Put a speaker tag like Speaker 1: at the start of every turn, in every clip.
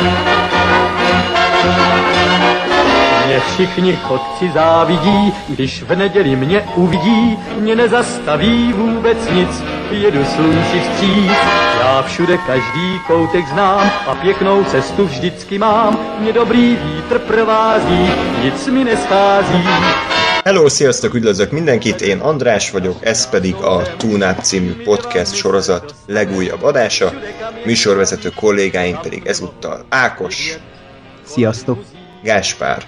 Speaker 1: Mě všichni chodci závidí, když v neděli mě uvidí, mě nezastaví vůbec nic, jedu slunci vstříc. Já všude každý koutek znám a pěknou cestu vždycky mám, mě dobrý vítr provází, nic mi neschází.
Speaker 2: Hello, sziasztok, üdvözlök mindenkit, én András vagyok, ez pedig a Tune Up című podcast sorozat legújabb adása, műsorvezető kollégáim pedig ezúttal Ákos.
Speaker 3: Sziasztok!
Speaker 2: Gáspár.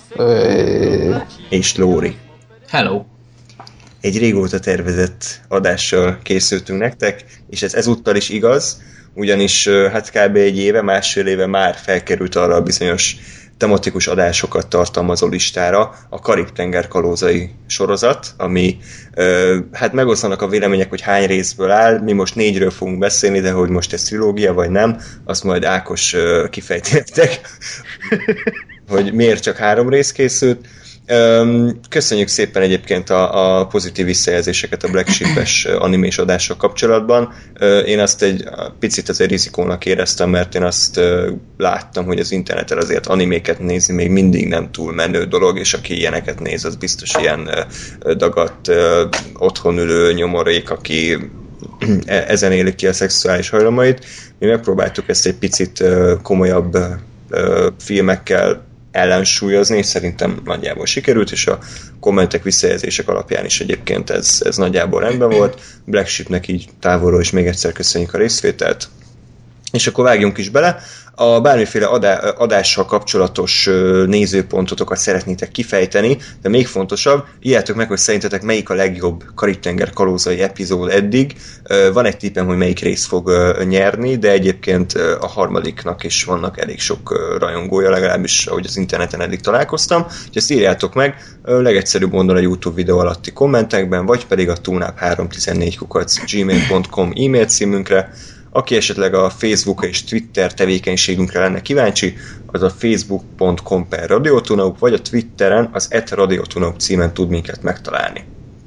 Speaker 2: És Lóri.
Speaker 4: Hello!
Speaker 2: Egy régóta tervezett adással készültünk nektek, és ez ezúttal is igaz, ugyanis hát kb. Egy éve, másfél éve már felkerült arra a bizonyos tematikus adásokat tartalmazó listára a Karib-tenger kalózai sorozat, ami hát megoszlanak a vélemények, hogy hány részből áll, mi most 4-ről fogunk beszélni, de hogy most ez trilógia vagy nem, azt majd Ákos kifejti nektek, hogy miért csak 3 rész készült. Köszönjük szépen egyébként a pozitív visszajelzéseket a Black Sheep-es animés adással kapcsolatban. Én azt egy picit azért rizikónak éreztem, mert én azt láttam, hogy az interneten azért animéket nézni még mindig nem túl menő dolog, és aki ilyeneket néz, az biztos ilyen dagadt, otthon ülő nyomorék, aki ezen élik ki a szexuális hajlamait. Mi megpróbáltuk ezt egy picit komolyabb filmekkel ellensúlyozni, és szerintem nagyjából sikerült, és a kommentek, visszajelzések alapján is egyébként ez nagyjából rendben volt. Black Sheepnek így távolról is még egyszer köszönjük a részvételt. És akkor vágjunk is bele. A bármiféle adással kapcsolatos nézőpontotokat szeretnétek kifejteni, de még fontosabb, írjátok meg, hogy szerintetek melyik a legjobb Karib-tenger kalózai epizód eddig. Van egy tippem, hogy melyik rész fog nyerni, de egyébként a harmadiknak is vannak elég sok rajongója, legalábbis ahogy az interneten eddig találkoztam. Úgyhogy ezt írjátok meg, legegyszerűbb módon a YouTube videó alatti kommentekben, vagy pedig a tuneup314@gmail.com e-mail címünkre. Aki esetleg a Facebook és Twitter tevékenységünkre lenne kíváncsi, az a facebook.com/radiotuneup, vagy a Twitteren az @radiotuneup címen tud minket megtalálni.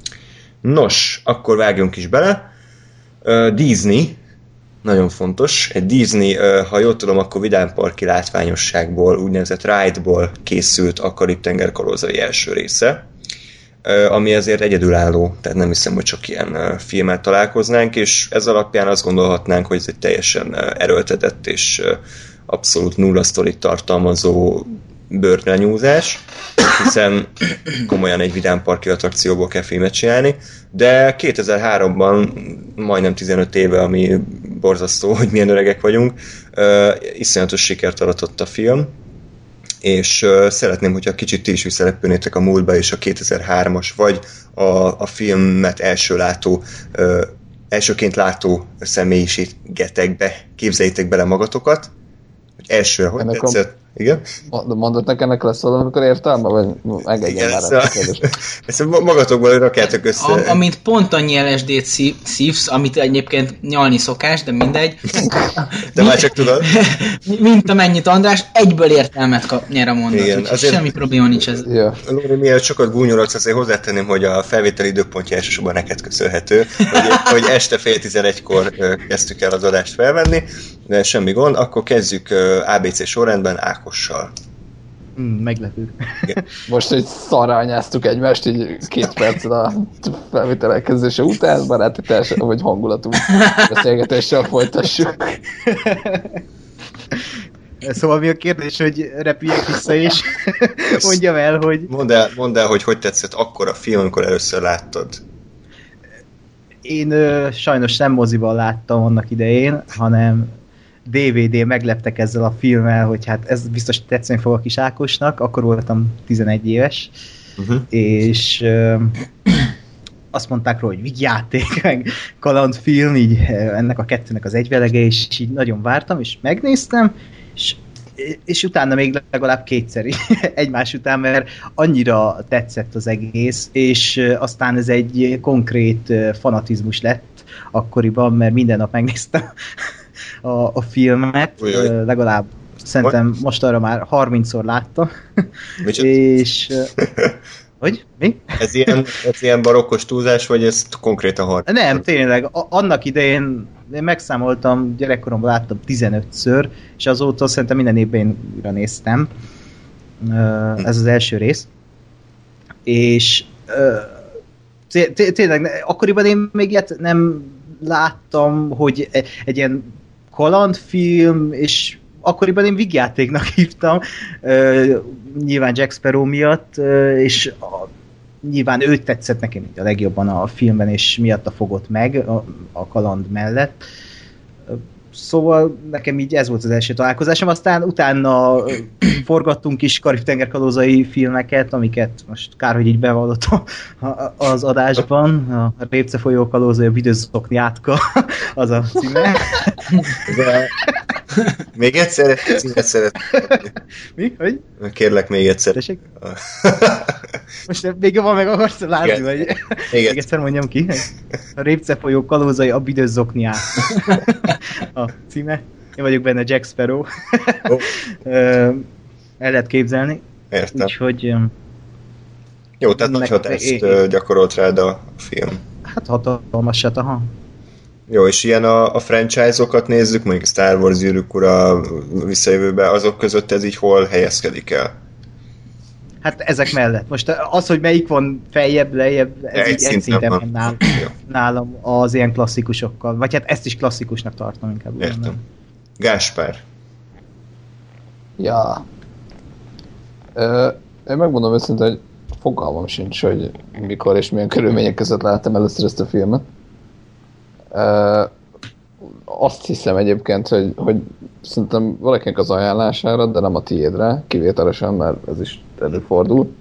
Speaker 2: Nos, akkor vágjunk is bele. Disney, nagyon fontos. Egy Disney, ha jól tudom, akkor vidámparki látványosságból, úgynevezett ride-ból készült a Karib-tenger kalózai első része, ami azért egyedülálló, tehát nem hiszem, hogy csak ilyen filmmel találkoznánk, és ez alapján azt gondolhatnánk, hogy ez egy teljesen erőltetett és abszolút nulla sztorit tartalmazó bőrlenyúzás, hiszen komolyan egy vidámparki attrakcióból kell filmet csinálni, de 2003-ban, majdnem 15 éve, ami borzasztó, hogy milyen öregek vagyunk, iszonyatos sikert aratott a film, és szeretném, hogyha kicsit ti is visszarepülnétek a múltba, és a 2003-as, vagy a filmet elsőként látó személyiségetekbe képzeljétek bele magatokat, hogy elsőre hogy tetszett. Igen?
Speaker 3: Mondod nekem, ennek lesz valami, amikor értelme, vagy engedjen már
Speaker 2: ezt magatokból rakjátok össze.
Speaker 4: Amint pont annyi LSD-t szívsz, amit egyébként nyalni szokás, de mindegy.
Speaker 2: De már csak tudod.
Speaker 4: Mint amennyit András, egyből értelmet nyer a mondat. Igen, azért semmi probléma nincs ez.
Speaker 2: Yeah. Lóri, miért sokat gúnyolodsz, azért hozzátenném, hogy a felvételi időpontja elsősorban neked köszönhető, hogy este 10:30-kor kezdtük el az adást felvenni, de semmi gond, akkor kezdjük ABC sorrendben Ákossal.
Speaker 3: Meglepő. Most egy szarra anyáztuk egymást, így 2 perccel a felvétel kezdése után, baráti társadalom, vagy hangulatú beszélgetéssel folytassuk.
Speaker 5: Szóval mi a kérdés, hogy repüljek vissza is? Mondjam el, hogy...
Speaker 2: Mondd el, hogy tetszett akkor a film, amikor először láttad.
Speaker 5: Én sajnos nem moziban láttam annak idején, hanem DVD megleptek ezzel a filmmel, hogy hát ez biztos tetszeni fog a kis Ákosnak, akkor voltam 11 éves, és azt mondták róla, hogy vigyáték, meg kalandfilm, így ennek a kettőnek az egyvelege, és így nagyon vártam, és megnéztem, és utána még legalább 2-szer egymás után, mert annyira tetszett az egész, és aztán ez egy konkrét fanatizmus lett akkoriban, mert minden nap megnéztem a filmet, legalább szerintem most arra már 30-szor láttam, és Hogy? Mi?
Speaker 2: Ez ilyen barokkos túlzás, vagy ez konkrétan harc?
Speaker 5: Nem, tényleg. Annak idején én megszámoltam, gyerekkoromban láttam 15-ször, és azóta szerintem minden évben újra néztem. Ez az első rész. És tényleg, akkoriban én még ilyet nem láttam, hogy egy ilyen kalandfilm, és akkoriban én vígjátéknak hívtam, nyilván Jack Sparrow miatt, és nyilván őt tetszett nekem a legjobban a filmben, és miatta fogott meg a kaland mellett. Szóval nekem így ez volt az első találkozásom, aztán utána forgattunk is Karib-tenger-kalózai filmeket, amiket most kár, hogy így bevallottam az adásban. A Répce folyó kalózai, a Büdös-zokni átka, az a címe.
Speaker 2: Még egyszer címet szeretném.
Speaker 5: Mi? Hogy?
Speaker 2: Kérlek még egyszer.
Speaker 5: Tessék? Most még jobban meg akarsz látni, vagy még egyszer mondjam ki. A Répce folyó kalózai, a Büdös-zokni átka. A címe. Én vagyok benne Jack Sparrow. El lehet képzelni.
Speaker 2: Értem.
Speaker 5: Úgyhogy...
Speaker 2: Jó, tehát nagy hatást gyakorolt rád a film.
Speaker 5: Hát hatalmasat, aha.
Speaker 2: Jó, és ilyen a franchise-okat nézzük, mondjuk Star Wars, Gyűrűk Ura, Visszajövőbe, azok között ez így hol helyezkedik el?
Speaker 5: Hát ezek mellett. Most az, hogy melyik van feljebb, lejjebb, ez így egy szinten van nálam az ilyen klasszikusokkal. Vagy hát ezt is klasszikusnak tartom inkább.
Speaker 2: Értem. Gáspár.
Speaker 3: Ja. Én megmondom őszintén, hogy fogalmam sincs, hogy mikor és milyen körülmények között láttam először ezt a filmet. Azt hiszem egyébként, hogy szerintem valakinek az ajánlására, de nem a tiédre, kivételesen, mert ez is előfordul.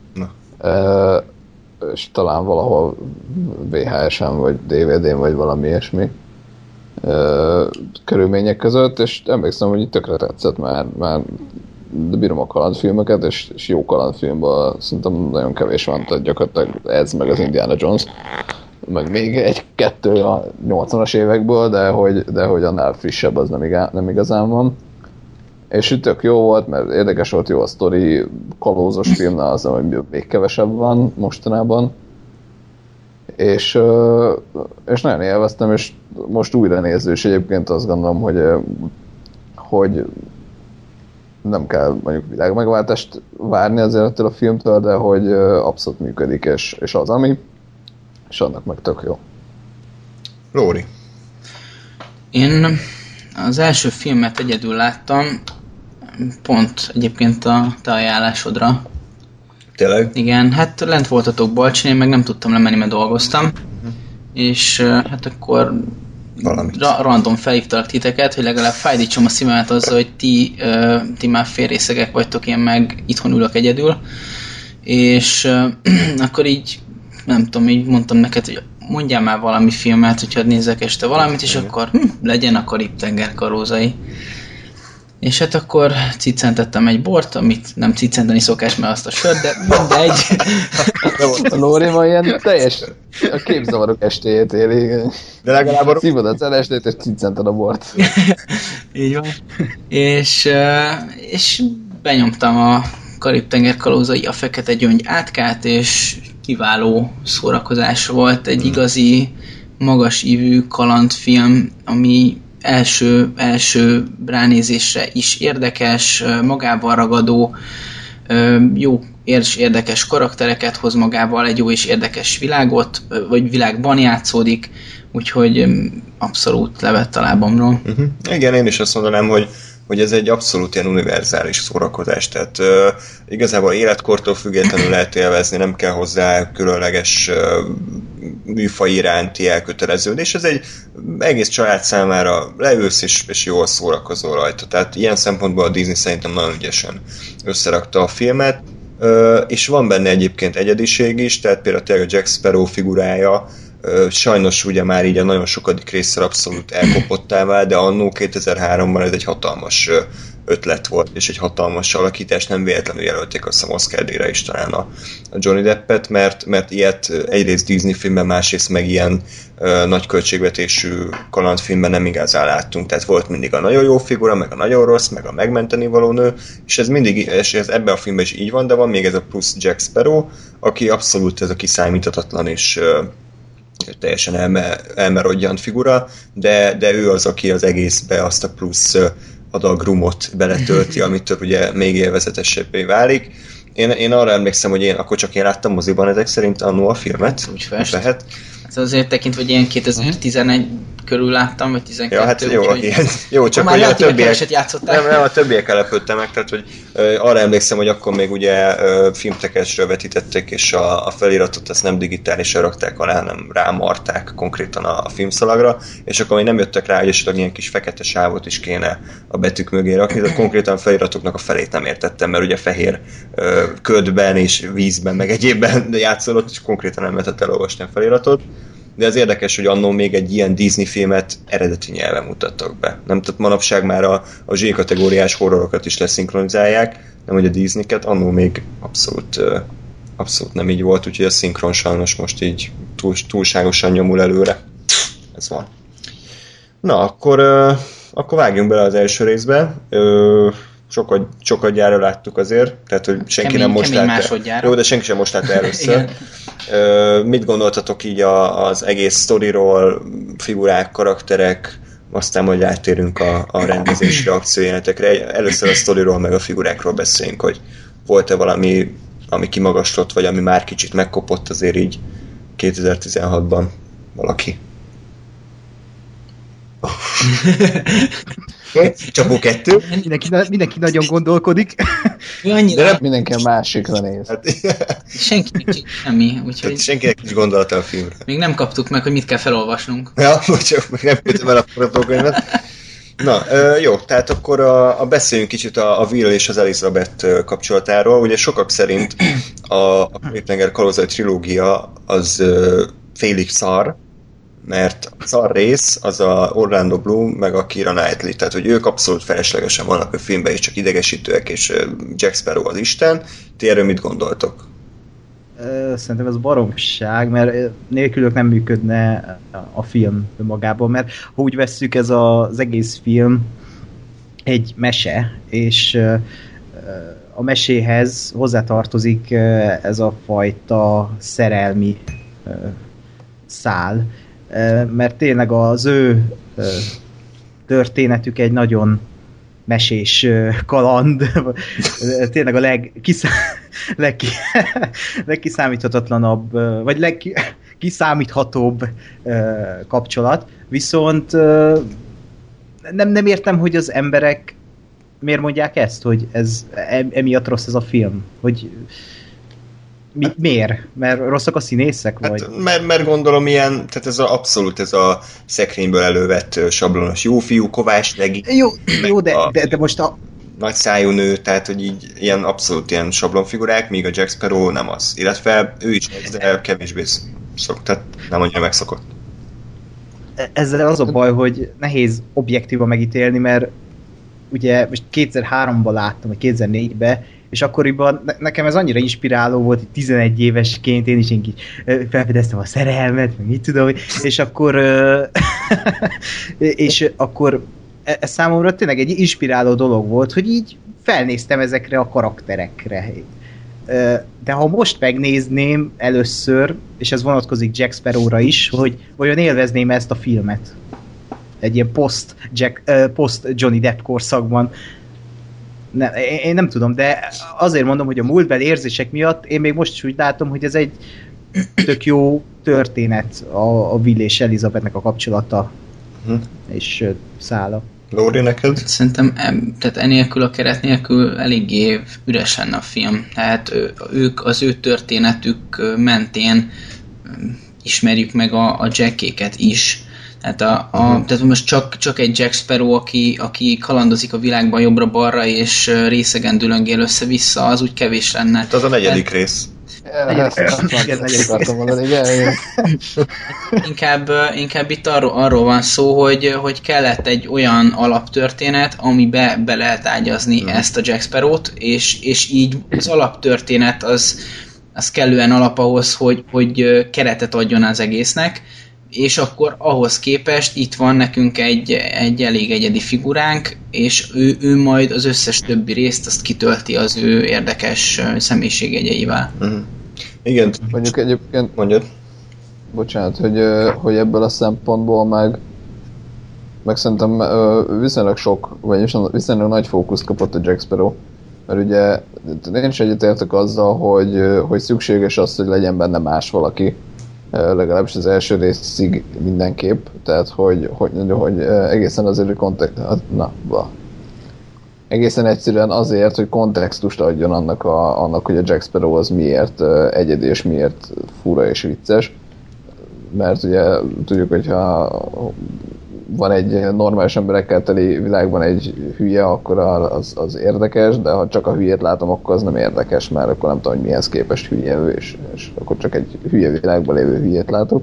Speaker 3: És talán valahol VHS-en, vagy DVD-n, vagy valami ilyesmi körülmények között, és emlékszem, hogy tökre tetszett, mert bírom a kalandfilmeket, és jó kalandfilmben szerintem nagyon kevés van, tehát gyakorlatilag ez meg az Indiana Jones, meg még egy-kettő a 80-as évekből, de hogy annál frissebb az nem igazán van. És itt tök jó volt, mert érdekes volt, jó a sztori, kalózos filmnál az, hogy még kevesebb van mostanában. És nagyon élveztem, és most újra néző, és egyébként azt gondolom, hogy nem kell mondjuk világmegváltást várni azért ettől a filmtől, de hogy abszolút működik, és az ami, és annak meg tök jó.
Speaker 2: Lóri.
Speaker 4: Én az első filmet egyedül láttam, pont egyébként a te ajánlásodra.
Speaker 2: Tényleg?
Speaker 4: Igen, hát lent voltatok Balcsin, én meg nem tudtam lemenni, mert dolgoztam. És hát akkor random felhívtalak titeket, hogy legalább fájdítsam a szívemet azzal, hogy ti már félrészegek vagytok, én meg itthon ülök egyedül. És akkor így, nem tudom, így mondtam neked, hogy mondjál már valami filmet, hogyha nézek este valamit, és akkor legyen a Karib-tenger-kalózai. És hát akkor ciccentettem egy bort, amit nem ciccenteni szokás, mert azt a sört, de mindegy.
Speaker 3: A Lóri ma ilyen teljes a képzavarok estéjét éli.
Speaker 2: De legalább
Speaker 3: szívod a celestét, és ciccented a bort.
Speaker 4: Így van. És benyomtam a Karib-tenger-kalózai, a Fekete Gyöngy átkát, és kiváló szórakozás volt. Egy igazi, magas ívű kalandfilm, ami első ránézésre is érdekes, magával ragadó, jó és érdekes karaktereket hoz magával, egy jó és érdekes világot, vagy világban játszódik, úgyhogy abszolút levett a lábamról.
Speaker 2: Igen, én is azt mondanám, hogy ez egy abszolút ilyen univerzális szórakozás, tehát igazából életkortól függetlenül lehet élvezni, nem kell hozzá különleges műfaj iránti elköteleződés, ez egy egész család számára leülsz és jól szórakozol rajta, tehát ilyen szempontból a Disney szerintem nagyon ügyesen összerakta a filmet, és van benne egyébként egyediség is, tehát például tényleg a Jack Sparrow figurája Sajnos ugye már így a nagyon sokadik résszel abszolút elkopottá vált, de annó 2003-ban ez egy hatalmas ötlet volt, és egy hatalmas alakítás, nem véletlenül jelölték azt hiszem Oscar-díjra is talán a Johnny Deppet, mert ilyet egyrészt Disney filmben, másrészt meg ilyen nagy költségvetésű kalandfilmben nem igazán láttunk, tehát volt mindig a nagyon jó figura, meg a nagyon rossz, meg a megmenteni való nő, és ez mindig, és ez ebben a filmben is így van, de van még ez a plusz Jack Sparrow, aki abszolút ez a kiszámíthatatlan és teljesen elmerodjant figura, de ő az, aki az egészbe azt a plusz adag rumot beletölti, amitől ugye még élvezetesebbé válik. Én arra emlékszem, hogy akkor csak én láttam moziban ezek szerint annó a filmet.
Speaker 4: Úgy fest. Lehet. Hát azért tekintve, hogy ilyen 2011 körül láttam, vagy 12.
Speaker 2: Ja, hát jó, csak
Speaker 4: hogy a többiek játszották.
Speaker 2: Nem, a többiek elepődtem meg, tehát hogy arra emlékszem, hogy akkor még ugye filmtekesről vetítették, és a feliratot azt nem digitálisan rakták alá, hanem rámarták konkrétan a filmszalagra, és akkor még nem jöttek rá, hogy esetleg ilyen kis fekete sávot is kéne a betűk mögé rakni, de konkrétan feliratoknak a felét nem értettem, mert ugye fehér ködben és vízben, meg egyébben játszolott, és konkrétan nem lehetett elolvasni a feliratot. De az érdekes, hogy annól még egy ilyen Disney filmet eredeti nyelven mutattak be. Nem tudod, manapság már a Z-kategóriás horrorokat is leszinkronizálják, nem hogy a Disney-ket, annól még abszolút nem így volt, úgyhogy a szinkron sajnos most így túlságosan nyomul előre. Ez van. Na, akkor vágjunk bele az első részbe. Sokat gyára láttuk azért, tehát hogy senki nem most látta. Jó, de senki sem most látta először. Mit gondoltatok így az egész sztoriról, figurák, karakterek, aztán majd rátérünk a rendezésre, akciójelenetekre. Először a sztoriról meg a figurákról beszéljünk, hogy volt-e valami, ami kimagaslott, vagy ami már kicsit megkopott azért így 2016-ban valaki. Csapó 2.
Speaker 5: Mindenki nagyon gondolkodik.
Speaker 4: De
Speaker 3: nem mindenki a másikra néz.
Speaker 4: Senkinek nincs semmi, úgyhogy...
Speaker 2: Senkinek nincs gondolata a filmre.
Speaker 4: Még nem kaptuk meg, hogy mit kell felolvasnunk.
Speaker 2: Ja, bocsánat, meg nem jöttem el a forgatókönyvet. Na, jó, tehát akkor beszéljünk kicsit a Will és az Elizabeth kapcsolatáról. Ugye sokak szerint a Klippenger kalózai trilógia az félig szar, mert a szar rész az a Orlando Bloom meg a Keira Knightley, tehát hogy ők abszolút feleslegesen vannak a filmben, és csak idegesítőek, és Jack Sparrow az Isten. Ti erről mit gondoltok?
Speaker 5: Szerintem ez baromság, mert nélkülük nem működne a film magában, mert ha úgy vesszük, ez az egész film egy mese, és a meséhez hozzátartozik ez a fajta szerelmi szál, mert tényleg az ő történetük egy nagyon mesés kaland, tényleg a legkiszámíthatatlanabb, vagy legkiszámíthatóbb kapcsolat, viszont nem értem, hogy az emberek miért mondják ezt, hogy ez emiatt rossz ez a film, hogy miért? Mert rosszak a színészek? Vagy?
Speaker 2: Hát, mert gondolom ilyen, tehát ez abszolút ez a szekrényből elővett sablonos jó fiú, Kovács Legi.
Speaker 5: Jó, de most a...
Speaker 2: Nagy szájú nő, tehát hogy így ilyen abszolút ilyen sablonfigurák, míg a Jack Sparrow nem az. Illetve ő is ez, de kevésbé szokott, tehát nem annyira megszokott.
Speaker 5: Ezzel az a baj, hogy nehéz objektívan megítélni, mert ugye most 2003-ban láttam, vagy 2004-ben, és akkoriban nekem ez annyira inspiráló volt, hogy 11 évesként én is így felfedeztem a szerelmet, meg mit tudom, és akkor ez számomra tényleg egy inspiráló dolog volt, hogy így felnéztem ezekre a karakterekre. De ha most megnézném először, és ez vonatkozik Jack Sparrowra is, hogy vajon élvezném ezt a filmet egy ilyen post Johnny Depp korszakban. Én nem tudom, de azért mondom, hogy a múltbeli érzések miatt én még most is úgy látom, hogy ez egy tök jó történet a Will és Elizabethnek a kapcsolata és szála.
Speaker 2: Lóri, neked?
Speaker 4: Szerintem tehát enélkül a keret nélkül eléggé üres lenne a film. Tehát ők az ő történetük mentén ismerjük meg a Jackéket is. Tehát most csak egy Jack Sparrow, aki kalandozik a világban jobbra-balra, és részegen dülöngél össze-vissza, az úgy kevés lenne.
Speaker 2: Hát az a negyedik rész.
Speaker 4: Inkább itt arról van szó, hogy kellett egy olyan alaptörténet, amibe be lehet ágyazni ezt a Jack Sparrow-t, és így az alaptörténet az kellően alap ahhoz, hogy keretet adjon az egésznek, és akkor ahhoz képest itt van nekünk egy elég egyedi figuránk, és ő majd az összes többi részt azt kitölti az ő érdekes személyiségjegyeivel.
Speaker 2: Igen.
Speaker 3: Mondjuk egyébként...
Speaker 2: Mondjad.
Speaker 3: Bocsánat, hogy ebből a szempontból meg szerintem viszonylag sok, vagyis viszonylag nagy fókuszt kapott a Jack Sparrow. Mert ugye én is egyetértek azzal, hogy szükséges az, hogy legyen benne más valaki, legalábbis az első részig mindenképp, tehát hogy egészen azért, hogy egészen egyszerűen azért, hogy kontextust adjon annak, hogy a Jack Sparrow az miért egyedi és miért fura és vicces. Mert ugye tudjuk, hogyha van egy normális emberekkel teli világban egy hülye, akkor az érdekes, de ha csak a hülyét látom, akkor az nem érdekes, mert akkor nem tudom, hogy mihez képest hülye, és akkor csak egy hülye világban lévő hülyét látok.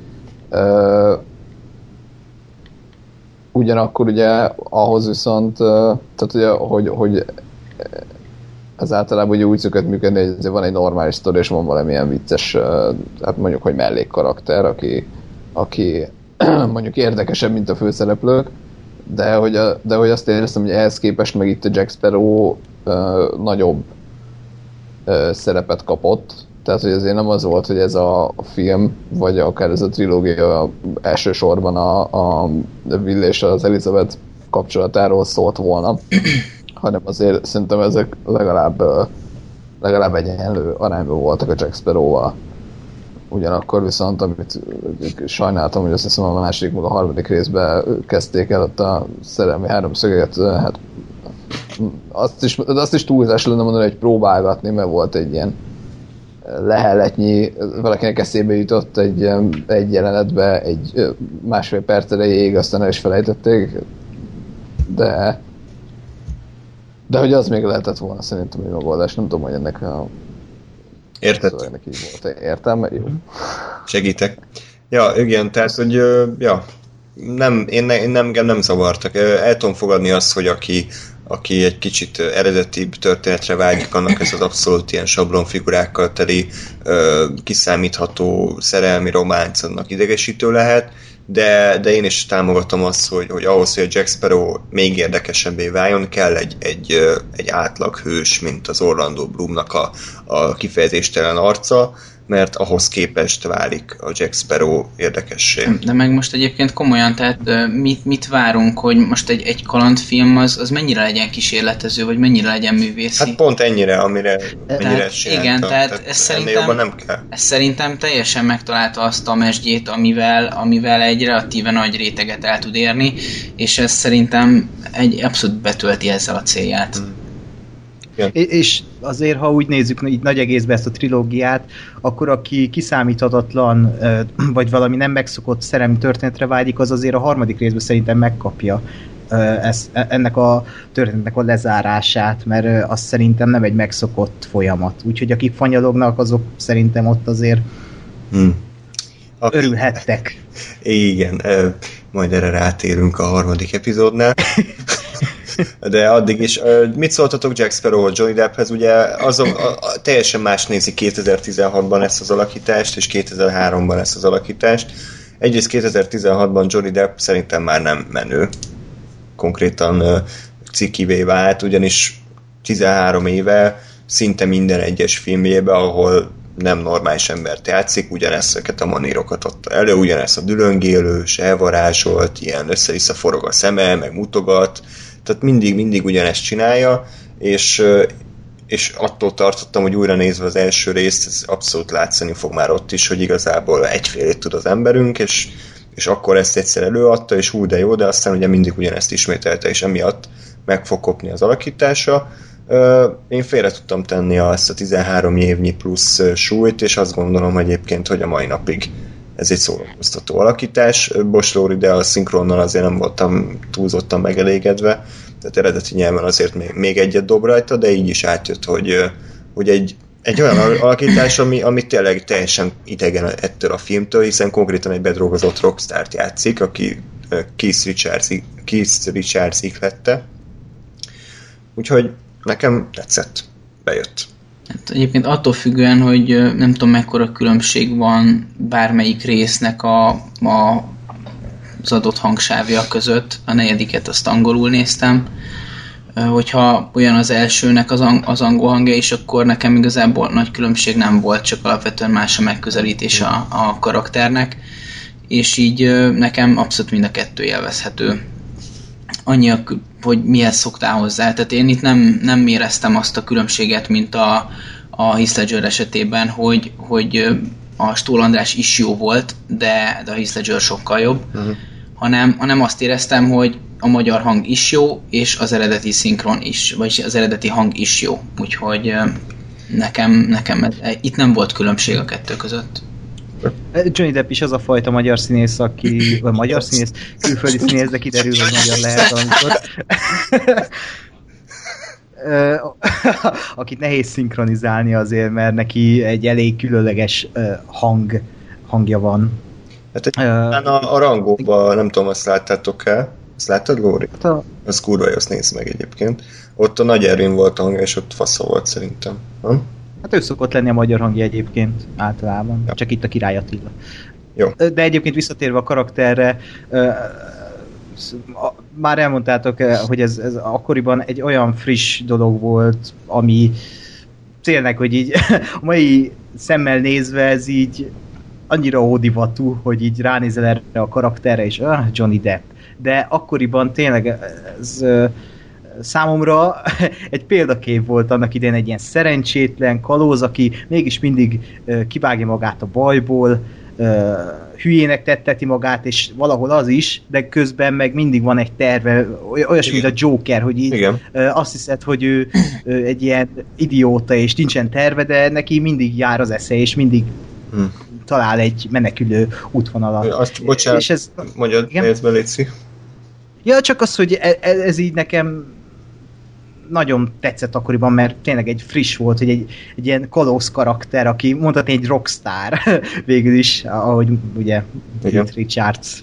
Speaker 3: Ugyanakkor ugye ahhoz viszont, tehát ugye, hogy ez általában ugye úgy szokott működni, hogy van egy normális sztori, és van valamilyen vicces, hát mondjuk, hogy mellékkarakter, aki mondjuk érdekesebb, mint a főszereplők, de hogy azt éreztem, hogy ehhez képest meg itt a Jack Sparrow nagyobb szerepet kapott. Tehát, hogy azért nem az volt, hogy ez a film, vagy akár ez a trilógia elsősorban a Will és az Elizabeth kapcsolatáról szólt volna, hanem azért szerintem ezek legalább egyenlő arányban voltak a Jack Sparrow-val. Ugyanakkor viszont, amit sajnáltam, hogy azt hiszem a második, meg a harmadik részben kezdték el ott a szerelmi háromszöget, hát azt is túlzás lenne mondani, hogy próbálgatni, mert volt egy ilyen lehelletnyi, valakinek eszébe jutott egy jelenetbe, egy másfél perc erejéig, aztán el is felejtették, de hogy az még lehetett volna szerintem egy megoldás, nem tudom, hogy ennek a
Speaker 2: Érted?
Speaker 3: Szóval ennek így volt értelme, jó.
Speaker 2: Segítek. Ja, igen, tehát, hogy nem zavartak. El tudom fogadni azt, hogy aki egy kicsit eredetibb történetre vágyik, annak ez az abszolút ilyen sablonfigurákkal teli, kiszámítható szerelmi románc, annak idegesítő lehet, de én is támogatom azt, hogy ahhoz, hogy a Jack Sparrow még érdekesebbé váljon, kell egy átlag hős, mint az Orlando Bloomnak a kifejezéstelen arca, mert ahhoz képest válik a Jack Sparrow érdekessé.
Speaker 4: De meg most egyébként komolyan, tehát mit várunk, hogy most egy kalandfilm az mennyire legyen kísérletező, vagy mennyire legyen művészi?
Speaker 2: Hát pont ennyire, amire
Speaker 4: csináltam. Igen, tehát ez szerintem teljesen megtalálta azt a mesdjét, amivel egy relatíve nagy réteget el tud érni, és ez szerintem abszolút betölti ezzel a célját.
Speaker 5: És azért, ha úgy nézzük így nagy egészben ezt a trilógiát, akkor aki kiszámíthatatlan, vagy valami nem megszokott szerelmi történetre vágyik, az azért a harmadik részben szerintem megkapja ennek a történetnek a lezárását, mert az szerintem nem egy megszokott folyamat. Úgyhogy akik fanyalognak, azok szerintem ott azért örülhettek.
Speaker 2: Igen, majd erre rátérünk a harmadik epizódnál. De addig is, mit szóltatok Jack Sparrowhoz, Johnny Depphez? Ugye teljesen más nézi 2016-ban ezt az alakítást, és 2003-ban ezt az alakítást. Egyrészt 2016-ban Johnny Depp szerintem már nem menő. Konkrétan cikivé vált, ugyanis 13 éve szinte minden egyes filmjében, ahol nem normális embert játszik, ugyanezeket a manírokat adta elő, ugyanezt a dülöngélős, elvarázsolt, ilyen össze-vissza forog a szeme, meg mutogat, tehát mindig ugyanezt csinálja, és attól tartottam, hogy újra nézve az első részt, ez abszolút látszani fog már ott is, hogy igazából egyfélét tud az emberünk, és akkor ezt egyszer előadta, és hú, de jó, de aztán ugye mindig ugyanezt ismételte, és emiatt meg fog kopni az alakítása. Én félre tudtam tenni ezt a 13 évnyi plusz súlyt, és azt gondolom egyébként, hogy a mai napig ez egy szórakoztató alakítás. Bosch Lóri, de a szinkronnal azért nem voltam túlzottan megelégedve, tehát eredeti nyelven azért még egyet dob rajta, de így is átjött, hogy egy egy olyan alakítás, ami tényleg teljesen idegen ettől a filmtől, hiszen konkrétan egy bedrogozott rockstart játszik, aki Keith Richards ihlette. Úgyhogy nekem tetszett, bejött.
Speaker 4: Hát egyébként attól függően, hogy nem tudom mekkora különbség van bármelyik résznek az adott hangsávja között. A negyediket azt angolul néztem. Hogyha olyan az elsőnek az angol hangja is, akkor nekem igazából nagy különbség nem volt, csak alapvetően más a megközelítés a karakternek. És így nekem abszolút mind a kettő élvezhető. Annyi, hogy mihez szoktál hozzá. Tehát én itt nem éreztem azt a különbséget, mint a Heath Ledger esetében, hogy a Stól András is jó volt, de a Heath Ledger sokkal jobb, hanem azt éreztem, hogy a magyar hang is jó, és az eredeti szinkron is, vagy az eredeti hang is jó. Úgyhogy nekem itt nem volt különbség a kettő között.
Speaker 5: Johnny Depp is az a fajta magyar színész, vagy magyar színész, külföldi színész, de kiderül, hogy magyar lehet, amikor akit nehéz szinkronizálni azért, mert neki egy elég különleges hangja van.
Speaker 2: Hát a Rangóban, nem tudom, azt láttátok el? Azt láttad, Lóri? Az kurva jó, azt nézd meg egyébként. Ott a Nagy Ervin volt a hangja, és ott fasza volt szerintem.
Speaker 5: Hát ő szokott lenni a magyar hangja egyébként általában, ja. Csak itt a Király Attila.
Speaker 2: Jó.
Speaker 5: De egyébként visszatérve a karakterre, már elmondtátok, hogy ez akkoriban egy olyan friss dolog volt, ami tényleg, hogy így a mai szemmel nézve ez így annyira ódivatú, hogy így ránézel erre a karakterre, és Johnny Depp. De akkoriban tényleg ez számomra egy példakép volt annak idején, egy ilyen szerencsétlen kalóz, aki mégis mindig kivágja magát a bajból, hülyének tetteti magát, és valahol az is, de közben meg mindig van egy terve, olyasmi, mint a Joker, hogy így azt hiszed, hogy ő egy ilyen idióta, és nincsen terve, de neki mindig jár az esze, és mindig talál egy menekülő útvonalat.
Speaker 2: Bocsánat, és ez, mondjad, fejezd be, Léci.
Speaker 5: Ja, csak az, hogy ez így nekem nagyon tetszett akkoriban, mert tényleg egy friss volt, hogy egy ilyen kalóz karakter, aki mondhatni egy rockstar végül is, ahogy ugye Keith Richards.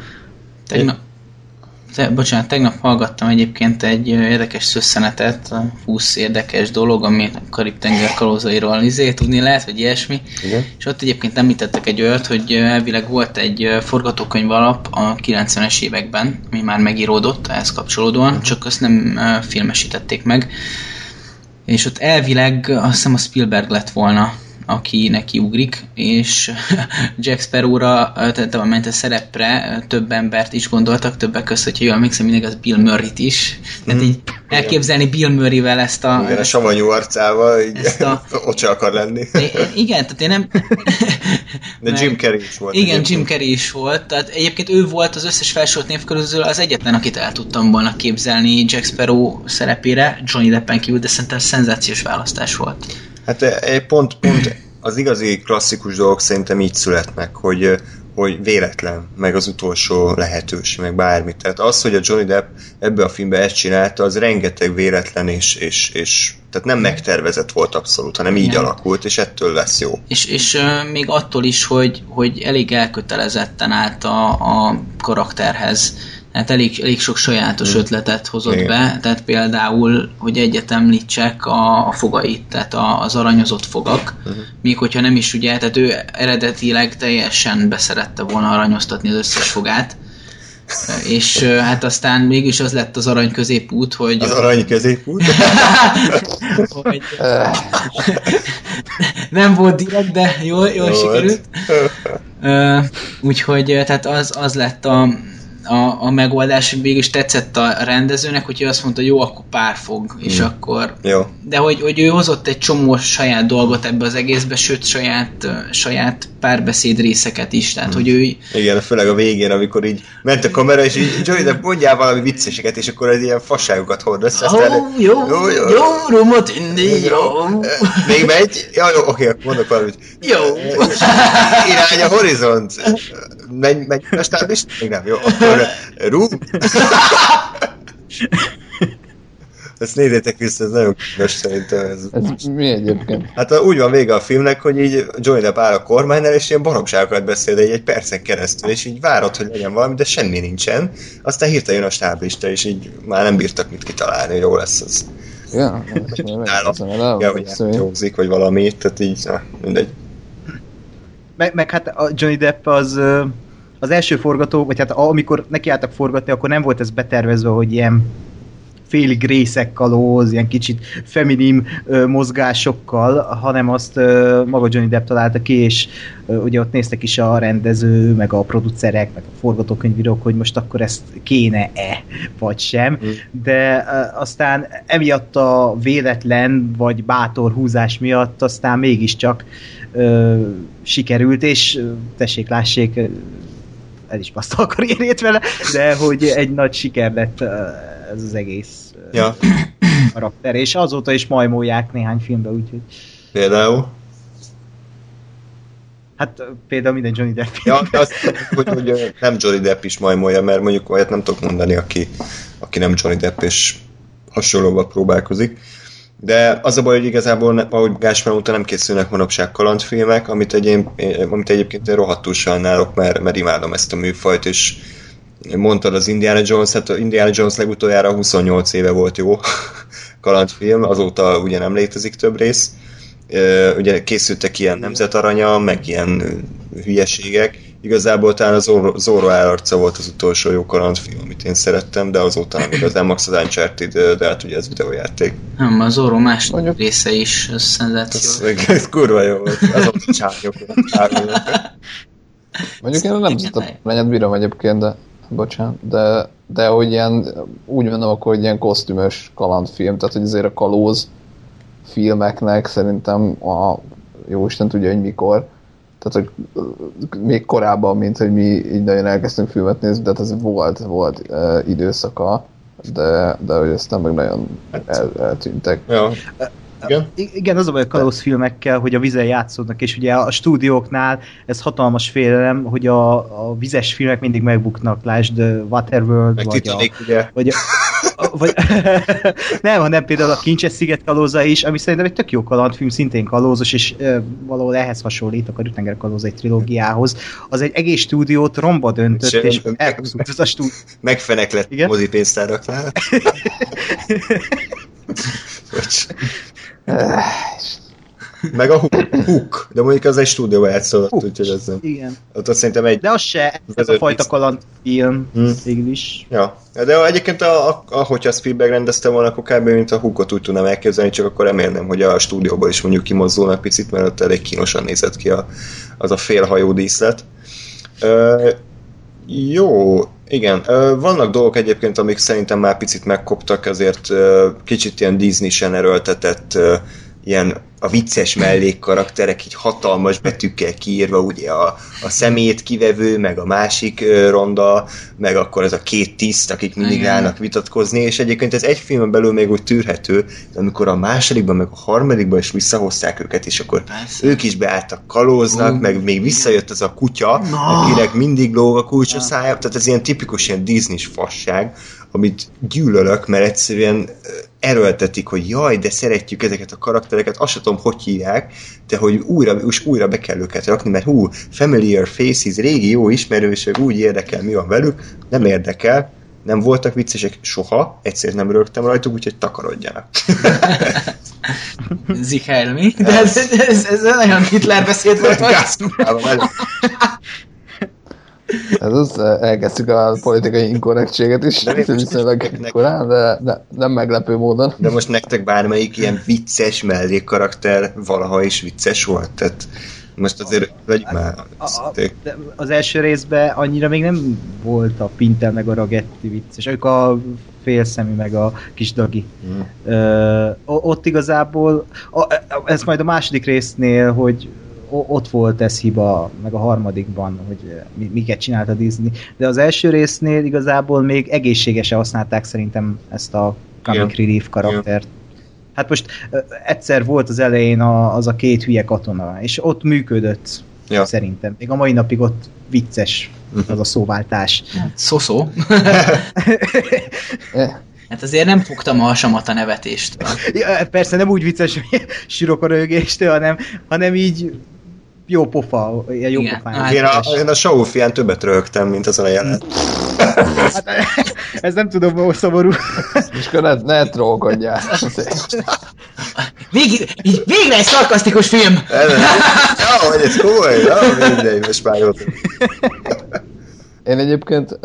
Speaker 4: Tegnap hallgattam egyébként egy érdekes szösszenetet, 20 érdekes dolog, ami a Karib-tenger kalózairól tudni lehet, vagy ilyesmi. Igen. És ott egyébként említettek egy olyat, hogy elvileg volt egy forgatókönyv alap a 90-es években, ami már megíródott ehhez kapcsolódóan, csak azt nem filmesítették meg. És ott elvileg azt hiszem a Spielberg lett volna, aki neki ugrik, és Jack Sparrow-ra, tehát a szerepre több embert is gondoltak, többek között, hogyha jól emlékszem, mindig az Bill Murray-t is. Tehát így elképzelni Bill Murray-vel ezt a...
Speaker 2: Igen, a savanyú arcával, így ott se akar lenni.
Speaker 4: Igen, tehát én nem...
Speaker 2: De Jim Carrey is volt.
Speaker 4: Igen, Jim Carrey is volt. Tehát egyébként ő volt az összes felsorolt név közül az egyetlen, akit el tudtam volna képzelni Jack Sparrow szerepére, Johnny Deppen kívül, de szerintem szenzációs választás volt.
Speaker 2: Hát pont az igazi klasszikus dolgok szerintem így születnek, hogy véletlen, meg az utolsó lehetőség, meg bármit. Tehát az, hogy a Johnny Depp ebbe a filmbe ezt csinálta, az rengeteg véletlen, és tehát nem megtervezett volt abszolút, hanem így alakult, és ettől lesz jó.
Speaker 4: És még attól is, hogy elég elkötelezetten állt a karakterhez. Hát elég sok sajátos ötletet hozott be, tehát például, hogy egyet említsek a fogait, tehát az aranyozott fogak, míg hogyha nem is ugye, tehát ő eredetileg teljesen beszerette volna aranyoztatni az összes fogát, és hát aztán mégis az lett az arany középút, hogy...
Speaker 2: Az arany középút?
Speaker 4: hogy nem volt direkt, de jól sikerült. Úgyhogy tehát az lett a megoldás, végülis tetszett a rendezőnek, hogy azt mondta, jó, akkor párfog, és akkor...
Speaker 2: Jó.
Speaker 4: De hogy ő hozott egy csomó saját dolgot ebbe az egészbe, sőt, saját párbeszéd részeket is, tehát hogy ő...
Speaker 2: Igen, főleg a végén, amikor így ment a kamera, és így Johnny, de mondjál valami vicceseket, és akkor ez ilyen fasságokat hord össze.
Speaker 4: Jó, rumot inni, jó.
Speaker 2: Még megy? Ja, jó, oké, akkor mondok valamit.
Speaker 4: Jó.
Speaker 2: Irány a horizont. Menj a stáblist? Még nem, jó, akkor Rúm. Ezt nézzétek vissza, ez nagyon különös szerintem.
Speaker 3: Ez mi egyébként?
Speaker 2: Hát úgy van vége a filmnek, hogy így Johnny Depp áll a kormánynál, és ilyen baromságokat beszél egy percen keresztül, és így várod, hogy legyen valami, de semmi nincsen. Aztán hirtelen jön a stáblista, és így már nem bírtak mit kitalálni, hogy jó lesz az.
Speaker 3: Ja,
Speaker 2: hogy józik, vagy valami, tehát így, mindegy.
Speaker 5: Meg hát a Johnny Depp az első forgató, vagy hát amikor nekiálltak forgatni, akkor nem volt ez betervezve, hogy ilyen félig részekkalóz, ilyen kicsit feminim mozgásokkal, hanem azt maga Johnny Depp találta ki, és ugye ott néztek is a rendező, meg a producerek, meg a forgatókönyvírók, hogy most akkor ezt kéne-e, vagy sem. De aztán emiatt a véletlen, vagy bátor húzás miatt aztán mégiscsak sikerült, és tessék, lássék, el is baszta a karrierjét vele, de hogy egy nagy siker lett ez az egész karakter, és azóta is majmolják néhány filmben, úgyhogy...
Speaker 2: Például?
Speaker 5: Hát például minden Johnny Depp film.
Speaker 2: Ja, de azt hogy nem Johnny Depp is majmolja, mert mondjuk olyat nem tudok mondani, aki nem Johnny Depp és hasonlóval próbálkozik. De az a baj, hogy igazából, ahogy Gáspár mondta, nem készülnek manapság kalandfilmek, amit egyébként én rohadtul sajnálok, mert imádom ezt a műfajt, és mondtad az Indiana Jones, hát Indiana Jones legutoljára 28 éve volt jó kalandfilm, azóta ugye nem létezik több rész. Ugye készültek ilyen nemzetaranya, meg ilyen hülyeségek. Igazából talán a Zorro állarca volt az utolsó jó kalandfilm, amit én szerettem, de azóta nem igazán, max az Uncharted, de hát ugye ez videójáték.
Speaker 4: Nem, a Zorro második része is, ez szenzáció.
Speaker 2: Ez kurva jó volt, azok a csárnyok.
Speaker 3: Mondjuk én nem legyed bírom egyébként, de bocsánat, de hogy ilyen, úgy mondom akkor, hogy ilyen kosztümös kalandfilm, tehát hogy azért a kalóz filmeknek szerintem a jóisten tudja, hogy mikor, tehát hogy még korábban, mint hogy mi így nagyon elkezdtünk filmet nézni, de ez volt időszaka, de hogy aztán meg nagyon eltűntek.
Speaker 2: Ja.
Speaker 5: Igen, az a baj a kalózfilmekkel, hogy a vizen játszódnak, és ugye a stúdióknál ez hatalmas félelem, hogy a vizes filmek mindig megbuknak, lásd Waterworld, vagy nem, hanem például a Kincses sziget kalóza is, ami szerintem egy tök jó kalandfilm, szintén kalózos, és valahol ehhez hasonlít a Karib-tenger kalózai trilógiához. Az egy egész stúdiót romba döntött, és elpusztult az a stúdió.
Speaker 2: Megfenek lett mozipénztáraknál. Meg a Hook, de mondjuk az egy stúdióban játszódott, úgyhogy ez nem.
Speaker 5: Igen.
Speaker 2: Ott szerintem egy...
Speaker 5: De az se, ez a fajta kalandfilm végül is.
Speaker 2: Ja, de egyébként ahogyha Spielberg rendezte volna, akkor kb. Mint a Hookot úgy tudnám elképzelni, csak akkor remélem, hogy a stúdióban is mondjuk kimozdulnak picit, mert ott elég kínosan nézett ki az a félhajó díszlet. Jó, igen. Vannak dolgok egyébként, amik szerintem már picit megkoptak, azért kicsit ilyen Disney-sen erőltetett ilyen a vicces mellékkarakterek így hatalmas betűkkel kiírva, ugye a szemét kivevő, meg a másik ronda, meg akkor ez a két tiszt, akik mindig állnak vitatkozni, és egyébként ez egy filmen belül még úgy tűrhető, de amikor a másodikban, meg a harmadikban is visszahozták őket, és akkor ők is beálltak kalóznak, meg még visszajött az a kutya, akinek mindig lóg a kulcs a szája, tehát ez ilyen tipikus ilyen Disney-s fasság, amit gyűlölök, mert egyszerűen erőltetik, hogy jaj, de szeretjük ezeket a karaktereket, azt sem tudom, hogy hívják, de hogy újra be kell őket rakni, mert familiar faces, régi jó ismerősök, úgy érdekel, mi van velük, nem érdekel, nem voltak viccesek soha, egyszer nem rögtem rajtuk, úgyhogy takarodjanak.
Speaker 4: Zikhelmi, de ez nagyon Hitler beszéd volt.
Speaker 3: Ez az, elkezdtük a politikai inkorrektséget is, viszonylag korán, de nem meglepő módon.
Speaker 2: De most nektek bármelyik ilyen vicces mellékkarakter valaha is vicces volt? Tehát most azért vegyük már.
Speaker 5: Az első részben annyira még nem volt a Pintel meg a Ragetti vicces, ők a félszemű meg a kis Dagi. Ott igazából, ez majd a második résznél, hogy ott volt ez hiba, meg a harmadikban, hogy miket csinált a Disney. De az első résznél igazából még egészségesen használták szerintem ezt a comic relief karaktert. Hát most egyszer volt az elején az a két hülye katona, és ott működött szerintem. Még a mai napig ott vicces az a szóváltás.
Speaker 4: Szó-szó. Hát azért nem fogtam a hasamat a nevetést.
Speaker 5: Ja, persze nem úgy vicces, hogy sírok a röhögéstől, hanem így jó pofa, ilyen jó pofán.
Speaker 4: Hát
Speaker 2: én a Saul-fián többet röhögtem, mint azon a jelenet.
Speaker 5: Hát, ez nem tudom, szomorú.
Speaker 3: És akkor ne trollkodjál.
Speaker 4: Végre egy szarkasztikus film!
Speaker 2: Ja, hogy ez komoly, ja, mindegy, most már jó.
Speaker 3: Én egyébként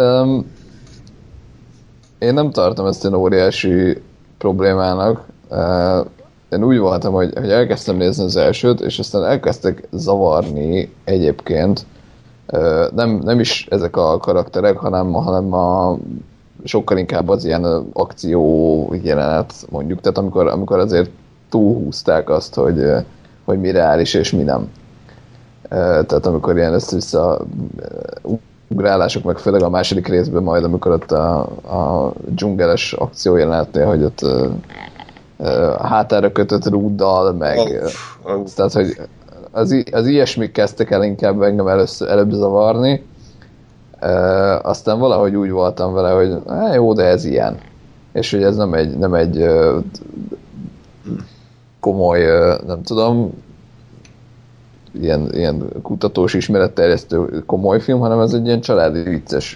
Speaker 3: én nem tartom ezt egy óriási problémának. Én úgy voltam, hogy elkezdtem nézni az elsőt, és aztán elkezdtek zavarni egyébként. Nem is ezek a karakterek, hanem sokkal inkább az ilyen akció jelenet, mondjuk. Tehát amikor azért túlhúzták azt, hogy mi reális és mi nem. Tehát amikor ilyen össze-vissza ugrálások, meg főleg a második részben majd, amikor ott a dzsungeles akció jelenetnél, hogy ott hátára kötött rúddal, meg tehát, hogy az ilyesmik kezdtek el inkább engem előbb zavarni, aztán valahogy úgy voltam vele, hogy jó, de ez ilyen. És hogy ez nem egy komoly, nem tudom, ilyen kutatós ismeretterjesztő komoly film, hanem ez egy ilyen családi vicces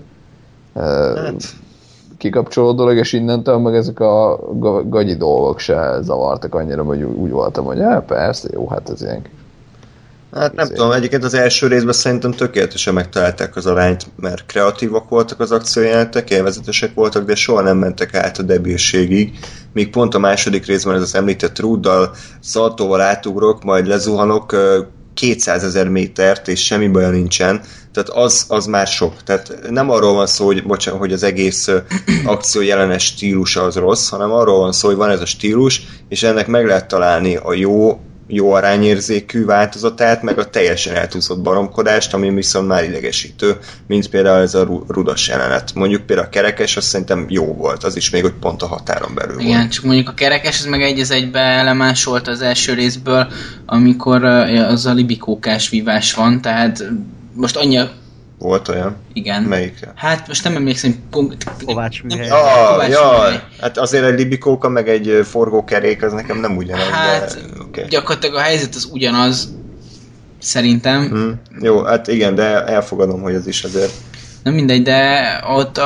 Speaker 3: kikapcsoló dolog, és innentől meg ezek a gagyi dolgok se zavartak annyira, hogy úgy voltam, hogy persze, jó, hát ez ilyen.
Speaker 2: Hát nem tudom, egyébként az első részben szerintem tökéletesen megtalálták az arányt, mert kreatívak voltak az akciójelenetek, élvezetesek voltak, de soha nem mentek át a debilségig, míg pont a második részben ez az említett rúddal, szaltóval átugrok, majd lezuhanok 200 000 métert, és semmi baja nincsen, tehát az már sok. Tehát nem arról van szó, hogy az egész akciójelenes stílusa az rossz, hanem arról van szó, hogy van ez a stílus, és ennek meg lehet találni a jó arányérzékű változatát, meg a teljesen eltúszott baromkodást, ami viszont már idegesítő, mint például ez a rudas jelenet. Mondjuk például a kerekes, azt szerintem jó volt, az is még hogy pont a határon belül volt.
Speaker 4: Igen, csak mondjuk a kerekes, ez meg egy egybe elemásolt az első részből, amikor az a libikókás vívás van, tehát most annyi.
Speaker 2: Volt olyan?
Speaker 4: Igen.
Speaker 2: Melyikre?
Speaker 4: Hát most nem emlékszem.
Speaker 5: Kovács Műhely.
Speaker 2: Hát azért egy libikóka, meg egy forgókerék, az nekem nem ugyanaz.
Speaker 4: Hát
Speaker 2: de, okay.
Speaker 4: Gyakorlatilag a helyzet az ugyanaz, szerintem.
Speaker 2: Jó, hát igen, de elfogadom, hogy ez is azért.
Speaker 4: Nem mindegy, de ott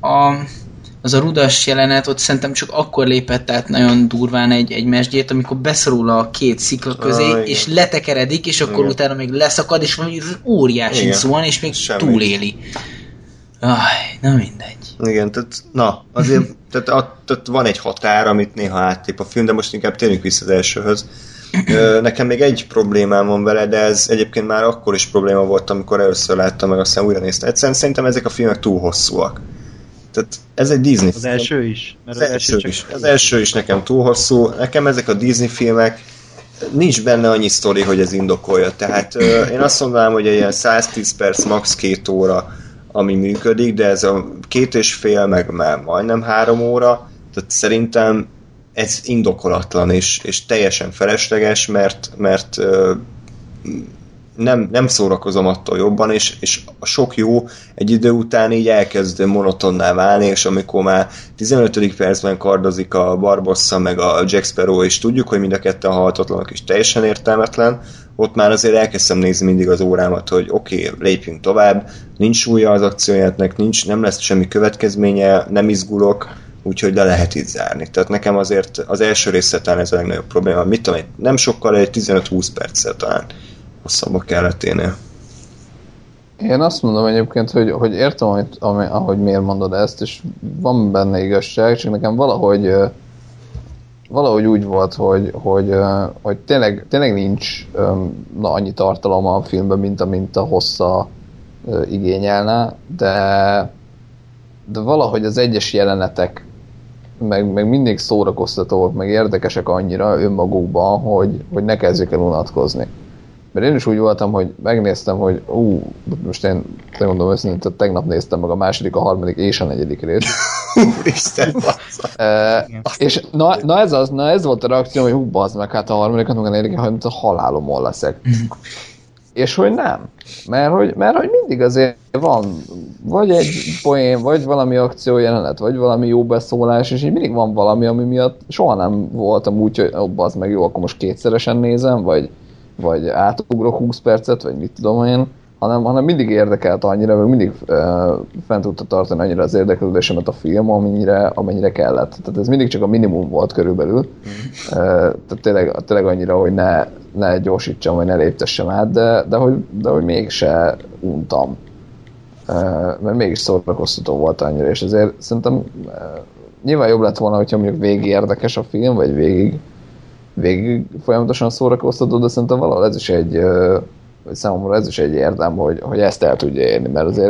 Speaker 4: az a rudas jelenet, ott szerintem csak akkor lépett át nagyon durván egy mesdjét, amikor beszorul a két szikla közé, és letekeredik, és akkor utána még leszakad, és valami óriási zuhan, és még túléli. Na mindegy.
Speaker 2: Igen, tehát azért tehát van egy határ, amit néha áttép a film, de most inkább térjünk vissza az elsőhöz. Nekem még egy problémám van vele, de ez egyébként már akkor is probléma volt, amikor először láttam, meg aztán újra néztem. Egyszerűen szerintem ezek a filmek túl hosszúak. Tehát ez egy Disney
Speaker 5: film. Az első is?
Speaker 2: Az első is nekem túl hosszú. Nekem ezek a Disney filmek nincs benne annyi sztori, hogy ez indokolja. Tehát én azt mondanám, hogy egy ilyen 110 perc, max. 2 óra, ami működik, de ez a 2,5, meg már majdnem 3 óra, tehát szerintem ez indokolatlan és teljesen felesleges, mert nem szórakozom attól jobban, és a sok jó egy idő után így elkezd monotonná válni, és amikor már 15. percben kardozik a Barbossa meg a Jack Sparrow, és tudjuk, hogy mind a ketten halhatatlanak és teljesen értelmetlen, ott már azért elkezdtem nézni mindig az órámat, hogy oké, lépjünk tovább, nincs súlya az akciójátnak, nem lesz semmi következménye, nem izgulok, úgyhogy le lehet itt zárni. Tehát nekem azért az első része talán ez a legnagyobb probléma. Mit tudom, nem sokkal, egy 15-20 perccel talán hosszabb a kelleténél.
Speaker 3: Én azt mondom egyébként, hogy értem, ahogy miért mondod ezt, és van benne igazság, csak nekem valahogy úgy volt, hogy tényleg nincs annyi tartalom a filmben, mint a hossza igényelne, de valahogy az egyes jelenetek meg mindig szórakoztatóak, meg érdekesek annyira önmagukban, hogy ne kezdjük el unatkozni. Mert én is úgy voltam, hogy megnéztem, hogy most én mondom őszintén, tegnap néztem meg a második, a harmadik és a negyedik részt.
Speaker 2: Úristen,
Speaker 3: és ez volt a reakció, hogy bazd meg, hát a harmadikat, meg a negyedik, hogy a halálomon leszek. És hogy nem. Mert hogy mindig azért van vagy egy poén, vagy valami akciójelenet, vagy valami jó beszólás, és így mindig van valami, ami miatt soha nem voltam úgy, hogy az meg jó, akkor most kétszeresen nézem, vagy átugrok 20 percet, vagy mit tudom én, hanem mindig érdekelt annyira, meg mindig fent tudta tartani annyira az érdeklődésemet a film, amennyire kellett. Tehát ez mindig csak a minimum volt körülbelül. Tehát tényleg annyira, hogy ne gyorsítsam, vagy ne léptessem át, de hogy mégse untam. Mert mégis szórakoztató volt annyira, és ezért szerintem nyilván jobb lett volna, hogyha mondjuk végig érdekes a film, vagy végig folyamatosan szórakoztató, de szerintem valahol ez is számomra ez is egy érdem, hogy ezt el tudja érni, mert azért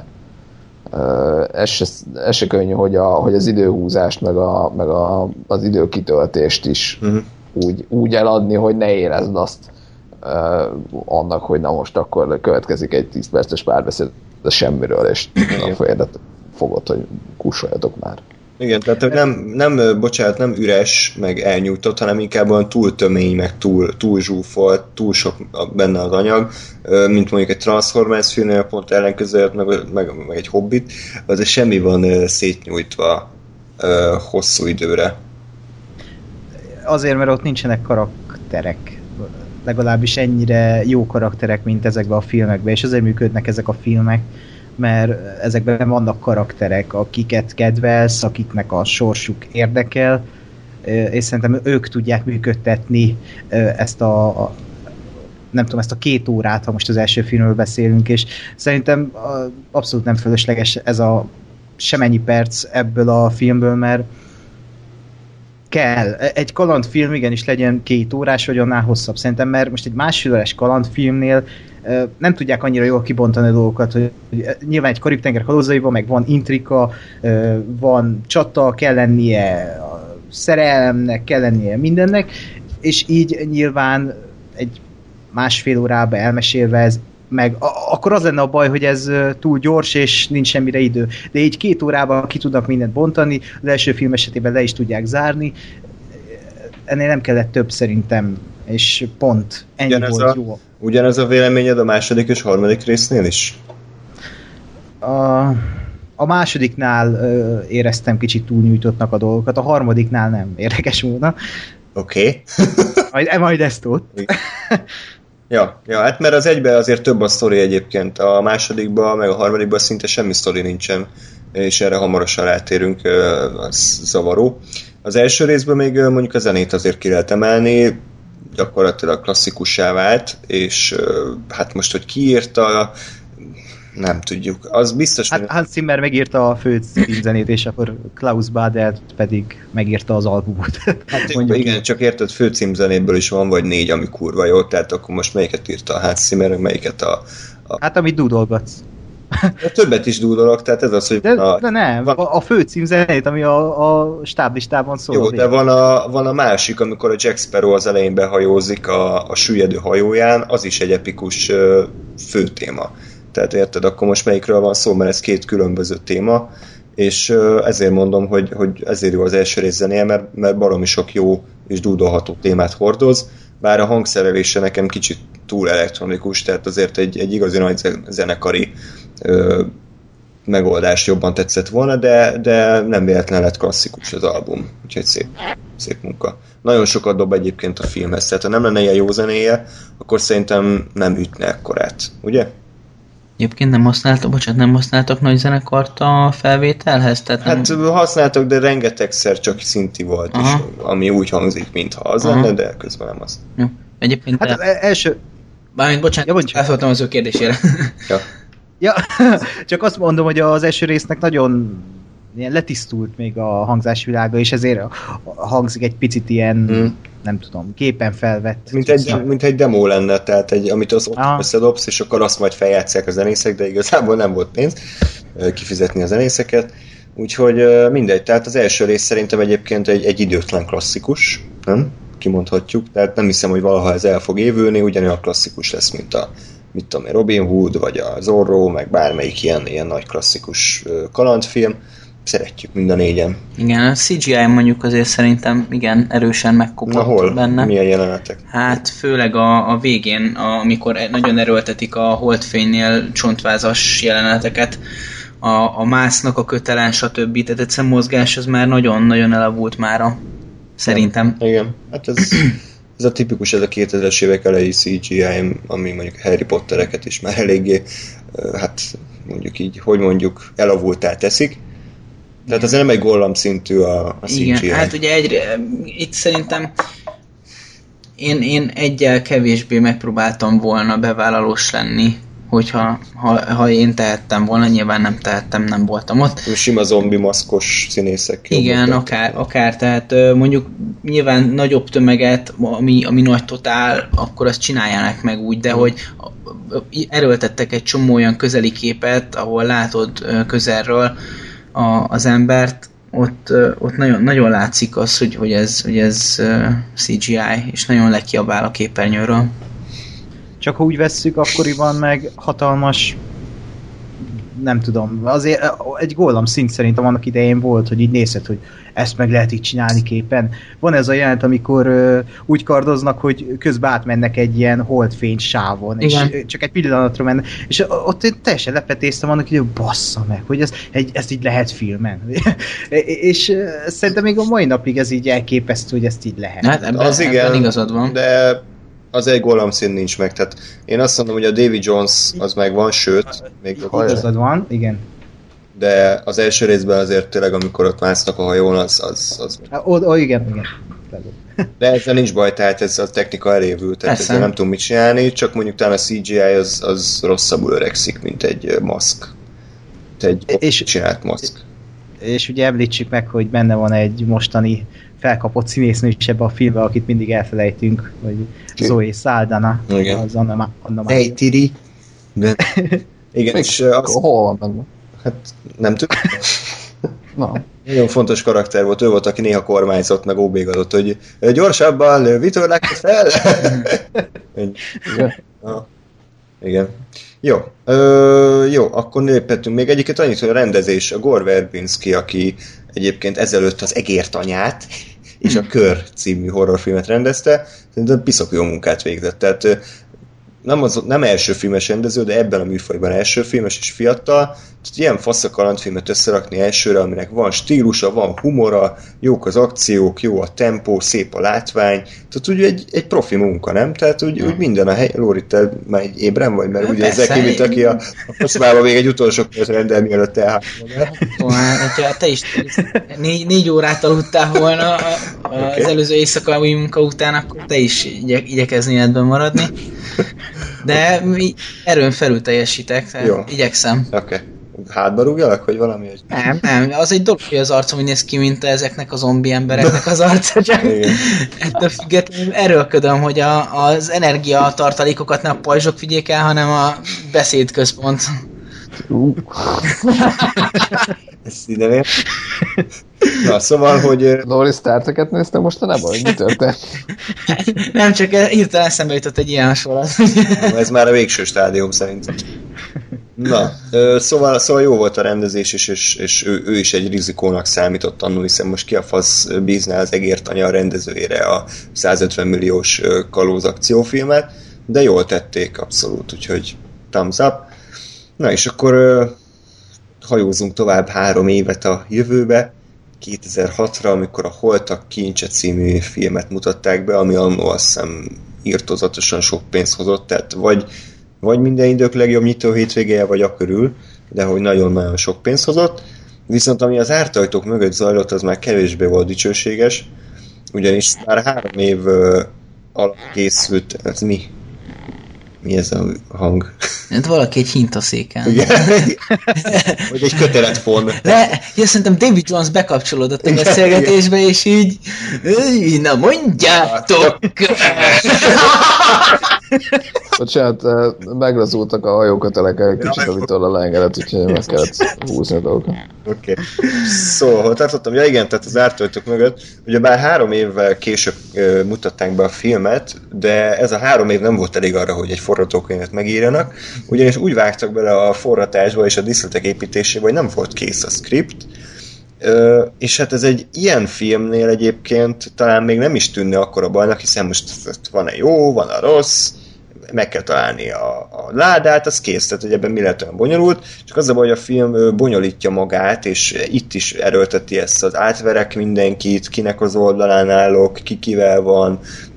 Speaker 3: ez se könnyű, hogy az időhúzást, meg az időkitöltést is úgy eladni, hogy ne érezd azt annak, hogy na most akkor következik egy 10 perces párbeszéd, de semmiről, és a fejedet fogod, hogy kussoljatok már.
Speaker 2: Igen, tehát nem üres, meg elnyújtott, hanem inkább olyan túl tömény, meg túl zsúfolt, túl sok benne az anyag, mint mondjuk egy Transformers filmnél pont ellenkezőjött, meg egy Hobbit, azért semmi van szétnyújtva hosszú időre.
Speaker 5: Azért, mert ott nincsenek karakterek. Legalábbis ennyire jó karakterek, mint ezekben a filmekben, és azért működnek ezek a filmek, mert ezekben vannak karakterek, akiket kedvelsz, akiknek a sorsuk érdekel, és szerintem ők tudják működtetni ezt nem tudom, ezt a 2 órát, ha most az első filmről beszélünk, és szerintem abszolút nem fölösleges ez a semennyi perc ebből a filmből, mert kell. Egy kalandfilm igenis legyen 2 órás, vagy annál hosszabb szerintem, mert most egy másfél órás kalandfilmnél nem tudják annyira jól kibontani a dolgokat, hogy nyilván egy Karib-tenger kalózaiban meg van intrika, van csata, kell lennie a szerelemnek, kell lennie mindennek, és így nyilván egy másfél órába elmesélve ez meg akkor az lenne a baj, hogy ez túl gyors, és nincs semmire idő. De így 2 órában ki tudnak mindent bontani, az első film esetében le is tudják zárni. Ennél nem kellett több szerintem, és pont ennyi volt jó.
Speaker 2: Ugyanez a véleményed a második és harmadik résznél is?
Speaker 5: A másodiknál éreztem kicsit túlnyújtottnak a dolgokat, a harmadiknál nem, érdekes volna.
Speaker 2: Oké.
Speaker 5: Majd ezt ott.
Speaker 2: Ja, hát mert az egyben azért több a sztori egyébként, a másodikban, meg a harmadikban szinte semmi sztori nincsen, és erre hamarosan rátérünk, az zavaró. Az első részben még mondjuk a zenét azért ki lehet emelni, gyakorlatilag klasszikussá vált, és hát most, hogy ki írta, nem tudjuk. Az biztos,
Speaker 5: hogy... Hans Zimmer megírta a főcímzenét, és akkor Klaus Badelt pedig megírta az albumot.
Speaker 2: Hát igen, csak érted, főcímzenéből is van, vagy 4, ami kurva jó, tehát akkor most melyiket írta a Hans Zimmer, melyiket a...
Speaker 5: Hát amit dúdolgatsz.
Speaker 2: De többet is dúdolok, tehát ez az, hogy...
Speaker 5: De nem, a főcímzenét, ami a stáblistában szól.
Speaker 2: Jó, de van a másik, amikor a Jack Sparrow az elején behajózik a süllyedő hajóján, az is egy epikus főtéma. Tehát érted, akkor most melyikről van szó, mert ez 2 különböző téma, és ezért mondom, hogy ezért jó az első rész zenéje, mert baromi sok jó és dúdolható témát hordoz, bár a hangszerelése nekem kicsit túl elektronikus, tehát azért egy igazi nagy zenekari megoldás jobban tetszett volna, de nem véletlenül lett klasszikus az album, úgyhogy szép munka. Nagyon sokat dob egyébként a filmhez, tehát ha nem lenne ilyen jó zenéje, akkor szerintem nem ütne ekkorát, ugye?
Speaker 4: Egyébként nem használtok nagy zenekart a felvételhez? Tehát
Speaker 2: hát használtok, de rengetegszer csak szinti volt, és ami úgy hangzik, mintha az lenne, de közben nem az.
Speaker 4: Jó. Egyébként
Speaker 5: hát az első...
Speaker 4: Bármint, bocsánat, elszóltam az ő kérdésére.
Speaker 5: Ja, csak azt mondom, hogy az első résznek nagyon ilyen letisztult még a hangzásvilága, és ezért hangzik egy picit ilyen, nem tudom, képen felvett.
Speaker 2: Mint egy demo lenne, tehát amit az ott összedobsz, és akkor azt majd feljátszák a zenészek, de igazából nem volt pénz kifizetni a zenészeket. Úgyhogy mindegy, tehát az első rész szerintem egyébként egy időtlen klasszikus, nem? Kimondhatjuk, tehát nem hiszem, hogy valaha ez el fog évülni, ugyanolyan klasszikus lesz, mint a mit tudom, Robin Hood, vagy a Zorro, meg bármelyik ilyen nagy klasszikus kalandfilm, szeretjük mind a négyen.
Speaker 4: Igen, a CGI mondjuk azért szerintem igen erősen megkopott benne.
Speaker 2: Milyen jelenetek?
Speaker 4: Hát főleg a végén, amikor nagyon erőltetik a holdfénynél csontvázas jeleneteket, a másznak a kötelen, stb. Tehát egyszerűen mozgás az már nagyon-nagyon elavult mára. Szerintem.
Speaker 2: Igen. Hát ez a tipikus, ez a 2000-es évek elejé CGI, ami mondjuk Harry Pottereket is már eléggé, hát mondjuk így, hogy mondjuk, elavultá teszik. Tehát azért nem egy Gollum szintű a CGI.
Speaker 4: Igen, hát ugye itt szerintem én egyel kevésbé megpróbáltam volna bevállalós lenni, hogyha ha én tehettem volna, nyilván nem tehettem, nem voltam ott.
Speaker 2: Sima zombi maszkos színészek.
Speaker 4: Igen, akár, tehát mondjuk nyilván nagyobb tömeget, ami nagy totál, akkor azt csinálják meg úgy, de hogy erőltettek egy csomó olyan közeli képet, ahol látod közelről az embert, ott nagyon, nagyon látszik az, hogy ez CGI, és nagyon lekiabál a képernyőről.
Speaker 5: Csak ha úgy vesszük, akkoriban meg hatalmas, nem tudom, azért egy Gollum szint szerintem annak idején volt, hogy így nézed, hogy ezt meg lehet így csinálni képen. Van ez a jelent, amikor úgy kardoznak, hogy közben átmennek egy ilyen holdfény sávon, igen. És csak egy pillanatra mennek, és ott én teljesen lepetéztem annak, hogy bassza meg, hogy ezt így lehet filmen. És szerintem még a mai napig ez így elképesztő, hogy ezt így lehet.
Speaker 4: Hát ebben igazad van.
Speaker 2: De az egy Gollum szín nincs meg, tehát én azt mondom, hogy a Davy Jones az megvan, sőt, még
Speaker 5: igazad van, igen.
Speaker 2: De az első részben azért tényleg, amikor ott másznak a hajón, az...
Speaker 5: Igen.
Speaker 2: De ezzel nincs baj, tehát ez a technika elévült, tehát ezzel nem tudom mit csinálni, csak mondjuk talán a CGI az rosszabbul öregszik, mint egy maszk. Egy csinált maszk.
Speaker 5: És ugye említsük meg, hogy benne van egy mostani felkapott színésznő is ebbe a filmbe, akit mindig elfelejtünk, hogy Zoe Saldana.
Speaker 2: Igen.
Speaker 5: Az Anna
Speaker 2: Hey, Tiri! Igen, és
Speaker 3: hol van benne?
Speaker 2: Hát nem tudom.
Speaker 3: Na.
Speaker 2: Nagyon fontos karakter volt, ő volt, aki néha kormányzott, meg óbégadott, hogy gyorsabban, vitörlek fel! Igen. Jó, akkor léphetünk még egyiket annyit, hogy a rendezés, a Gore Verbinski, aki egyébként ezelőtt az Egért anyát és a Kör című horrorfilmet rendezte, szerintem piszok jó munkát végzett. Tehát nem első filmes rendező, de ebben a műfajban első filmes és fiatal. Tehát ilyen fasz a kalandfilmet összerakni elsőre, aminek van stílusa, van humora, jók az akciók, jó a tempó, szép a látvány. Tehát úgy egy profi munka, nem? Tehát úgy minden a hely... Lóri, te már egy ébren vagy? Mert ugye ezek ki, mint aki a kocsmába még egy utolsó közt rendel, mielőtt
Speaker 4: hogyha te is 4 órát aludtál volna az előző éjszakai munka után, akkor te is igyekezni ebben maradni. De erőn felül teljesítek, igyekszem.
Speaker 2: Oké. Hátba rúgjalak, vagy valami?
Speaker 4: Nem, az egy dolog, hogy az arcom úgy néz ki, mint ezeknek a zombi embereknek az arca, csak ettől függetlenül erőlködöm, hogy az energiatartalékokat nem a pajzsok vigyék el, hanem a beszédközpont.
Speaker 2: Ezt ide vér. Na, szóval, hogy...
Speaker 3: Lóri, Star Trek-et néztem mostanában, hogy mi történt?
Speaker 4: Nem, csak hirtelen eszembe jutott egy ilyen sorot.
Speaker 2: Ez már a végső stádium szerintem. Na, szóval jó volt a rendezés, és ő is egy rizikónak számított annól, hiszen most ki a fasz bízná az Egért anya rendezőjére a 150 milliós kalóz akciófilmet, de jól tették abszolút, úgyhogy thumbs up. Na és akkor hajózunk tovább 3 évet a jövőbe, 2006-ra, amikor a Holtak kincse című filmet mutatták be, ami annól azt hiszem irtózatosan sok pénzt hozott, tehát vagy minden idők legjobb nyitó hétvégéje, vagy akörül, de hogy nagyon-nagyon sok pénzt hozott. Viszont ami az ártajtók mögött zajlott, az már kevésbé volt dicsőséges, ugyanis már 3 év alatt készült, ez mi? Mi ez a hang?
Speaker 4: Hát valaki egy hintaszéken.
Speaker 2: Igen. Vagy egy köteletfon.
Speaker 4: Szerintem David Jones bekapcsolódott a beszélgetésbe, és így na mondjátok!
Speaker 3: Bocsánat, meglazultak a hajókötelek egy kicsit, amitől a leengedett, úgyhogy meg kellett húzni a dolgokat.
Speaker 2: Oké. Szóval, hol tartottam? Ja igen, tehát az ártajtók mögött, ugye bár 3 évvel később mutatták be a filmet, de ez a 3 év nem volt elég arra, hogy egy forgatókönyvet megírjanak, ugyanis úgy vágtak bele a forratásba és a díszletek építésébe, hogy nem volt kész a script, És hát ez egy ilyen filmnél egyébként talán még nem is tűnne akkora bajnak, hiszen most van a jó, van a rossz, meg kell találni a ládát, az kész, tehát hogy ebben mi lehet olyan bonyolult, csak az a baj, hogy a film bonyolítja magát, és itt is erőlteti ezt az átverek mindenkit, kinek az oldalán állok, ki kivel van,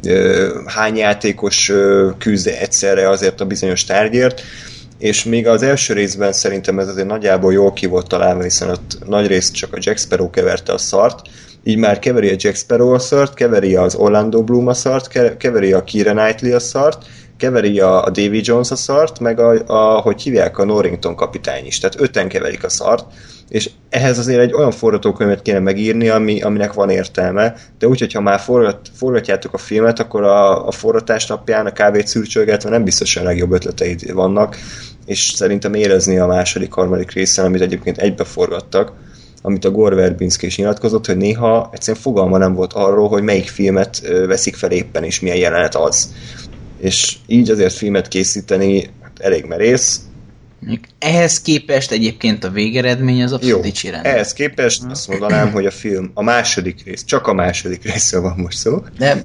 Speaker 2: hány játékos küzd egyszerre azért a bizonyos tárgyért, és még az első részben szerintem ez azért nagyjából jól ki volt találva, hiszen ott nagy részt csak a Jack Sparrow keverte a szart, így már keveri a Jack Sparrow a szart, keveri az Orlando Bloom a szart, keveri a Keira Knightley a szart, keveri a Davy Jones a szart, meg hogy hívják, a Norrington kapitány is. Tehát 5-en keverik a szart, és ehhez azért egy olyan forgatókönyvet kéne megírni, aminek van értelme, de úgy, hogyha már forgatjátok a filmet, akkor a forgatás napján a kávét szürcsölgetve nem biztosan a legjobb ötleteid vannak, és szerintem érezni a második, harmadik részen, amit egyébként egybe forgattak, amit a Gore Verbinski is nyilatkozott, hogy néha egyszerűen fogalma nem volt arról, hogy melyik filmet veszik fel éppen, és milyen jelenet az. És így azért filmet készíteni elég merész.
Speaker 4: Ehhez képest egyébként a végeredmény az abszolút dicsérendő.
Speaker 2: Ehhez képest azt mondanám, hogy a film a második rész, csak a második részről van most szó.
Speaker 4: De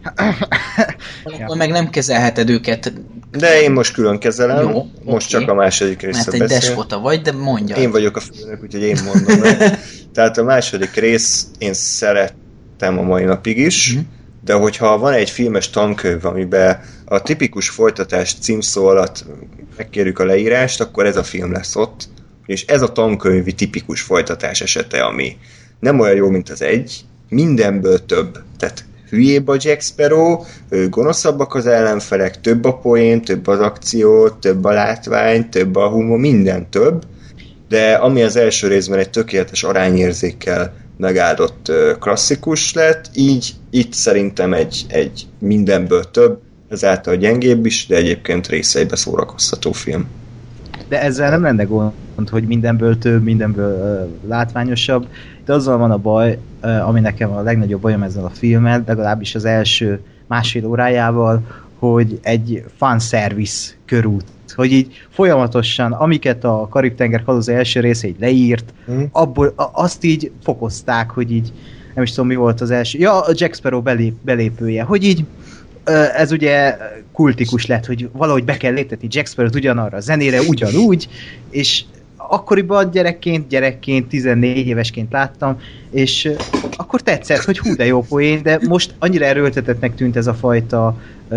Speaker 4: akkor meg nem kezelheted őket.
Speaker 2: De én most külön kezelem,
Speaker 4: jó,
Speaker 2: most csak a második részről beszél.
Speaker 4: Mert egy despota vagy, de mondja.
Speaker 2: Én vagyok a főnök, úgyhogy én mondom. Tehát a második rész én szerettem a mai napig is, de hogyha van egy filmes tankönyv, amiben a tipikus folytatás címszó alatt megkérjük a leírást, akkor ez a film lesz ott, és ez a tankönyvi tipikus folytatás esete, ami nem olyan jó, mint az egy, mindenből több. Tehát hülyébb a Jack Sparrow, gonoszabbak az ellenfelek, több a poén, több az akció, több a látvány, több a humor, minden több, de ami az első részben egy tökéletes arányérzékkel megáldott klasszikus lett, így itt szerintem egy mindenből több, ezáltal gyengébb is, de egyébként részeibe szórakoztató film.
Speaker 5: De ezzel nem lenne gond, hogy mindenből több, mindenből látványosabb, de azzal van a baj, ami nekem a legnagyobb bajom ezzel a filmmel, legalábbis az első másfél órájával, hogy egy fanservice körút, hogy így folyamatosan, amiket a Karib-tenger kalózai első része így leírt, abból azt így fokozták, hogy így, nem is tudom mi volt az első, ja, a Jack Sparrow belépője, hogy így ez ugye kultikus lett, hogy valahogy be kell léptetni Jack Sparrowt ugyanarra a zenére, ugyanúgy, és akkoriban gyerekként, 14 évesként láttam, és akkor tetszett, hogy hú, de jó poén, de most annyira erőltetettnek tűnt ez a fajta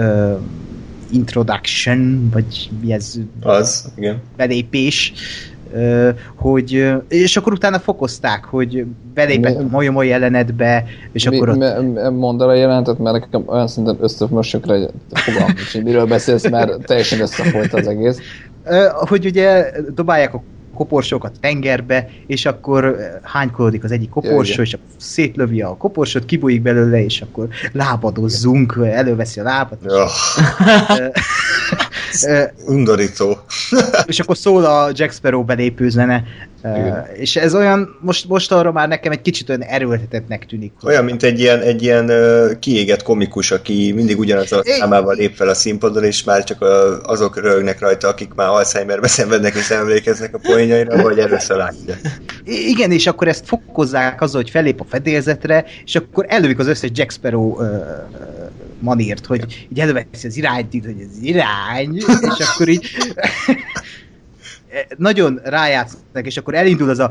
Speaker 5: introduction, vagy mi ez?
Speaker 2: Az, igen.
Speaker 5: Belépés, hogy, és akkor utána fokozták, hogy belépett a Moly jelenetbe, és akkor
Speaker 3: mondd el a jelentet, mert nekem olyan szinten összemosok rá, hogy fogalmam is, miről beszélsz, mert teljesen összefolyt az egész.
Speaker 5: Hogy ugye dobálják a koporsókat tengerbe, és akkor hánykolodik az egyik koporsó, és akkor szétlövi a koporsót, kibújik belőle, és akkor lábadozzunk, előveszi a lábat.
Speaker 2: Undorító.
Speaker 5: És akkor szól a Jack Sparrow belépő zene. És ez olyan, most arra már nekem egy kicsit olyan erőltetettnek tűnik.
Speaker 2: Olyan, mint egy ilyen kiégett komikus, aki mindig ugyanaz a számával lép fel a színpadon, és már csak azok röhögnek rajta, akik már Alzheimerbe szenvednek, és emlékeznek a poénjaira, vagy először látják.
Speaker 5: Igen, és akkor ezt fokozzák azzal, hogy fellép a fedélzetre, és akkor elővik az összes Jack Sparrow manírt, hogy így előveszi az irányt, hogy ez irány, és akkor így nagyon rájátsznak, és akkor elindul az a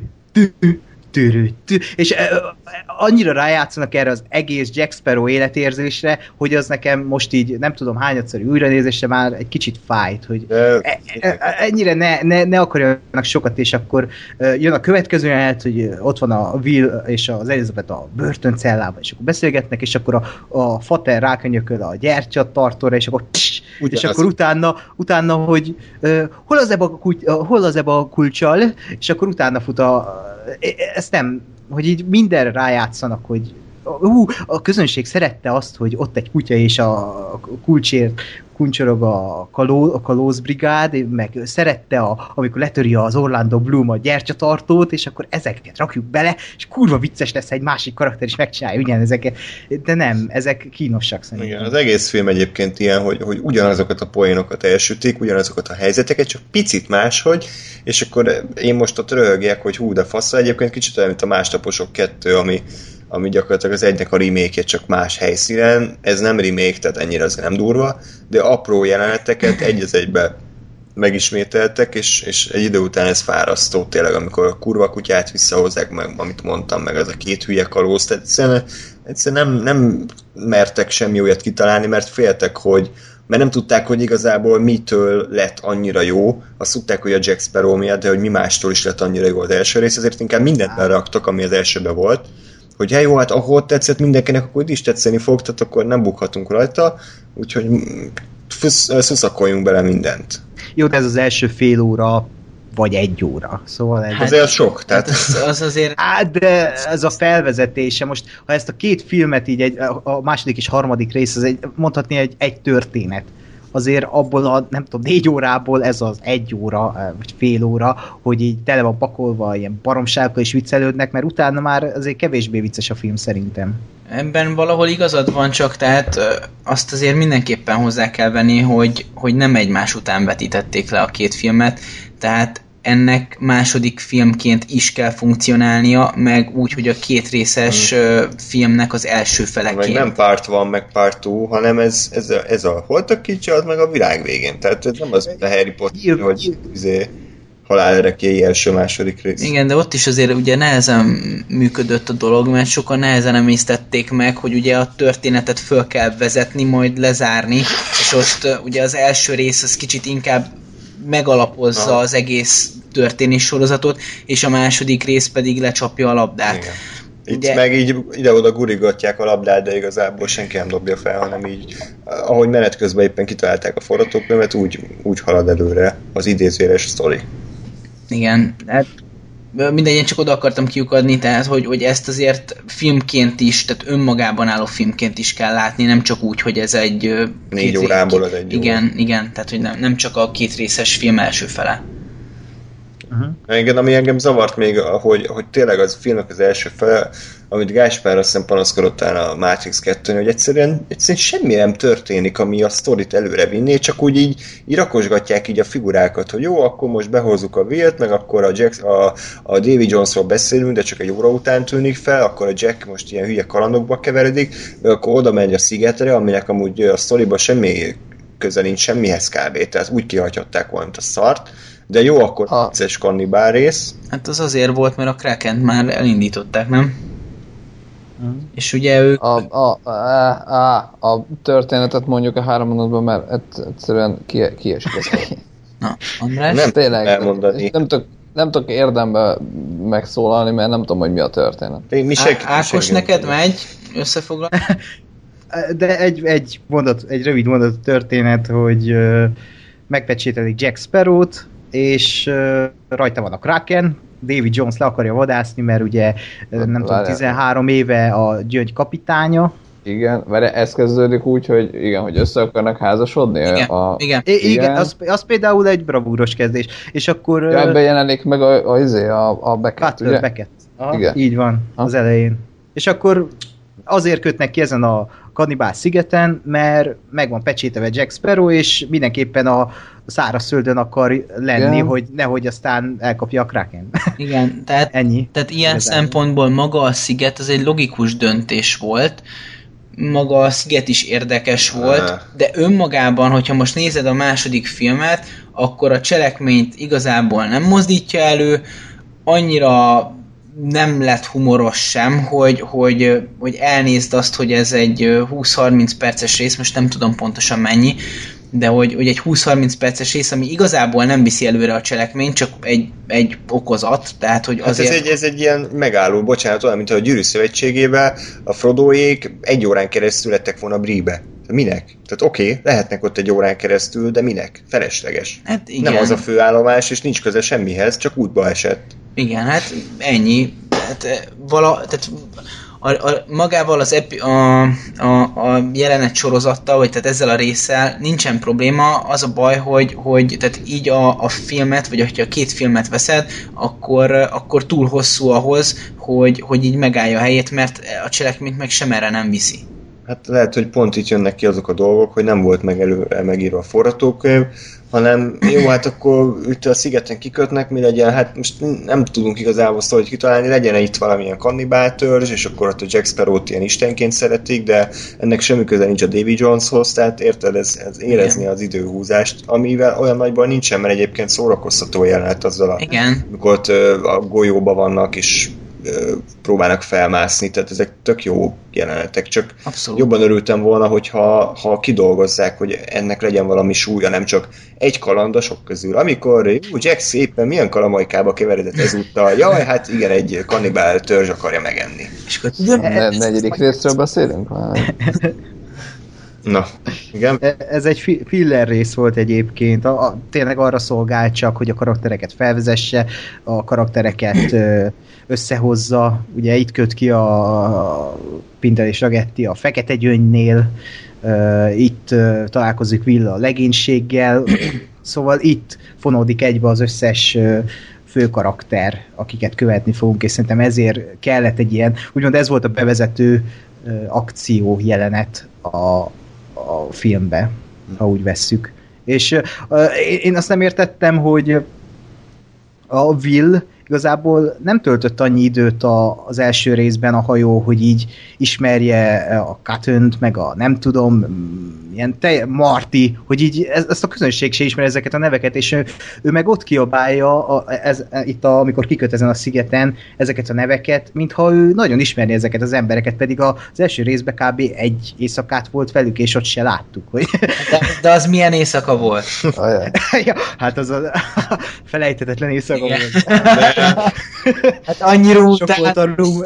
Speaker 5: és annyira rájátszanak erre az egész Jack Sparrow életérzésre, hogy az nekem most így, nem tudom hányadszori újranézésre már egy kicsit fájt, hogy ennyire ne akarjanak sokat, és akkor jön a következő jelenet, hogy ott van a Will és az Elizabeth a börtöncellában, és akkor beszélgetnek, és akkor a fater rákönyököl a gyertyatartóra, és akkor és akkor utána hogy hol az ebbe a kulccsal, és akkor utána fut ezt nem, hogy így mindenre rájátszanak, hogy a közönség szerette azt, hogy ott egy kutya és a kuncsorog a kalózbrigád, meg szerette, amikor letöri az Orlando Bloom a gyertyatartót, és akkor ezeket rakjuk bele, és kurva vicces lesz, egy másik karakter is megcsinálja ugyanezeket, de nem, ezek kínosak szerintem.
Speaker 2: Igen, az egész film egyébként ilyen, hogy ugyanazokat a poénokat elsütik, ugyanazokat a helyzeteket, csak picit máshogy, és akkor én most ott röhögjek, hogy hú, de fasz, egyébként kicsit olyan, mint a Másnaposok 2, ami gyakorlatilag az egynek a remake-je, csak más helyszínen. Ez nem remake, tehát ennyire azért nem durva, de apró jeleneteket egy az egybe megismételtek, és egy idő után ez fárasztó tényleg, amikor a kurva kutyát visszahozzák, meg amit mondtam, meg az a két hülye kalóz, tehát egyszerűen nem mertek semmi olyat kitalálni, mert féltek, mert nem tudták, hogy igazából mitől lett annyira jó. Azt tudták, hogy a Jack Sparrow miatt, de hogy mi mástól is lett annyira jó az első rész, ezért inkább mindent beraktak, ami az elsőben volt. Hogy jó, hát ahol tetszett mindenkinek, akkor itt is tetszeni fog, tehát akkor nem bukhatunk rajta, úgyhogy szuszakoljunk bele mindent.
Speaker 5: Jó, de ez az első fél óra, vagy 1 óra. Szóval ez
Speaker 2: azért sok, tehát...
Speaker 4: Az azért...
Speaker 5: de ez a felvezetése. Most, ha ezt a két filmet így, a második és harmadik rész, az mondhatni egy történet. Azért abból a, nem tudom, 4 órából ez az 1 óra, vagy fél óra, hogy így tele van pakolva ilyen baromságokkal és viccelődnek, mert utána már azért kevésbé vicces a film szerintem.
Speaker 4: Ebben valahol igazad van, csak tehát azt azért mindenképpen hozzá kell venni, hogy nem egymás után vetítették le a két filmet, tehát ennek második filmként is kell funkcionálnia, meg úgy, hogy a két részes filmnek az első feleként.
Speaker 2: Meg nem part 1, meg part 2, hanem ez a holtak kicsi, az meg a világ végén. Tehát ez nem az, a Harry Potter, hogy halálerekjéi első-második rész.
Speaker 4: Igen, de ott is azért ugye nehezen működött a dolog, mert sokan nehezen emésztették meg, hogy ugye a történetet föl kell vezetni, majd lezárni, és ott ugye az első rész az kicsit inkább megalapozza az egész történés sorozatot, és a második rész pedig lecsapja a labdát.
Speaker 2: Igen. Itt meg így ide-oda gurigatják a labdát, de igazából senki nem dobja fel, hanem így, ahogy menet közben éppen kitalálták a forgatókönyvet, úgy halad előre az idézőjeles sztori.
Speaker 4: Igen, hát mindegy, én csak oda akartam kiukadni, tehát hogy ezt azért filmként is, tehát önmagában álló filmként is kell látni, nem csak úgy, hogy ez egy...
Speaker 2: 4 órából az 1 óra.
Speaker 4: Igen, tehát hogy nem csak a két részes film első fele.
Speaker 2: Igen, ami engem zavart még, hogy tényleg az filmnek az első fele, amit Gáspár azt hiszem panaszkodott a Matrix 2-n, hogy egyszerűen semmi nem történik, ami a sztorit előre vinné, csak úgy így rakosgatják így a figurákat, hogy jó, akkor most behozzuk a Will-t, meg akkor a Davy Jonesról beszélünk, de csak egy óra után tűnik fel, akkor a Jack most ilyen hülye kalandokba keveredik, meg akkor oda megy a szigetre, aminek amúgy a sztoriban semmi köze nincs semmihez kb. Tehát úgy kihagyhatták volna a szart. De jó, akkor vicces kannibál rész.
Speaker 4: Hát az azért volt, mert a Krakent már elindították, nem? És ugye ők...
Speaker 3: A történetet mondjuk a 3 mondatban, mert egyszerűen kiesik az.
Speaker 4: Na, András?
Speaker 2: Nem
Speaker 3: tényleg
Speaker 2: elmondani.
Speaker 3: Nem tudok érdembe megszólalni, mert nem tudom, hogy mi a történet.
Speaker 4: Ákos, neked megy összefoglalni?
Speaker 5: De egy rövid mondat történet, hogy megpecsételik Jack Sparrow-t, és rajta van a Kraken, Davy Jones le akarja vadászni, mert ugye nem tudom, 13 éve a Gyöngy kapitánya.
Speaker 3: Igen, mert ez kezdődik úgy, hogy össze akarnak házasodni?
Speaker 4: Igen.
Speaker 5: Az például egy bravúros kezdés. És akkor...
Speaker 3: Ja, ebben jelenik meg a Beckett, ugye?
Speaker 5: Beckett. Igen. Így van, az elején. És akkor azért kötnek ki ezen a kannibál szigeten, mert meg van pecsételve Jack Sparrow, és mindenképpen a szárazföldön akar lenni, hogy nehogy aztán elkapja a Kraken.
Speaker 4: Igen, tehát,
Speaker 5: ennyi.
Speaker 4: Tehát ilyen szempontból maga a sziget az egy logikus döntés volt, maga a sziget is érdekes volt, de önmagában, hogyha most nézed a második filmet, akkor a cselekményt igazából nem mozdítja elő, annyira nem lett humoros sem, hogy elnézd azt, hogy ez egy 20-30 perces rész, most nem tudom pontosan mennyi, de hogy egy 20-30 perces rész, ami igazából nem viszi előre a cselekményt, csak egy okozat, tehát hogy azért...
Speaker 2: Hát ez egy ilyen megálló, bocsánat, olyan, mint a Gyűrű Szövetségével a Frodoék 1 órán keresztül lettek volna Bree-be. Minek? Tehát oké, lehetnek ott 1 órán keresztül, de minek? Felesleges.
Speaker 4: Hát igen.
Speaker 2: Nem az a főállomás, és nincs köze semmihez, csak útba esett.
Speaker 4: Igen, hát ennyi. Tehát magával a jelenet sorozattal, vagy tehát ezzel a résszel nincsen probléma, az a baj, hogy tehát így a filmet, vagy ha a két filmet veszed, akkor túl hosszú ahhoz, hogy így megállja a helyét, mert a cselekményt meg sem erre nem viszi.
Speaker 2: Hát lehet, hogy pont itt jönnek ki azok a dolgok, hogy nem volt meg előre megírva a forgatókönyv, hanem jó, hát akkor itt a szigeten kikötnek, mi legyen, hát most nem tudunk igazából szó, hogy kitalálni, legyen itt valamilyen kannibál törzs, és akkor ott a Jack Sparrow-t ilyen istenként szeretik, de ennek semmi köze nincs a Davy Joneshoz, tehát érted, ez érezni az időhúzást, amivel olyan nagyban nincsen, mert egyébként szórakoztató jelenet azzal, amikor ott a golyóba vannak, és próbálnak felmászni, tehát ezek tök jó jelenetek, csak abszolút. Jobban örültem volna, hogyha kidolgozzák, hogy ennek legyen valami súlya, nem csak egy kalandosok közül. Amikor Jack szépen milyen kalamajkába keveredett ezúttal, jaj, hát igen, egy kannibál törzs akarja megenni.
Speaker 3: Negyedik részről beszélünk már?
Speaker 2: Na, igen.
Speaker 5: Ez egy filler rész volt egyébként, tényleg arra szolgált csak, hogy a karaktereket felvezesse, a karaktereket összehozza, ugye itt köt ki a Pintel és Ragetti a Fekete Gyöngynél, itt találkozik Will a legénységgel, szóval itt fonódik egybe az összes főkarakter, akiket követni fogunk, és szerintem ezért kellett egy ilyen, úgymond ez volt a bevezető akció jelenet a filmbe, ha úgy vesszük. És én azt nem értettem, hogy a Will igazából nem töltött annyi időt az első részben a hajó, hogy így ismerje a Cotton-t, meg a nem tudom, ilyen Marty, hogy így ezt a közönség se ismer ezeket a neveket, és ő meg ott kiabálja itt amikor kiköt ezen a szigeten ezeket a neveket, mintha ő nagyon ismerné ezeket az embereket, pedig az első részben kb. Egy éjszakát volt velük, és ott se láttuk. Hogy...
Speaker 4: De az milyen éjszaka volt?
Speaker 5: Ja, hát az a felejthetetlen éjszaka volt.
Speaker 4: Hát annyira
Speaker 5: sok volt a room.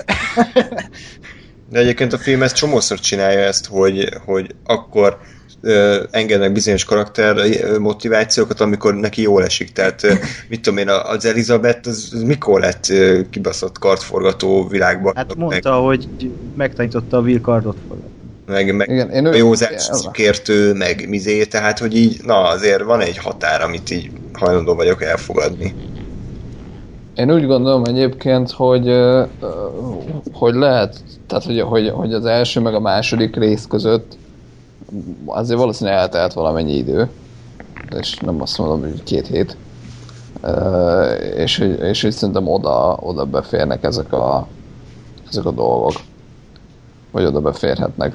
Speaker 2: De egyébként a film ezt csomószor csinálja ezt, hogy akkor engednek bizonyos karakter motivációkat, amikor neki jól esik. Tehát mit tudom én, az Elizabeth az mikor lett kibaszott kardforgató világban?
Speaker 5: Hát mondta, hogy megtanította a Will kardot forgatni.
Speaker 2: Meg a józást kértő, meg mizé, tehát hogy így, na azért van egy határ, amit így hajlandó vagyok elfogadni.
Speaker 3: Én úgy gondolom egyébként, hogy lehet, tehát hogy az első meg a második rész között azért valószínűleg eltelt valamennyi idő, és nem azt mondom, hogy 2 hét, és hogy szerintem oda beférnek ezek a dolgok, vagy oda beférhetnek.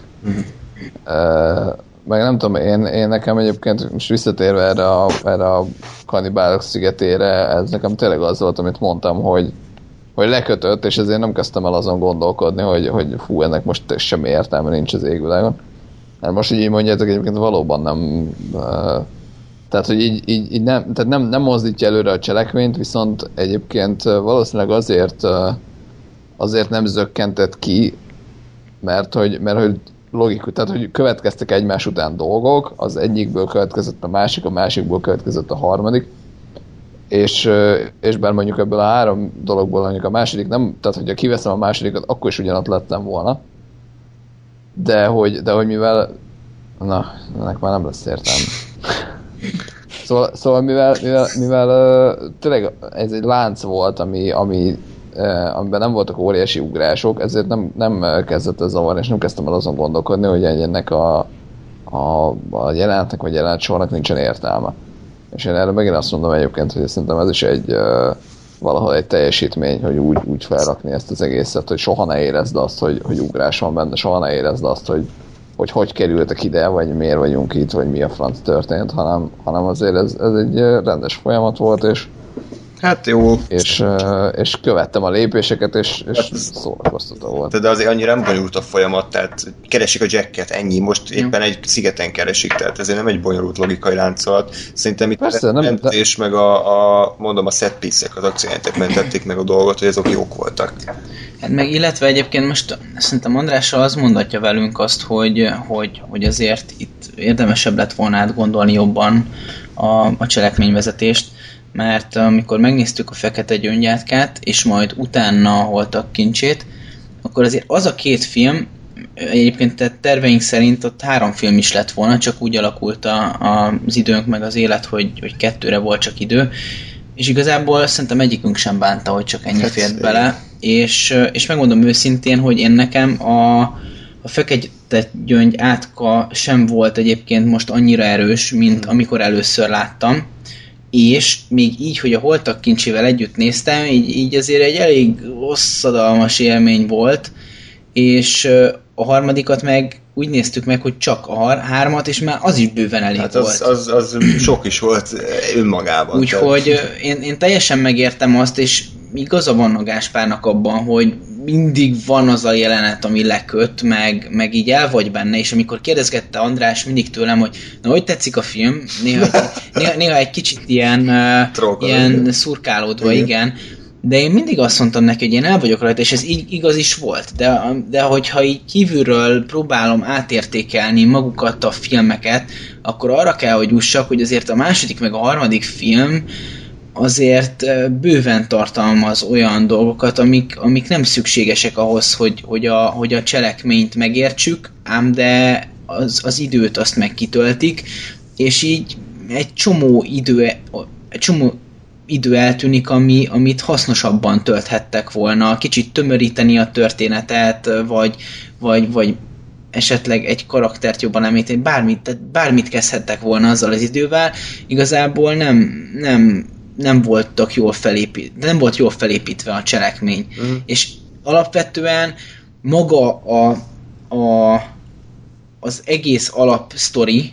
Speaker 3: Meg nem tudom, én nekem egyébként most visszatérve erre a kannibálok szigetére, ez nekem tényleg az volt, amit mondtam, hogy lekötött, és ezért nem kezdtem el azon gondolkodni, hogy fú, ennek most semmi értelme nincs az égvilágon. Hát most így mondjátok, egyébként valóban nem... Tehát, hogy így nem, tehát nem mozdítja előre a cselekményt, viszont egyébként valószínűleg azért nem zökkentett ki, mert hogy logikus, tehát hogy következtek egymás után dolgok, az egyikből következett a másikból következett a harmadik, és bár mondjuk ebből a 3 dologból mondjuk a második nem, tehát hogyha kiveszem a másodikat, akkor is ugyanott lettem volna, de hogy mivel ennek már nem lesz értelme. Szóval mivel tényleg ez egy lánc volt, amiben nem voltak óriási ugrások, ezért nem kezdett ez zavarni, és nem kezdtem el azon gondolkodni, hogy ennek a jelenetnek vagy jelenetsornak nincsen értelme. És én erre megint azt mondom egyébként, hogy szerintem ez is valahol egy teljesítmény, hogy úgy felrakni ezt az egészet, hogy soha ne érezd azt, hogy ugrás van benne, soha ne érezd azt, hogy kerültek ide, vagy miért vagyunk itt, vagy mi a franc történt, hanem azért ez egy rendes folyamat volt, és
Speaker 2: hát jó.
Speaker 3: És követtem a lépéseket, és szórakoztató volt.
Speaker 2: De azért annyira nem bonyolult a folyamat, tehát keresik a Jacket, ennyi. Most éppen egy szigeten keresik, tehát ezért nem egy bonyolult logikai láncolat. Szerintem itt a mentés, meg a set piece-ek, az akciójelentek mentették meg a dolgot, hogy azok jók voltak.
Speaker 4: Hát meg illetve egyébként most szerintem Andrással az mondatja velünk azt, hogy azért itt érdemesebb lett volna átgondolni jobban a cselekményvezetést, mert amikor megnéztük a Fekete Gyöngyátkát, és majd utána Holtak kincsét, akkor azért az a 2 film, egyébként terveink szerint ott 3 film is lett volna, csak úgy alakult az időnk meg az élet, hogy 2-re volt csak idő, és igazából szerintem egyikünk sem bánta, hogy csak ennyi fért bele, és megmondom őszintén, hogy én nekem a Fekete Gyöngy átka sem volt egyébként most annyira erős, mint amikor először láttam, és még így, hogy a Holtak kincsével együtt néztem, így azért egy elég hosszadalmas élmény volt, és a harmadikat meg úgy néztük meg, hogy csak a 3-at, és már az is bőven elég volt.
Speaker 2: Az sok is volt önmagában.
Speaker 4: Úgyhogy én teljesen megértem azt, és igaza van a Gáspárnak abban, hogy mindig van az a jelenet, ami leköt, meg így el vagy benne, és amikor kérdezgette András mindig tőlem, hogy na, hogy tetszik a film, néha egy kicsit ilyen szurkálódva, igen, de én mindig azt mondtam neki, hogy én el vagyok rajta, és ez így igaz is volt, de hogyha így kívülről próbálom átértékelni magukat a filmeket, akkor arra kell, hogy jussak, hogy azért a második meg a harmadik film azért bőven tartalmaz olyan dolgokat, amik nem szükségesek ahhoz, hogy a cselekményt megértsük, ám de az időt azt megkitöltik, és így egy csomó idő eltűnik, amit hasznosabban tölthettek volna, kicsit tömöríteni a történetet, vagy esetleg egy karaktert jobban említeni, bármit kezdhettek volna azzal az idővel, igazából nem volt jól felépítve a cselekmény. És alapvetően maga az egész alapsztori,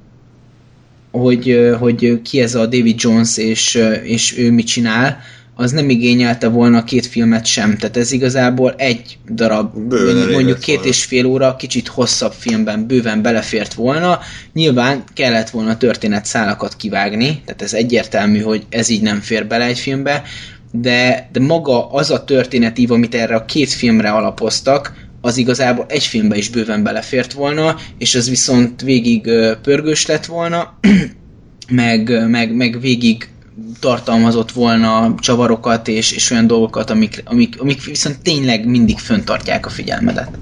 Speaker 4: hogy ki ez a David Jones, és ő mit csinál, az nem igényelte volna a 2 filmet sem. Tehát ez igazából egy darab, mondjuk 2,5 óra, kicsit hosszabb filmben bőven belefért volna. Nyilván kellett volna történetszálakat kivágni, tehát ez egyértelmű, hogy ez így nem fér bele egy filmbe, de maga az a történetív, amit erre a 2 filmre alapoztak, az igazából egy filmbe is bőven belefért volna, és az viszont végig pörgős lett volna, meg végig tartalmazott volna csavarokat és olyan dolgokat, amik viszont tényleg mindig föntartják a figyelmedet.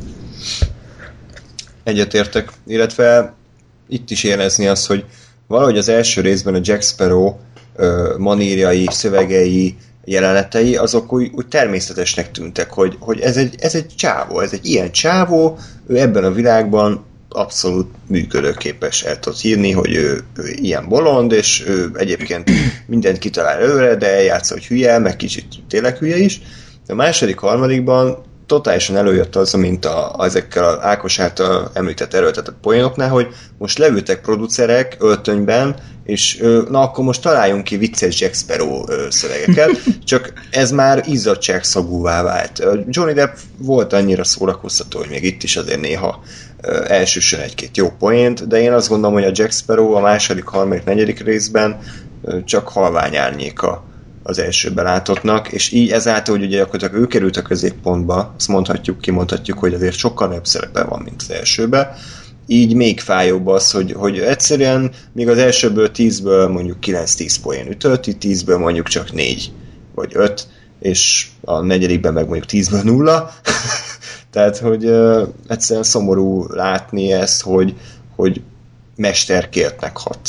Speaker 2: Egyetértek, illetve itt is érezni azt, hogy valahogy az első részben a Jack Sparrow manírjai, szövegei, jelenetei, azok úgy természetesnek tűntek, hogy ez egy csávó, ez egy ilyen csávó, ő ebben a világban abszolút működőképes. El tudsz írni, hogy ő ilyen bolond, és ő egyébként mindent kitalál előre, de eljátsz, hogy hülye, meg kicsit tényleg hülye is. De a második, harmadikban totálisan előjött az, mint ezekkel az Ákos által említett erőltetett poénoknál, hogy most leültek producerek öltönyben, és na akkor most találjunk ki vicces Jack Sparrow szövegeket, csak ez már izzadságszagúvá vált. Johnny Depp volt annyira szórakoztató, hogy még itt is azért néha elsüssön egy-két jó poént, de én azt gondolom, hogy a Jack Sparrow a második, harmadik, negyedik részben csak halvány árnyéka az elsőben látottnak, és így ezáltal, hogy ugye gyakorlatilag ő került a középpontba, azt kimondhatjuk, hogy azért sokkal nagyobb szerepe van, mint az elsőben, így még fájóbb az, hogy egyszerűen még az elsőből 10-ből mondjuk 9-10 poén ütött, itt 10-ből mondjuk csak 4 vagy 5, és a negyedikben meg mondjuk 10-ből 0. Tehát, hogy egyszerűen szomorú látni ezt, hogy mesterkéltnek hat.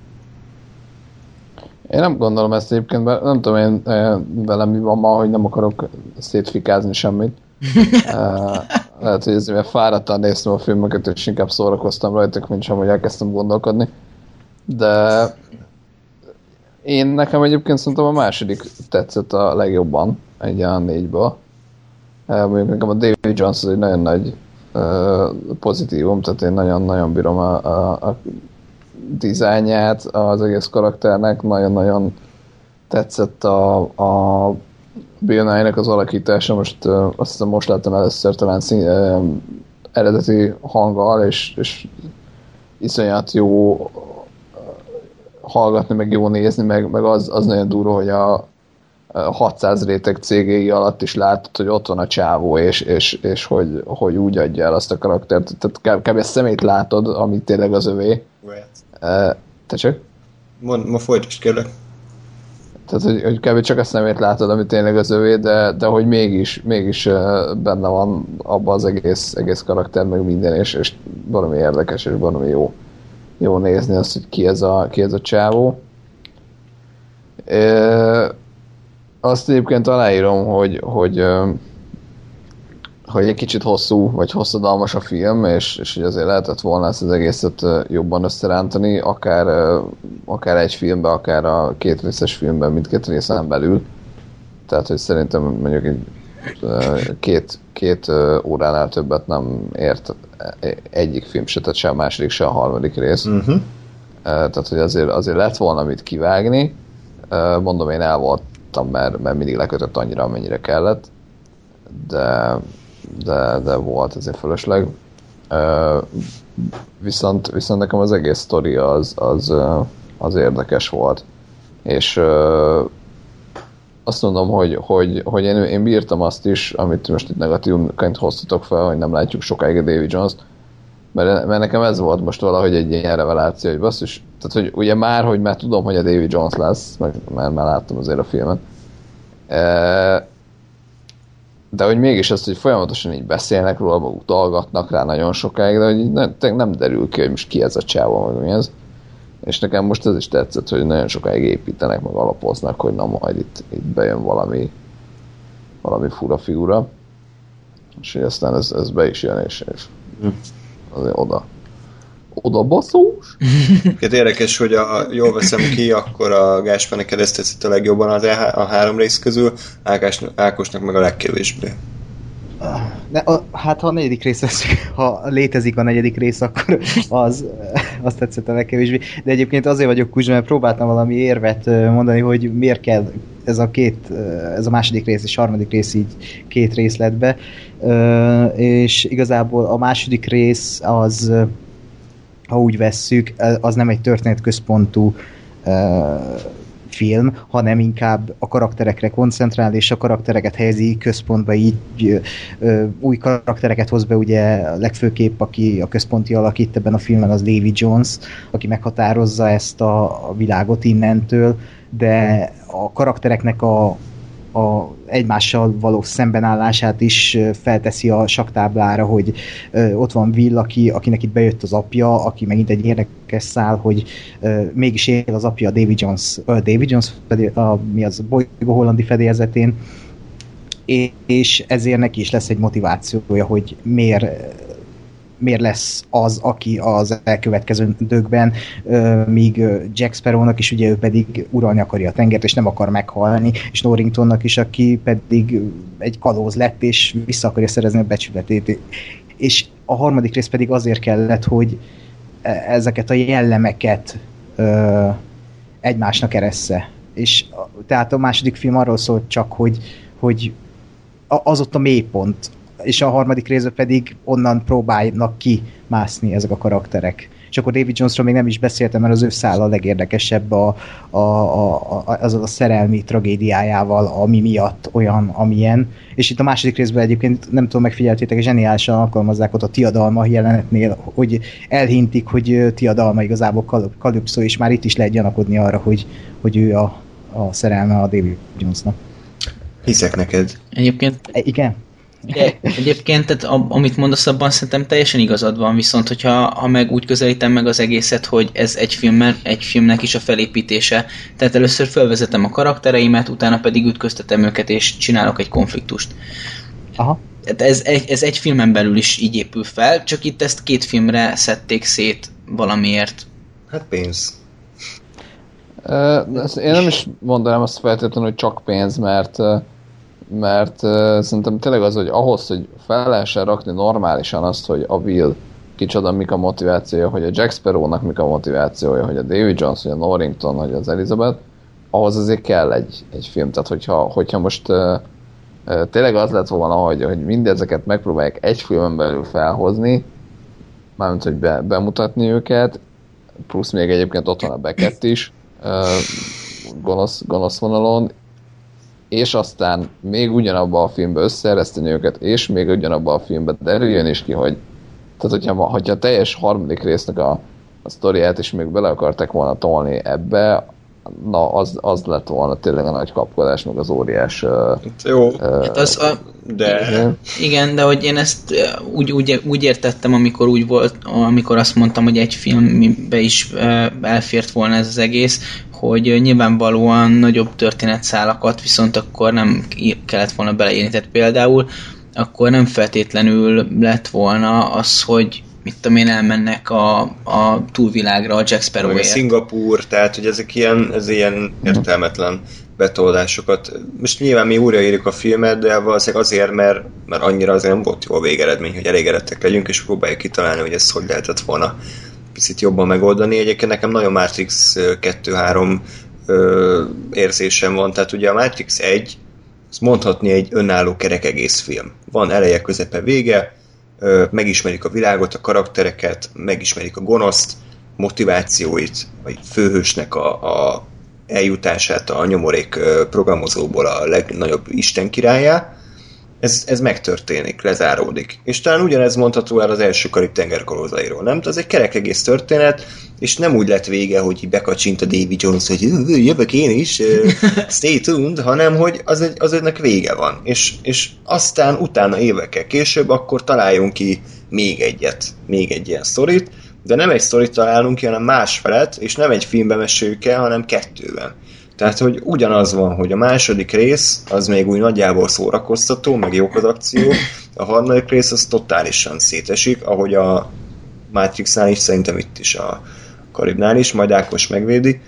Speaker 3: Én nem gondolom ezt egyébként, mert nem tudom én velem mi van ma, hogy nem akarok szétfikázni semmit. Lehet, hogy ezért mert fáradtan néztem a filmeket, és inkább szórakoztam rajtak, mint sem, hogy elkezdtem gondolkodni. De nekem egyébként szerintem a második tetszett a legjobban, egy olyan 4-ből. Mondjuk nekem a David Jones az egy nagyon nagy pozitívum, tehát én nagyon-nagyon bírom a dizájnját az egész karakternek, nagyon-nagyon tetszett a Bill Nye-nek az alakítása, azt hiszem most láttam először talán eredeti hanggal, és iszonyat jó hallgatni, meg jó nézni, meg az nagyon durva, hogy a 600 réteg cégéi alatt is látod, hogy ott van a csávó, és hogy úgy adja el azt a karaktert. Tehát kb. Szemét látod, amit tényleg az övé. Te csak?
Speaker 2: Ma folytasd, kérlek.
Speaker 3: Tehát, hogy kb. Csak a szemét látod, ami tényleg az övé, de hogy mégis benne van abban az egész karakter, meg minden, és valami érdekes, és valami jó nézni azt, hogy ki ez a csávó. Azt egyébként aláírom, hogy egy kicsit hosszú, vagy hosszadalmas a film, és hogy azért lehetett volna ezt az egészet jobban összerántani, akár egy filmben, akár a két részes filmben, mindkét részen belül. Tehát, hogy szerintem mondjuk két óránál többet nem ért egyik film se, tehát se a második, se a harmadik rész. Uh-huh. Tehát, hogy azért lett volna mit kivágni. Mondom, én el voltam, mert mindig lekötött annyira, amennyire kellett. De volt azért fölösleg. Viszont nekem az egész sztori az érdekes volt. És azt mondom, hogy én bírtam azt is, amit most itt negatívként hoztatok fel, hogy nem látjuk sokáig a Davy Jones-t, mert nekem ez volt most valahogy egy ilyen reveláció, hogy basszus, tehát hogy ugye hogy már tudom, hogy a Davy Jones lesz, mert már láttam azért a filmet. De hogy mégis azt, hogy folyamatosan így beszélnek róla, utalgatnak rá nagyon sokáig, de hogy nem derül ki, hogy most ki ez a csávó, meg mi ez. És nekem most ez is tetszett, hogy nagyon sokáig építenek, meg alapoznak, hogy na majd itt bejön valami fura figura. És hogy aztán ez be is jön, és azért oda baszós.
Speaker 2: Érdekes, hogy jól veszem ki, akkor a Gáspár neked ezt tetszett a legjobban a három rész közül, Ákosnak meg a legkevésbé.
Speaker 5: Hát ha a negyedik rész ha létezik a negyedik rész, akkor az tetszett a legkevésbé. De egyébként azért vagyok Kuzsa, mert próbáltam valami érvet mondani, hogy miért kell ez a második rész és harmadik rész így két részletbe. És igazából a második rész az, ha úgy vesszük, az nem egy történetközpontú film, hanem inkább a karakterekre koncentrál, és a karaktereket helyezi központba, így új karaktereket hoz be, ugye legfőképp, aki a központi alak itt ebben a filmben, az Davy Jones, aki meghatározza ezt a világot innentől, de a karaktereknek a egymással való szembenállását is felteszi a saktáblára, hogy ott van Will, akinek itt bejött az apja, aki megint egy érdekes szál, hogy mégis él az apja a Davy Jones mi az bolygó hollandi fedélzetén, és ezért neki is lesz egy motivációja, hogy miért lesz az, aki az elkövetkező időkben, míg Jack Sparrownak is ugye ő pedig uralni akarja a tengert, és nem akar meghalni, és Norringtonnak is, aki pedig egy kalóz lett, és vissza akarja szerezni a becsületét. És a harmadik rész pedig azért kellett, hogy ezeket a jellemeket egymásnak eressze. És tehát a második film arról szólt csak, hogy az ott a mélypont, és a harmadik részben pedig onnan próbálnak kimászni ezek a karakterek. És akkor Davy Jonesról még nem is beszéltem, mert az ő száll a legérdekesebb az a szerelmi tragédiájával, ami miatt olyan, amilyen. És itt a második részben egyébként, nem tudom, megfigyeltétek, zseniálisan alkalmazzák ott a tiadalma jelenetnél, hogy elhintik, hogy tiadalma igazából Calypso, és már itt is lehet gyanakodni arra, hogy ő a szerelme a Davy Jonesnak.
Speaker 2: Hiszek neked.
Speaker 4: Egyébként...
Speaker 5: Igen.
Speaker 4: De egyébként, tehát, amit mondasz, abban szerintem teljesen igazad van, viszont hogyha meg úgy közelítem meg az egészet, hogy ez egy filmnek is a felépítése, tehát először felvezetem a karaktereimet, utána pedig ütköztetem őket, és csinálok egy konfliktust.
Speaker 5: Aha.
Speaker 4: Ez egy filmen belül is így épül fel, csak itt ezt két filmre szedték szét valamiért.
Speaker 2: Hát pénz.
Speaker 3: Én nem is mondanám azt feltétlenül, hogy csak pénz, mert szerintem tényleg az, hogy ahhoz, hogy fel lehessen rakni normálisan azt, hogy a Will kicsoda, mik a motivációja, hogy a Jack Sparrownak mik a motivációja, hogy a Davy Jones, hogy a Norrington, hogy az Elizabeth, ahhoz azért kell egy film. Tehát hogyha most tényleg az lett volna, hogy mindezeket megpróbálják egy filmen belül felhozni, mármint, hogy bemutatni őket, plusz még egyébként ott van a Beckett is, gonosz vonalon, és aztán még ugyanabban a filmben összeereszteni őket, és még ugyanabban a filmben derüljön is ki, hogy tehát hogyha a teljes harmadik résznek a sztoriát is még bele akarták volna tolni ebbe, na, az lett volna tényleg a nagy kapkodás, meg az óriás...
Speaker 2: Jó,
Speaker 4: hát
Speaker 2: de...
Speaker 4: Igen, de hogy én ezt úgy értettem, amikor azt mondtam, hogy egy filmbe is elfért volna ez az egész, hogy nyilvánvalóan nagyobb történetszálakat viszont akkor nem kellett volna beleírni. Tehát például akkor nem feltétlenül lett volna az, hogy mit tudom én, elmennek a túlvilágra a Jack Sparrowért.
Speaker 2: Szingapúr, tehát hogy ezek ilyen értelmetlen betoldásokat. Most nyilván mi újraírjuk a filmet, de valószínűleg azért, mert annyira azért nem volt jó a végeredmény, hogy elégedettek legyünk, és próbáljuk kitalálni, hogy ezt hogy lehetett volna picit jobban megoldani. Egyébként nekem nagyon Matrix 2-3 érzésem van, tehát ugye a Matrix 1 azt mondhatni egy önálló kerek egész film. Van eleje, közepe, vége, megismerik a világot, a karaktereket, megismerik a gonoszt, motivációit, a főhősnek a eljutását a nyomorék programozóból a legnagyobb Isten királyá. Ez megtörténik, lezáródik. És talán ugyanez mondható el az első Karib-tenger kalózairól, nem? Ez egy kerek egész történet, és nem úgy lett vége, hogy bekacsint a Davy Jones, hogy jövök én is, stay tuned, hanem hogy az ennek vége van. És aztán utána évekkel később akkor találjunk ki még egy ilyen sztorit, de nem egy sztorit találunk ki, hanem másfelet, és nem egy filmben meséljük el, hanem 2-ben. Tehát, hogy ugyanaz van, hogy a második rész az még úgy nagyjából szórakoztató, meg jók az akció, a harmadik rész az totálisan szétesik, ahogy a Matrixnál is, szerintem itt is a Karibnál is, majd Ákos megvédi,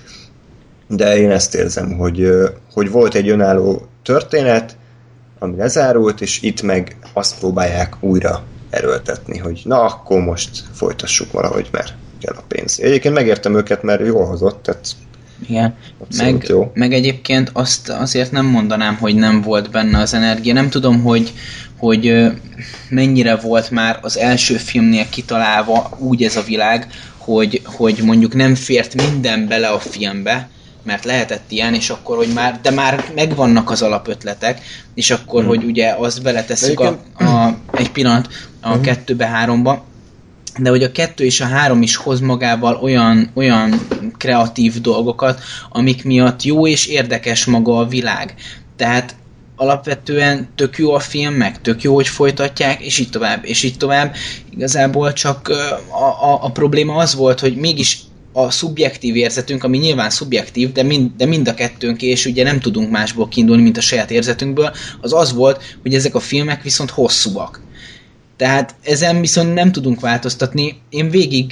Speaker 2: de én ezt érzem, hogy volt egy önálló történet, ami lezárult, és itt meg azt próbálják újra erőltetni, hogy na, akkor most folytassuk valahogy, mert kell a pénz. Egyébként megértem őket, mert jól hozott, tehát
Speaker 4: igen, meg egyébként azt azért nem mondanám, hogy nem volt benne az energia. Nem tudom, hogy mennyire volt már az első filmnél kitalálva úgy ez a világ, hogy mondjuk nem fért minden bele a filmbe, mert lehetett ilyen, és akkor, hogy de már megvannak az alapötletek, és akkor, hogy ugye azt beletesszük egy pillanat a 2-3-ba, de hogy a 2 és a 3 is hoz magával olyan kreatív dolgokat, amik miatt jó és érdekes maga a világ. Tehát alapvetően tök jó a film, meg tök jó, hogy folytatják, és így tovább, és így tovább. Igazából csak a probléma az volt, hogy mégis a szubjektív érzetünk, ami nyilván szubjektív, de mind a kettőnk, és ugye nem tudunk másból kiindulni, mint a saját érzetünkből, az volt, hogy ezek a filmek viszont hosszúak. Tehát ezen viszont nem tudunk változtatni. Én végig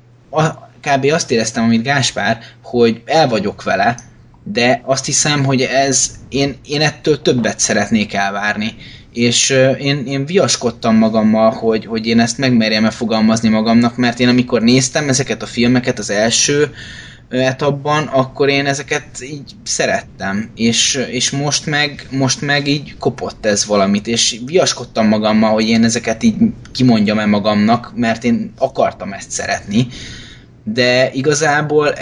Speaker 4: kb. Azt éreztem, amit Gáspár, hogy el vagyok vele, de azt hiszem, hogy én ettől többet szeretnék elvárni. És én viaskodtam magammal, hogy én ezt megmerjem-e fogalmazni magamnak, mert én amikor néztem ezeket a filmeket az első etapban, akkor én ezeket így szerettem, és most meg így kopott ez valamit, és viaskodtam magammal, hogy én ezeket így kimondjam-e magamnak, mert én akartam ezt szeretni, de igazából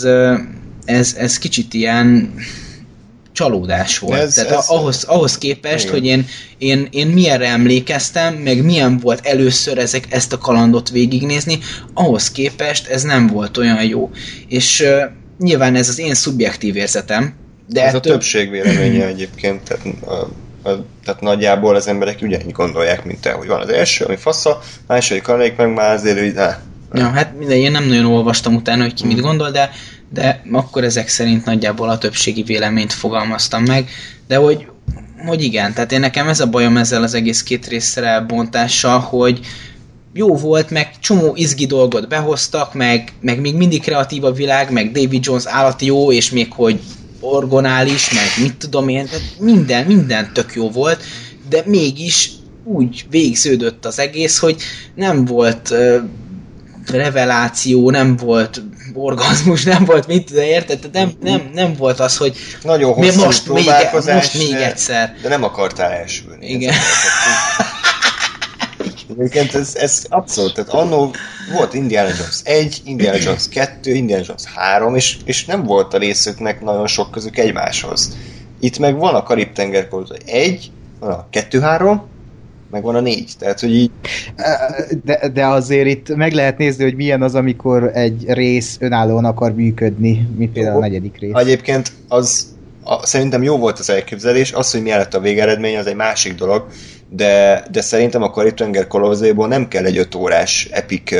Speaker 4: ez kicsit ilyen csalódás volt. Tehát ahhoz képest, igen, hogy én milyenre emlékeztem, meg milyen volt először ezt a kalandot végignézni, ahhoz képest ez nem volt olyan jó. És nyilván ez az én szubjektív érzetem. De
Speaker 2: ez a többség véleménye egyébként, tehát nagyjából az emberek ugyanígy gondolják, mint te, hogy van az első, ami fasza, második, harmadik meg már azért, hogy
Speaker 4: ja, hát én nem nagyon olvastam utána, hogy ki mit gondol, de akkor ezek szerint nagyjából a többségi véleményt fogalmaztam meg, de hogy igen, tehát én nekem ez a bajom ezzel az egész két részre elbontással, hogy jó volt, meg csomó izgi dolgot behoztak, meg még mindig kreatív a világ, meg David Jones állati jó, és még hogy orgonális, meg mit tudom én, tehát minden tök jó volt, de mégis úgy végződött az egész, hogy nem volt reveláció, nem volt orgazmus, nem volt mit, de érted? Nem volt az, hogy
Speaker 2: nagyon hosszú próbálkozás,
Speaker 4: most még egyszer.
Speaker 2: De nem akartál elsülni.
Speaker 4: Igen.
Speaker 2: Egyébként ez abszolút, tehát annó volt Indiana Jones 1, Indiana Jones 2, Indiana Jones 3, és nem volt a részüknek nagyon sok közük egymáshoz. Itt meg van a Karib-tenger 1, van a 2-3, megvan a 4. Tehát, hogy így...
Speaker 5: De azért itt meg lehet nézni, hogy milyen az, amikor egy rész önállóan akar működni, mint például a 4. rész.
Speaker 2: Egyébként szerintem jó volt az elképzelés, az, hogy milyen lett a végeredmény, az egy másik dolog, de szerintem a Karib-tenger kalózaiból nem kell egy 5 órás epic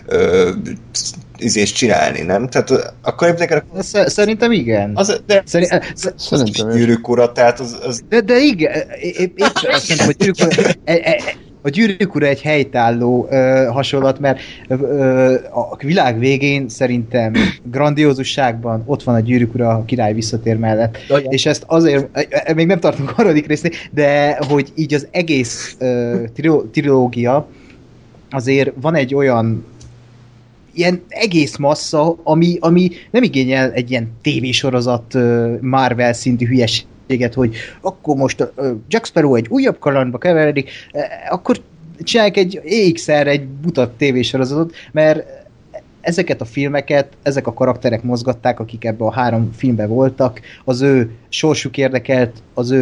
Speaker 2: izést csinálni, nem? Tehát a Karib-tenger...
Speaker 5: Szerintem igen.
Speaker 2: Szerintem Gyűrűk ura, tehát az...
Speaker 5: De igen, épp azt mondom, hogy a Gyűrűk ura egy helytálló hasonlat, mert a világ végén szerintem grandiózusságban ott van a Gyűrűk ura a király visszatér mellett. És ezt azért, még nem tartunk a 6. résznél, de hogy így az egész trilógia azért van egy olyan ilyen egész massza, ami nem igényel egy ilyen tévésorozat Marvel szintű hülyeséget, hogy akkor most Jack Sparrow egy újabb kalandba keveredik, akkor csinálják egy EX-re egy buta tévésorozatot, mert ezeket a filmeket, ezek a karakterek mozgatták, akik ebben a 3 filmben voltak, az ő sorsuk érdekelt, az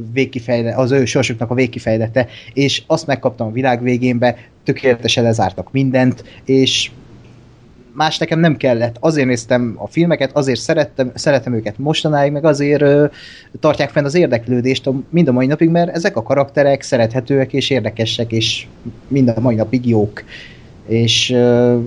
Speaker 5: ő sorsuknak a végkifejlete, és azt megkaptam a világ végénbe, tökéletesen lezártak mindent, és más nekem nem kellett. Azért néztem a filmeket, azért szeretem őket mostanáig, meg azért tartják fenn az érdeklődést mind a mai napig, mert ezek a karakterek szerethetőek és érdekesek, és mind a mai napig jók. És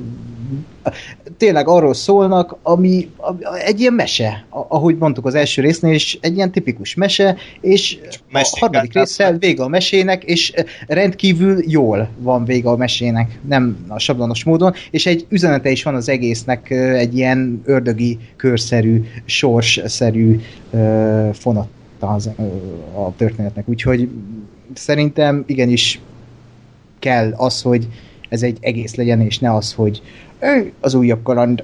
Speaker 5: tényleg arról szólnak, ami egy ilyen mese, ahogy mondtuk az első résznél is, egy ilyen tipikus mese, és a 3. résszel vége a mesének, és rendkívül jól van vége a mesének, nem a sablonos módon, és egy üzenete is van az egésznek, egy ilyen ördögi, körszerű, sorsszerű fonata a történetnek, úgyhogy szerintem igenis kell az, hogy ez egy egész legyen, és ne az, hogy az újabb kaland.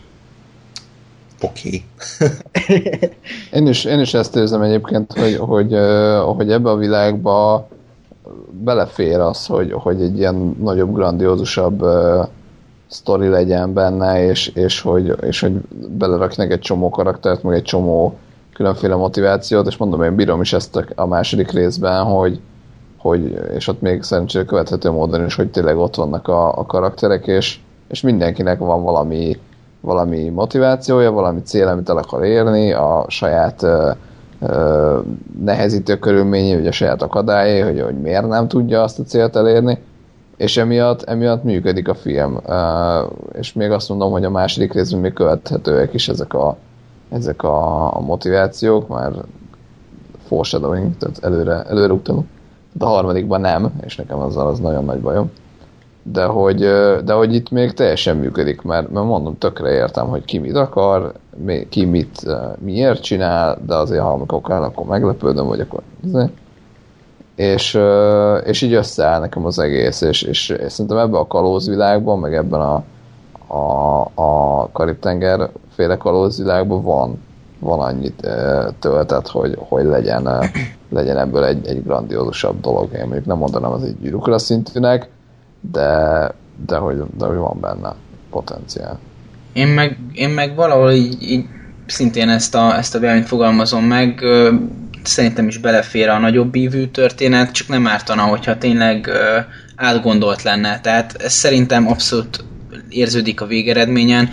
Speaker 2: Oké.
Speaker 3: Én is ezt érzem egyébként, hogy ebbe a világba belefér az, hogy egy ilyen nagyobb, grandiózusabb sztori legyen benne, és hogy beleraknak egy csomó karaktert, meg egy csomó különféle motivációt, és mondom, én bírom is ezt a 2. részben, hogy és ott még szerencsére követhető módon is, hogy tényleg ott vannak a karakterek, és mindenkinek van valami motivációja, valami cél, amit el akar érni, a saját nehezítő körülményei, vagy a saját akadályai, hogy miért nem tudja azt a célt elérni, és emiatt működik a film. És még azt mondom, hogy a 2. részben még követhetőek is ezek a motivációk, már foreshadowing, tehát előre utalunk. De a 3. nem, és nekem azzal az nagyon nagy bajom. De hogy itt még teljesen működik, mert mondom, tökre értem, hogy ki mit akar, ki miért csinál, de azért ha amikor kell, akkor meglepődöm, vagy akkor... És így összeáll nekem az egész, és szerintem ebben a kalózvilágban, meg ebben a Karib-tenger féle kalózvilágban van annyit töltet, hogy legyen ebből egy grandiózusabb dolog. Én mondjuk nem mondanám az egy Gyűrűk ura szintűnek, de hogy van benne potenciál.
Speaker 4: Én meg valahol így szintén ezt a véleményt fogalmazom meg, szerintem is belefér a nagyobb ívű történet, csak nem ártana, hogyha tényleg átgondolt lenne. Tehát ez szerintem abszolút érződik a végeredményen,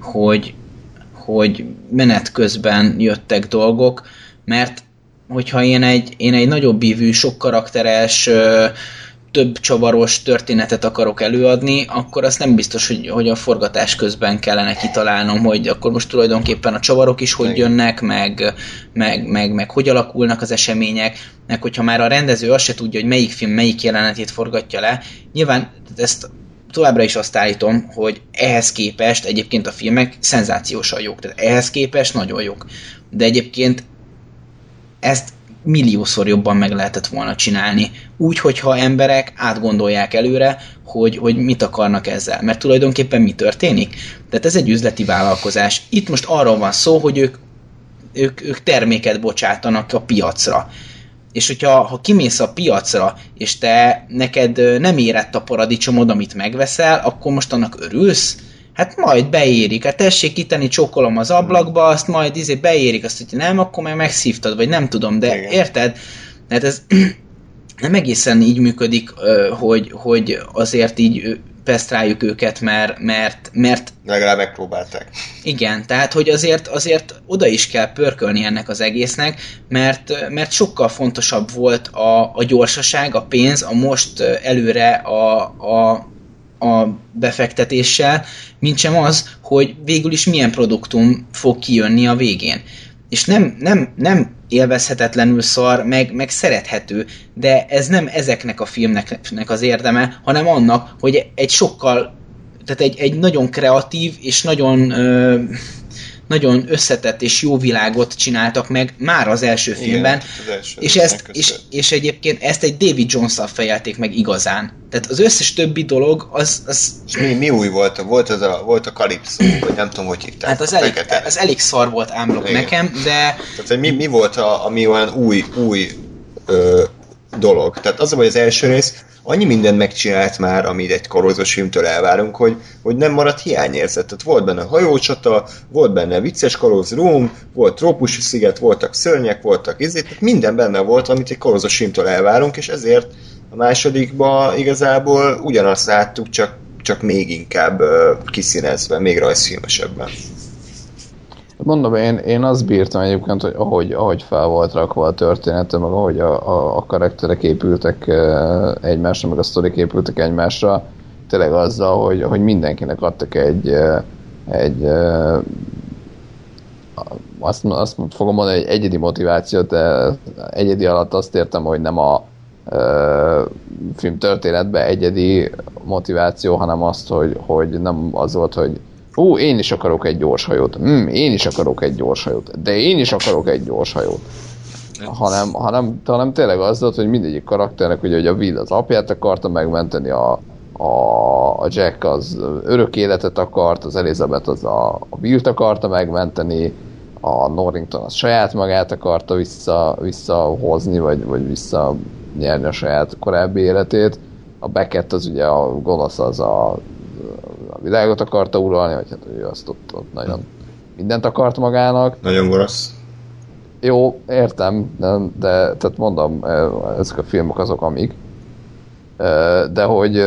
Speaker 4: hogy menet közben jöttek dolgok, mert hogyha én egy nagyobb ívű, sok karakteres, több csavaros történetet akarok előadni, akkor azt nem biztos, hogy a forgatás közben kellene kitalálnom, hogy akkor most tulajdonképpen a csavarok is hogy jönnek, meg hogy alakulnak az események, meg hogyha már a rendező azt se tudja, hogy melyik film melyik jelenetét forgatja le. Nyilván ezt továbbra is azt állítom, hogy ehhez képest egyébként a filmek szenzációsan jók, tehát ehhez képest nagyon jók. De egyébként ezt milliószor jobban meg lehetett volna csinálni. Úgy, hogyha emberek átgondolják előre, hogy mit akarnak ezzel. Mert tulajdonképpen mi történik? Tehát ez egy üzleti vállalkozás. Itt most arról van szó, hogy ők terméket bocsátanak a piacra. És hogyha kimész a piacra, és neked nem érett a paradicsomod, amit megveszel, akkor most annak örülsz? Hát majd beérik, hát tessék kitenni, csókolom az ablakba, azt majd beérik, azt, hogy nem, akkor meg megszívtad, vagy nem tudom, de igen. Érted? Hát nem egészen így működik, hogy azért így pesztráljuk őket, mert
Speaker 2: legalább megpróbálták.
Speaker 4: Igen, tehát hogy azért oda is kell pörkölni ennek az egésznek, mert sokkal fontosabb volt a gyorsaság, a pénz, a most előre a befektetéssel, mintsem az, hogy végül is milyen produktum fog kijönni a végén. És nem élvezhetetlenül szar, meg szerethető, de ez nem ezeknek a filmnek az érdeme, hanem annak, hogy tehát egy nagyon kreatív és nagyon összetett és jó világot csináltak meg már az első filmben, és egyébként ezt egy David Jones-szal fejelték meg igazán. Tehát az összes többi dolog az
Speaker 2: mi új volt? Volt a Calypso, vagy nem tudom, hogy hívták.
Speaker 4: Hát az elég szar volt ámblok nekem, de...
Speaker 2: Tehát mi volt ami olyan új dolog? Tehát az, hogy az első rész annyi mindent megcsinált már, amit egy korózós filmtől elvárunk, hogy nem maradt hiányérzet. Tehát volt benne hajócsata, volt benne vicces koróz room, volt trópusi sziget, voltak szörnyek, voltak tehát minden benne volt, amit egy korózós filmtől elvárunk, és ezért a másodikban igazából ugyanazt láttuk, csak még inkább kiszínezve, még rajzfilmesebben.
Speaker 3: Mondom, én azt bírtam egyébként, hogy ahogy fel volt rakva a történet, meg ahogy a karakterek épültek egymásra, meg a sztorik épültek egymásra, tényleg azzal, hogy mindenkinek adtak egy azt fogom mondani, egy egyedi motivációt, de egyedi alatt azt értem, hogy nem a film történetben egyedi motiváció, hanem azt, hogy nem az volt, hogy én is akarok egy gyors hajót. Én is akarok egy gyors hajót. De én is akarok egy gyors hajót. Hanem tényleg az volt, hogy mindegyik karakternek, ugye, hogy a Will az apját akarta megmenteni, a Jack az örök életet akart, az Elizabeth az a Willt akarta megmenteni, a Norrington az saját magát akarta visszahozni, vagy visszanyerni a saját korábbi életét. A Beckett az ugye a gonosz, az a világot akarta uralni, vagy hát ő azt ott nagyon mindent akart magának.
Speaker 2: Nagyon gonosz.
Speaker 3: Jó, értem, de tehát mondom, ezek a filmek azok amik. De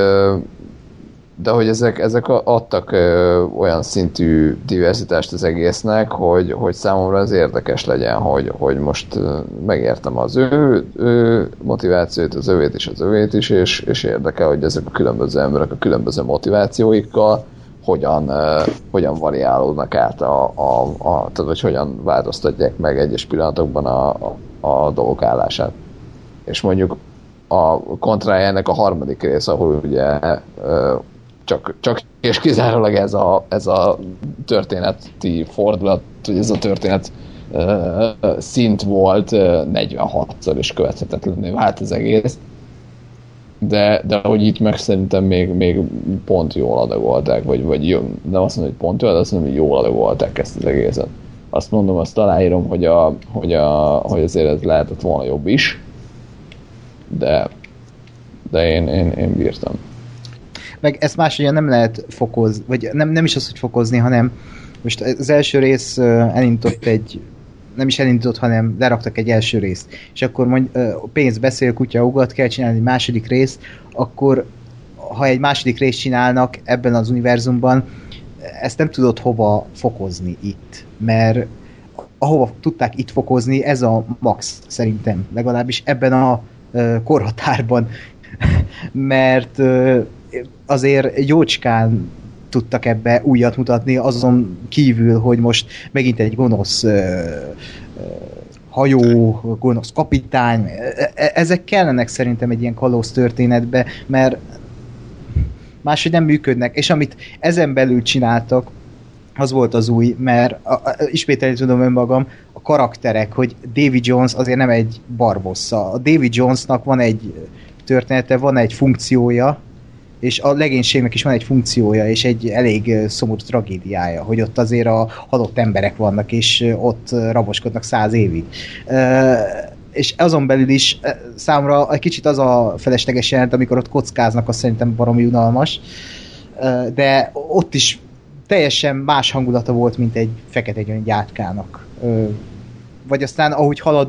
Speaker 3: hogy ezek adtak olyan szintű diverzitást az egésznek, hogy számomra ez érdekes legyen, hogy most megértem az ő motivációt, az övét is, és érdekel, hogy ezek a különböző emberek a különböző motivációikkal hogyan variálódnak át, tehát hogy hogyan változtatják meg egyes pillanatokban a dolgok állását. És mondjuk a kontrájának a harmadik rész, ahol ugye csak és kizárólag ez a történeti fordulat, hogy ez a történet szint volt 46-szor is követhetetlenül vált az egész. De hogy itt meg szerintem még pont jól adagolták, vagy jó, nem azt mondom, hogy pont jól, de azt mondom, hogy jól adagolták ezt az egészet. Azt mondom, azt aláírom, hogy azért ez lehetett volna jobb is, de én bírtam.
Speaker 5: Meg ezt máshogyan nem lehet fokozni, vagy nem is az, hogy fokozni, hanem most az első rész nem is elindított, hanem leraktak egy első részt. És akkor pénz beszél, kutya ugat, kell csinálni egy második részt, akkor ha egy második részt csinálnak ebben az univerzumban, ezt nem tudod hova fokozni itt. Mert ahova tudták itt fokozni, ez a max szerintem. Legalábbis ebben a korhatárban. Mert azért jócskán tudtak ebbe újat mutatni, azon kívül, hogy most megint egy gonosz hajó, gonosz kapitány. Ezek kellenek szerintem egy ilyen kalóz történetbe, mert máshogy nem működnek. És amit ezen belül csináltak, az volt az új, mert ismételni tudom önmagam, a karakterek, hogy Davy Jones azért nem egy barbossa. A Davy Jonesnak van egy története, van egy funkciója, és a legénységnek is van egy funkciója, és egy elég szomorú tragédiája, hogy ott azért a halott emberek vannak, és ott raboskodnak 100 évig. És azon belül is számomra egy kicsit az a felesleges jelent, amikor ott kockáznak, az szerintem baromi unalmas, de ott is teljesen más hangulata volt, mint egy fekete gyöngyátkának. Vagy aztán, ahogy haladunk,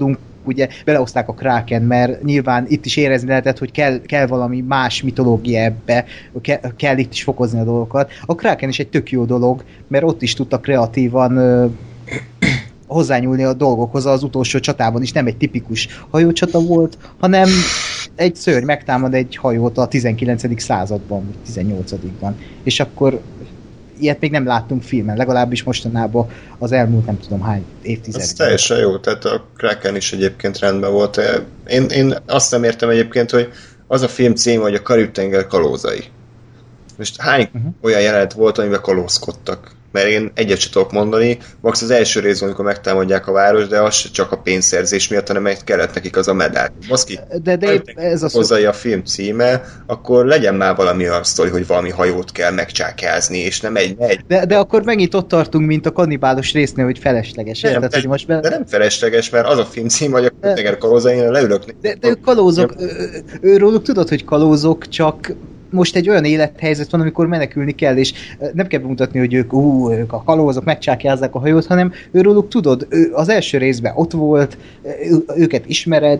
Speaker 5: ugye belehozták a Kraken, mert nyilván itt is érezni lehetett, hogy kell valami más mitológia ebbe, kell itt is fokozni a dolgokat. A Kraken is egy tök jó dolog, mert ott is tudtak kreatívan hozzányúlni a dolgokhoz. Az utolsó csatában is nem egy tipikus hajócsata volt, hanem egy szörny megtámad egy hajót a 19. században, vagy 18-ban. És akkor ilyet még nem láttunk filmen, legalábbis mostanában az elmúlt nem tudom hány évtizedben.
Speaker 2: Ez teljesen jó, tehát a Kraken is egyébként rendben volt. Én azt nem értem egyébként, hogy az a film cím, hogy a Karib-tenger kalózai. Most hány olyan jelenet volt, amiben kalózkodtak? Mert én egyet sem tudok mondani, max az első részben, amikor megtámadják a város, de az csak a pénzszerzés miatt, hanem kellett nekik az a medál. Baszki,
Speaker 5: de ez a
Speaker 2: hozzai a film címe, akkor legyen már valami olyan sztori, hogy valami hajót kell megcsákjázni, és nem egy.
Speaker 5: De akkor megint ott tartunk, mint a kannibálos résznél, hogy felesleges.
Speaker 2: De nem felesleges, mert az a film cím, hogy a tenger kalózai, én leülök.
Speaker 5: De ők kalózok, őróluk tudod, hogy kalózok, csak most egy olyan élethelyzet van, amikor menekülni kell, és nem kell bemutatni, hogy ők a kalózok megcsákjázzák a hajót, hanem őróluk tudod, az első részben ott volt, őket ismered,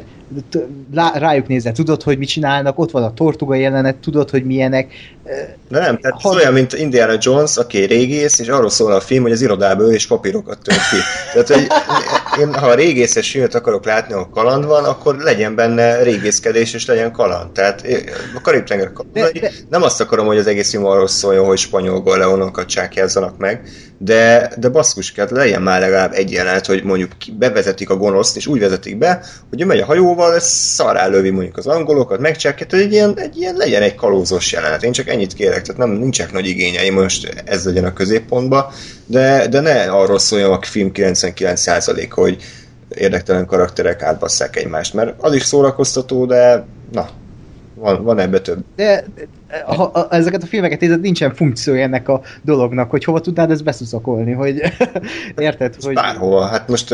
Speaker 5: rájuk nézel, tudod, hogy mit csinálnak, ott van a tortuga jelenet, tudod, hogy milyenek.
Speaker 2: De nem, tehát olyan, mint Indiana Jones, aki régész, és arról szól a film, hogy az irodából ő és papírokat tölt ki. Tehát, hogy én, ha a régészes filmet akarok látni, ahol kaland van, akkor legyen benne régészkedés, és legyen kaland. Tehát a Karib-tenger nem azt akarom, hogy az egész film arról szóljon, hogy spanyol goleonokat csákjázzanak meg, de basszus, legyen már legalább egy jelenet, hogy mondjuk bevezetik a gonoszt, és úgy vezetik be, hogy ő megy a hajóval, ez szarrá lövi mondjuk az angolokat, megcsákját, hogy egy ilyen legyen egy kalózos jelenet. Én csak ennyit kérek, tehát nincsenek nagy igényei, most ez legyen a középpontba, de ne arról szóljon a film 99%, hogy érdektelen karakterek átbasszák egymást, mert az is szórakoztató, de na, van ebbe több.
Speaker 5: De ha ezeket a filmeket nézed, nincsen funkciója ennek dolognak, hogy hova tudnád ezt beszuszakolni, hogy érted, hogy...
Speaker 2: Bárhova, hát most...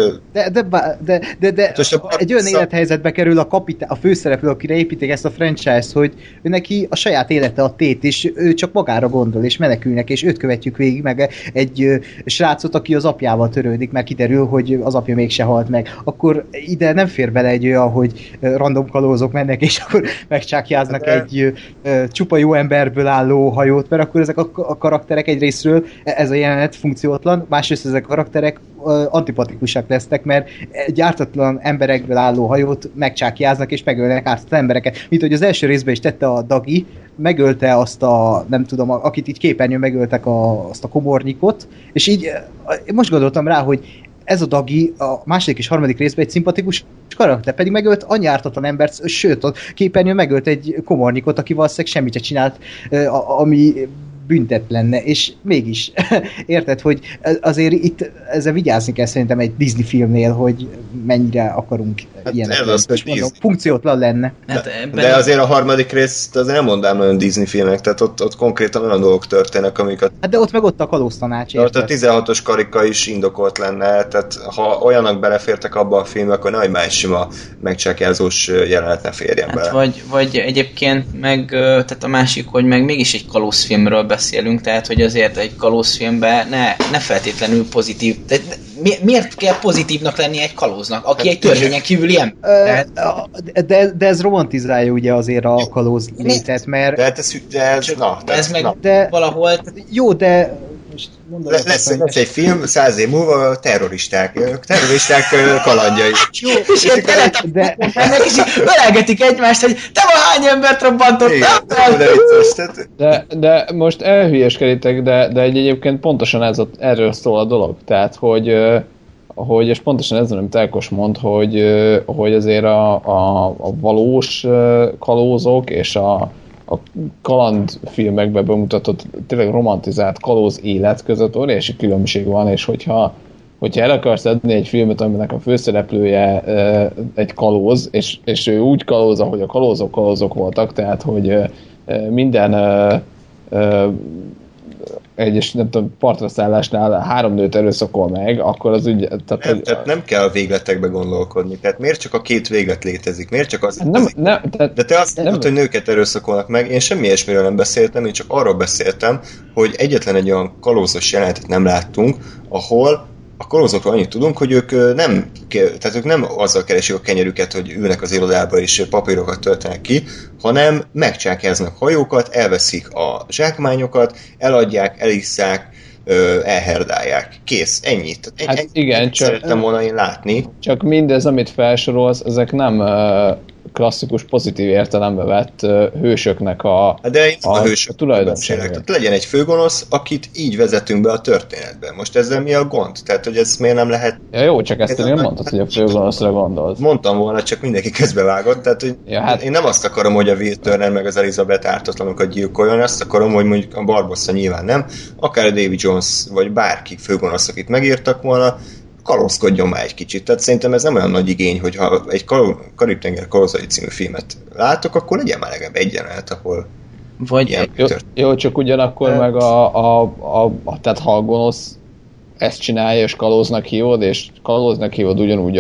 Speaker 5: De most egy olyan élethelyzetbe kerül a főszereplő, akire építik ezt a franchise-t, hogy ő neki a saját élete a tét, és ő csak magára gondol, és menekülnek, és őt követjük végig, meg egy srácot, aki az apjával törődik, mert kiderül, hogy az apja mégse halt meg. Akkor ide nem fér bele egy olyan, hogy random kalózok mennek, és akkor megcsákjáznak egy csupa jó emberből álló hajót, mert akkor ezek a karakterek egyrésztről, ez a jelenet funkciótlan, másrészt ezek a karakterek antipatikusak lesznek, mert egy ártatlan emberekből álló hajót megcsákjáznak és megölnek ártatlan embereket. Mint hogy az első részben is tette a Dagi, megölte azt a, nem tudom, akit így képernyőn megöltek azt a komornyikot, és így most gondoltam rá, hogy ez a Dagi a második és harmadik részben egy szimpatikus karakter, pedig megölt annyi ártatlan embert, sőt, a képernyőn megölt egy komornyikot, aki valószínűleg semmit se csinált, ami büntet lenne, és mégis érted, hogy azért itt ezzel vigyázni kell szerintem egy Disney filmnél, hogy mennyire akarunk ilyenek.
Speaker 2: Ez az, hogy
Speaker 5: funkciótlan lenne.
Speaker 2: De azért a harmadik részt azért nem mondám nagyon Disney filmnek, tehát ott konkrétan olyan dolgok történnek, amiket...
Speaker 5: Hát de ott a kalóztanács,
Speaker 2: érted? Ott a 16-os karika is indokolt lenne, tehát ha olyanak belefértek abba a filmbe, akkor nagy más sima megcsákjázós jelenet ne férjen bele.
Speaker 4: Vagy egyébként meg, tehát a másik, hogy meg mégis egy kalózfilmről beszélünk, tehát hogy azért egy kalózfilmben ne feltétlenül pozitív. De miért kell pozitívnak lenni egy kalóznak, aki egy törvényen kívüli ember?
Speaker 5: De ez romantizálja ugye azért a kalóz létet, mert...
Speaker 4: De valahol...
Speaker 5: Jó, de...
Speaker 2: Lesz egy film 100 év múlva terroristák kalandjai.
Speaker 4: Jó, és ilyen telefonok és ölelgetik egymást, hogy te ma hány embert robbantottál?
Speaker 3: De most elhülyeskedítek, de egyébként pontosan erről szól a dolog. Tehát, hogy és pontosan ez, amit Ákos mond, hogy azért a valós kalózok és a kalandfilmekben bemutatott tényleg romantizált kalóz élet között óriási különbség van, és hogyha el akarsz adni egy filmet, aminek a főszereplője egy kalóz, és ő úgy kalóz, ahogy a kalózok voltak, tehát hogy minden egyes, nem tudom, partraszállásnál 3 nőt erőszakol meg, akkor az ügy...
Speaker 2: Tehát nem kell a végletekbe gondolkodni. Tehát miért csak a 2 véglet létezik? Miért csak az... De te azt mondtad, hogy nőket erőszakolnak meg. Én semmi ilyesmiről nem beszéltem, én csak arról beszéltem, hogy egyetlen egy olyan kalózos jelenetet nem láttunk, ahol a kalózokról annyit tudunk, hogy ők nem azzal keresik a kenyerüket, hogy ülnek az irodába és papírokat töltenek ki, hanem megcsákjáznak hajókat, elveszik a zsákmányokat, eladják, elisszák, elherdálják. Kész, ennyit.
Speaker 3: Hát igen, csak
Speaker 2: szerettem volna én látni.
Speaker 3: Csak mindez, amit felsorolsz, ezek nem klasszikus, pozitív értelembe vett hősöknek a
Speaker 2: hősök tulajdonságok. Tehát legyen egy főgonosz, akit így vezetünk be a történetbe. Most ezzel mi a gond? Tehát, hogy ez miért nem lehet...
Speaker 3: Ja, jó, csak ezt nem mondtad, hogy a főgonoszra gondolsz.
Speaker 2: Mondtam volna, csak mindenki közbevágott. Tehát, hogy én nem azt akarom, hogy a Will Turner meg az Elizabeth ártatlanokat gyilkoljon, azt akarom, hogy mondjuk a Barbossa nyilván nem, akár a Davy Jones, vagy bárki főgonosz, akit megírtak volna, kalózkodjon már egy kicsit. Tehát szerintem ez nem olyan nagy igény, hogy ha egy Karib-tenger kalózai című filmet látok, akkor legyen már legalább egy jelenet, ahol
Speaker 4: vagy
Speaker 3: jó, csak ugyanakkor meg tehát ha a gonosz ezt csinálja, és kalóznak hívod ugyanúgy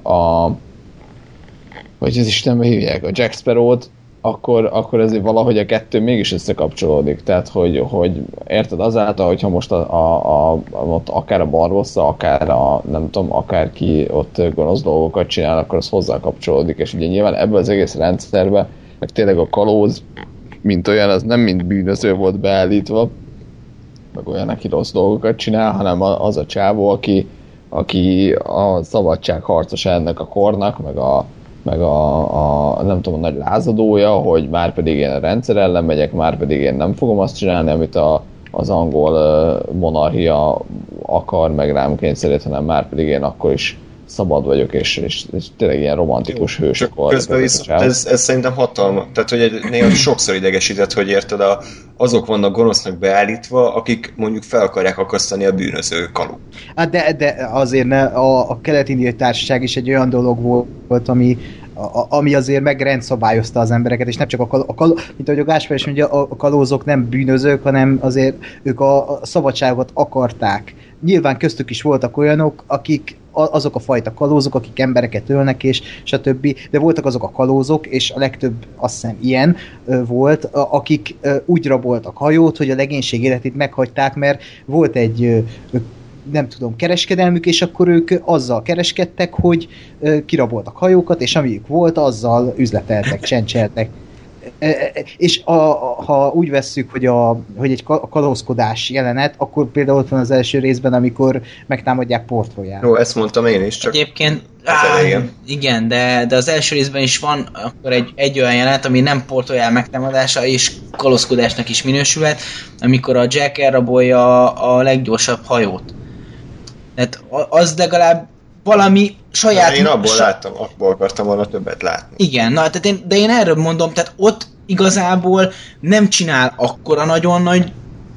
Speaker 3: hogy az Istenbe hívják, a Jack Sparrow-t, akkor ezért valahogy a kettő mégis összekapcsolódik. Tehát, hogy érted, azáltal, hogyha most ott akár a Barbossa, akár nem tudom, akárki ott gonosz dolgokat csinál, akkor az hozzá kapcsolódik. És ugye nyilván ebből az egész rendszerben, meg tényleg a kalóz, mint olyan, az nem mint bűnöző volt beállítva, meg olyan, aki rossz dolgokat csinál, hanem az a csávó, aki a szabadságharcos ennek a kornak, meg a nem tudom, a nagy lázadója, hogy már pedig én a rendszer ellen megyek, már pedig én nem fogom azt csinálni, amit az angol monarchia akar, meg rám kényszerít, hanem már pedig én akkor is szabad vagyok, és tényleg ilyen romantikus hősök voltak.
Speaker 2: Közben viszont ez szerintem hatalmas. Tehát, hogy néha sokszor idegesített, hogy érted, azok vannak gonosznak beállítva, akik mondjuk fel akarják akasztani a bűnöző kalut.
Speaker 5: Hát de azért a kelet-indiai társaság is egy olyan dolog volt, ami azért megrendszabályozta az embereket, és nem csak mint ahogy a Gáspár is mondja, a kalózok nem bűnözők, hanem azért ők a szabadságot akarták. Nyilván köztük is voltak olyanok, akik azok a fajta kalózok, akik embereket ölnek, és stb. De voltak azok a kalózok, és a legtöbb azt hiszem ilyen volt, akik úgy raboltak hajót, hogy a legénység életét meghagyták, mert volt egy nem tudom, kereskedelmük, és akkor ők azzal kereskedtek, hogy kiraboltak hajókat, és amiük volt, azzal üzleteltek, csencseltek. És ha úgy vesszük, hogy egy kalózkodás jelenet, akkor például ott van az első részben, amikor megtámadják Port Royal.
Speaker 2: Jó, ezt mondtam én is, csak
Speaker 4: egyébként igen, de az első részben is van akkor egy olyan jelenet, ami nem Port Royal megtámadása, és kalózkodásnak is minősülhet, amikor a Jack elrabolja a leggyorsabb hajót. Tehát az legalább valami saját...
Speaker 2: Én abból akartam volna többet látni.
Speaker 4: Igen, de én erről mondom, tehát ott igazából nem csinál akkora nagyon nagy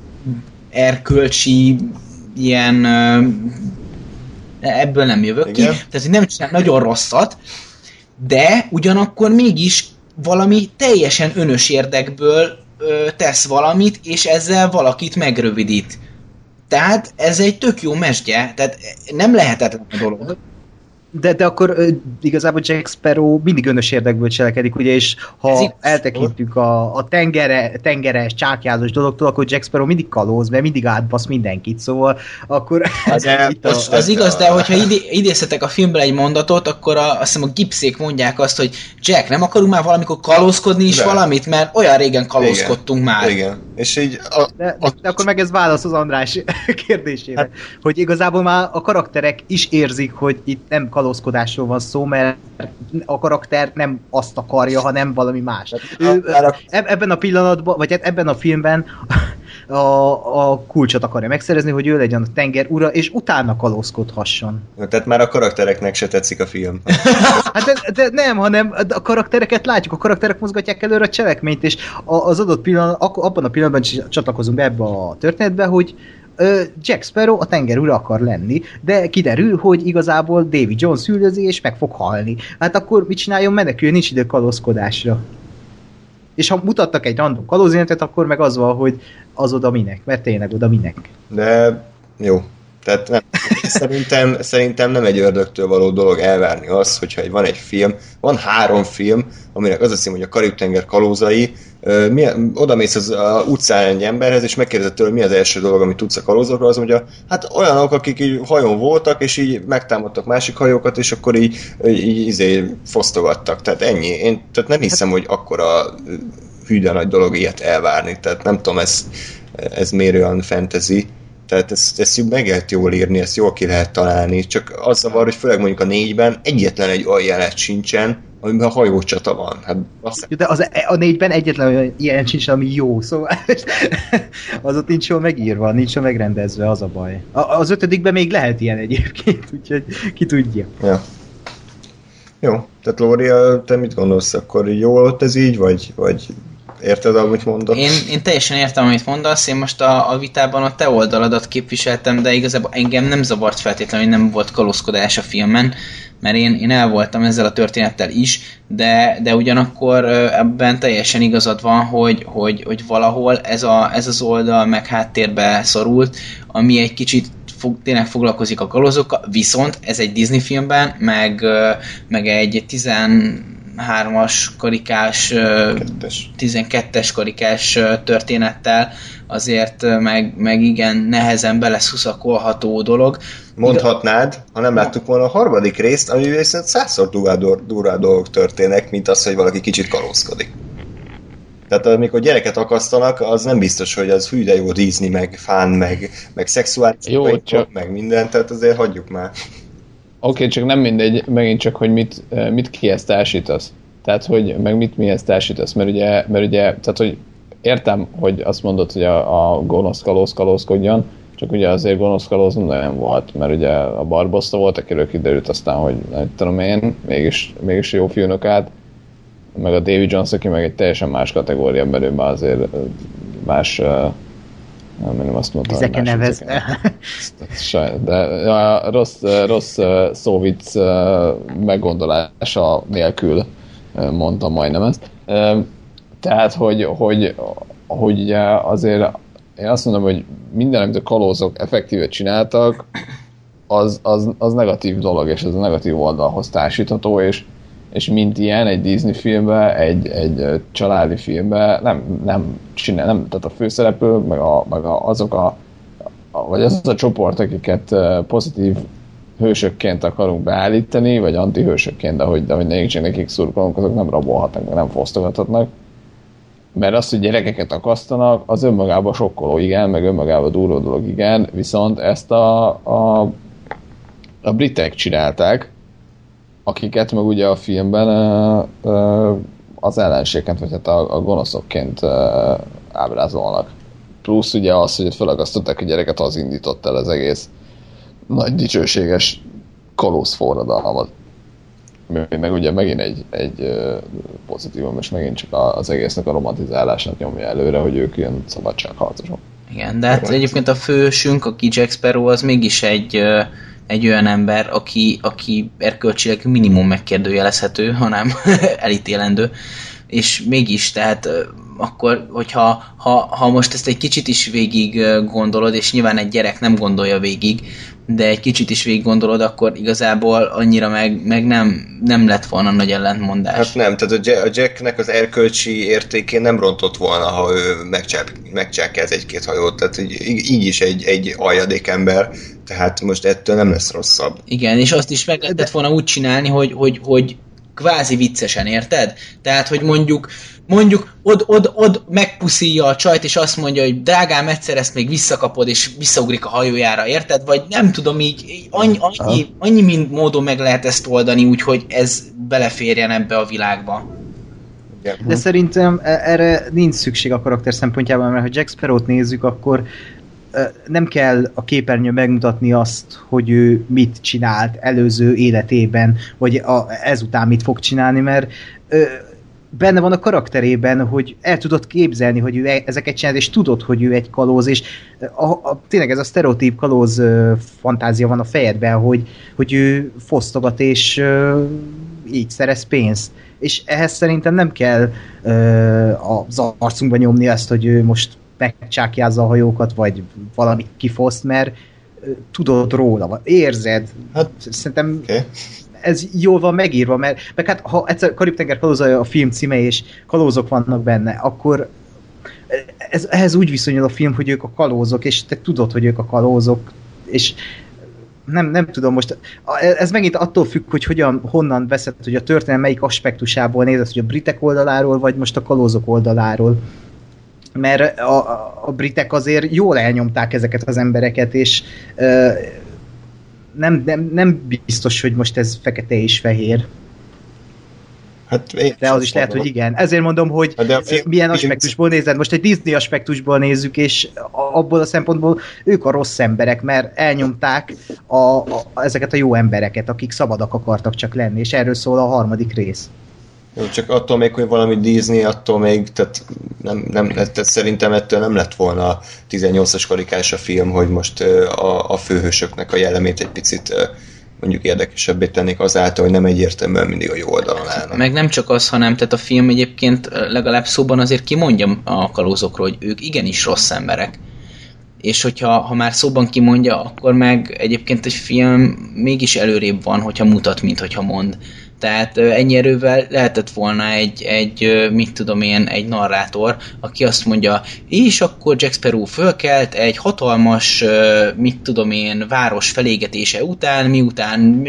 Speaker 4: erkölcsi ilyen... ebből nem jövök ki. Tehát nem csinál nagyon rosszat, de ugyanakkor mégis valami teljesen önös érdekből tesz valamit, és ezzel valakit megrövidít. Tehát ez egy tök jó mesdje, tehát nem lehetetlen a dolog.
Speaker 5: De akkor igazából Jack Sparrow mindig önös érdekből cselekedik, ugye, és ha eltekintünk a tengeres, csákjázós dologtól, akkor Jack Sparrow mindig kalóz, mert mindig átbasz mindenkit, szóval akkor...
Speaker 4: Az igaz, de hogyha idézhetek a filmből egy mondatot, akkor azt hiszem a gipszék mondják azt, hogy Jack, nem akarunk már valamikor kalózkodni is valamit, mert olyan régen kalózkodtunk már.
Speaker 2: Igen. És így
Speaker 5: de akkor meg ez válasz az András kérdésére, hát, hogy igazából már a karakterek is érzik, hogy itt nem kalózkodásról van szó, mert a karakter nem azt akarja, hanem valami más. Ebben a pillanatban, vagy ebben a filmben a kulcsot akarja megszerezni, hogy ő legyen a tenger ura, és utána kalózkodhasson.
Speaker 2: Tehát már a karaktereknek se tetszik a film.
Speaker 5: Hát de nem, hanem a karaktereket látjuk, a karakterek mozgatják előre a cselekményt, és az adott pillanat, abban a pillanatban csatlakozunk be ebbe a történetbe, hogy Jack Sparrow a tenger ura akar lenni, de kiderül, hogy igazából Davy Jones üldözi, és meg fog halni. Hát akkor mit csináljon? Menekül, nincs idő kalózkodásra. És ha mutattak egy random kalózénetet, akkor meg az van, hogy az oda minek, mert tényleg oda minek.
Speaker 2: De jó. Tehát szerintem nem egy ördögtől való dolog elvárni azt, hogyha van egy film, van 3 film, aminek az a cím, hogy a Karib-tenger kalózai, oda mész az utcán egy emberhez, és megkérdezed tőle, mi az első dolog, amit tudsz a kalózokról, az mondja, hát olyanok, akik így hajón voltak, és így megtámadtak másik hajókat, és akkor így fosztogattak. Tehát ennyi. Én tehát nem hiszem, hogy akkora hűde nagy dolog ilyet elvárni. Tehát nem tudom, ez miért olyan fantasy. Tehát ezt meg lehet jól írni, ezt jól ki lehet találni, csak az zavar, hogy főleg mondjuk a 4-ben egyetlen egy olyan jelenet sincsen, amiben hajócsata van. Hát,
Speaker 5: de a 4-ben egyetlen olyan ilyen sincsen, ami jó, szóval az ott nincs jól megírva, nincs jól megrendezve, az a baj. Az 5-ben még lehet ilyen egyébként, úgyhogy ki tudja.
Speaker 2: Ja. Jó, tehát Lóri, te mit gondolsz, akkor jó volt ez így, vagy érted, amit mondok?
Speaker 4: Én teljesen értem, amit mondasz, én most a vitában a te oldaladat képviseltem, de igazából engem nem zavart feltétlenül, hogy nem volt kalózkodás a filmen, mert én el voltam ezzel a történettel is, de ugyanakkor ebben teljesen igazad van, hogy valahol ez az oldal meg háttérbe szorult, ami egy kicsit tényleg foglalkozik a kalózokkal, viszont ez egy Disney filmben, meg egy 13-as karikás, 12-es karikás történettel azért meg igen nehezen beleszuszakolható dolog.
Speaker 2: Mondhatnád, ha nem láttuk volna a harmadik részt, ami viszont 100-szor durvább dolgok történnek, mint az, hogy valaki kicsit kalózkodik. Tehát amikor gyereket akasztanak, az nem biztos, hogy az hű, de jó Disney, meg fán, meg szexuális, meg minden, tehát azért hagyjuk már.
Speaker 3: Oké, csak nem mindegy, megint csak, hogy mit kihez társítasz. Tehát, hogy meg mihez társítasz, mert ugye, tehát, hogy értem, hogy azt mondod, hogy a gonosz kalózkodjon, csak ugye azért gonosz kalóz nem volt, mert ugye a Barbossa volt, akiről kiderült aztán, hogy nem tudom én, mégis jó fiúnokát, meg a Davy Jones, aki meg egy teljesen más kategória, mert ő már azért más, nem azt mondtam,
Speaker 5: Vizeken nevezve.
Speaker 3: De a rossz szóvic meggondolása nélkül mondtam majdnem ezt. Tehát, hogy ugye azért én azt mondom, hogy minden, amit a kalózok effektívet csináltak, az negatív dolog, és ez a negatív oldalhoz társítható, és mint ilyen egy Disney filmben, egy családi filmben nem tehát a főszereplő, vagy az a csoport, akiket pozitív hősökként akarunk beállítani, vagy antihősökként, de hogy nekik szurkolunk, azok nem rabolhatnak, meg nem fosztogathatnak. Mert az, hogy gyerekeket akasztanak, az önmagában sokkoló, igen, meg önmagában durva dolog, igen, viszont ezt a britek csinálták, akiket meg ugye a filmben az ellenségként, vagy hát a gonoszokként ábrázolnak. Plusz ugye az, hogy felakasztották a gyereket, az indított el az egész nagy dicsőséges kalóz forradalmat. Meg ugye megint egy pozitívum, és megint csak az egésznek a romantizálását nyomja előre, hogy ők ilyen szabadságharcosok.
Speaker 4: Igen, de hát egyébként a fősünk, aki Jack Sparrow, az mégis egy olyan ember, aki erkölcsileg minimum megkérdőjelezhető, hanem elítélendő, és mégis, tehát akkor, hogyha most ezt egy kicsit is végig gondolod, és nyilván egy gyerek nem gondolja végig, de egy kicsit is végig gondolod, akkor igazából annyira meg nem lett volna nagy ellentmondás.
Speaker 2: Hát nem, tehát a Jacknek az erkölcsi értékén nem rontott volna, ha ő megcsákjáz egy-két hajót, tehát így is egy aljadék ember, tehát most ettől nem lesz rosszabb.
Speaker 4: Igen, és azt is meg lehetett volna úgy csinálni, hogy kvázi viccesen, érted? Tehát, hogy mondjuk od megpuszíja a csajt, és azt mondja, hogy drágám, egyszer ezt még visszakapod, és visszaugrik a hajójára, érted? Vagy nem tudom, így annyi mind módon meg lehet ezt oldani, úgyhogy ez beleférjen ebbe a világba.
Speaker 5: De szerintem erre nincs szükség a karakter szempontjában, mert ha Jack Sparrow-t nézzük, akkor nem kell a képernyőn megmutatni azt, hogy ő mit csinált előző életében, vagy ezután mit fog csinálni, mert benne van a karakterében, hogy el tudod képzelni, hogy ő ezeket csinált, és tudod, hogy ő egy kalóz, és tényleg ez a sztereotíp kalóz fantázia van a fejedben, hogy ő fosztogat, és így szerez pénzt. És ehhez szerintem nem kell az arcunkba nyomni ezt, hogy ő most megcsákjázza a hajókat, vagy valamit kifoszt, mert tudod róla, érzed. Hát, szerintem ez jól van megírva, mert hát ha egyszer Karib-tenger kalózai a film címe, és kalózok vannak benne, akkor ehhez úgy viszonyul a film, hogy ők a kalózok, és te tudod, hogy ők a kalózok, és nem tudom most, ez megint attól függ, hogy honnan veszed, hogy a történelem melyik aspektusából nézed, hogy a britek oldaláról, vagy most a kalózok oldaláról. Mert a britek azért jól elnyomták ezeket az embereket, és nem biztos, hogy most ez fekete és fehér.
Speaker 2: Hát
Speaker 5: de az is lehet, hogy igen. Ezért mondom, hogy milyen aspektusból nézed. Most egy Disney aspektusból nézzük, és abból a szempontból ők a rossz emberek, mert elnyomták ezeket a jó embereket, akik szabadak akartak csak lenni, és erről szól a harmadik rész.
Speaker 2: Jó, csak attól még, hogy valami Disney, attól még, tehát tehát szerintem ettől nem lett volna a 18-as karikás a film, hogy most a főhősöknek a jellemét egy picit mondjuk érdekesebbé tennék azáltal, hogy nem egyértelműen mindig a jó oldalon állnak.
Speaker 4: Meg nem csak az, hanem tehát a film egyébként legalább szóban azért kimondja a kalózokról, hogy ők igenis rossz emberek. És hogyha már szóban kimondja, akkor meg egyébként egy film mégis előrébb van, hogyha mutat, mint hogyha mond. Tehát ennyi erővel lehetett volna egy mit tudom én, egy narrátor, aki azt mondja, és akkor Jack Sparrow fölkelt egy hatalmas, mit tudom én, város felégetése után, miután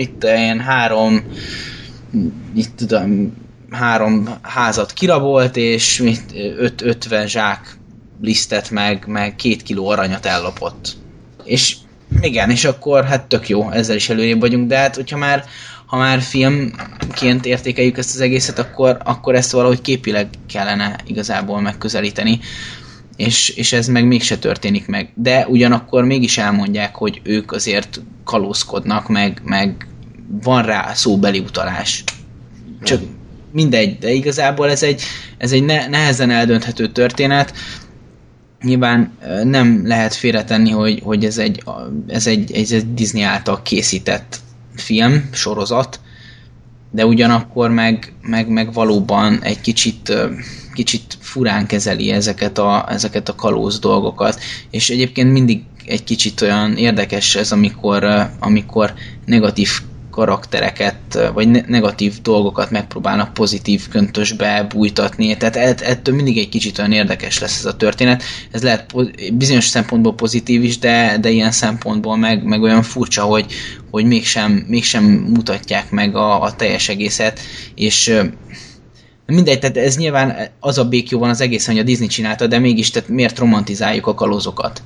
Speaker 4: három házat kirabolt, és 50 zsák lisztet, meg 2 kiló aranyat ellopott. És igen, és akkor hát tök jó, ezzel is előrébb vagyunk, de hát hogyha ha már filmként értékeljük ezt az egészet, akkor ezt valahogy képileg kellene igazából megközelíteni, és ez meg mégse történik meg. De ugyanakkor mégis elmondják, hogy ők azért kalózkodnak, meg van rá szóbeli utalás. Csak mindegy, de igazából ez egy nehezen eldönthető történet. Nyilván nem lehet félretenni, hogy ez egy Disney által készített film, sorozat, de ugyanakkor meg valóban egy kicsit furán kezeli ezeket a kalóz dolgokat, és egyébként mindig egy kicsit olyan érdekes ez, amikor negatív karaktereket, vagy negatív dolgokat megpróbálnak pozitív köntösbe bújtatni, tehát ettől mindig egy kicsit olyan érdekes lesz ez a történet. Ez lehet bizonyos szempontból pozitív is, de ilyen szempontból meg olyan furcsa, hogy mégsem mutatják meg a teljes egészet, és mindegy, tehát ez nyilván az a békjó van az egészen, hogy a Disney csinálta, de mégis tehát miért romantizáljuk a kalózokat?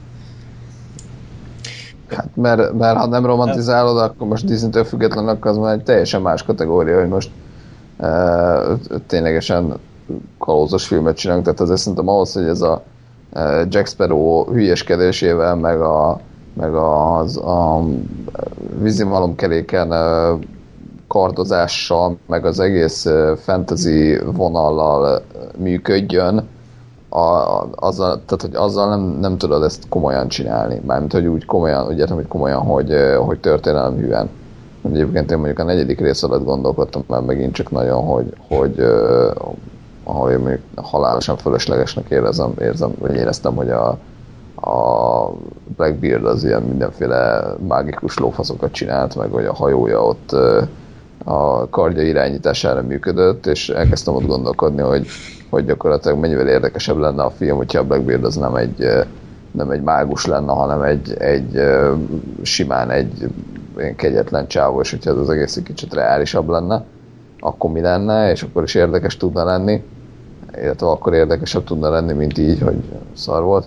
Speaker 3: Hát mert ha nem romantizálod, akkor most Disney-től függetlenül, az már egy teljesen más kategória, hogy most ténylegesen kalózos filmet csinálunk, tehát azért szerintem ahhoz, hogy ez a Jack Sparrow hülyeskedésével, meg a vízimalomkeréken kardozással, meg az egész fantasy vonallal működjön, tehát, hogy azzal nem tudod ezt komolyan csinálni. Mármint, hogy úgy komolyan, úgy értem, hogy komolyan, hogy történelemhűen. Egyébként én mondjuk a 4. rész alatt gondolkodtam, mert megint csak nagyon, hogy ahol én mondjuk halálosan fölöslegesnek éreztem, hogy a Blackbeard az ilyen mindenféle mágikus lófaszokat csinált, meg hogy a hajója ott a kardja irányítására működött, és elkezdtem ott gondolkodni, hogy gyakorlatilag mennyivel érdekesebb lenne a film, hogyha a Blackbeard az nem egy mágus lenne, hanem egy simán egy kegyetlen csávó, és hogyha az egész egy kicsit reálisabb lenne, akkor mi lenne, és akkor is érdekes tudna lenni, illetve akkor érdekesebb tudna lenni, mint így, hogy szar volt,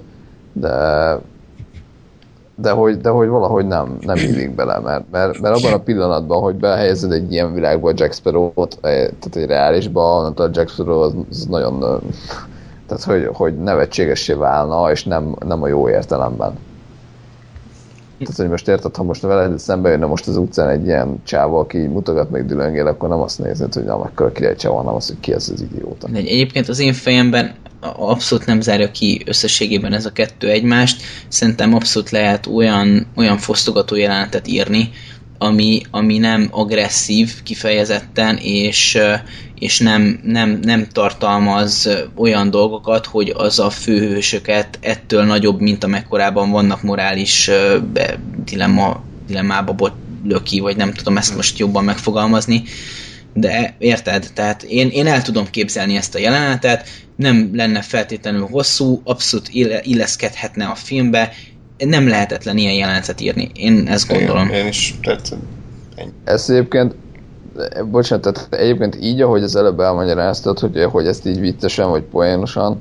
Speaker 3: de hogy valahogy nem illik bele, mert abban a pillanatban, hogy behelyezed egy ilyen világba Jack Sparrow-ot, tehát egy reálisba, onnantól Jack Sparrow az nagyon, tehát hogy nevetségessé válna, és nem a jó értelemben. Tehát, hogy most érted, ha most veled szembe jönne most az utcán egy ilyen csávó, aki így mutogat meg dülöngél, akkor nem azt nézed, hogy akkor a király csávó, hanem azt, hogy ki ez az idióta.
Speaker 4: Egyébként az én fejemben abszolút nem zárja ki összességében ez a kettő egymást. Szerintem abszolút lehet olyan fosztogató jelenetet írni, ami nem agresszív kifejezetten, és nem tartalmaz olyan dolgokat, hogy az a főhősöket ettől nagyobb, mint amekkorában vannak morális dilemmába löki, vagy nem tudom ezt most jobban megfogalmazni, de érted? Tehát én el tudom képzelni ezt a jelenetet, nem lenne feltétlenül hosszú, abszolút illeszkedhetne a filmbe, nem lehetetlen ilyen jelenetet írni. Én ezt gondolom.
Speaker 2: Én is, tehát
Speaker 3: ez egyébként, bocsánat, tehát egyébként így, ahogy az előbb elmagyaráztad, hogy ezt így viccesen, vagy poénosan,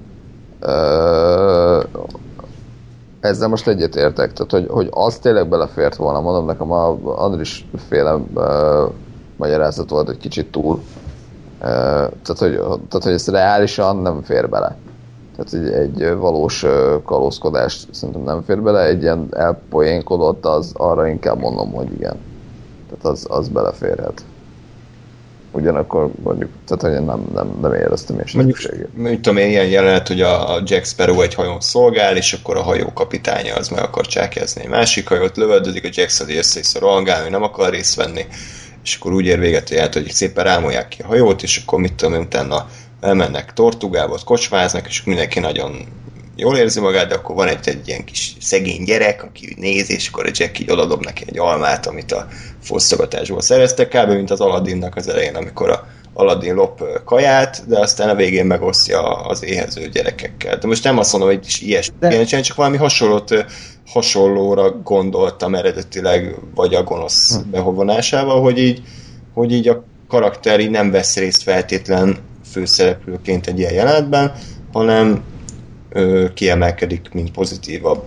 Speaker 3: ezzel most egyetértek, tehát hogy az tényleg belefért volna, mondom nekem a Andris féle magyarázat volt egy kicsit túl, tehát hogy ez reálisan nem fér bele. Tehát egy valós kalózkodás szerintem nem fér bele, egy ilyen elpoénkodott, az arra inkább mondom, hogy igen. Tehát az beleférhet. Ugyanakkor mondjuk, tehát hogy én nem éreztem én segítségét.
Speaker 2: Mondjuk tudom én, ilyen jelenet, hogy a Jack Sparrow egy hajón szolgál, és akkor a hajó kapitánya az meg akar csákjázni egy másik hajót, lövöldözik, a Jack Sparrow össze-vissza rohangál, ő nem akar részt venni, és akkor úgy ér véget, hogy szépen rámolják ki a hajót, és akkor mit tudom én, utána elmennek Tortugába, kocsmáznak, és mindenki nagyon jól érzi magát, de akkor van egy ilyen kis szegény gyerek, aki néz, és akkor a Jack így odadob neki egy almát, amit a fosztogatásból szereztek, kb. Mint az Aladdinnak az elején, amikor a Aladdin lop kaját, de aztán a végén megosztja az éhező gyerekekkel. De most nem azt mondom, hogy ilyesmi, csak valami hasonlóra gondoltam eredetileg, vagy a gonosz behovanásával, hogy így a karakter így nem vesz részt feltétlen főszereplőként egy ilyen jelenetben, hanem kiemelkedik, mint pozitívabb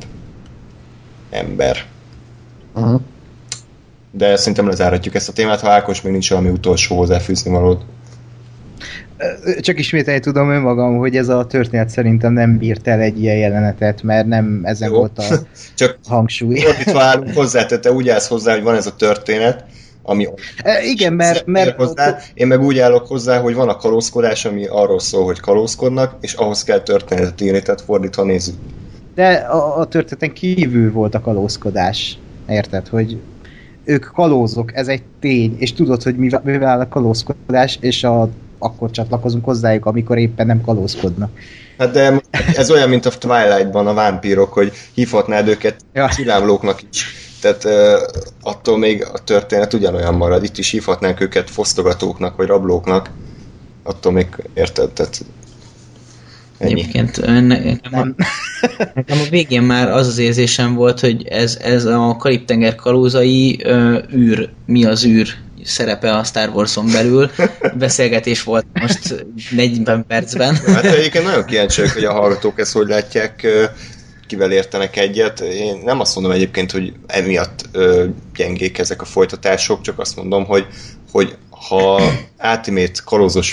Speaker 2: ember.
Speaker 3: Uh-huh.
Speaker 2: De szerintem lezárhatjuk ezt a témát, ha Ákos még nincs valami utolsó hozzáfűzni valód.
Speaker 5: Csak ismételni tudom önmagam, hogy ez a történet szerintem nem bírt el egy ilyen jelenetet, mert nem ezen
Speaker 2: jó.
Speaker 5: Volt a csak hangsúly.
Speaker 2: Fordítva állunk hozzá, te úgy állsz hozzá, hogy van ez a történet, ami...
Speaker 5: Igen, mert
Speaker 2: hozzá. Én meg úgy állok hozzá, hogy van a kalózkodás, ami arról szól, hogy kalózkodnak, és ahhoz kell történetet írni, tehát fordítva nézzük.
Speaker 5: De a történeten kívül volt a kalózkodás. Érted, hogy ők kalózok, ez egy tény, és tudod, hogy mivel a kalózkodás, és akkor csatlakozunk hozzájuk, amikor éppen nem kalózkodnak.
Speaker 2: Hát de ez olyan, mint a Twilight-ban a vámpírok, hogy hívhatnád őket csillámlóknak is. Tehát attól még a történet ugyanolyan marad. Itt is hívhatnánk őket fosztogatóknak, vagy rablóknak. Attól még érted, tehát ennyi.
Speaker 4: Egyébként nekem a végén már az érzésem volt, hogy ez a Karib-tenger kalózai űr, mi az űr szerepe a Star Wars-on belül. Beszélgetés volt most 40 percben.
Speaker 2: Hát egyébként nagyon kíváncsiak, hogy a hallgatók ezt hogy látják, kivel értenek egyet. Én nem azt mondom egyébként, hogy emiatt gyengék ezek a folytatások, csak azt mondom, hogy ha ultimate kalózos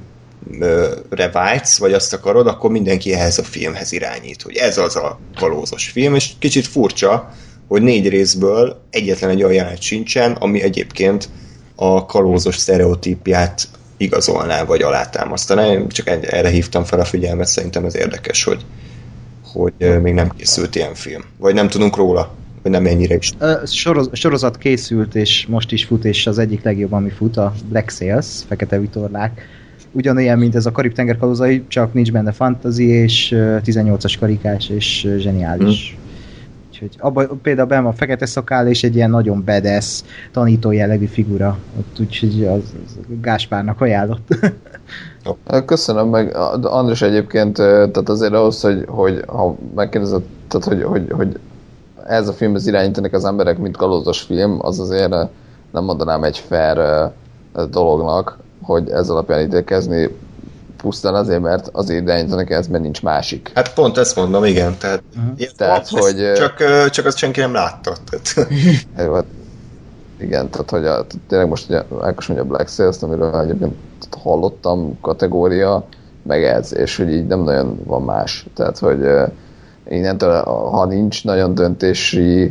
Speaker 2: filmre vágysz, vagy azt akarod, akkor mindenki ehhez a filmhez irányít, hogy ez az a kalózos film, és kicsit furcsa, hogy 4 részből egyetlen egy olyan jelenet sincsen, ami egyébként a kalózos sztereotípiát igazolná, vagy alátámasztaná. Én csak erre hívtam fel a figyelmet, szerintem ez érdekes, hogy még nem készült ilyen film. Vagy nem tudunk róla, vagy nem ennyire is.
Speaker 5: Sorozat készült, és most is fut, és az egyik legjobb, ami fut, a Black Sails, Fekete vitorlák. Ugyanolyan, mint ez a Karib-tenger kalózai, csak nincs benne fantasy, és 18-as karikás, és zseniális. Úgyhogy például benne a fekete szakál, és egy ilyen nagyon badass tanító jellegű figura. Ott úgyhogy az Gáspárnak ajánlott.
Speaker 3: Köszönöm meg. András egyébként, tehát azért ahhoz, hogy ha megkérdezed, tehát hogy ez a filmhez irányítanak az emberek, mint kalózos film, az azért nem mondanám egy fair dolognak, hogy ez alapján ítélkezni, pusztán azért, mert azért irányítanak ez, mert nincs másik.
Speaker 2: Hát pont ezt mondom, igen. Tehát
Speaker 3: hogy...
Speaker 2: Csak azt senki nem látta.
Speaker 3: Jó, hát igen, tehát hogy tényleg most ugye Ákos mondja a Black Sails, amiről egyébként hallottam, kategória, meg ez, és hogy így nem nagyon van más. Tehát, hogy innentől, ha nincs nagyon döntési,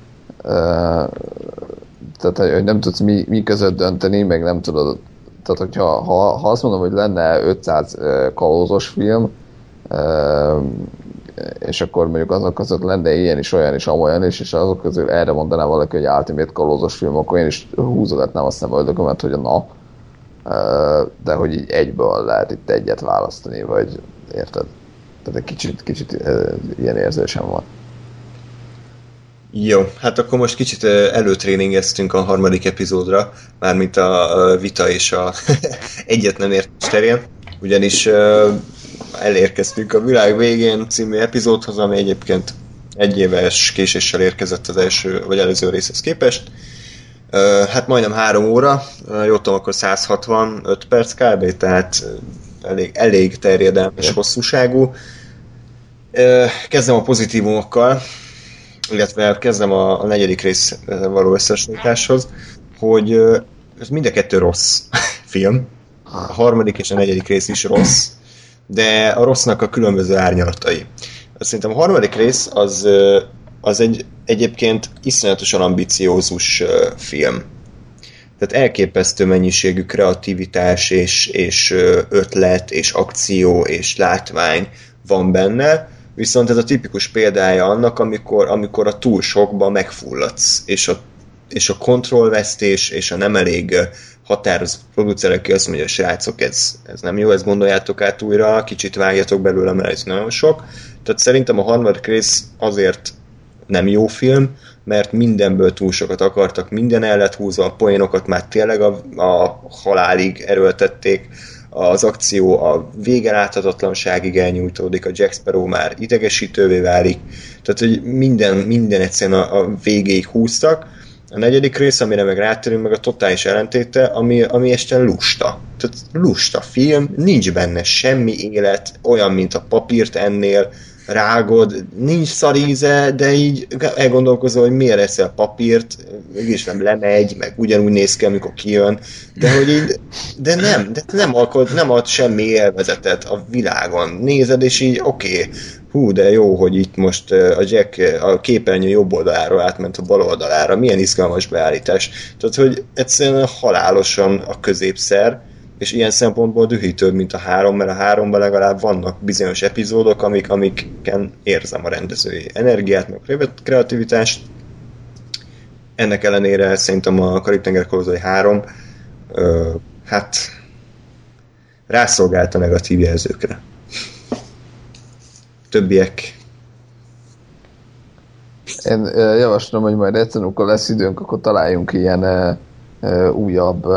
Speaker 3: tehát, hogy nem tudsz mi között dönteni, meg nem tudod, tehát, hogyha ha azt mondom, hogy lenne 500 kalózos film, és akkor mondjuk azok között lenne ilyen is, olyan is, amolyan is, és azok közül erre mondaná valaki, hogy ultimate kalózos film, akkor én is húzogatnám a szemöldökömet, hogy na, de hogy így egyből lehet itt egyet választani, vagy érted? Tehát egy kicsit ilyen érzésem van.
Speaker 2: Jó, hát akkor most kicsit előtréningeztünk a harmadik epizódra, mármint a vita és a egyet nem értés terén, ugyanis elérkeztünk a világ végén című epizódhoz, ami egyébként egy éves késéssel érkezett az első vagy előző részhez képest. Hát majdnem 3 óra, jól tudom, akkor 165 perc kb, tehát elég terjedelmes hosszúságú. Kezdem a pozitívumokkal, illetve kezdem a negyedik rész való összehasonlításhoz, hogy ez mind a kettő rossz film. A harmadik és a negyedik rész is rossz, de a rossznak a különböző árnyalatai. Szerintem a harmadik rész az egyébként iszonyatosan ambiciózus film. Tehát elképesztő mennyiségű kreativitás és ötlet, és akció, és látvány van benne, viszont ez a tipikus példája annak, amikor a túl sokban megfulladsz, és a kontrollvesztés, és a nem elég határozott producerek, aki azt mondja, hogy srácok, ez nem jó, ezt gondoljátok át újra, kicsit vágjatok belőle, mert ez nagyon sok. Tehát szerintem a harmadik rész azért nem jó film, mert mindenből túl sokat akartak, minden el lett húzva, a poénokat már tényleg a halálig erőltették, az akció a vége láthatatlanságig elnyújtódik, a Jack Sparrow már idegesítővé válik, tehát hogy minden egyszerűen a végéig húztak. A negyedik rész, amire meg rátérünk, meg a totális ellentéte, ami este lusta. Tehát lusta film, nincs benne semmi élet, olyan, mint a papírt ennél, rágod, nincs szaríze, de így elgondolkozol, hogy miért eszel papírt, mégis nem lemegy, meg ugyanúgy néz ki, amikor kijön, de hogy így, de nem ad semmi élvezetet a világon. Nézed, és így oké, hú, de jó, hogy itt most a Jack a képernyő jobb oldaláról átment a bal oldalára, milyen izgalmas beállítás. Tehát, hogy egyszerűen halálosan a középszer, és ilyen szempontból dühítőbb, mint a 3, mert a 3-ban legalább vannak bizonyos epizódok, amiken érzem a rendezői energiát, meg kreativitást. Ennek ellenére szerintem a Karib-tenger kalózai 3 hát rászolgált a negatív jelzőkre. Többiek.
Speaker 3: Én javaslom, hogy majd egyszer, amikor lesz időnk, akkor találjunk ilyen újabb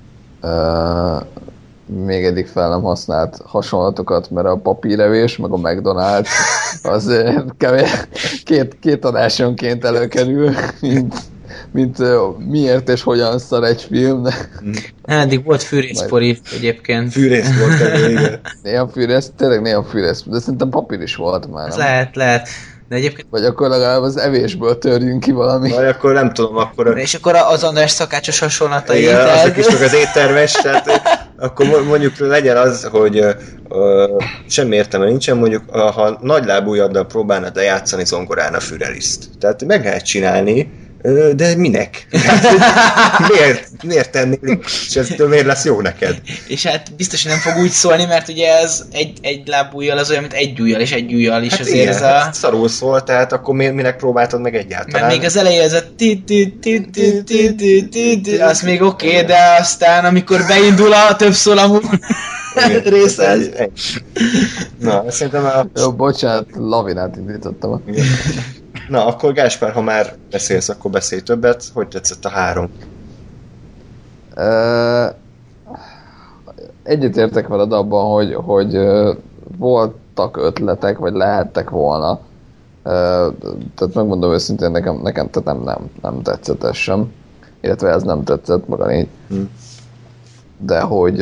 Speaker 3: még eddig fel nem használt hasonlatokat, mert a papírevés, meg a McDonald's az két adásonként előkerül, mint miért és hogyan szar egy film.
Speaker 4: Eddig volt fűrészpori egyébként.
Speaker 2: Fűrész volt, igen.
Speaker 3: Néha fűrész, de szerintem papír is volt már.
Speaker 4: Lehet. De egyébként...
Speaker 3: Vagy akkor legalább az evésből törjünk ki valami.
Speaker 2: Vagy akkor nem tudom, akkor...
Speaker 4: És akkor az András szakácsos hasonlatai.
Speaker 2: Igen, azok is meg az éttermes, tehát akkor mondjuk legyen az, hogy semmi értelme nincsen, mondjuk ha nagylábújaddal próbálnád lejátszani zongorán a Führeriszt. Tehát meg lehet csinálni, de minek? Miért tennél? És eztől miért lesz jó neked?
Speaker 4: És hát biztos, hogy nem fog úgy szólni, mert ugye ez egy lábújjal az olyan, mint egy ujjal, és egy ujjal is hát azért
Speaker 2: igen, ez a... szarul szól, tehát akkor minek próbáltad meg egyáltalán?
Speaker 4: Mert még az elején ez a az még oké, de aztán amikor beindul a több szólamú része.
Speaker 2: Na, szerintem
Speaker 3: Jó, bocsánat, lavinát indítottam.
Speaker 2: Na, akkor Gáspár, ha már beszélsz, akkor beszélj többet. Hogy tetszett a 3?
Speaker 3: Egyetértek veled abban, hogy voltak ötletek, vagy lehettek volna. Tehát megmondom őszintén, nekem nem tetszett ez sem. Illetve ez nem tetszett, maga négy. De hogy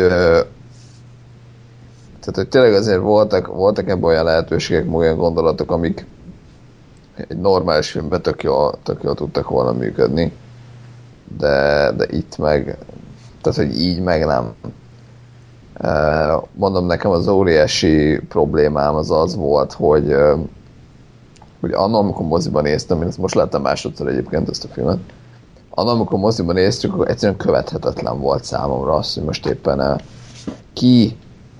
Speaker 3: tehát, hogy tényleg azért voltak ebben olyan lehetőségek, olyan gondolatok, amik egy normális filmben tök jól tudtak volna működni, de itt meg, tehát hogy így meg nem. Mondom, nekem az óriási problémám az volt, hogy annak, amikor moziban néztem, én ezt most láttam másodszor egyébként ezt a filmet, annak, amikor moziban néztük, akkor egyszerűen követhetetlen volt számomra az, hogy most éppen ki,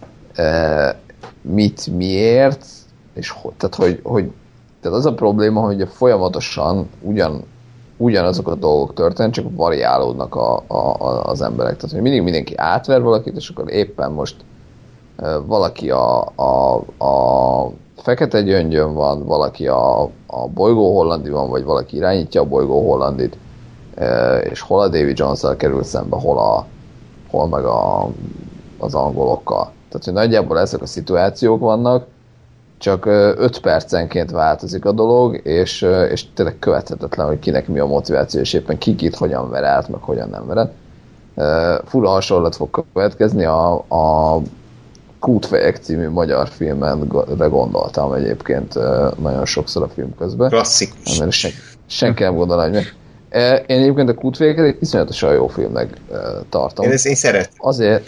Speaker 3: mit, miért, és tehát az a probléma, hogy folyamatosan ugyanazok a dolgok történnek, csak variálódnak az emberek. Tehát, hogy mindig mindenki átver valakit, és akkor éppen most valaki a fekete gyöngyön van, valaki a bolygó Hollandiban, vagy valaki irányítja a bolygó Hollandit, és hol a Davy Jones-szal kerül szembe, hol meg az angolokkal. Tehát, hogy nagyjából ezek a szituációk vannak, csak 5 percenként változik a dolog, és tényleg követhetetlen, hogy kinek mi a motiváció, és éppen kit hogyan ver át, meg hogyan nem vered. Fura hasonlat fog következni, a Kútfejek című magyar filmre gondoltam egyébként nagyon sokszor a film közben.
Speaker 2: Klasszikus.
Speaker 3: Senki nem gondolna, hogy meg. Én egyébként a Kútfejeket egy iszonyatosan jó filmnek tartom.
Speaker 2: Én szeretem.
Speaker 3: Azért...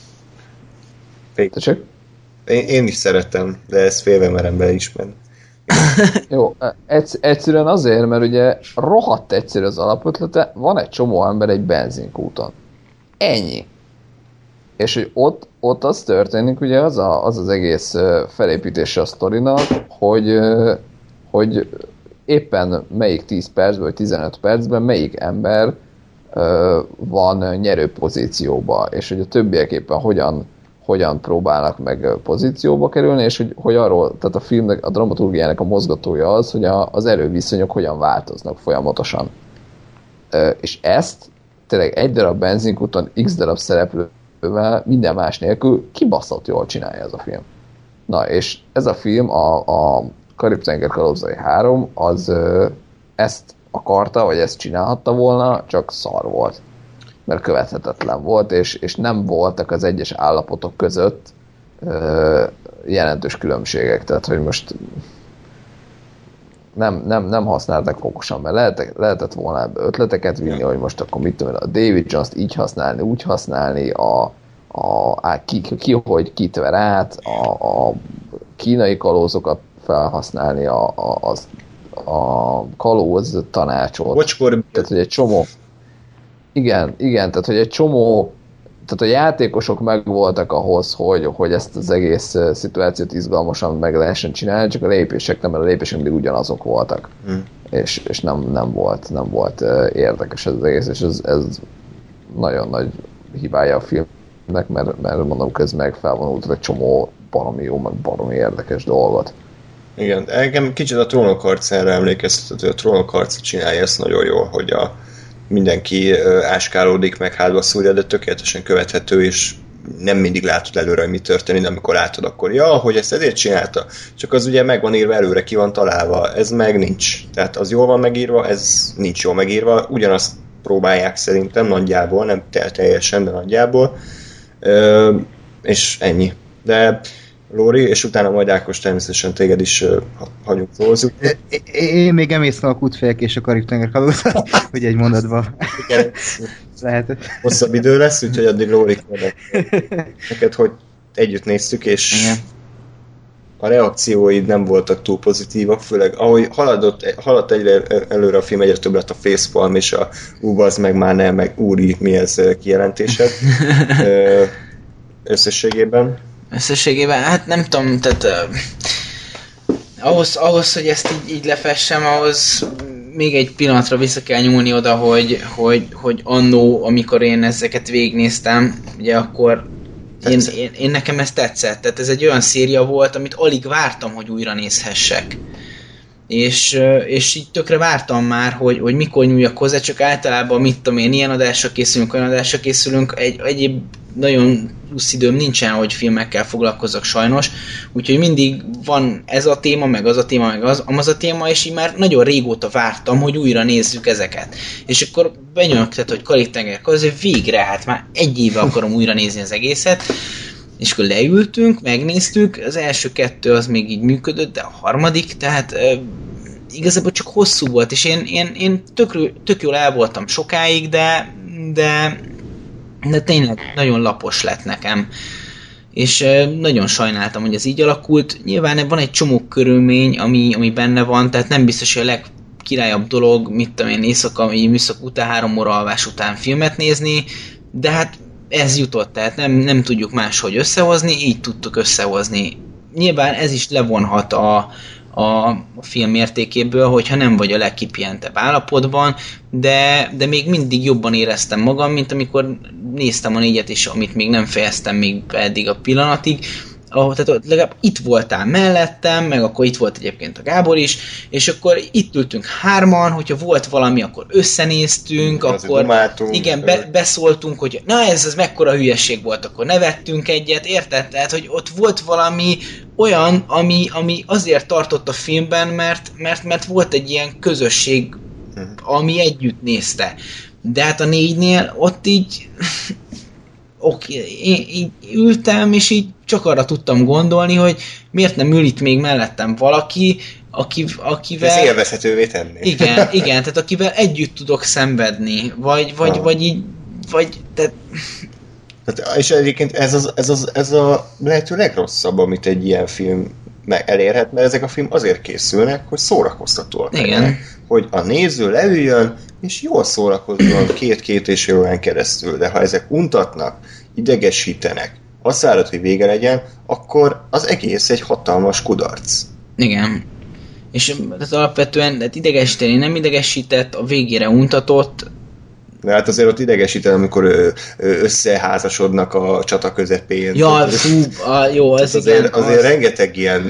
Speaker 3: Csak?
Speaker 2: Én is szeretem, de ezt félve merem beismerni.
Speaker 3: Jó, egyszerűen azért, mert ugye rohadt egyszerű az alapötlete, van egy csomó ember egy benzinkúton. Ennyi. És hogy ott az történik, ugye az egész felépítése a sztorinak, hogy éppen melyik 10 percben, vagy 15 percben melyik ember van nyerő pozícióba, és hogy a többiek éppen hogyan próbálnak meg pozícióba kerülni, és hogy arról, tehát a filmnek, a dramaturgiának a mozgatója az, hogy az erőviszonyok hogyan változnak folyamatosan. És ezt tényleg egy darab benzinkúton x darab szereplővel, minden más nélkül kibaszott jól csinálja ez a film. Na, és ez a film, a Karib-tenger kalózai 3, az ezt akarta, vagy ezt csinálhatta volna, csak szar volt. Mert követhetetlen volt, és nem voltak az egyes állapotok között jelentős különbségek. Tehát, hogy most nem használták fokosan, mert lehetett volna ötleteket vinni, hogy most akkor mit tudom, a David Jones-t így használni, úgy használni, ki hogy kit ver át, a kínai kalózokat felhasználni, a kalóz tanácsot. Tehát, hogy egy csomó Igen, tehát hogy egy csomó, tehát a játékosok megvoltak ahhoz, hogy ezt az egész szituációt izgalmasan meg lehessen csinálni, csak a lépések nem, mert a lépések mindig ugyanazok voltak. És nem volt érdekes ez az egész, és ez nagyon nagy hibája a filmnek, mert mondom, közben meg felvonult egy csomó baromi jó, meg baromi érdekes dolgot.
Speaker 2: Igen, engem kicsit a Trónok harcára emlékeztetett, a Trónok harca csinálja ezt nagyon jól, hogy mindenki áskálódik, meg hátba szúrja, de tökéletesen követhető, és nem mindig látod előre, hogy mi történik, de amikor látod, akkor hogy ezt ezért csinálta. Csak az ugye meg van írva előre, ki van találva, ez meg nincs. Tehát az jól van megírva, ez nincs jól megírva, ugyanazt próbálják szerintem nagyjából, nem teljesen, de nagyjából. És ennyi. De Lóri, és utána majd Ákos természetesen téged is hagyjuk flózzuk.
Speaker 5: Én még emésztem a Kútfejek és a Karib-tenger kalózat, hogy egy mondatban. Lehet.
Speaker 2: Hosszabb idő lesz, úgyhogy addig Lóri neked, hogy együtt néztük, és igen. A reakcióid nem voltak túl pozitívak, főleg ahogy haladt egyre előre a film, egyre több lett a facepalm, és a az meg már nem, meg úri, mi ez kijelentésed. Összességében.
Speaker 4: Hát nem tudom, tehát ahhoz, hogy ezt így lefessem, ahhoz még egy pillanatra vissza kell nyúlni oda, hogy annó, amikor én ezeket végignéztem, ugye akkor én nekem ez tetszett. Tehát ez egy olyan széria volt, amit alig vártam, hogy újra nézhessek. És így tökre vártam már, hogy mikor nyúljak hozzá, csak általában mit tudom én, ilyen adásra készülünk, olyan adásra készülünk, egyéb nagyon plusz időm nincsen, hogy filmekkel foglalkozzak sajnos, úgyhogy mindig van ez a téma, meg az a téma, meg az a téma, és így már nagyon régóta vártam, hogy újra nézzük ezeket. És akkor benyögtet, hogy Karib-tenger kalózai, végre, hát már egy éve akarom újra nézni az egészet, és akkor leültünk, megnéztük, az első 2 az még így működött, de a harmadik, tehát igazából csak hosszú volt, és én tök jól el voltam sokáig, de tényleg nagyon lapos lett nekem. És nagyon sajnáltam, hogy ez így alakult. Nyilván van egy csomó körülmény, ami benne van, tehát nem biztos, hogy a legkirályabb dolog, mit tudom én, műszak után, 3 óra alvás után filmet nézni, de hát ez jutott, tehát nem tudjuk máshogy összehozni, így tudtuk összehozni. Nyilván ez is levonhat a film értékéből, hogyha nem vagy a legkipihentebb állapotban, de még mindig jobban éreztem magam, mint amikor néztem a 4-et, és amit még nem fejeztem még eddig a pillanatig, tehát legalább itt voltál mellettem, meg akkor itt volt egyébként a Gábor is, és akkor itt ültünk hárman, hogyha volt valami, akkor összenéztünk, akkor igen, beszóltunk, hogy na ez mekkora hülyeség volt, akkor nevettünk egyet, érted? Tehát, hogy ott volt valami olyan, ami azért tartott a filmben, mert volt egy ilyen közösség, ami együtt nézte. De hát a 4-nél ott így én így ültem, és így csak arra tudtam gondolni, hogy miért nem ül itt még mellettem valaki, akivel...
Speaker 2: Ez élvezhetővé tenni.
Speaker 4: Igen, tehát akivel együtt tudok szenvedni, vagy így, tehát...
Speaker 2: És egyébként ez a lehető legrosszabb, amit egy ilyen film elérhet, mert ezek a film azért készülnek, hogy szórakoztatóak.
Speaker 4: Igen.
Speaker 2: Hogy a néző leüljön, és jól szórakozzon 2-2 és fél órán keresztül, de ha ezek untatnak, idegesítenek, azt várod, hogy vége legyen, akkor az egész egy hatalmas kudarc.
Speaker 4: Igen. És ez alapvetően idegesíteni nem idegesített, a végére untatott.
Speaker 2: De hát azért ott idegesített, amikor összeházasodnak a csata közepén.
Speaker 4: Ja, fú, jó, ez
Speaker 2: azért rengeteg ilyen...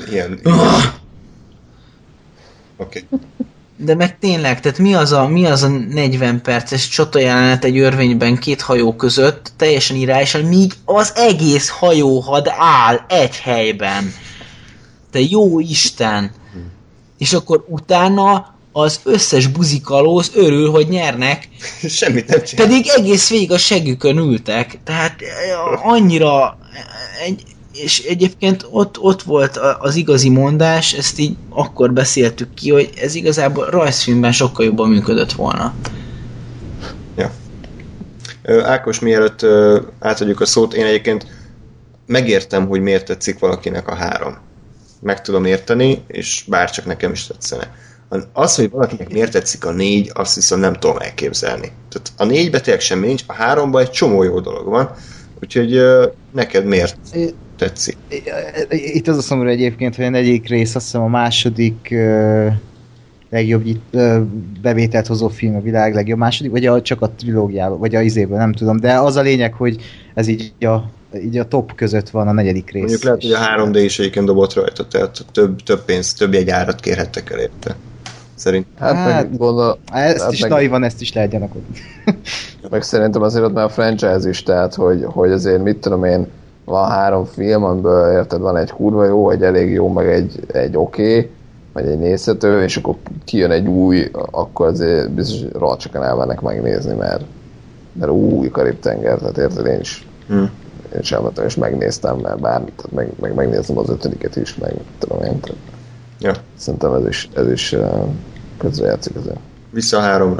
Speaker 2: Oké.
Speaker 4: De meg tényleg, tehát mi az a 40 perces csatajelenet egy örvényben 2 hajó között, teljesen irányosan, míg az egész hajóhad áll egy helyben. Te jó Isten! És akkor utána az összes buzikalóz örül, hogy nyernek.
Speaker 2: Semmit nem csinál.
Speaker 4: Pedig egész végig a segükön ültek. Tehát annyira... És egyébként ott volt az igazi mondás, ezt így akkor beszéltük ki, hogy ez igazából rajzfilmben sokkal jobban működött volna.
Speaker 2: Ja. Ákos, mielőtt átadjuk a szót, én egyébként megértem, hogy miért tetszik valakinek a 3. Meg tudom érteni, és bárcsak nekem is tetszene. Az, hogy valakinek miért tetszik a 4, azt viszont nem tudom elképzelni. Tehát a 4-ben tényleg semmi nincs, a 3-ban egy csomó jó dolog van, úgyhogy neked miért tetszik?
Speaker 5: Itt az a szomorú egyébként, hogy a 4. rész, azt hiszem a második legjobb bevételt hozó film a világ legjobb második, vagy csak a trilógiában, vagy a izéből, nem tudom, de az a lényeg, hogy ez így a top között van a 4. rész.
Speaker 2: Mondjuk lehet, hogy a 3D is egyébként dobott rajta, tehát több pénzt, több jegyárat kérhettek el érte. Szerintem.
Speaker 5: Ezt is naivan, ezt is lehet gyanakodni.
Speaker 3: Meg szerintem azért ott már a franchise is, tehát hogy azért mit tudom én, van 3 film, amiből érted, van egy kurva jó, egy elég jó, meg egy oké, vagy egy nézhető, és akkor kijön egy új, akkor azért biztos, hogy racsakan elmennek megnézni, mert új Karib-tenger, tehát érted, én is elmentem, és megnéztem, mert bármit, meg megnézem az 5. is, meg tudom én.
Speaker 2: Ja.
Speaker 3: Szerintem ez is közrejátszik azért.
Speaker 2: Vissza a 3-ra.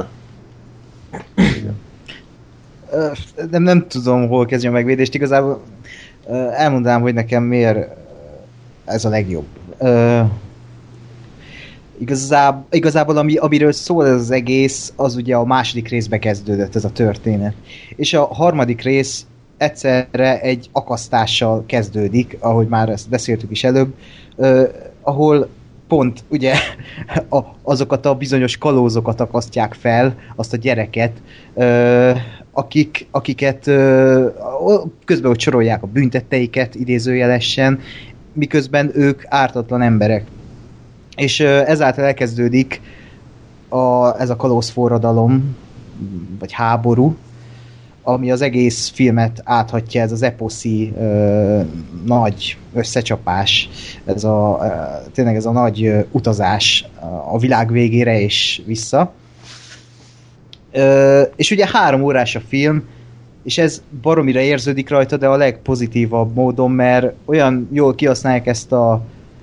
Speaker 5: Nem tudom, hol kezdjem a megvédést. Igazából elmondanám, hogy nekem miért ez a legjobb. Igazából amiről szól ez az egész, az ugye a második részbe kezdődött ez a történet. És a harmadik rész egyszerre egy akasztással kezdődik, ahogy már ezt beszéltük is előbb, ahol pont ugye azokat a bizonyos kalózokat akasztják fel, azt a gyereket, akiket közben, hogy sorolják a büntetteiket idézőjelesen, miközben ők ártatlan emberek. És ezáltal elkezdődik ez a kalózforradalom, vagy háború, ami az egész filmet áthatja, ez az eposzi nagy összecsapás, tényleg ez a nagy utazás a világ végére és vissza. És ugye 3 órás a film, és ez baromira érződik rajta, de a legpozitívabb módon, mert olyan jól kihasználják ezt a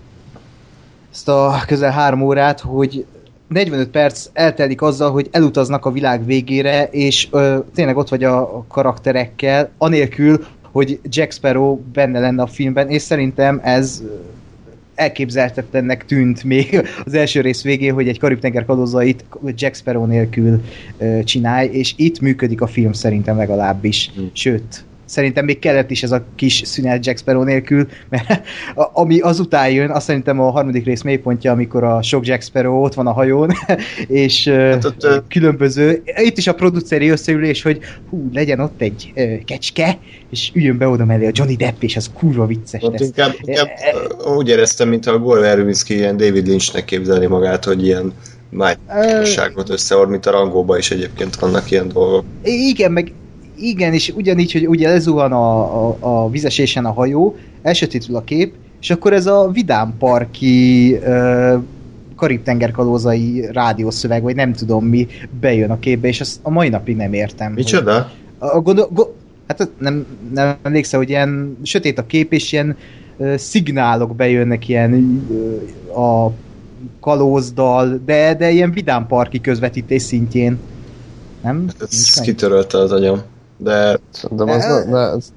Speaker 5: közel 3 órát, hogy 45 perc eltelik azzal, hogy elutaznak a világ végére, és tényleg ott vagy a karakterekkel, anélkül, hogy Jack Sparrow benne lenne a filmben, és szerintem ez elképzelhetetlennek tűnt még az első rész végén, hogy egy Karib-tenger kalózait Jack Sparrow nélkül csinálj, és itt működik a film szerintem legalábbis. Sőt, szerintem még kellett is ez a kis szünet Jack Sparrow nélkül, mert ami azután jön, azt szerintem a harmadik rész mélypontja, amikor a sok Jack Sparrow ott van a hajón, és különböző, itt is a produceri összeülés, hogy legyen ott egy kecske, és üljön be oda mellé a Johnny Depp, és az kurva vicces lesz.
Speaker 2: Inkább úgy éreztem, mintha a Gore Verbinski ilyen David Lynchnek képzelni magát, hogy ilyen májtosságot összeord, mint a Rangóban is egyébként vannak ilyen dolgok.
Speaker 5: Igen, és ugyanígy, hogy ugye lezuhan a vizesésen a hajó, elsötétül a kép, és akkor ez a vidámparki Karib-tenger kalózai rádiószöveg, vagy nem tudom mi, bejön a képbe, és azt a mai napig nem értem.
Speaker 2: Micsoda?
Speaker 5: Hát nem emlékszel, hogy ilyen sötét a kép, és ilyen szignálok bejönnek ilyen a kalózdal, de ilyen vidámparki közvetítés szintjén. Nem?
Speaker 2: Ez kitörölte az agyam. De
Speaker 3: szerintem az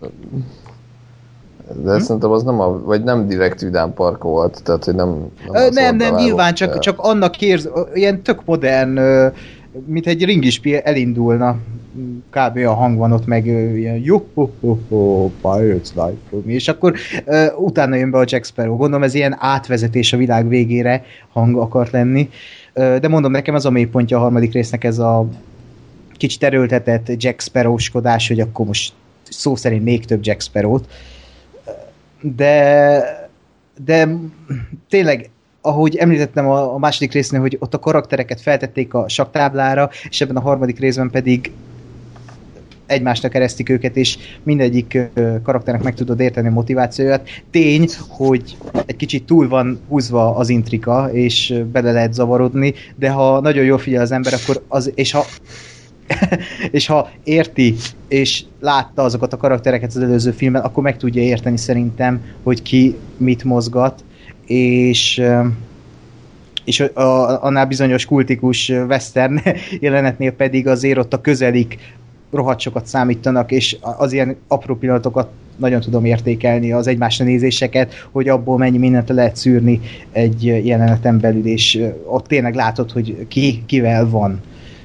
Speaker 3: de szerintem az nem vagy nem direkt vidámpark volt, tehát hogy
Speaker 5: nem nyilván csak annak ilyen tök modern, mint egy ringispí elindulna, kb. A hang van ott, meg ilyen Pirates Life, és akkor utána jön be a Jack Sparrow. Gondolom ez ilyen átvezetés a világ végére hang akart lenni, de mondom, nekem ez a mélypontja a harmadik résznek, ez a kicsit erőltetett Jack Sparrow-skodás, hogy akkor most szó szerint még több Jack Sparrow-t. De tényleg, ahogy említettem a második résznél, hogy ott a karaktereket feltették a saktáblára, és ebben a harmadik részben pedig egymásnak eresztik őket, és mindegyik karakternek meg tudod érteni a motivációját. Tény, hogy egy kicsit túl van húzva az intrika, és bele lehet zavarodni, de ha nagyon jól figyel az ember, akkor és ha érti, és látta azokat a karaktereket az előző filmben, akkor meg tudja érteni szerintem, hogy ki mit mozgat, és annál bizonyos kultikus western jelenetnél pedig azért ott a közelik rohadt sokat számítanak, és az ilyen apró pillanatokat nagyon tudom értékelni, az egymásra nézéseket, hogy abból mennyi mindent lehet szűrni egy jeleneten belül, és ott tényleg látod, hogy kivel van.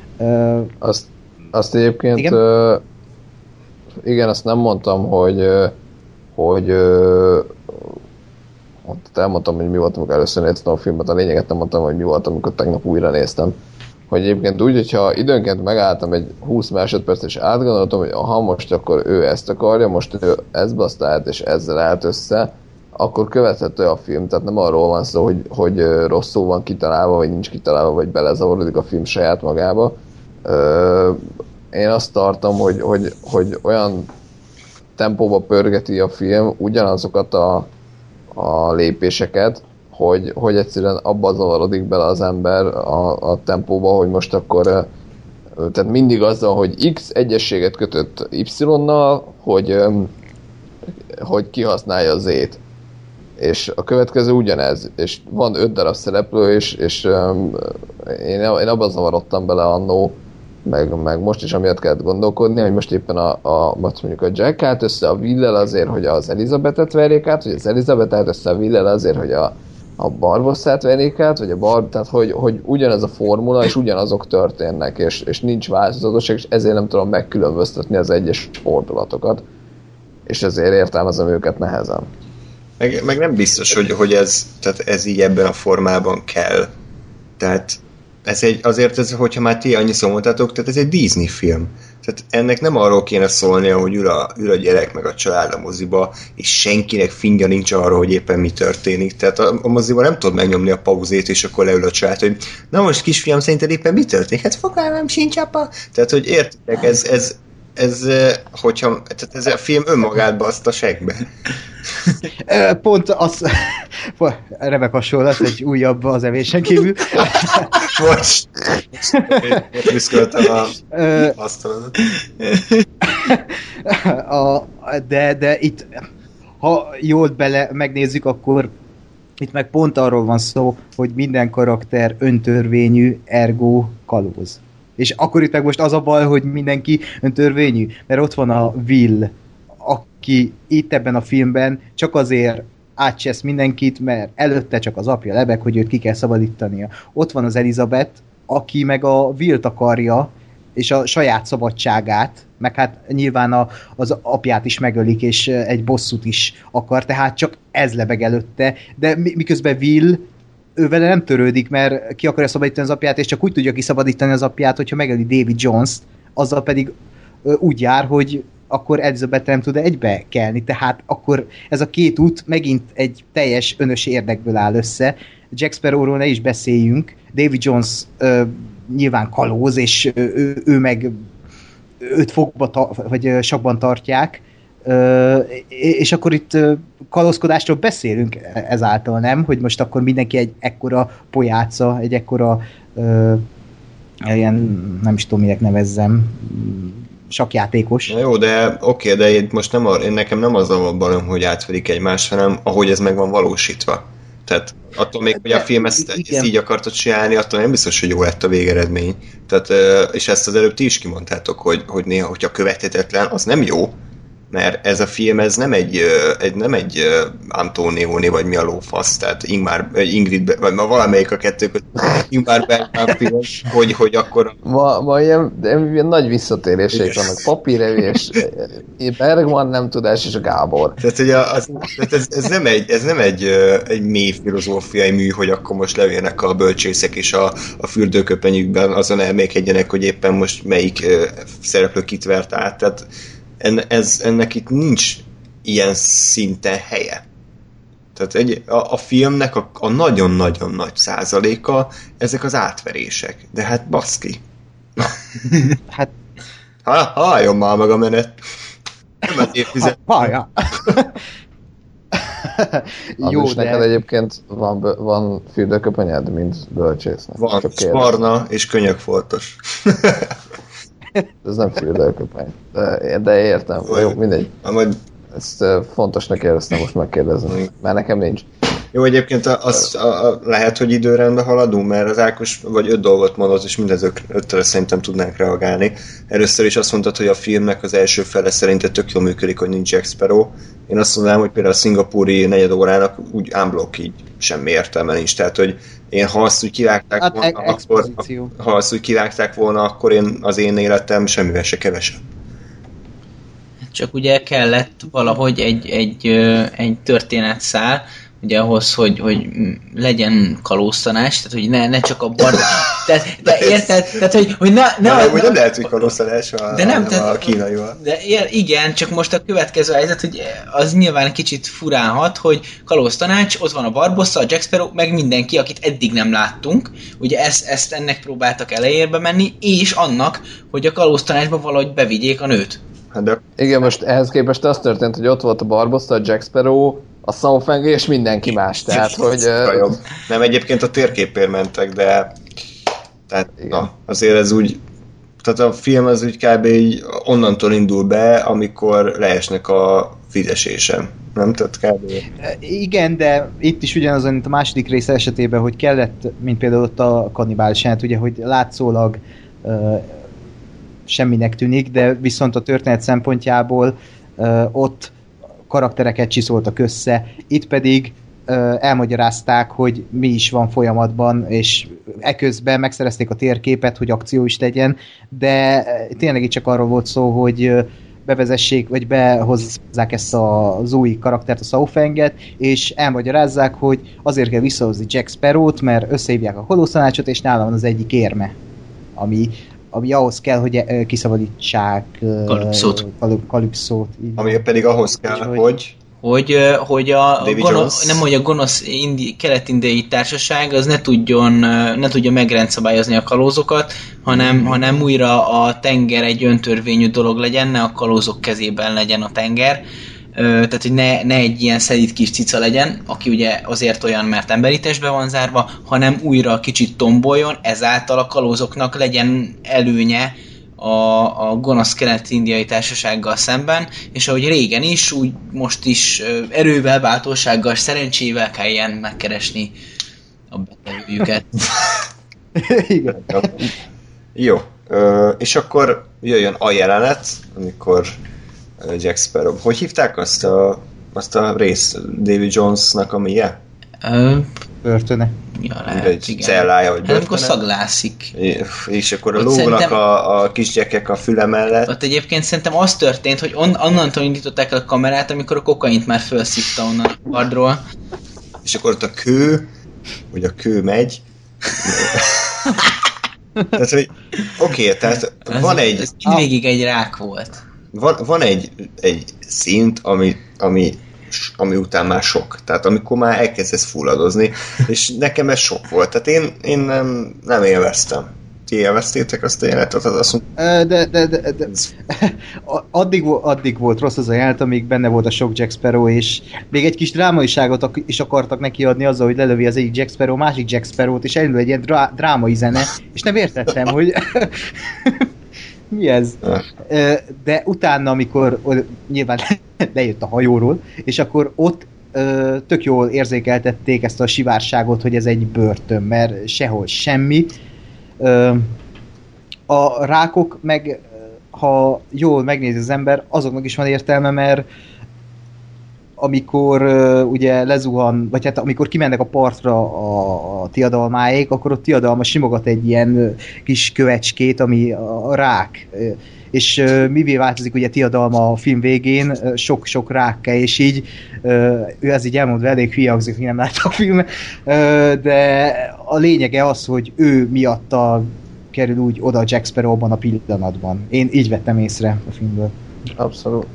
Speaker 3: Azt egyébként igen, azt nem mondtam, hogy elmondtam, hogy mi volt, amikor először néztem a filmet, a lényeget nem mondtam, hogy mi volt, amikor tegnap újra néztem. Hogy egyébként úgy, hogyha időnként megálltam egy 20 másodperc, és átgondoltam, hogy ha most akkor ő ezt akarja, most ő ezt basztált, és ezzel állt össze, akkor követhető a film, tehát nem arról van szó, hogy rosszul van kitalálva, vagy nincs kitalálva, vagy belezavarodik a film saját magába. Én azt tartom, hogy olyan tempóba pörgeti a film ugyanazokat a lépéseket, hogy egyszerűen abba zavarodik bele az ember a tempóba, hogy most akkor tehát mindig azzal, hogy X egyességet kötött Y-nal, hogy kihasználja Z-t. És a következő ugyanez, és van 5 darab szereplő, és én abban zavarodtam bele annó, meg most is amiatt kellett gondolkodni, hogy most éppen mondjuk a Jack állt össze a Will-lel azért, hogy az Elizabethet verjék át, vagy az Elizabeth állt össze a Will-lel azért, hogy a Barbosszát verjék át, vagy tehát hogy ugyanez a formula, és ugyanazok történnek, és nincs változatosság, és ezért nem tudom megkülönböztetni az egyes fordulatokat, és ezért értelmezem őket nehezen.
Speaker 2: Meg nem biztos, hogy ez így ebben a formában kell. Tehát azért, hogyha már ti annyiszor mondtátok, tehát ez egy Disney film. Tehát ennek nem arról kéne szólnia, hogy ül a gyerek meg a család a moziba, és senkinek fingja nincs arról, hogy éppen mi történik. Tehát a moziba nem tudod megnyomni a pauzét, és akkor leül a család, hogy na most kisfiam, szerinted éppen mi történik? Hát fogalmam sincs, apa. Tehát, hogy értitek, tehát ez a film önmagát azt a segbe.
Speaker 5: Pont az remek hasonlat, egy újabb az evésen kívül.
Speaker 2: Most büszköltem a asztalodat.
Speaker 5: De itt, ha jól megnézzük, akkor itt meg pont arról van szó, hogy minden karakter öntörvényű, ergo kalóz. És akkor itt meg most az a baj, hogy mindenki öntörvényű, mert ott van a Will, aki itt ebben a filmben csak azért átcsesz mindenkit, mert előtte csak az apja lebeg, hogy őt ki kell szabadítania. Ott van az Elizabeth, aki meg a Will-t akarja, és a saját szabadságát, meg hát nyilván az apját is megölik, és egy bosszút is akar, tehát csak ez lebeg előtte, de miközben Will ő vele nem törődik, mert ki akarja szabadítani az apját, és csak úgy tudja kiszabadítani az apját, hogyha megöli David Jones-t, azzal pedig úgy jár, hogy akkor Elizabeth nem tud egybe kelni, tehát akkor ez a két út megint egy teljes önös érdekből áll össze. Jack Sparrowról ne is beszéljünk, David Jones nyilván kalóz, és ő meg őt fogba vagy sakban tartják, és akkor itt kalózkodásról beszélünk ezáltal, nem? Hogy most akkor mindenki egy ekkora pojáca, egy ekkora ilyen, nem is tudom, minek nevezzem, sakjátékos.
Speaker 2: Na jó, de oké, de itt most nekem nem az a bajom, hogy átfedik egymást, hanem ahogy ez meg van valósítva. Tehát attól még, hogy a film ezt így akartad csinálni, attól nem biztos, hogy jó lett a végeredmény. Tehát, és ezt az előbb ti is kimondtátok, hogy néha, hogyha követhetetlen, az nem jó, mert ez a film, ez nem egy Antonioni, vagy mi a lófasz, tehát Ingrid, vagy ma valamelyik a kettő között, Ingmar Bergman film, hogy akkor...
Speaker 3: Ma ilyen nagy visszatérések vannak, papírevés, Bergman nem tudás, és a Gábor.
Speaker 2: Tehát, hogy ez nem egy mély filozófiai mű, hogy akkor most levérnek a bölcsészek és a fürdőköpenyükben azon elmékedjenek, hogy éppen most melyik szereplő kit vert át, tehát ennek itt nincs ilyen szinten helye. Tehát a filmnek a nagyon-nagyon nagy százaléka ezek az átverések. De hát baszki. Na.
Speaker 5: Hát...
Speaker 2: Halljon már meg a menet. Nem az évtized.
Speaker 5: Hallja.
Speaker 3: Jó, de... neked egyébként van fürdőköpenyed, mint bölcsésznek.
Speaker 2: Van, barna és könyökfoltos.
Speaker 3: Ez nem fürdőköpeny. De értem. Jó, mindegy. Ezt fontosnak éreztem most megkérdezni, mert nekem nincs.
Speaker 2: Jó, egyébként lehet, hogy időrendben haladunk, mert az Ákos vagy 5 dolgot mondott, és mindezőkre szerintem tudnánk reagálni. Először is azt mondtad, hogy a filmnek az első fele szerinted tök jól működik, hogy nincs Jack Sparrow. Én azt mondanám, hogy például a szingapúri negyed órának úgy unblock így semmi értelme nincs. Tehát, hogy ha azt úgy kivágták volna, akkor az én életem semmivel se kevesebb.
Speaker 4: Csak ugye kellett valahogy egy történetszál, ugye ahhoz, hogy legyen kalóztanás, tehát hogy ne csak a bar... de érted? Tehát, hogy
Speaker 2: nem lehet, hogy kalóztanás a kínaival.
Speaker 4: De igen, csak most a következő helyzet, hogy az nyilván kicsit furálhat, hogy kalóztanács, ott van a Barbossa, a Jack Sparrow, meg mindenki, akit eddig nem láttunk. Ugye ezt ennek próbáltak elejérbe menni, és annak, hogy a kalóztanácsba valahogy bevigyék a nőt.
Speaker 2: De...
Speaker 3: Igen, most ehhez képest az történt, hogy ott volt a Barbossa, a Jack Sparrow, a Somfang és mindenki más, tehát hogy...
Speaker 2: Nem, egyébként a térképért mentek, de tehát, na, azért ez úgy, tehát a film az úgy kb. Így onnantól indul be, amikor leesnek a fidesésem. Nem? Tehát kb.
Speaker 5: Igen, de itt is ugyanaz, mint a második rész esetében, hogy kellett, mint például ott a kannibális jelent, ugye, hogy látszólag semminek tűnik, de viszont a történet szempontjából ott karaktereket csiszoltak össze, itt pedig elmagyarázták, hogy mi is van folyamatban, és eközben megszerezték a térképet, hogy akció is legyen, de tényleg itt csak arról volt szó, hogy bevezessék, vagy behozzák ezt az új karaktert, a Somfanget, és elmagyarázzák, hogy azért kell visszahozni Jack Sparrow-t, mert összehívják a kalóztanácsot, és nála van az egyik érme, ami ahhoz kell, hogy kiszabadítsák Kalypszót.
Speaker 2: Ami pedig ahhoz kell,
Speaker 4: hogy a gonosz kelet-indiai társaság az ne tudja megrendszabályozni a kalózokat, hanem újra a tenger egy öntörvényű dolog legyen, ne a kalózok kezében legyen a tenger. Tehát, hogy ne egy ilyen szelíd kis cica legyen, aki ugye azért olyan, mert emberi testbe van zárva, hanem újra kicsit tomboljon, ezáltal a kalózoknak legyen előnye a gonosz kelet-indiai társasággal szemben, és ahogy régen is, úgy most is erővel, bátorsággal, szerencsével kelljen megkeresni a betevőjüket.
Speaker 5: Igen.
Speaker 2: Jó. És akkor jöjjön a jelenet, amikor Jack Sparrow. Hogy hívták azt a részt? David Jonesnak a milyen?
Speaker 5: Börtöne.
Speaker 4: Ja, lehet,
Speaker 2: egy
Speaker 4: igen.
Speaker 2: cellája, vagy
Speaker 4: hát amikor
Speaker 2: börtöne.
Speaker 4: szaglászik.
Speaker 2: És akkor
Speaker 4: Ott
Speaker 2: lógnak
Speaker 4: szerintem-
Speaker 2: a kisgyekek a füle mellett.
Speaker 4: Ott egyébként szerintem az történt, hogy onnantól indították el a kamerát, amikor a kokaint már felszívta onnan a kardról.
Speaker 2: És akkor ott a kő, hogy a kő megy. Tehát, hogy oké, tehát van egy...
Speaker 4: Ez mindvégig egy rák volt.
Speaker 2: Van egy szint, ami után már sok. Tehát amikor már elkezdesz fulladozni, és nekem ez sok volt. Tehát én nem élveztem. Ti élveztétek azt a jelenetet?
Speaker 5: De addig volt rossz az a jelenet, amíg benne volt a sok Jack Sparrow, és még egy kis drámaiságot is akartak neki adni azzal, hogy lelövi az egyik Jack Sparrow, másik Jack Sparrow-t, és elindul egy ilyen drámai zene, és nem értettem, hogy mi ez? De utána, amikor nyilván lejött a hajóról, és akkor ott tök jól érzékeltették ezt a sivárságot, hogy ez egy börtön, mert sehol semmi. A rákok meg, ha jól megnézi az ember, azoknak is van értelme, mert amikor ugye lezuhan, vagy hát amikor kimennek a partra a tiadalmáék, akkor ott tiadalma simogat egy ilyen kis kövecskét, ami a rák. És mivé változik ugye tiadalma a film végén, sok-sok rákká, és így ő ez így elmondva elég hülye hangzik, hogy nem látta a filmet, de a lényege az, hogy ő miatta kerül úgy oda Jack Sparrowban a pillanatban. Én így vettem észre a filmből.
Speaker 3: Abszolút.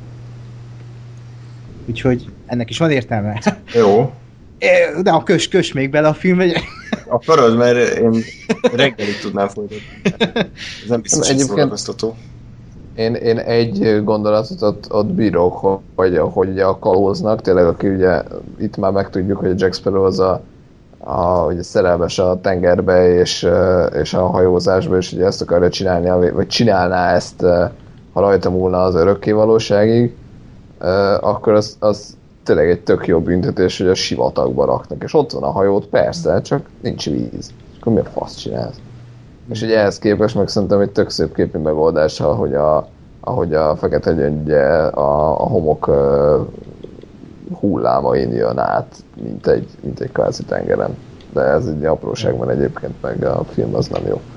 Speaker 5: Úgyhogy ennek is van értelme.
Speaker 2: Jó.
Speaker 5: De a kös még bele a filmbe.
Speaker 2: Akarod, mert én reggelig tudnám folytatni. Ez nem biztos, hogy szórakoztató.
Speaker 3: Én egy gondolatot ott bírok, hogy ugye a kalóznak, tényleg aki ugye itt már megtudjuk, hogy Jack Sparrow az ugye szerelmes a tengerbe és a hajózásba, és ugye ezt akarja csinálni, vagy csinálná ezt, ha rajta múlna az örökkévalóságig, akkor az tényleg egy tök jó büntetés, hogy a sivatagba raknak, és ott van a hajót, persze, csak nincs víz. És akkor mi a fasz csinálsz? És ugye ehhez képest meg szerintem egy tök szép képi megoldás, ahogy a Fekete Gyöngye a homok hullámain jön át, mint egy kvázi tengeren. De ez egy apróságban egyébként, meg a film az nem jó.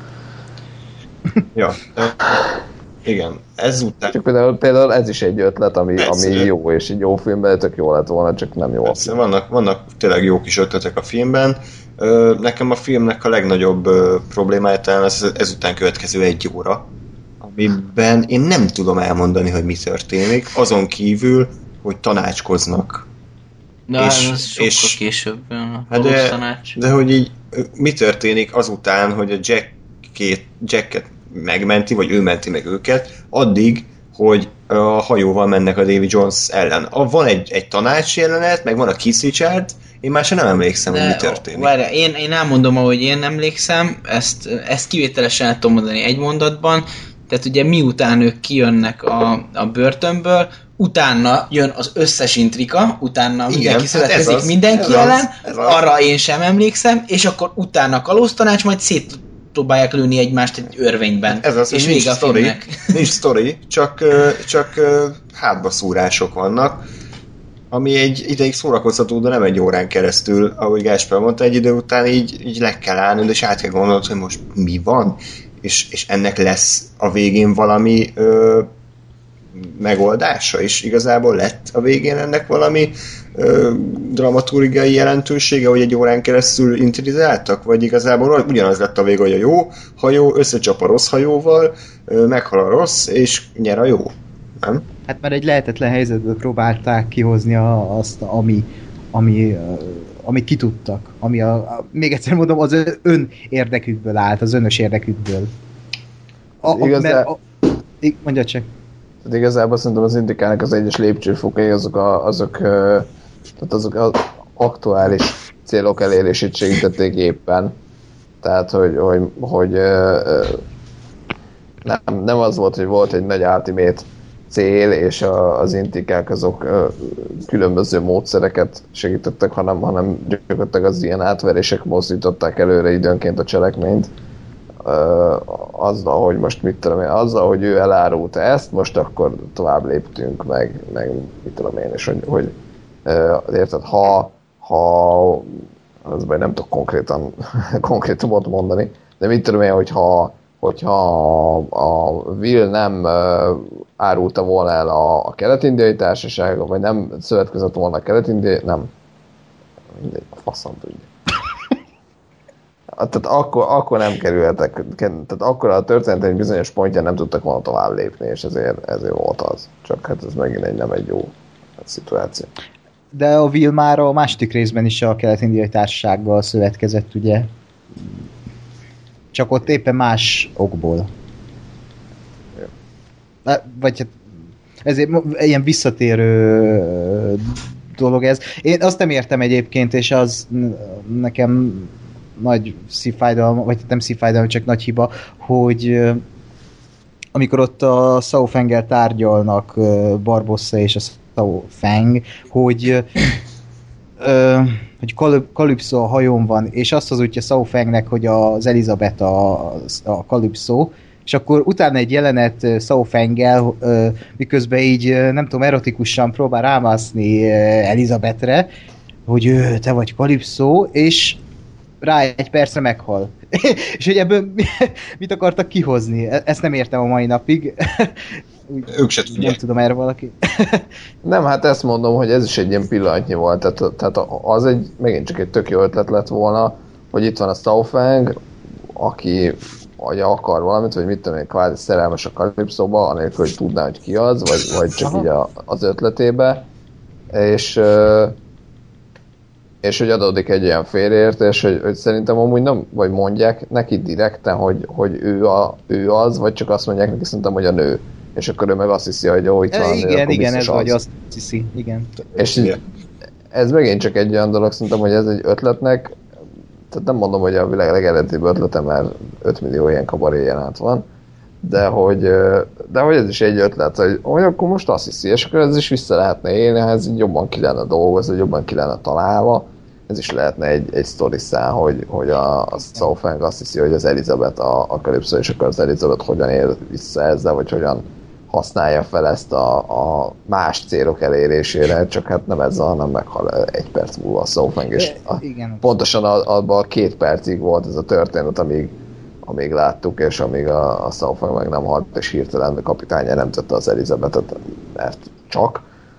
Speaker 2: Ja. Igen, ezután...
Speaker 3: Csak például ez is egy ötlet, ami jó, és egy jó filmben tök jó lett volna, csak nem jó.
Speaker 2: Persze, vannak tényleg jó kis ötletek a filmben. Nekem a filmnek a legnagyobb problémája talán az ezután következő 1 óra, amiben én nem tudom elmondani, hogy mi történik, azon kívül, hogy tanácskoznak.
Speaker 4: De ez sokkal később a tanács.
Speaker 2: De hogy így mi történik azután, hogy a Jacket megmenti, vagy ő menti meg őket, addig, hogy a hajóval mennek a Davy Jones ellen. Van egy tanács jelenet, meg van a Keith Richard, én már sem nem emlékszem, hogy mi történik.
Speaker 4: Várjál, én elmondom, ahogy én emlékszem, ezt kivételesen el tudom mondani egy mondatban, tehát ugye miután ők kijönnek a börtönből, utána jön az összes intrika, utána mindenki szövetkezik mindenki ellen, arra én sem emlékszem, és akkor utána kalóztanács, majd szétpróbálják lőni egymást egy örvényben.
Speaker 2: Ez az,
Speaker 4: és
Speaker 2: nincs
Speaker 4: vége a filmnek.
Speaker 2: Nincs sztori, csak hátbaszúrások vannak, ami egy ideig szórakoztató, de nem 1 órán keresztül, ahogy Gáspár mondta, egy idő után így le kell állnod, és át kell gondolnod, hogy most mi van, és ennek lesz a végén valami megoldása, és igazából lett a végén ennek valami dramaturgiai jelentősége, hogy 1 órán keresztül intririzáltak, vagy igazából ugyanaz lett a vége, hogy a jó hajó összecsap a rossz hajóval, meghal a rossz, és nyer a jó. Nem?
Speaker 5: Hát már egy lehetetlen helyzetből próbálták kihozni azt, amit ki tudtak. Ami még egyszer mondom, az ön érdekükből állt, az önös érdekükből. Mondja csak.
Speaker 3: Tehát igazából szerintem az Indikának az egyes lépcsőfokai azok az aktuális célok elérését segítették éppen. Tehát, hogy nem az volt, hogy volt egy nagy ultimate cél, és az intikák azok különböző módszereket segítettek, hanem gyakorlatilag az ilyen átverések mozdították előre időnként a cselekményt. Azzal, hogy most mit tudom én, azzal, hogy ő elárulta ezt, most akkor tovább léptünk, meg mit tudom én, és hogy érted, ha az baj, nem tudok konkrétumot mondani, de mit tudom én, hogyha a Will nem árulta volna el a kelet-indiai társaság, vagy nem szövetkezett volna a kelet-indiai, nem. Mindegy, a faszom tudja. Tehát akkor nem kerülhetek, tehát akkor a történet egy bizonyos pontján nem tudtak volna tovább lépni, és ezért volt az. Csak hát ez megint nem egy jó szituáció.
Speaker 5: De a Will már a második részben is a kelet-indiai társasággal szövetkezett, ugye? Csak ott éppen más okból. Vagy hát ezért ilyen visszatérő dolog ez. Én azt nem értem egyébként, és az nekem nagy szívfájdalom, vagy nem szívfájdalom, csak nagy hiba, hogy amikor ott a Sao Feng-el tárgyalnak Barbossa és a Sao Feng, hogy Calypso a hajón van, és azt hazudja Sao Fengnek, hogy az Elizabeth a Calypso, és akkor utána egy jelenet Sao Feng-el, miközben így, nem tudom, erotikusan próbál rámászni Elizabethre, hogy te vagy Calypso, és rá egy percre meghal. És hogy ebből mit akartak kihozni? Ezt nem értem a mai napig.
Speaker 2: Ők se tudják.
Speaker 5: Nem tudom, erre valaki.
Speaker 3: Nem, hát ezt mondom, hogy ez is egy ilyen pillanatnyi volt. Tehát az megint csak egy tök jó ötlet lett volna, hogy itt van a Sao Feng, aki akar valamit, vagy mit tudom én, kvázi szerelmes a Calypso-ba, anélkül, hogy tudná, hogy ki az, vagy csak így az ötletébe. És hogy adódik egy olyan félreértés, hogy szerintem amúgy nem, vagy mondják neki direkten, hogy ő az, vagy csak azt mondják neki szerintem, hogy a nő. És akkor ő meg azt hiszi, hogy jó, itt van.
Speaker 5: Igen, ez vagy azt hiszi, igen.
Speaker 3: És ez megint csak egy olyan dolog, szerintem, hogy ez egy ötletnek, tehát nem mondom, hogy a világ legeredetibb ötlete, mert 5 millió ilyen kabaré jelent van, de hogy ez is egy ötlet, hogy akkor most azt hiszi, és akkor ez is vissza lehetne élni, ha ez jobban ki lenne dolgozva, jobban ki lenne találva, ez is lehetne egy sztoriszál, hogy a Sao Feng azt hiszi, hogy az Elizabeth a Calypso, és akkor az Elizabeth hogyan él vissza ezzel, vagy hogyan használja fel ezt a más célok elérésére, csak hát nem ezzel, hanem meghal 1 perc múlva a Sao Feng, és pontosan abban a 2 percig volt ez a történet, amíg láttuk, és amíg a Sao Feng meg nem halt, és hirtelen a kapitánya nem tette az Elizabethet, mert csak.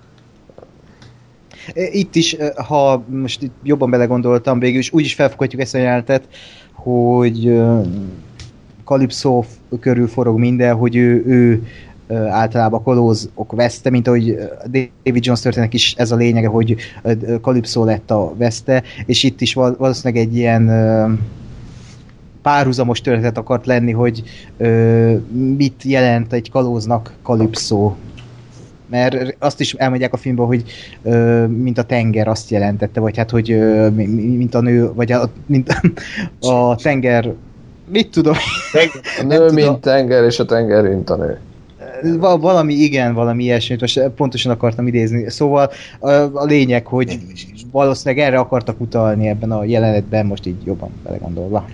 Speaker 5: Itt is, ha most itt jobban belegondoltam, végül is úgy is felfoghatjuk ezt a jelenetet, hogy Calypso körül forog minden, hogy ő általában a kalózok veszte, mint ahogy David Jones történet is ez a lényege, hogy Calypso lett a veszte, és itt is valószínűleg egy ilyen párhuzamos történet akart lenni, hogy mit jelent egy kalóznak Calypso. Mert azt is elmondják a filmben, hogy mint a tenger azt jelentette, vagy hát, hogy mint a nő, vagy mint a tenger, mit tudom?
Speaker 3: A nő, mint tenger, és a tenger, mint a nő.
Speaker 5: Valami ilyesmit, most pontosan akartam idézni. Szóval a lényeg, hogy valószínűleg erre akartak utalni ebben a jelenetben, most így jobban belegondolva.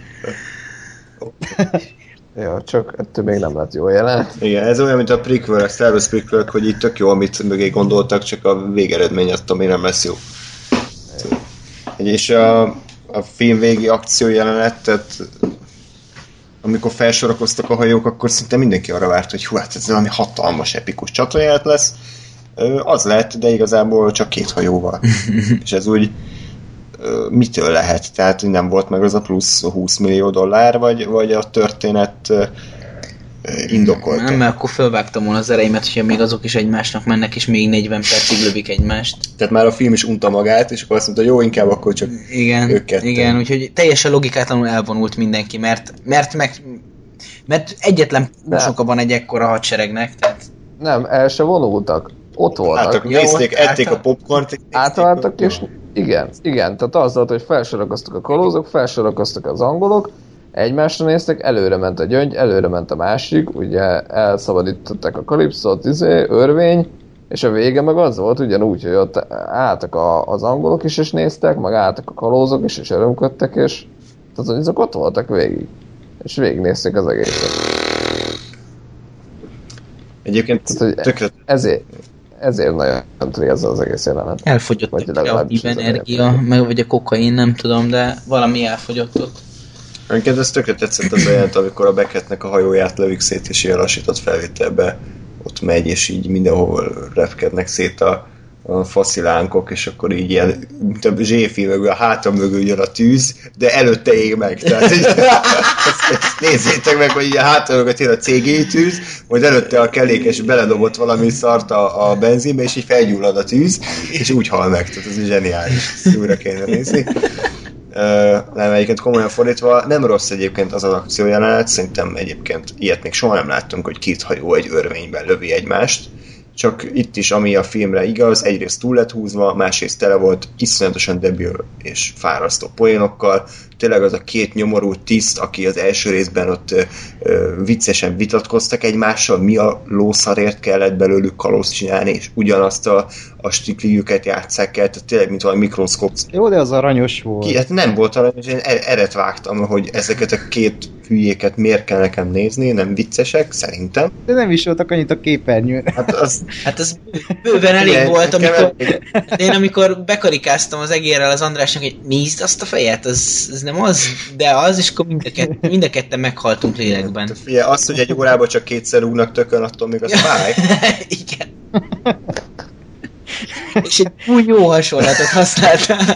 Speaker 3: Ja, csak ettől még nem lett jó jelenet.
Speaker 2: Igen, ez olyan, mint a prequel, a Star Wars prequel, hogy itt tök jó, amit mögé gondoltak, csak a végeredmény attól még nem lesz jó. És a film végi akció jelenet, tehát amikor felsorakoztak a hajók, akkor szinte mindenki arra várt, hogy hú, hát ez valami hatalmas, epikus csatajelet lesz. Az lett, de igazából csak 2 hajóval. És ez úgy mitől lehet? Tehát nem volt meg az a plusz $20 millió, vagy a történet indokolta?
Speaker 4: Nem, mert akkor felvágtam volna az ereimet, hogyha még azok is egymásnak mennek, és még 40 percig lövik egymást.
Speaker 2: Tehát már a film is unta magát, és akkor azt mondta, jó, inkább akkor csak ők ketten.
Speaker 4: Igen, úgyhogy teljesen logikátlanul elvonult mindenki, mert egyetlen pusoka van egy ekkora hadseregnek, tehát...
Speaker 3: Nem, el se vonultak. Ott voltak.
Speaker 2: Ették a popcornt.
Speaker 3: Átváltak, és igen, tehát az volt, hogy felsorakoztak a kalózok, felsorakoztak az angolok, egymásra néztek, előre ment a gyöngy, előre ment a másik, ugye elszabadították a Calypsót, örvény, és a vége meg az volt ugyanúgy, hogy ott álltak az angolok is, és néztek, meg álltak a kalózok is, és örömködtek, és tehát azok ott voltak végig. És végignézték az egészet.
Speaker 2: Egyébként
Speaker 3: tehát, ezért nagyon tréz az egész jelenet.
Speaker 4: Elfogyott a kreatív energia, meg vagy a kokain, nem tudom, de valami elfogyott ott.
Speaker 2: Neked ez tökre tetszett az jelent, amikor a Beckettnek a hajóját lövik szét, és ilyen lassított felvételbe ott megy, és így mindenhol repkednek szét a faszilánkok, és akkor így ilyen, mint a zséfi mögül, a hátam mögül jön a tűz, de előtte ég meg. Tehát így, ezt nézzétek meg, hogy így a hátam mögött jön a CGI tűz, majd előtte a kellékes beledobott valami szart a benzinbe, és így felgyullad a tűz, és úgy hal meg. Tehát ez zseniális. Ezt újra kéne nézni. Nem, egyébként komolyan fordítva, nem rossz egyébként az akciójelenet, szerintem egyébként ilyet még soha nem láttunk, hogy két hajó egy örvényben lövi egymást, csak itt is, ami a filmre igaz, egyrészt túl lett húzva, másrészt tele volt iszonyatosan debil és fárasztó poénokkal. Tényleg az a két nyomorult tiszt, aki az első részben ott viccesen vitatkoztak egymással, mi a lószarért kellett belőlük kalózt csinálni, és ugyanazt a stikliüket játsszák el, tehát tényleg, mint valami mikroszkóp.
Speaker 5: Jó, de az aranyos volt.
Speaker 2: Hát nem volt aranyos, én eret vágtam, hogy ezeket a két hülyéket miért kell nekem nézni, nem viccesek, szerintem.
Speaker 5: De nem is voltak annyit a képernyőn.
Speaker 4: Hát az bőven elég volt, amikor bekarikáztam az egérrel az Andrásnak, hogy nézd azt a fejet, ez nem az, de az, és akkor mind a ketten meghaltunk lélekben.
Speaker 2: Figyelj, az, hogy egy órában csak kétszer rúgnak tökön, attól még az fáj.
Speaker 4: Igen. És egy úgy jó hasonlatot használtál.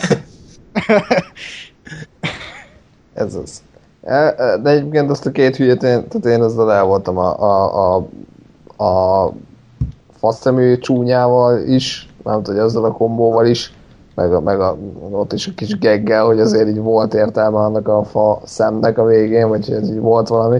Speaker 3: Ez az. De egyébként azt a két hülyét, tehát én ezzel el voltam a faszemű csúnyával is, nem tudom, hogy azzal a kombóval is, meg ott is a kis geggel, hogy azért így volt értelme annak a fa szemnek a végén, vagy ez így volt valami.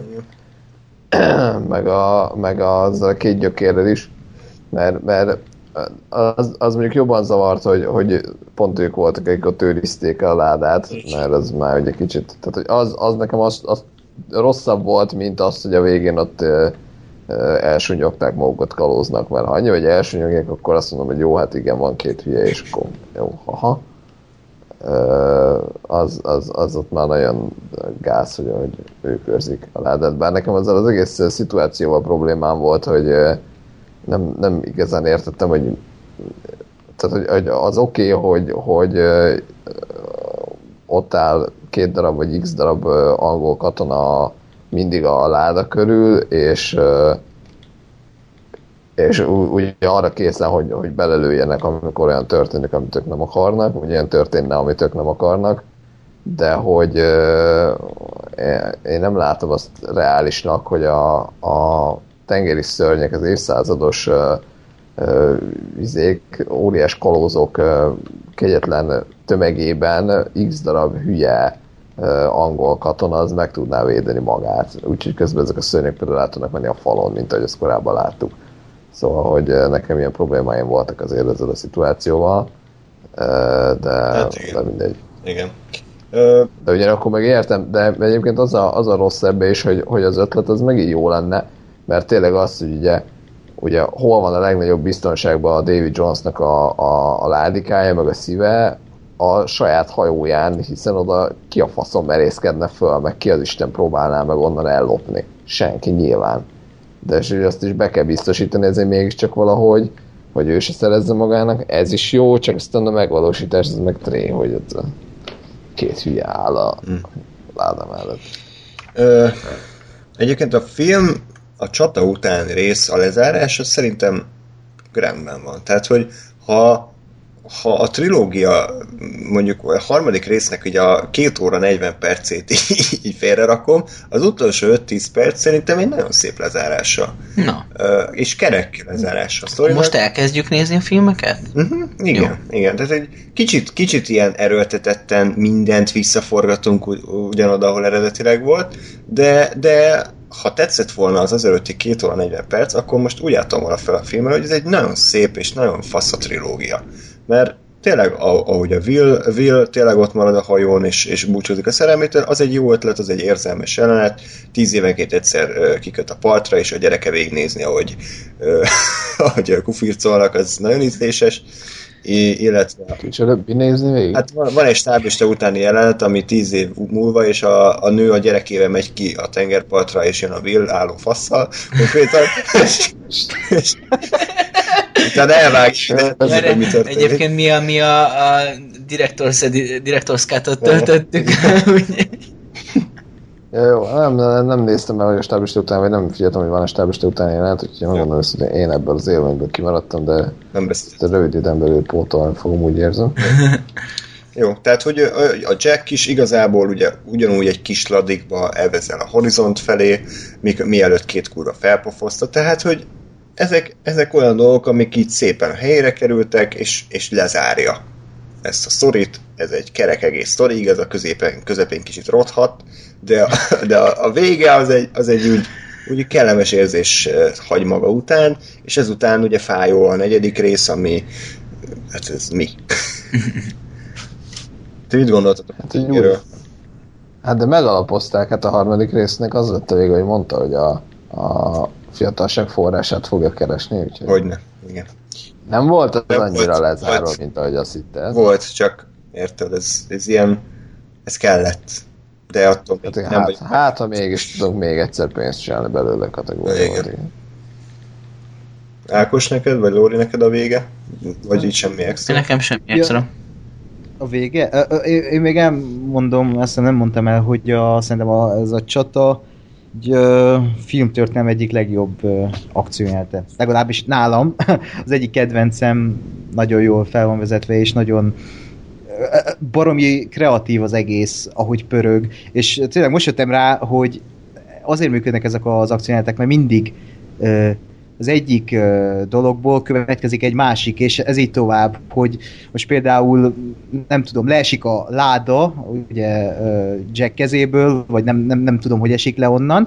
Speaker 3: meg azzal a két gyökérrel is, mert az mondjuk jobban zavart, hogy pont ők voltak, akik ott őrizték a ládát, mert az már ugye kicsit, tehát hogy az nekem az rosszabb volt, mint az, hogy a végén ott elsúnyogták magukat kalóznak, mert ha annyi, hogy elsúnyogják, akkor azt mondom, hogy jó, hát igen, van két hülye, és akkor jó, haha. Az ott már nagyon gáz, hogy ők őrzik a ládát. Bár nekem azzal az egész szituációval problémám volt, hogy nem igazán értettem, hogy tehát, hogy az oké, hogy ott áll 2 darab vagy x darab angol katona mindig a láda körül, és ugye arra készen, hogy belelőjenek, amikor olyan történik, amit ők nem akarnak, vagy olyan történne, amit ők nem akarnak, de hogy én nem látom azt reálisnak, hogy a tengeri szörnyek, az évszázados óriás kalózok kegyetlen tömegében x darab hülye angol katona az meg tudná védeni magát. Úgyhogy közben ezek a szörnyek például át tudnak menni a falon, mint ahogy ezt korábban láttuk. Szóval, hogy nekem ilyen problémáim voltak azért ezzel a szituációval, de mindegy.
Speaker 2: Igen.
Speaker 3: De ugyanakkor meg értem, de egyébként az a rossz ebbe is, hogy az ötlet az megint jó lenne, mert tényleg az, hogy ugye hol van a legnagyobb biztonságban a David Jonesnak a ládikája, meg a szíve, a saját hajóján, hiszen oda ki a faszon merészkedne föl, meg ki az Isten próbálná meg onnan ellopni. Senki nyilván. De és azt is be kell biztosítani, ezért mégiscsak valahogy, hogy ő se szerezze magának, ez is jó, csak aztán a megvalósítás, ez meg tré, hogy ott két hülye áll a láda mellett.
Speaker 2: Egyébként a film, a csata utáni rész, a lezárás, az szerintem rendben van. Tehát, hogy ha a trilógia, mondjuk a harmadik résznek ugye a 2 óra 40 percét így félrerakom, az utolsó 5-10 perc szerintem egy nagyon szép lezárása.
Speaker 4: Na.
Speaker 2: És kerek lezárása.
Speaker 4: Most elkezdjük nézni a filmeket?
Speaker 2: Igen. Tehát egy kicsit ilyen erőltetetten mindent visszaforgatunk ugyanoda, ahol eredetileg volt, de ha tetszett volna az előtti 2 óra 40 perc, akkor most úgy álltam volna fel a filmre, hogy ez egy nagyon szép és nagyon fasz a trilógia. Mert tényleg, ahogy a Will tényleg ott marad a hajón, és búcsúzik a szerelmétől, az egy jó ötlet, az egy érzelmes jelenet, 10 évenként egyszer kiköt a partra, és a gyereke végignézni, ahogy kufircolnak, az nagyon ízléses. Illetve...
Speaker 3: Kicsoda, nézni végig?
Speaker 2: Hát van egy stáblista utáni jelenet, ami 10 év múlva, és a nő a gyerekével megy ki a tengerpartra, és jön a Will álló fasszal, konkrétan. utána elvágjuk.
Speaker 4: Egyébként mi a Director's Cut-ot töltöttük.
Speaker 3: Jó, nem néztem el, hogy a stáblista után, vagy nem figyeltem, hogy van a stáblista után jelent, úgyhogy megmondom őszintén, én ebből az élményből kimaradtam, de rövid időn belül pótolni fogom, úgy érzem.
Speaker 2: Jó, tehát hogy a Jack is igazából ugye ugyanúgy egy kis ladikba elvezel a horizont felé, mielőtt két kurva felpofozta, tehát hogy ezek olyan dolgok, amik így szépen helyre kerültek, és lezárja ezt a sztorit. Ez egy kerek egész sztori, igaz, a közepén kicsit rothat, de a vége az egy úgy kellemes érzés hagy maga után, és ezután ugye fájó a 4. rész, ami hát ez mi? Te mit gondoltatok?
Speaker 3: Hát de megalapozták, hát a 3. résznek az lett a vége, hogy mondta, hogy a fiatalság forrását fogja keresni, úgyhogy...
Speaker 2: Hogyne, igen.
Speaker 3: Nem volt az annyira lezárva, mint ahogy azt hitted.
Speaker 2: Volt, csak érted, ez ilyen, ez kellett. De attól még
Speaker 3: hát,
Speaker 2: nem vagy...
Speaker 3: Hát, ha mégis tudok még egyszer pénzt csinálni belőle kategóriával.
Speaker 2: Ákos neked, vagy Lóri neked a vége? Vagy így semmi extra?
Speaker 4: Nekem semmi extra. Ja.
Speaker 5: A vége? Én még elmondom, azt nem mondtam el, hogy szerintem ez a csata filmtörténelem egyik legjobb akciójelenet. Legalábbis nálam. Az egyik kedvencem, nagyon jól fel van vezetve, és nagyon baromi kreatív az egész, ahogy pörög. És tényleg most jöttem rá, hogy azért működnek ezek az akciójelenetek, mert mindig az egyik dologból következik egy másik, és ez így tovább, hogy most például, nem tudom, leesik a láda, ugye Jack kezéből, vagy nem tudom, hogy esik le onnan.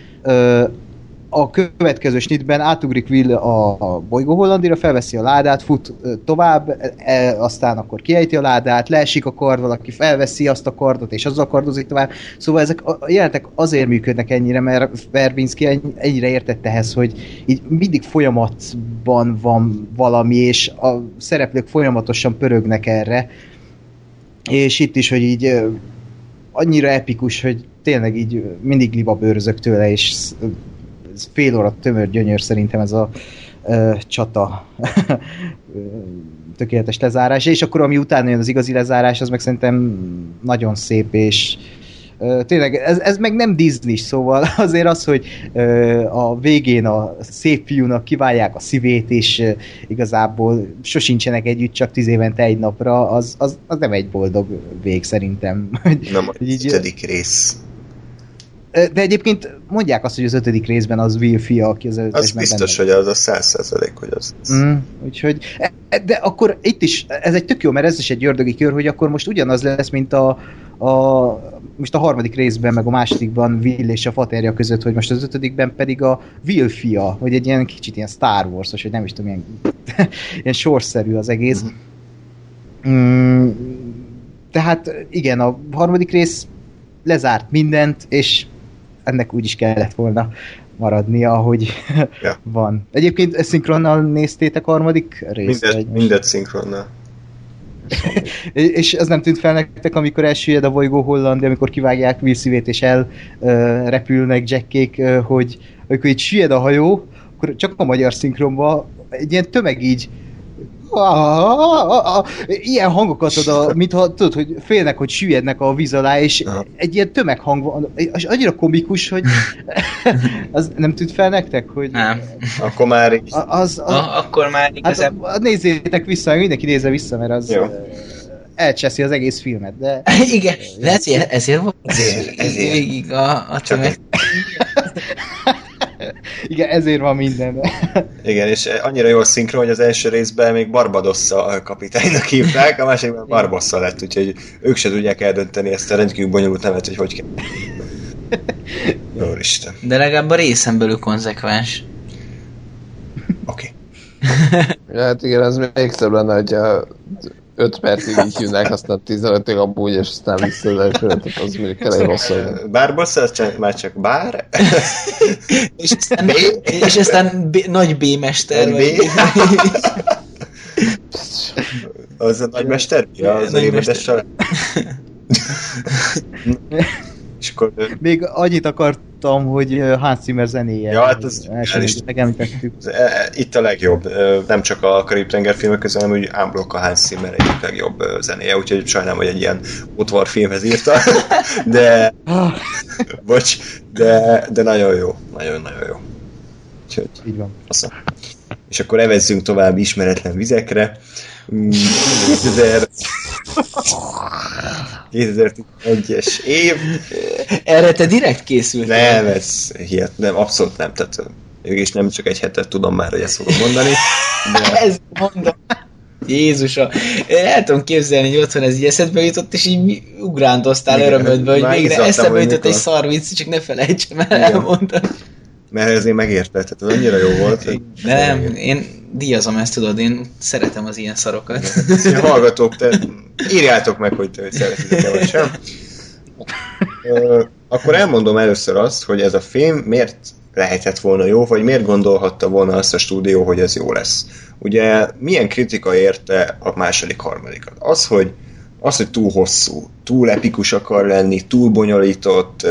Speaker 5: A következő snitben átugrik Will a bolygó Hollandira, felveszi a ládát, fut tovább, aztán akkor kiejti a ládát, leesik a kard, valaki felveszi azt a kardot, és azzal kardozik tovább. Szóval ezek a jelentek azért működnek ennyire, mert Verbinski ennyire értett ehhez, hogy így mindig folyamatban van valami, és a szereplők folyamatosan pörögnek erre. És itt is, hogy így annyira epikus, hogy tényleg így mindig libabőrözök tőle, és fél óra tömör gyönyör szerintem ez a csata tökéletes lezárás, és akkor ami utána jön az igazi lezárás, az meg szerintem nagyon szép, és tényleg ez meg nem Disney, szóval azért az, hogy a végén a szép fiúnak kiválják a szívét, és igazából sosincsenek együtt, csak 10 évente egy napra, az nem egy boldog vég szerintem.
Speaker 2: Nem a 5. rész.
Speaker 5: De egyébként mondják azt, hogy az 5. részben az Will fia, aki az 5.
Speaker 2: Az biztos, hogy az a 100%, hogy az.
Speaker 5: Úgyhogy, de akkor itt is, ez egy tök jó, mert ez is egy ördögi kör, hogy akkor most ugyanaz lesz, mint most a 3. részben, meg a másodikban Will és a faterja között, hogy most az 5. pedig a Will fia, hogy egy ilyen kicsit ilyen Star Wars-os, hogy nem is tudom, ilyen sorszerű az egész. Tehát igen, a 3. rész lezárt mindent, és ennek úgy is kellett volna maradnia, ahogy van. Egyébként szinkronnal néztétek 3. részt?
Speaker 2: Mindet szinkronnal.
Speaker 5: És ez nem tűnt fel nektek, amikor elsüllyed a bolygó Hollandia, amikor kivágják Will szívét, és elrepülnek Jackék, hogy amikor így süllyed a hajó, akkor csak a magyar szinkronban egy ilyen tömeg így ilyen hangokat ad, mintha tudod, hogy félnek, hogy süllyednek a víz alá, és egy ilyen tömeghang van, és annyira komikus, hogy az nem tűnt fel nektek, hogy...
Speaker 4: Nem.
Speaker 2: Akkor már így...
Speaker 4: Akkor már igazából...
Speaker 5: Hát nézzétek vissza, mindenki nézze vissza, mert az elcseszi az egész filmet, de...
Speaker 4: Igen, lehet, hogy ezért volt végig a tömeg.
Speaker 5: Igen, ezért van minden.
Speaker 2: Igen, és annyira jól szinkron, hogy az első részben még Barbadossa kapitánynak hívták, a másikban Barbossa lett, úgyhogy ők se tudják eldönteni ezt a rendkívül bonyolult nevet, hogy kell. Jóisten.
Speaker 4: De legalább a részen belül konzekvens.
Speaker 2: Oké.
Speaker 3: Hát igen, ez még szebb lenne, hogyha 5 percig így hívnák, aztán 15-ig amúgy, és aztán vissza az első, tehát az mondjuk elég hosszabb.
Speaker 2: Bárbossa, az már csak bár.
Speaker 4: és aztán nagy B-mester.
Speaker 2: Az a nagymester? Ja, az a rémedes család. És akkor...
Speaker 5: Még annyit akartam, hogy Hans Zimmer zenéje.
Speaker 2: Ja, hát ez
Speaker 5: megemlítettük.
Speaker 2: Itt a legjobb. Nem csak a Karib-tenger filmek közül, hanem úgy ámblok a Hans Zimmer egyik legjobb zenéje, úgyhogy sajnálom, hogy egy ilyen udvarfilmhez írta. De... bocs, de nagyon jó. Nagyon-nagyon jó. Úgyhogy...
Speaker 5: Így van.
Speaker 2: Aztán. És akkor evezzünk tovább ismeretlen vizekre. 2011-es év.
Speaker 4: Erre te direkt készültél?
Speaker 2: Nem, ez nem, abszolút nem. Tehát mégis nem csak egy hetet tudom már, hogy ezt fogom mondani. De...
Speaker 4: Ez mondom. Jézusom, el tudom képzelni, hogy otthon ez így eszedbe jutott, és így ugrándoztál örömödbe, hogy végre eszedbe jutott egy szarvic, csak ne felejtsem el elmondani.
Speaker 2: Mert ezért megérted, tehát ez annyira jó volt.
Speaker 4: De nem, én díjazom ezt, tudod, én szeretem az ilyen szarokat.
Speaker 2: Hallgatók, írjátok meg, hogy szeretitek-e vagy sem. Akkor elmondom először azt, hogy ez a film miért lehetett volna jó, vagy miért gondolhatta volna azt a stúdió, hogy ez jó lesz. Ugye milyen kritika érte a második, harmadikat? Az, hogy túl hosszú, túl epikus akar lenni, túl bonyolított,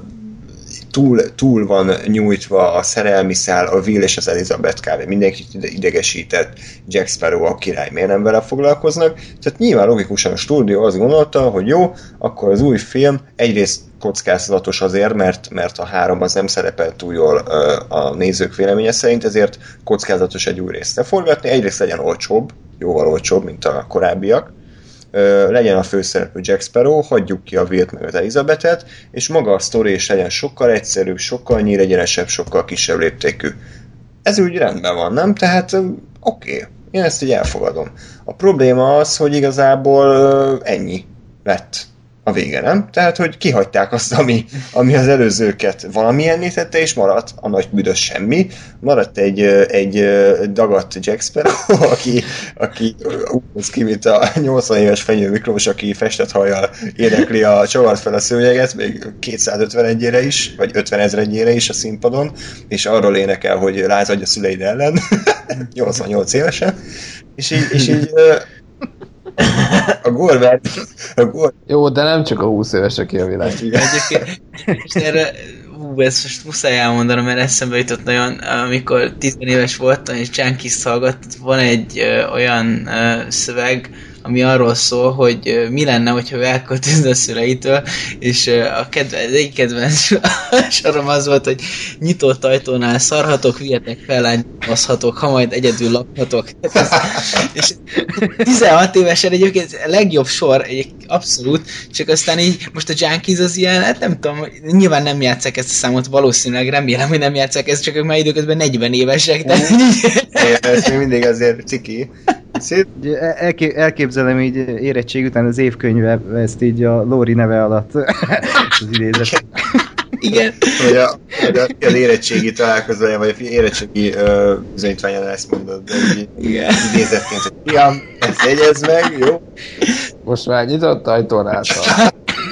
Speaker 2: túl van nyújtva a szerelmi szál, a Will és az Elizabeth kb. Mindenkit idegesített, Jack Sparrow a király, miért nem vele foglalkoznak? Tehát nyilván logikusan a stúdió azt gondolta, hogy jó, akkor az új film egyrészt kockázatos azért, mert a 3 az nem szerepel túl jól a nézők véleménye szerint, ezért kockázatos egy új részt leforgatni, egyrészt legyen olcsóbb, jóval olcsóbb, mint a korábbiak, legyen a főszereplő Jack Sparrow, hagyjuk ki a Willt meg az Elizabethet, és maga a sztori is legyen sokkal egyszerűbb, sokkal nyíregyenesebb, sokkal kisebb léptékű. Ez úgy rendben van, nem? Tehát oké, én ezt így elfogadom. A probléma az, hogy igazából ennyi lett a vége, nem? Tehát, hogy kihagyták azt, ami az előzőket valamilyenné tette, és maradt a nagy büdös semmi. Maradt egy dagadt Jack Sparrow, aki úgy néz ki, mint a 80 éves Fenyő Miklós, aki festett hajjal énekli a Csavart fel a szőnyeget, még 251-ére is, vagy 50 000-ére is a színpadon, és arról énekel, hogy lázadj a szüleid ellen, 88 évesen, és így a Gorbert...
Speaker 3: Jó, de nem csak a 20 évesek a világ.
Speaker 4: Egyébként, és erre, ezt most muszáj elmondanom, mert eszembe jutott nagyon, amikor 10 éves voltam, és Junkies hallgatott, van egy olyan szöveg, ami arról szól, hogy mi lenne, hogyha elköltözne a szüleitől, és az egyik kedvenc sorom az volt, hogy nyitott ajtónál szarhatok, vihetek fel, lányozhatok, ha majd egyedül lakhatok. És 16 évesen egyébként a legjobb sor, abszolút, csak aztán így most a Junkies az ilyen, hát nem tudom, nyilván nem játsszák ezt a számot, valószínűleg remélem, hogy nem játsszák ezt, csak ők már időközben 40 évesek. De...
Speaker 2: Ez még mindig azért ciki.
Speaker 5: Elképzelem így érettség után az évkönyve, ezt így a Lóri neve alatt az idézet.
Speaker 4: Igen.
Speaker 2: Vagy az érettségi találkozója, vagy érettségi bizonyítványán ezt mondod, de idézetként, hogy fiam, ezt jegyezd meg, jó?
Speaker 3: Most már nyitott ajtón által.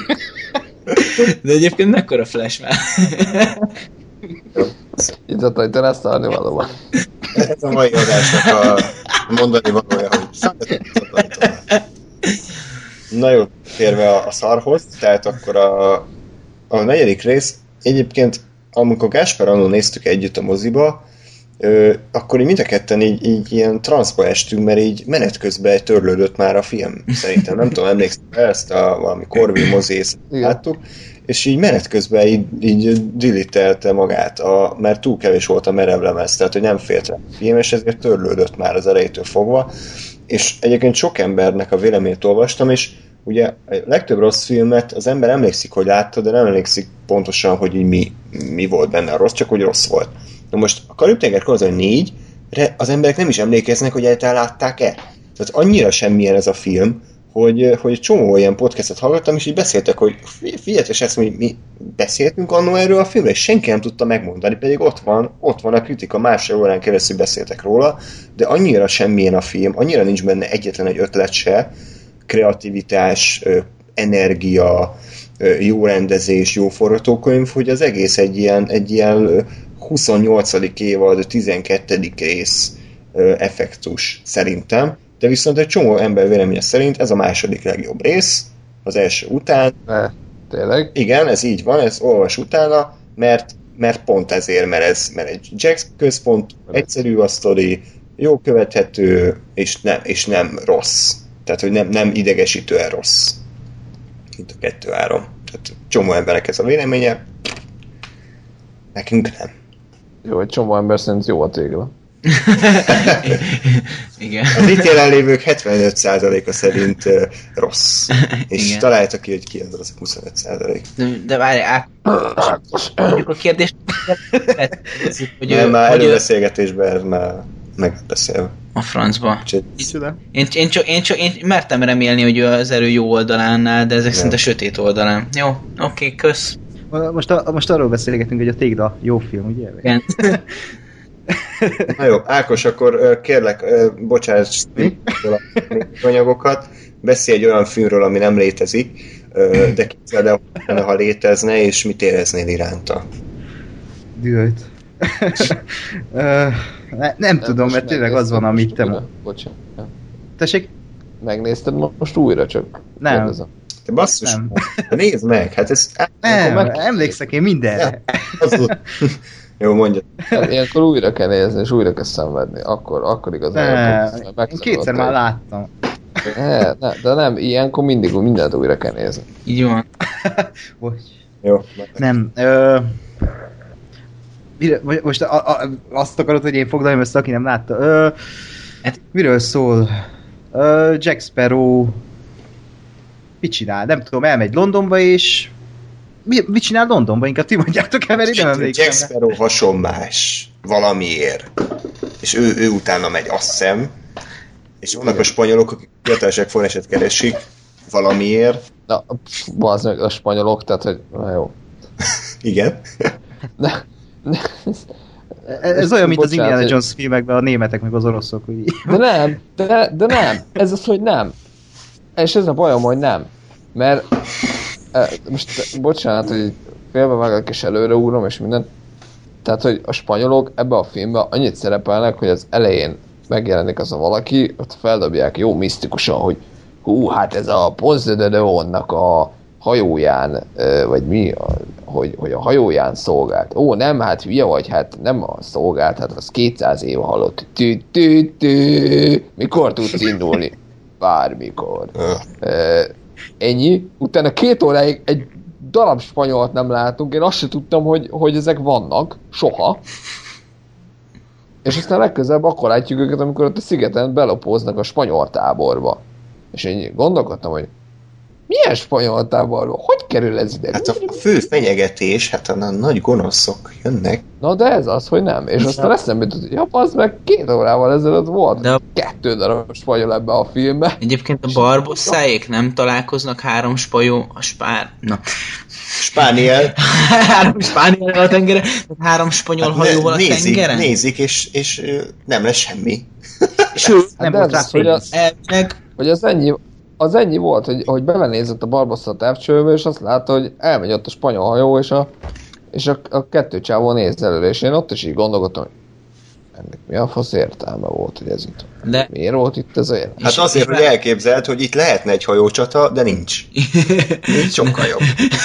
Speaker 4: De egyébként mekkora flash már?
Speaker 3: Nyitott ajtón ezt tarni valóban.
Speaker 2: Ez a mai adásnak a mondani valója, hogy na jó, térve a szarhoz, tehát akkor a negyedik rész, egyébként amikor Gáspár annól néztük együtt a moziba, akkor így mind a ketten így ilyen transzba estünk, mert így menet közben törlődött már a film, szerintem. Nem tudom, emlékszem, ezt a valami Corvin mozész láttuk, és így menet közben így delete-elte magát, mert túl kevés volt a merevlemez, tehát hogy nem félt rá a film, és ezért törlődött már az elejétől fogva. És egyébként sok embernek a véleményét olvastam, és ugye a legtöbb rossz filmet az ember emlékszik, hogy látta, de nem emlékszik pontosan, hogy így mi volt benne a rossz, csak hogy rossz volt. Na most a Karib-tenger Kalandjai 4-re az emberek nem is emlékeznek, hogy egyáltalán látták-e. Tehát annyira semmilyen ez a film, hogy csomó ilyen podcastot hallgattam, és így beszéltek, hogy figyeljetek, ezt mi beszéltünk annól erről a filmről, és senki nem tudta megmondani, pedig ott van a kritika, másfél órán keresztül beszéltek róla, de annyira semmilyen a film, annyira nincs benne egyetlen egy ötlet se, kreativitás, energia, jó rendezés, jó forgatókönyv, hogy az egész egy ilyen 28. évad, 12. rész effektus szerintem. De viszont egy csomó ember véleménye szerint ez a második legjobb rész, az első után.
Speaker 3: Tényleg?
Speaker 2: Igen, ez így van, ez olvas utána, mert pont ezért, mert egy Jack központ, egyszerű a sztori, jó követhető, és nem rossz. Tehát, hogy nem idegesítően rossz. Mint a 2-3. Tehát csomó emberek ez a véleménye, nekünk nem.
Speaker 3: Jó, egy csomó ember szerint jó a tégla.
Speaker 4: Igen.
Speaker 2: Az itt jelenlévők 75%-a szerint rossz. És
Speaker 4: Igen.
Speaker 2: találta ki, hogy ki az 25%.
Speaker 4: De várj, mondjuk a kérdést, hogy
Speaker 2: Már előbeszélgetésben ez már megbeszél.
Speaker 4: a francba.
Speaker 5: Micsoda?
Speaker 4: Én mertem remélni, hogy ő az erő jó oldalán áll, de ezek szerint a sötét oldalán. Jó, oké, kösz.
Speaker 5: Most arról beszélgetünk, hogy a Tégla jó film, ugye?
Speaker 4: Igen.
Speaker 2: Na jó, Ákos, akkor kérlek, bocsáss a anyagokat, beszélj egy olyan filmről, ami nem létezik, de képzeld el, ha létezne, és mit éreznél iránta?
Speaker 5: Dühöt. Nem tudom, mert tényleg az van, amit te...
Speaker 3: Bocsánat.
Speaker 5: Tessék?
Speaker 3: Megnézted most újra csak?
Speaker 5: Nem.
Speaker 3: Kérdezem.
Speaker 2: Te basszus,
Speaker 5: Nem.
Speaker 2: nézd meg, hát ez...
Speaker 5: Nem, emlékszek én mindenre.
Speaker 2: Jó, mondja.
Speaker 3: Hát ilyenkor újra kell nézni, és újra kell szenvedni. Akkor igazán...
Speaker 5: Én kétszer már láttam.
Speaker 3: De nem, ilyenkor mindig mindent újra kell nézni.
Speaker 4: Így van.
Speaker 5: Bocs.
Speaker 2: Jó.
Speaker 5: Nem. Most azt akarod, hogy én foglaljam össze, aki nem látta. Miről szól? Jack Sparrow mit csinál? Nem tudom, elmegy Londonba, és mit csinál Londonba? Inkább ti mondjátok el, mert én nem emlékszem.
Speaker 2: Jack Sparrow hasonlás valamiért. És ő utána megy, azt hiszem. És vannak a spanyolok, akik fiatalság forrását keresik valamiért.
Speaker 3: Na, bazd meg a spanyolok, tehát hogy... Na jó.
Speaker 2: Igen.
Speaker 5: Ez olyan, mint az Indiana Jones filmekben a németek meg az oroszok. Úgy.
Speaker 3: De nem. Ez az, hogy nem. És ez a bajom, hogy nem. Mert most bocsánat, hogy félbevágok és előre úrom és minden. Tehát, hogy a spanyolok ebbe a filmben annyit szerepelnek, hogy az elején megjelenik az a valaki, ott feldobják jó misztikusan, hogy hát ez a Ponce de Leonnak a hajóján, vagy mi, hogy a hajóján szolgált. Nem, hát hülye vagy, hát nem a szolgált, hát az 200 éve halott. Mikor tudsz indulni? Bármikor. Ennyi. Utána 2 óráig egy darab spanyolt nem látunk, én azt sem tudtam, hogy ezek vannak, soha. És aztán legközelebb akkor látjuk őket, amikor ott a szigeten belopóznak a spanyol táborba. És én gondolkodtam, hogy milyen spanyol táborba? Hogy kerül ez ide?
Speaker 2: Hát a fő fenyegetés, hát a nagy gonoszok jönnek.
Speaker 3: Na de ez az, hogy nem. És aztán eszembe jutott, hogy az meg 2 órával ezelőtt volt
Speaker 4: de
Speaker 3: 2 darab spanyol ebbe a filmbe.
Speaker 4: Egyébként a Barbosszáék nem találkoznak 3
Speaker 2: Spániel.
Speaker 4: 3 spániel a tengeren, 3 spanyol hajóval a tengeren?
Speaker 2: Nézik, és nem lesz semmi.
Speaker 4: És ő
Speaker 5: nem
Speaker 3: Hát
Speaker 5: volt rá pénz.
Speaker 3: hogy az ennyi volt, hogy belenézett a Barbossa távcsőbe, és azt látta, hogy elmegy ott a spanyol hajó, és a 2 csávó néz előre, és én ott is így gondolkodtam, hogy ennek mi a fasz értelme volt, hogy ez itt.
Speaker 4: De...
Speaker 3: Miért volt itt ez a jelen?
Speaker 2: Hát azért, hogy elképzeld, hogy itt lehetne egy hajócsata, de nincs. Nincs sokkal jobb.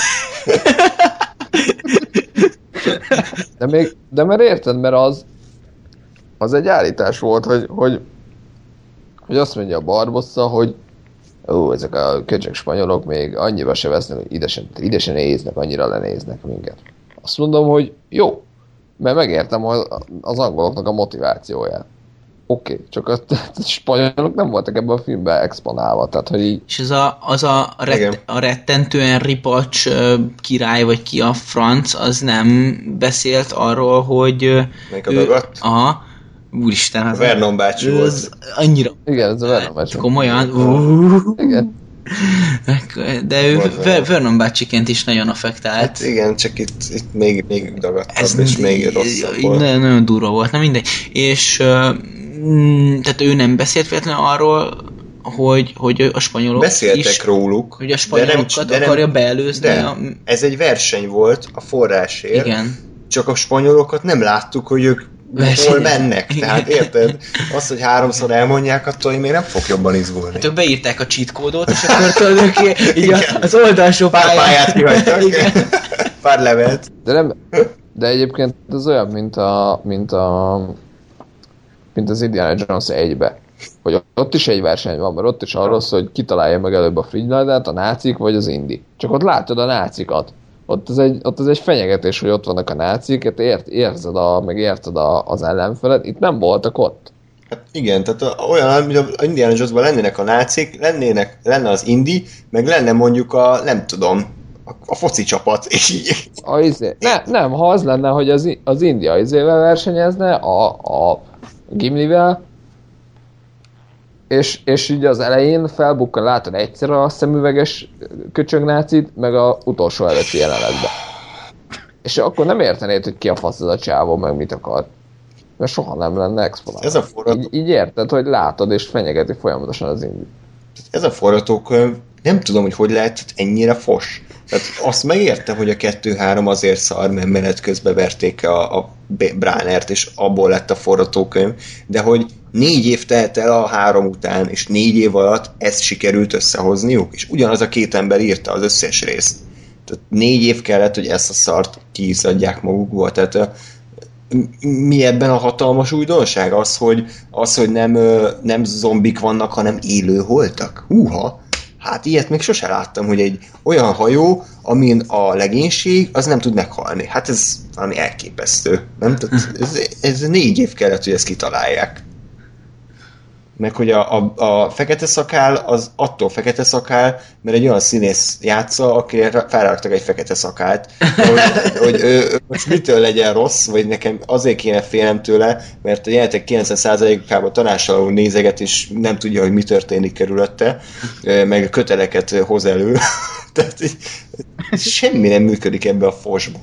Speaker 3: De mert érted, mert az egy állítás volt, hogy azt mondja a Barbossa, hogy ezek a köcsök spanyolok még annyiba se vesznek, hogy ide se néznek, annyira lenéznek minket. Azt mondom, hogy jó, mert megértem az angoloknak a motivációját. Oké, csak a spanyolok nem voltak ebben a filmben exponálva, tehát hogy így...
Speaker 4: És ez a rettentően ripacs király, vagy ki a franc, az nem beszélt arról, hogy...
Speaker 2: Még a dagadt?
Speaker 4: Aha. Úristen,
Speaker 2: a Vernon bácsi volt.
Speaker 4: Annyira...
Speaker 3: Igen, ez a Vernon bácsi.
Speaker 4: Komolyan?
Speaker 3: Igen.
Speaker 4: De ő Vernon bácsiként is nagyon affektált.
Speaker 2: Hát igen, csak itt még dagadtabb, és még rosszabb volt.
Speaker 4: Nagyon durva volt, na mindegy. És tehát ő nem beszélt véletlenül arról, hogy a spanyolok
Speaker 2: beszéltek
Speaker 4: is,
Speaker 2: róluk,
Speaker 4: hogy a spanyolokat akarja beelőzni.
Speaker 2: Ez egy verseny volt a forrásért.
Speaker 4: Igen.
Speaker 2: Csak a spanyolokat nem láttuk, hogy ők hol mennek. Tehát érted? Azt, hogy 3-szor elmondják, attól én még nem fog jobban izgulni.
Speaker 4: Hát ők beírták a cheat kódot, és akkor tudod, így az oldalsó
Speaker 2: pályát kihagytak. Pár levelet.
Speaker 3: De egyébként ez olyan, mint az Indiana Jones 1-be. Hogy ott is egy verseny van, mert ott is arról szól, hogy kitalálja meg előbb a Frigyladát, a nácik vagy az indi. Csak ott látod a nácikat. Ott az egy fenyegetés, hogy ott vannak a nácik, érted az ellenfelet, itt nem voltak ott.
Speaker 2: Hát igen, tehát olyan, mint az Indiana Jonesban lennének a nácik, lenne az indi, meg lenne mondjuk nem tudom, a foci csapat.
Speaker 3: Nem, ha az lenne, hogy az India izével versenyezne, a Gimlivel, és így az elején felbukkan, látod egyszer a szemüveges köcsögnácit, meg a utolsó előtti jelenetben. És akkor nem értenéd, hogy ki a fasz az a csávó, meg mit akar. Mert soha nem lenne exponálva.
Speaker 2: Ez a forgató...
Speaker 3: így érted, hogy látod, és fenyegeti folyamatosan az indi.
Speaker 2: Ez a forgatókönyv, nem tudom, hogy lehet ennyire fos. Tehát azt megértem, hogy a 2-3 azért szar, mert menet közben verték a Bránert, és abból lett a forgatókönyv, de hogy 4 év telt el a 3 után, és 4 év alatt ezt sikerült összehozniuk, és ugyanaz a 2 ember írta az összes részt. Tehát 4 év kellett, hogy ezt a szart kiiszadják magukból. Tehát mi ebben a hatalmas újdonság? Az, hogy nem zombik vannak, hanem élő holtak? Húha! Hát ilyet még sose láttam, hogy egy olyan hajó, amin a legénység, az nem tud meghalni. Hát ez valami elképesztő. Nem? Ez 4 év kellett, hogy ezt kitalálják. Meg hogy a fekete szakál, az attól fekete szakál, mert egy olyan színész játsza, akire felraktak egy fekete szakált, hogy ő most mitől legyen rossz, vagy nekem azért kéne félnem tőle, mert a jelenetek 90%-ában tanács alul nézeget, és nem tudja, hogy mi történik körülötte, meg a köteleket hoz elő. Tehát semmi nem működik ebbe a fosba.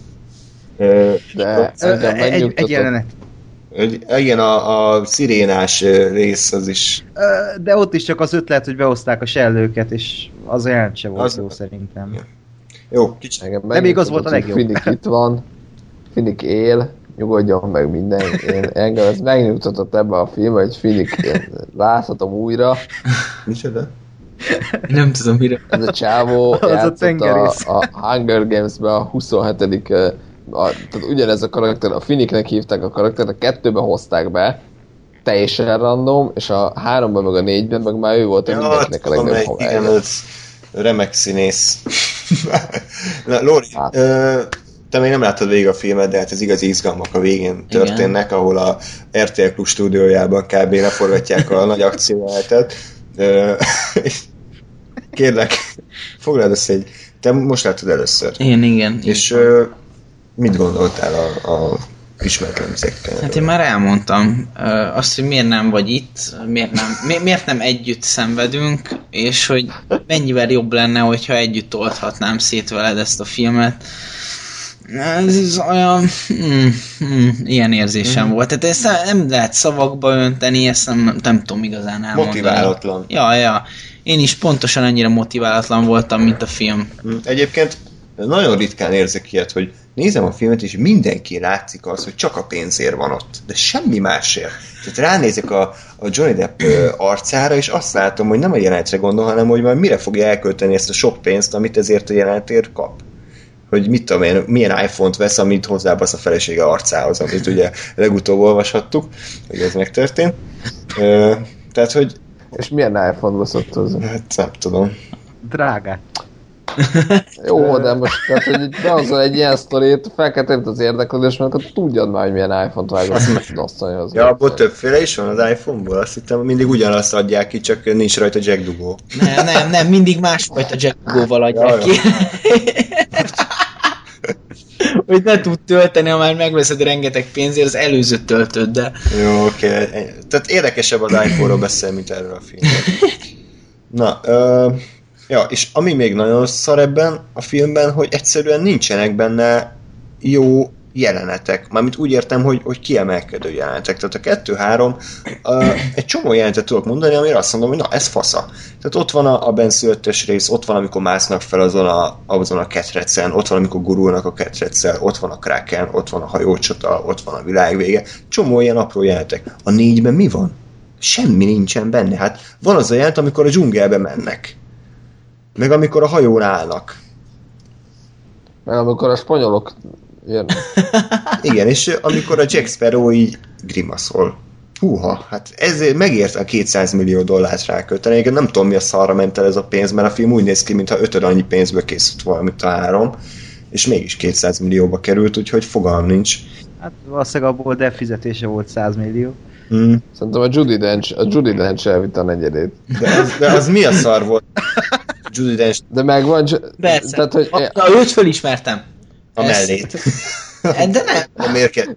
Speaker 3: De
Speaker 5: egy jelenet.
Speaker 2: Igen, a szirénás rész az is.
Speaker 5: De ott is csak az ötlet, hogy behozták a sellőket, és az a jelent se volt jó szerintem.
Speaker 2: Jó, kicsit.
Speaker 5: De még az volt a legjobb.
Speaker 3: Finnick itt van, Finnick él, nyugodjon meg minden. Engem ez megnyugtatott ebben a filmben, hogy Finnick láthatom újra.
Speaker 2: Micsoda?
Speaker 4: Nem tudom mire.
Speaker 3: Ez a csávó játszott a Hunger Games-ben a 27. Tehát ugyanez a karakter, a Finnicknek hívták a karaktert, a 2-ben hozták be, teljesen random, és a 3-ban meg a 4-ben meg már ő volt a mindenkinek a legnagyobb haverja.
Speaker 2: Igen, ez remek színész. Na, Lóri, te még nem láttad végig a filmet, de hát ez igazi izgalmak a végén történnek, igen. Ahol a RTL Klub stúdiójában kb. Leforgatják a nagy akciójátet. Kérlek, foglald össze te most láttad először.
Speaker 4: Igen.
Speaker 2: És mit gondoltál a ismeretlen vizekkel?
Speaker 4: Hát én már elmondtam azt, hogy miért nem vagy itt, miért nem együtt szenvedünk, és hogy mennyivel jobb lenne, hogyha együtt oldhatnám szét veled ezt a filmet. Ez olyan... ilyen érzésem volt. Tehát ezt nem lehet szavakba önteni, ezt nem tudom igazán elmondani.
Speaker 2: Motiválatlan.
Speaker 4: Ja. Én is pontosan annyira motiválatlan voltam, mint a film.
Speaker 2: Egyébként nagyon ritkán érzek ilyet, hogy nézem a filmet, és mindenki látszik az, hogy csak a pénzért van ott. De semmi másért. Tehát ránézek a Johnny Depp arcára, és azt látom, hogy nem a jelenetre gondol, hanem hogy majd mire fogja elkölteni ezt a sok pénzt, amit ezért a jelenetért kap. Hogy mit tudom én, milyen iPhone-t vesz, amit hozzábasz a felesége arcához, amit ugye legutóbb olvashattuk, hogy ez megtörtént. Tehát, hogy...
Speaker 3: És milyen iPhone baszott hozzá?
Speaker 2: Hát nem tudom.
Speaker 5: Drágát.
Speaker 3: Jó, de most tehát, hogy behozol egy ilyen sztorit, fel kell tenni az érdeklődést, mert akkor tudjad már, hogy milyen iPhone-t vágod.
Speaker 2: Ja, abból többféle is van az iPhone-ból, azt hittem mindig ugyanazt adják ki, csak nincs rajta jack dugó.
Speaker 4: Nem, mindig másfajta jack dugóval adják ki. Hogy ne tud tölteni, ha már megveszed rengeteg pénzért, az előzőt töltöd, de...
Speaker 2: Jó, oké. Tehát érdekesebb az iPhone-ról beszél, mint erről a filmről. Na, ja, és ami még nagyon szar ebben a filmben, hogy egyszerűen nincsenek benne jó jelenetek. Mármint úgy értem, hogy kiemelkedő jelenetek. Tehát a 2-3 egy csomó jelenetet tudok mondani, amire azt mondom, hogy na, ez fasza. Tehát ott van a benszülöttes rész, ott van, amikor másznak fel azon a ketrecen, ott van, amikor gurulnak a ketreccel, ott van a Kraken, ott van a hajócsata, ott van a világvége. Csomó ilyen apró jelenetek. A 4-ben mi van? Semmi nincsen benne. Hát van az a jelenet, amikor a dzsungelbe mennek. Meg amikor a hajón állnak.
Speaker 3: Meg amikor a spanyolok jönnek.
Speaker 2: Igen, és amikor a Jack Sparrow így grimaszol. Húha, hát ezért megérte a $200 millió rákölteni. Egyébként nem tudom, mi a szarra ment el ez a pénz, mert a film úgy néz ki, mintha 5 annyi pénzből készült volna, mint a 3, és mégis 200 millióba került, úgyhogy fogalm nincs.
Speaker 5: Hát valószínűleg abból defizetése volt 100 millió.
Speaker 3: Szerintem a Judi Dench elvitte a negyedét.
Speaker 2: De az mi a szar volt? Judi Dench.
Speaker 3: De megvan...
Speaker 4: Persze.
Speaker 3: Tehát, hogy
Speaker 4: őt fölismertem.
Speaker 2: A mellét.
Speaker 4: De nem.
Speaker 2: A mérket.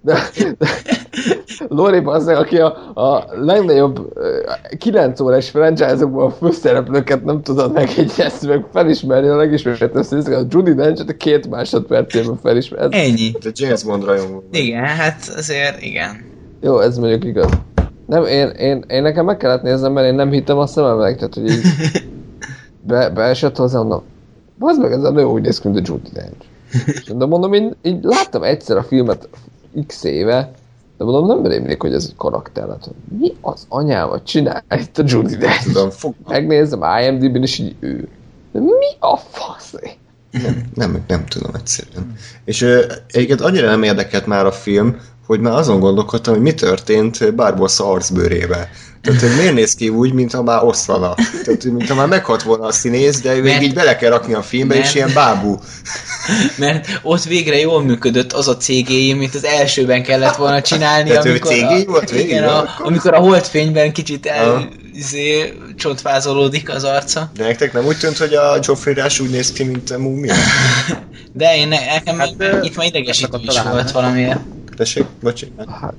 Speaker 3: Lori bazzeg, aki a legnagyobb 9 órás franchise-okban a főszereplőket nem tudod megjegyezni, meg felismerni a legismertebb színészeket, a Judi Dench-et a 2 másodpercében felismert.
Speaker 4: Ennyi.
Speaker 2: De James Bond rajongó.
Speaker 4: Igen, hát azért igen.
Speaker 3: Jó, ez mondjuk igaz. Nem, én nekem meg kellett néznem, mert én nem hittem a szememnek, tehát hogy így beesett hozzám, mondom, bazd meg, ez a nő úgy néz ki, mint a Judi Dench. De mondom, én így láttam egyszer a filmet x éve, de mondom, nem rémlik, hogy ez egy karakter. Hát, mi az anyámat csinál itt a Judi Dench? Megnézem IMDb-n, és így ő. De mi a fasz?
Speaker 2: Nem tudom egyszerűen. És egyébként annyira nem érdekelt már a film, hogy már azon gondolkodtam, hogy mi történt Barbossa arcbőrével. Tehát, hogy miért néz ki úgy, mintha már oszlana. Tehát, mintha már meghalt volna a színész, de még így bele kell rakni a filmbe, és ilyen bábú.
Speaker 4: Mert ott végre jól működött az a CGI, mint az elsőben kellett volna csinálni.
Speaker 2: Tehát ő CGI volt végig?
Speaker 4: Igen, amikor a holdfényben kicsit csontvázolódik az arca.
Speaker 2: De nektek nem úgy tűnt, hogy a Geoffrey Rush úgy néz ki, mint a múmia?
Speaker 4: De nekem itt már idegesítő is volt valamiért.
Speaker 2: Tessék, bocsi.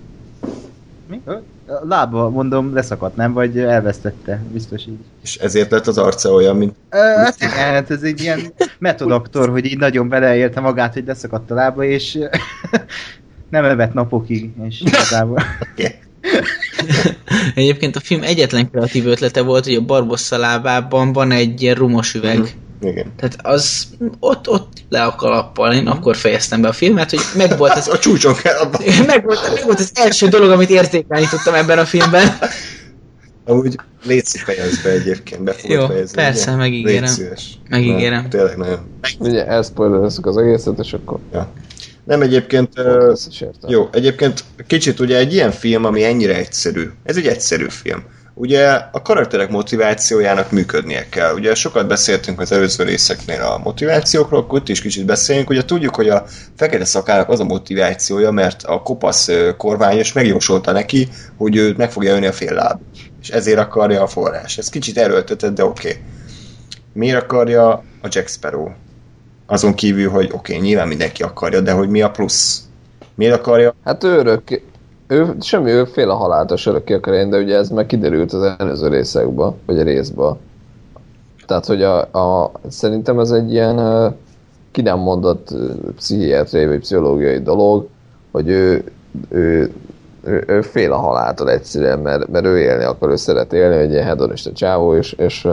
Speaker 5: Mi? A lába, mondom, leszakadt, nem? Vagy elvesztette, biztos így.
Speaker 2: És ezért lett az arca olyan, mint...
Speaker 5: Hát igen, hát ez egy ilyen metodaktor, hogy így nagyon beleélte magát, hogy leszakadt a lába, és nem evett napokig, és igazából...
Speaker 2: Okay.
Speaker 4: Egyébként a film egyetlen kreatív ötlete volt, hogy a Barbossa lábában van egy ilyen rumos üveg.
Speaker 2: Igen.
Speaker 4: Tehát az ott le a kalappal, én akkor fejeztem be a filmet, hogy megvolt az...
Speaker 2: a csúcson kell abban.
Speaker 4: megvolt az első dolog, amit érzékelni tudtam ebben a filmben.
Speaker 2: Amúgy létszik fejezd be egyébként, be fogod
Speaker 4: jó,
Speaker 2: fejezni.
Speaker 4: persze, ugye? Megígérem.
Speaker 2: Légy szíves.
Speaker 4: Megígérem.
Speaker 2: Na, tényleg nagyon.
Speaker 3: Ugye elszpoilerezzük az egészet, és akkor...
Speaker 2: Ja. Nem egyébként... jó, egyébként kicsit ugye egy ilyen film, ami ennyire egyszerű. Ez egy egyszerű film. Ugye a karakterek motivációjának működnie kell. Ugye sokat beszéltünk az előző részeknél a motivációkról, akkor itt is kicsit beszélünk. Ugye tudjuk, hogy a fekete szakának az a motivációja, mert a kopasz kormányos megjósolta neki, hogy ő meg fogja ölni a fél láb. És ezért akarja a forrás. Ez kicsit erőltetett, de oké. Miért akarja a Jack Sparrow? Azon kívül, hogy oké, nyilván mindenki akarja, de hogy mi a plusz? Miért akarja?
Speaker 3: Hát ő fél a halálos örökké akar élni, de ugye ez meg kiderült az előző részekben, vagy a részben. Tehát, hogy szerintem ez egy ilyen ki nem mondott pszichiátriai vagy pszichológiai dolog, hogy ő fél a haláltól egyszerűen, mert ő élni akar, ő szeret élni, hogy ilyen hedonista csávó, és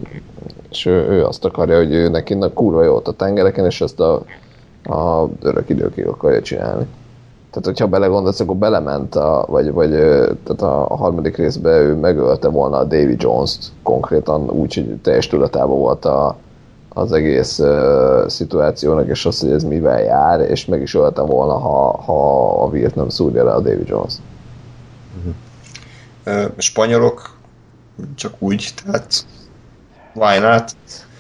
Speaker 3: ő azt akarja, hogy ő neki kurva jót a tengereken, és ezt a örök időkig akarja csinálni. Tehát, hogyha belegondolsz, akkor belement, tehát a harmadik részben ő megölte volna a Davy Jones-t konkrétan, úgyhogy teljes tudatában volt az egész szituációnak, és az, hogy ez mivel jár, és meg is öltem volna, ha a vírt nem szúrja le a Davy Jones.
Speaker 2: Spanyolok csak úgy, tehát why not?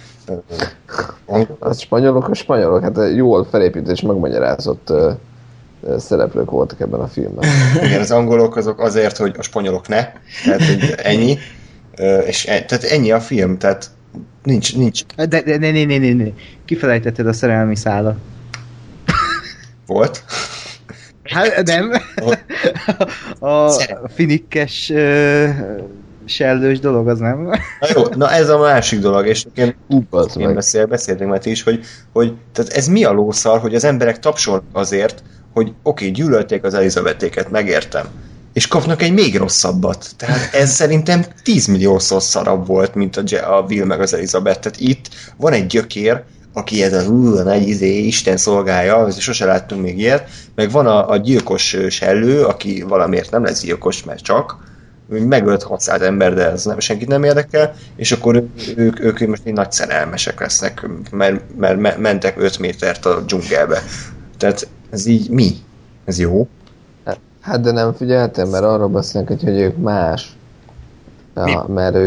Speaker 3: A spanyolok, hát jól felépített és megmagyarázott szereplők voltak ebben a filmben.
Speaker 2: Igen, az angolok azok azért, hogy a spanyolok ne, tehát ennyi, és tehát ennyi a film, tehát nincs.
Speaker 5: Ne. Kifelejtetted a szerelmi szálat.
Speaker 2: Volt?
Speaker 5: Hát nem. A finikkes sellős dolog, az nem?
Speaker 2: Na jó, na ez a másik dolog, és én beszéltünk már is, hogy tehát ez mi a lószar, hogy az emberek tapsolnak azért, hogy oké, gyűlölték az Elizabethéket, megértem, és kapnak egy még rosszabbat. Tehát ez szerintem 10 milliószor szarabb volt, mint a Will meg az Elizabeth. Tehát itt van egy gyökér, aki ez a nagy Isten szolgálja, sose láttunk még ilyet, meg van a gyilkos sellő, aki valamiért nem lesz gyilkos, mert csak, megölt 600 ember, de ez senkit nem érdekel, és akkor ők most így nagy szerelmesek lesznek, mert mentek 5 métert a dzsungelbe. Tehát ez így mi? Ez jó?
Speaker 3: Hát de nem figyeltem, mert arról beszélnek, hogy ők más. Ja,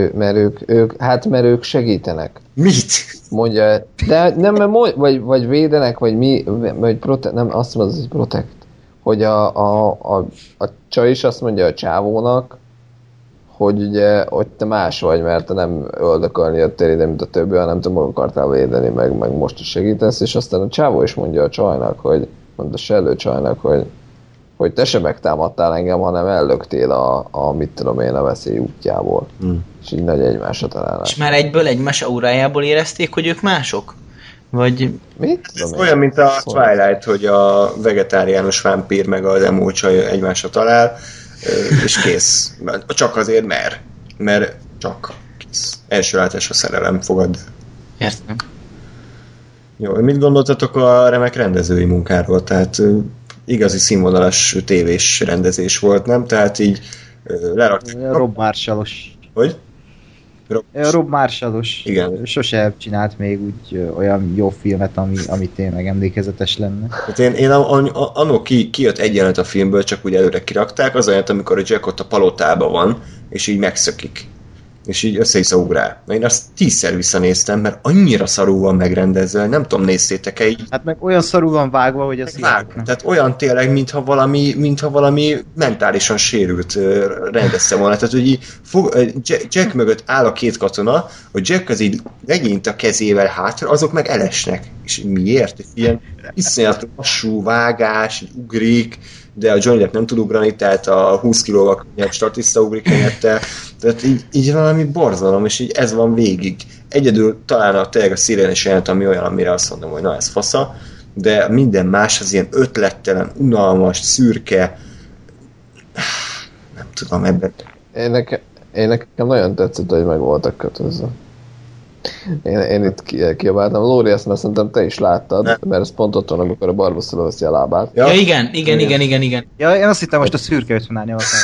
Speaker 3: mert ők segítenek.
Speaker 2: Mit?
Speaker 3: Mondja, de nem, vagy védenek, vagy mi, vagy nem, azt mondod, hogy protect. Hogy a csaj is azt mondja a csávónak, hogy ugye, hogy te más vagy, mert te nem öldökölni jöttél ide, mint a többi, hanem te meg akartál védeni, meg most is segítesz, és aztán a csávó is mondja a csajnak, hogy mondta a sellő csajnak, hogy te se megtámadtál engem, hanem ellöktél a mit tudom én, a veszély útjából. És így nagy egymásra találnak.
Speaker 4: És már egyből egymás aurájából érezték, hogy ők mások? Vagy...
Speaker 3: Mit?
Speaker 2: Ez olyan, mint a Twilight, hogy a vegetáriánus vámpír meg az emo csaj egymásra talál, és kész. Csak azért mert csak kész. Első látásra szerelem, fogad.
Speaker 4: Értem.
Speaker 2: Jó, mit gondoltatok a remek rendezői munkáról? Tehát igazi színvonalas tévés rendezés volt, nem? Tehát így leraktak.
Speaker 5: Rob Marshall-os.
Speaker 2: Hogy?
Speaker 5: Rob Marshall-os.
Speaker 2: Igen.
Speaker 5: Sose csinált még úgy olyan jó filmet, ami tényleg emlékezetes lenne.
Speaker 2: Hát én annól kijött egy jelenet a filmből, csak úgy előre kirakták, az olyan, amikor a Jack ott a palotában van, és így megszökik. És így össze-vissza ugrál. Na én azt 10-szer visszanéztem, mert annyira szarul van megrendezve, nem tudom, néztétek-e így.
Speaker 5: Hát meg olyan szarul van vágva, hogy az
Speaker 2: Tehát olyan tényleg, mintha valami mentálisan sérült rendezte volna. Tehát, hogy így Jack mögött áll a 2 katona, hogy Jack az így legyint a kezével hátra, azok meg elesnek. És miért? És ilyen iszonyat lassú vágás, így ugrik, de a Johnny Depp nem tud ugrani, tehát a 20 kilóval statiszta ugrik helyette. Tehát így valami borzalom, és így ez van végig. Egyedül talán tényleg a szirénes jelent, ami olyan, amire azt mondom, hogy na ez fasza, de minden más az ilyen ötlettelen, unalmas, szürke, nem tudom ebben.
Speaker 3: Én nekem nagyon tetszett, hogy meg voltak kötözve. Én itt kiabáltam. Lóri, ezt már szerintem te is láttad, mert ez pont ott van, amikor a Barbossa löveszi a lábát.
Speaker 4: Ja, igen.
Speaker 5: Ja, én azt hittem most a szürke 50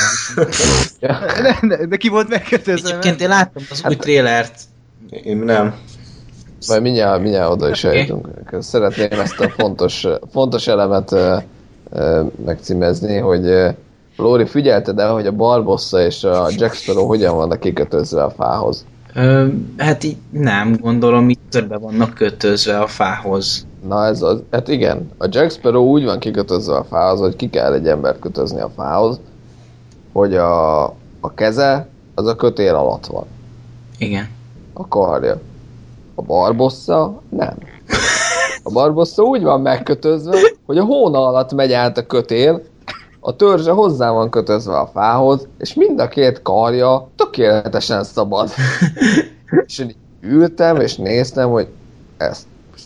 Speaker 5: árnyalatára. De ki volt megkötözve?
Speaker 4: Egyébként én láttam az új trélert.
Speaker 2: Én nem.
Speaker 3: Majd mindjárt oda is eljutunk. Szeretném ezt a fontos elemet megcímezni, hogy Lóri, figyelted el, hogy a Barbossa és a Jack Sparrow hogyan vannak kikötözve a fához?
Speaker 4: Hát így nem, gondolom, itt körbe vannak kötözve a fához.
Speaker 3: Na ez az, hát igen, a Jack Sparrow úgy van kikötözve a fához, hogy ki kell egy embert kötözni a fához, hogy a keze az a kötél alatt van.
Speaker 4: Igen.
Speaker 3: A karja. A Barbossa nem. A Barbossa úgy van megkötözve, hogy a hóna alatt megy át a kötél, a törzse hozzá van kötözve a fához, és mind a 2 karja tökéletesen szabad. És én ültem, és néztem, hogy ezt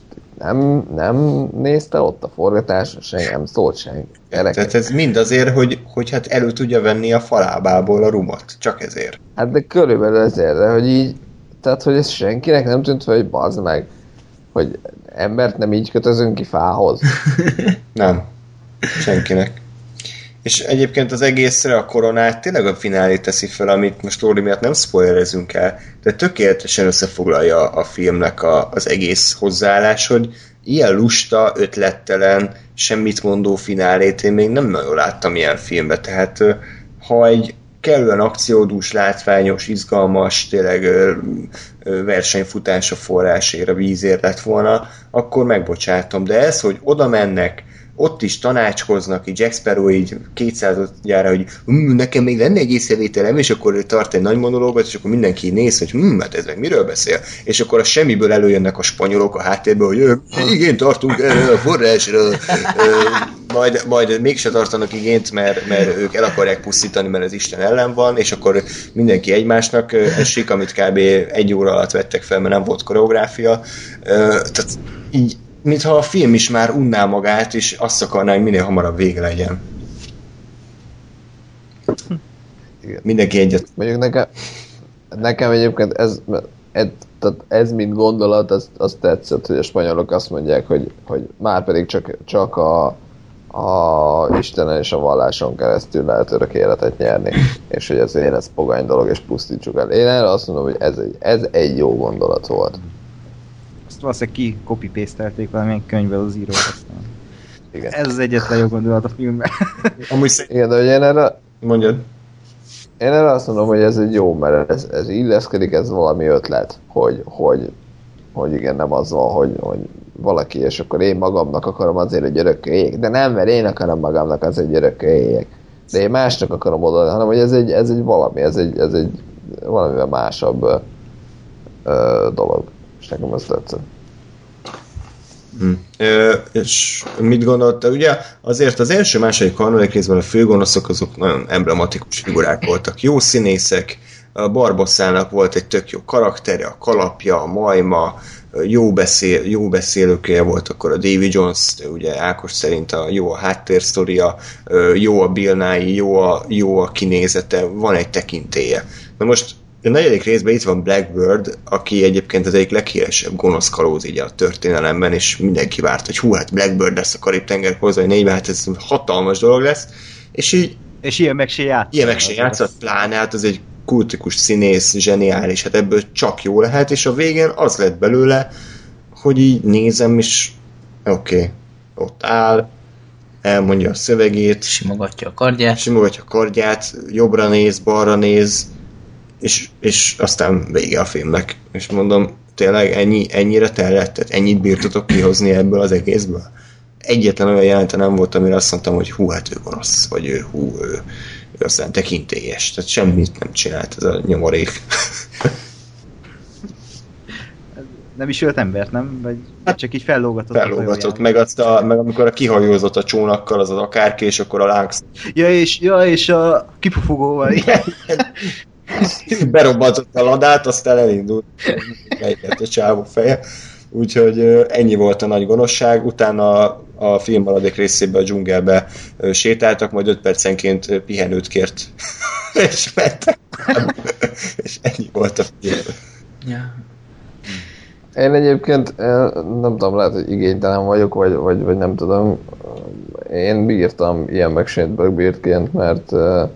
Speaker 3: nem nézte ott a forgatás, senki nem szólt senki.
Speaker 2: Tehát ez mind azért, hogy hát elő tudja venni a falábából a rumot. Csak ezért.
Speaker 3: Hát de körülbelül ezért, de hogy így, tehát hogy ez senkinek nem tűnt, hogy bazd meg, hogy embert nem így kötözünk ki fához.
Speaker 2: Nem. Senkinek. És egyébként az egészre a koronát tényleg a finálé teszi fel, amit most Lóri miatt nem spoilerezünk el, de tökéletesen összefoglalja a filmnek az egész hozzáállás, hogy ilyen lusta, ötlettelen, semmit mondó finálét én még nem nagyon láttam ilyen filmbe, tehát ha egy kellően akciódús, látványos, izgalmas, tényleg versenyfutás a forrásért, a vízért lett volna, akkor megbocsátom, de ez, hogy oda mennek, ott is tanácskoznak, így Jack Sparrow így 200-jára, hogy nekem még lenne egy észrevételem, és akkor tart egy nagy monológot, és akkor mindenki néz, hogy hát ez meg miről beszél? És akkor a semmiből előjönnek a spanyolok a háttérből, hogy igen, tartunk a forrásra, majd mégse tartanak igényt, mert ők el akarják pusztítani, mert az Isten ellen van, és akkor mindenki egymásnak esik, amit kb. 1 óra alatt vettek fel, mert nem volt koreográfia. Tehát így mintha a film is már unná magát, és azt akarná, hogy minél hamarabb vége legyen.
Speaker 3: Igen.
Speaker 2: Mindenki egyet.
Speaker 3: Mondjuk nekem egyébként ez mint gondolat, az tetszett, hogy a spanyolok azt mondják, hogy már pedig csak a Istenen és a valláson keresztül lehet örök életet nyerni, és hogy ezért ez pogány dolog, és pusztítsuk el. Én erre azt mondom, hogy ez egy jó gondolat volt.
Speaker 5: Azt valószínűleg ki copy-pastelték valamilyen könyvből az írót, aztán.
Speaker 3: Igen.
Speaker 5: Ez az egyetlen jó gondolat a filmben.
Speaker 3: Igen, de hogy
Speaker 2: Mondjad.
Speaker 3: Én erre azt mondom, hogy ez egy jó, mert ez illeszkedik, ez valami ötlet, hogy igen, nem az van, hogy valaki, és akkor én magamnak akarom azért, hogy örökké éljek, de nem, mert én akarom magamnak azért, hogy örökké éljek, de én másnak akarom oda, hanem hogy ez egy valami, ez egy valamivel másabb dolog, és nekem ez tetszett.
Speaker 2: És mit gondolta? Ugye azért az első, második, harmadik részben a főgonoszok azok nagyon emblematikus figurák voltak. Jó színészek, a Barbossának volt egy tök jó karaktere, a kalapja, a majma, jó beszélőkéje volt akkor a Davy Jones, ugye Ákos szerint jó a háttérsztoria, jó a Bill Nighy, jó a kinézete, van egy tekintélye. Na most a negyedik részben itt van Blackbird, aki egyébként az egyik leghíresebb gonosz kalóz így a történelemben, és mindenki várt, hogy hát Blackbird lesz a Karib-tenger Kozai 4-ben, hát ez hatalmas dolog lesz, és így...
Speaker 5: És ilyen meg se játszott.
Speaker 2: Pláne, hát az egy kultikus színész, zseniális, hát ebből csak jó lehet, és a végén az lett belőle, hogy így nézem, és oké, ott áll, elmondja a szövegét,
Speaker 4: simogatja a kardját,
Speaker 2: jobbra néz, balra néz, és aztán vége a filmnek. És mondom, tényleg ennyire tellett? Tehát ennyit bírtatok kihozni ebből az egészből? Egyetlen olyan jelente nem volt, amire azt mondtam, hogy hát ő gonosz, vagy ő aztán tekintélyes. Tehát semmit nem csinált ez a nyomorék.
Speaker 5: Nem is ölt embert, nem? Vagy csak így fellógatott?
Speaker 2: Fellógatott, meg amikor kihajózott a csónakkal, az akárki, és akkor a lángsz.
Speaker 5: Ja, és a kipufogóval.
Speaker 2: Berobbantott a ladát, aztán elindult a csávó feje. Úgyhogy ennyi volt a nagy gonoszság. Utána a film maradék részében a dzsungelbe sétáltak, majd 5 percenként pihenőt kért. És mentek. És ennyi volt a film.
Speaker 4: Ja.
Speaker 3: Én egyébként nem tudom, lehet, hogy igénytelen vagyok, vagy nem tudom. Én bírtam ilyen McShane Blackbeardként, mert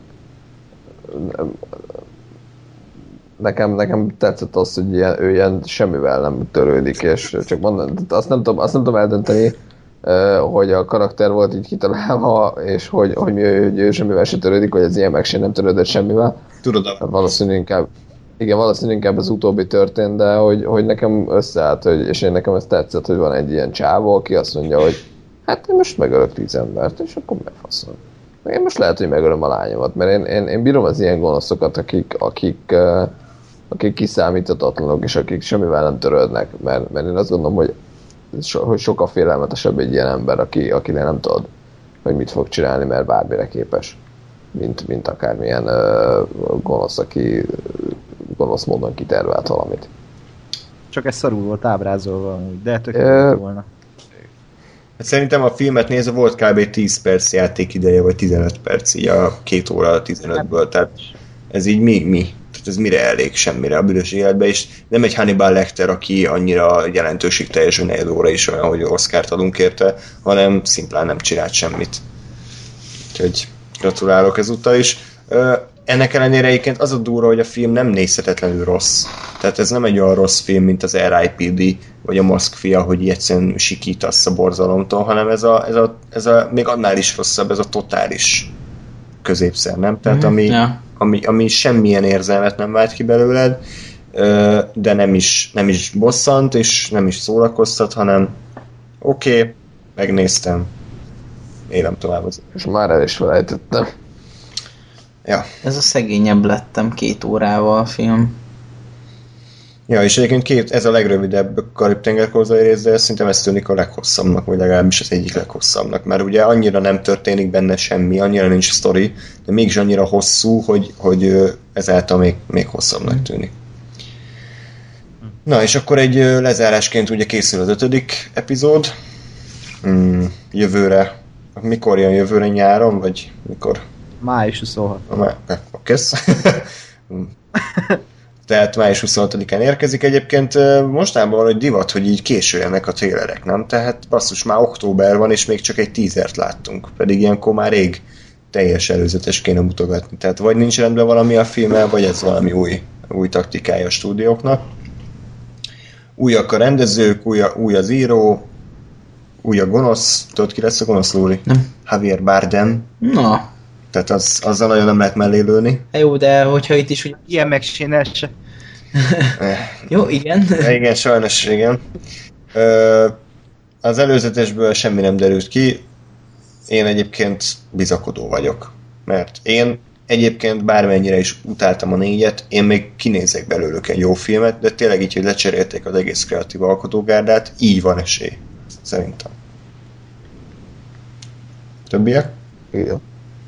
Speaker 3: nekem tetszett az, hogy ő ilyen semmivel nem törődik, és csak mondom, azt nem tudom eldönteni, hogy a karakter volt így kitalálva, és hogy ő semmivel se törődik, hogy az ilyen McShane nem törődött semmivel.
Speaker 2: Tudod.
Speaker 3: Valószínűleg inkább az utóbbi történt, de hogy nekem összeállt, és nekem ez tetszett, hogy van egy ilyen csávó, aki azt mondja, hogy hát én most megölök 10 embert, és akkor megfaszom. Én most lehet, hogy megölöm a lányomat, mert én bírom az ilyen gonoszokat, akik kiszámíthatatlanok, és akik semmivel nem törődnek, mert én azt gondolom, hogy sokkal félelmetesebb egy ilyen ember, akinek nem tudod, hogy mit fog csinálni, mert bármire képes, mint akármilyen gonosz, aki gonosz módon kitervelt valamit.
Speaker 5: Csak ez szarul volt ábrázolva, de tökéletes volna.
Speaker 2: Hát szerintem a filmet nézve volt kb. 10 perc játékideje, vagy 15 perc, így a 2 óra 15-ből, tehát ez így mi? Tehát ez mire elég? Semmire a büdös életben, és nem egy Hannibal Lecter, aki annyira jelentőségteljes, hogy 4 óra is olyan, hogy Oscart adunk érte, hanem szimplán nem csinált semmit. Úgyhogy gratulálok ezúttal is. Ennek ellenére egyébként az a durva, hogy a film nem nézhetetlenül rossz. Tehát ez nem egy olyan rossz film, mint az R.I.P.D. vagy a Maszkfia, hogy egyszerűen sikítasz a borzalomtól, hanem ez a még annál is rosszabb, ez a totális középszer, nem? Tehát ami semmilyen érzelmet nem vált ki belőled, de nem is bosszant, és nem is szórakoztat, hanem oké, megnéztem, élem tovább az.
Speaker 3: És már el is felejtettem.
Speaker 2: Ja.
Speaker 4: Ez a szegényebb lettem 2 órával a film.
Speaker 2: Ja, és egyébként ez a legrövidebb Karib-tenger Kozai rész, de szerintem ez tűnik a leghosszabbnak, vagy legalábbis az egyik leghosszabbnak, mert ugye annyira nem történik benne semmi, annyira nincs sztori, de mégis annyira hosszú, hogy ezáltal még hosszabbnak tűnik. Na, és akkor egy lezárásként ugye készül az 5. epizód. Jövőre. Mikor jön jövőre, nyáron, vagy mikor?
Speaker 5: Május 26.
Speaker 2: Kész. Tehát május 26-án érkezik. Egyébként mostában van egy divat, hogy így késő jönnek a trailerek, nem? Tehát basszus, már október van, és még csak egy teasert láttunk. Pedig ilyenkor már rég teljes előzetes kéne mutogatni. Tehát vagy nincs rendben valami a filmmel, vagy ez valami új taktikája a stúdióknak. Újak a rendezők, új az író, új a gonosz. Tudod, ki lesz a gonosz, Lóri?
Speaker 4: Nem.
Speaker 2: Javier Bardem.
Speaker 4: Na.
Speaker 2: Tehát azzal nagyon nem lehet mellé lőni.
Speaker 4: Jó, de hogyha itt is...
Speaker 5: Ilyen megcsinál se.
Speaker 4: Jó, igen.
Speaker 2: Igen, sajnos igen. Az előzetesből semmi nem derült ki. Én egyébként bizakodó vagyok. Mert én egyébként bármennyire is utáltam a 4-et, én még kinézek belőlük egy jó filmet, de tényleg így, hogy lecserélték az egész kreatív alkotógárdát, így van esély. Szerintem. Többiek?
Speaker 3: Igen.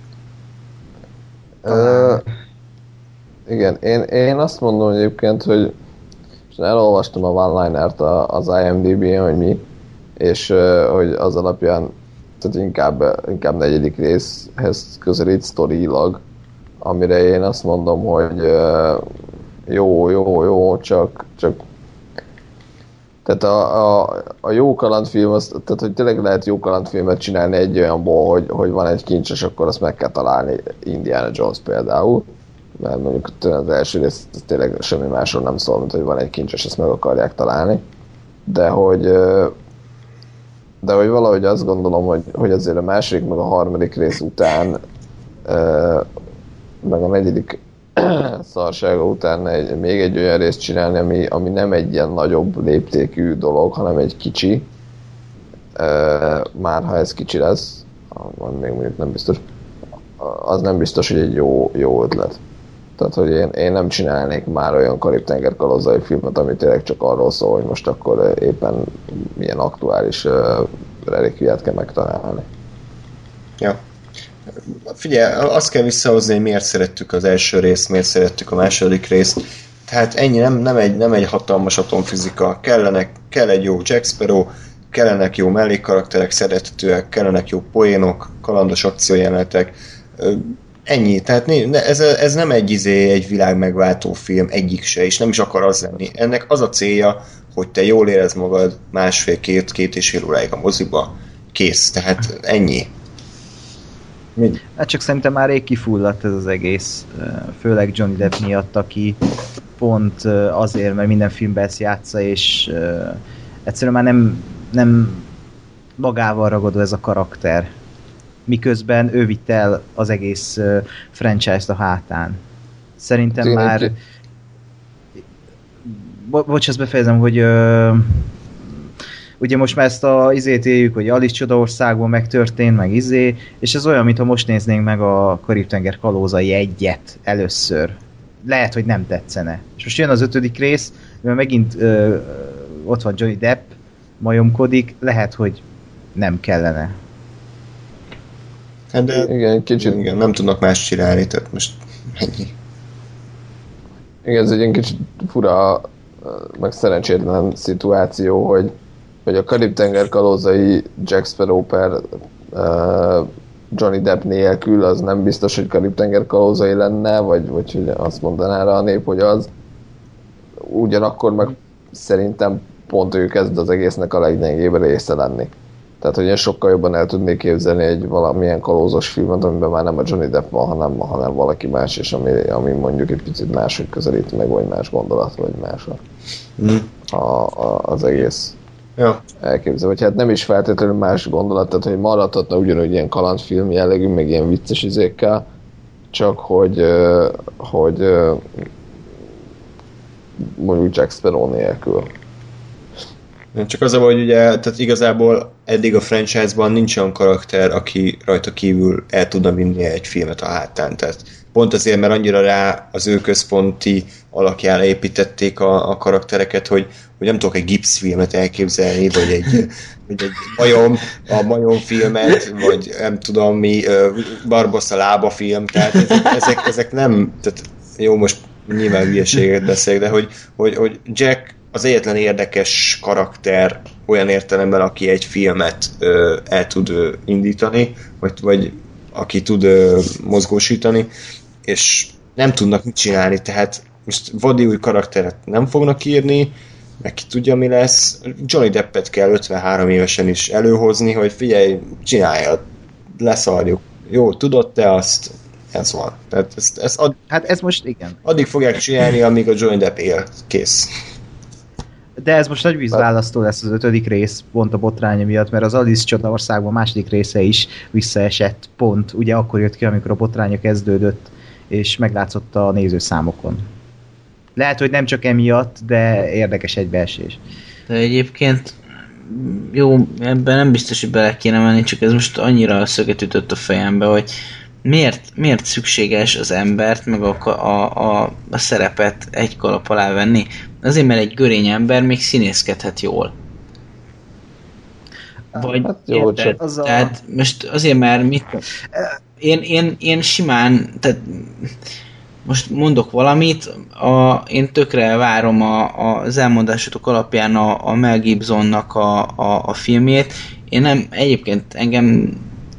Speaker 3: Igen, én azt mondom egyébként, hogy elolvastam a one-linert az IMDb-en, hogy mi, és hogy az alapján tehát inkább 4. részhez közelít sztorilag, amire én azt mondom, hogy jó, csak tehát a jó kalandfilm, tehát hogy tényleg lehet jó kalandfilmet csinálni egy olyanból, hogy van egy kincs, és akkor azt meg kell találni, Indiana Jones például, mert mondjuk az első rész tényleg semmi másról nem szól, mint hogy van egy kincs, és ezt meg akarják találni, de hogy valahogy azt gondolom, hogy azért a második, meg a harmadik rész után, meg a 4. szarsága után még egy olyan részt csinálni, ami nem egy ilyen nagyobb léptékű dolog, hanem egy kicsi. Már ha ez kicsi lesz, még mondjuk nem biztos, az nem biztos, hogy egy jó ötlet. Tehát, hogy én nem csinálnék már olyan Karib-tenger kalózai filmet, ami tényleg csak arról szól, hogy most akkor éppen milyen aktuális relikviát kell megtalálni.
Speaker 2: Ja. Figyelj, azt kell visszahozni, hogy miért szerettük az első részt, miért szerettük a második részt. Tehát ennyi, nem egy hatalmas atomfizika. Kell egy jó Jack Sparrow, kellenek jó mellékkarakterek, szerethetőek, kellenek jó poénok, kalandos akciójelenetek. Ennyi. Tehát ez nem egy világ megváltó film, egyik se, és nem is akar az lenni. Ennek az a célja, hogy te jól érezd magad két és fél óráig a moziba. Kész. Tehát ennyi.
Speaker 5: Hát csak szerintem már rég kifulladt ez az egész, főleg Johnny Depp miatt, aki pont azért, mert minden filmben ezt játsza, és egyszerűen már nem magával ragadó ez a karakter. Miközben ő vitt el az egész franchise-t a hátán. Szerintem már... Bocs, ezt befejezem, hogy ugye most már ezt a izét éljük, hogy Alice Csodaországban megtörtént, meg és ez olyan, mintha most néznénk meg a Karib-tenger kalózai 1-et először. Lehet, hogy nem tetszene. És most jön az 5. rész, mert megint ott van Johnny Depp, majomkodik, lehet, hogy nem kellene.
Speaker 2: Hát de
Speaker 3: igen, kicsit.
Speaker 2: Igen, nem tudnak más csinálni, tehát most ennyi.
Speaker 3: Igen, ez egy ilyen kicsit fura, meg szerencsétlen szituáció, hogy a Karib-tenger kalózai Jack Sparrow per Johnny Depp nélkül az nem biztos, hogy Karib-tenger kalózai lenne, vagy hogy azt mondaná rá a nép, hogy az. Ugyanakkor meg szerintem pont ő kezd az egésznek a leggyengébb része lenni. Tehát, hogy én sokkal jobban el tudnék képzelni egy valamilyen kalózos filmet, amiben már nem a Johnny Depp van, hanem valaki más, és ami mondjuk egy picit máshogy közelít meg, vagy más gondolat, vagy más az egész.
Speaker 2: Ja.
Speaker 3: Elképzel, vagy hát nem is feltétlenül más gondolat, tehát hogy maradhatna ugyanúgy ilyen kalandfilm jellegű, meg ilyen vicces izékkel, csak hogy mondjuk Jack Sparrow nélkül.
Speaker 2: Csak az a baj, hogy ugye, tehát igazából eddig a franchise-ban nincs olyan karakter, aki rajta kívül el tudna vinni egy filmet a hátán. Tehát pont azért, mert annyira rá az ő központi alakjára építették a karaktereket, hogy nem tudok egy Gibbs filmet elképzelni, vagy egy majom filmet, vagy nem tudom mi, Barbossa lába film, tehát ezek nem, tehát jó, most nyilván hülyeséget beszélek, de hogy Jack az egyetlen érdekes karakter olyan értelemben, aki egy filmet el tud indítani, vagy aki tud mozgósítani, és nem tudnak mit csinálni, tehát most vadi új karakteret nem fognak írni, meg ki tudja, mi lesz. Johnny Deppet kell 53 évesen is előhozni, hogy figyelj, csináljad, leszarjuk. Jó, tudod te azt? Ez van. Tehát
Speaker 5: hát ez most igen.
Speaker 2: Addig fogják csinálni, amíg a Johnny Depp él. Kész.
Speaker 5: De ez most nagy vízválasztó lesz az 5. rész, pont a botránya miatt, mert az Alice Csodaországban második része is visszaesett pont. Ugye akkor jött ki, amikor a botránya kezdődött, és meglátszott a nézőszámokon. Lehet, hogy nem csak emiatt, de érdekes egybeesés.
Speaker 4: De egyébként jó, ebben nem biztos, hogy bele kéne menni, csak ez most annyira szöget ütött a fejembe, hogy miért szükséges az embert, meg a szerepet egy kalap alá venni? Azért, mert egy görény ember még színészkedhet jól. Vagy hát jó, tehát most azért, mert én simán, tehát most mondok valamit, én tökre várom az elmondásotok alapján a Mel Gibsonnak a filmjét. Én nem, egyébként engem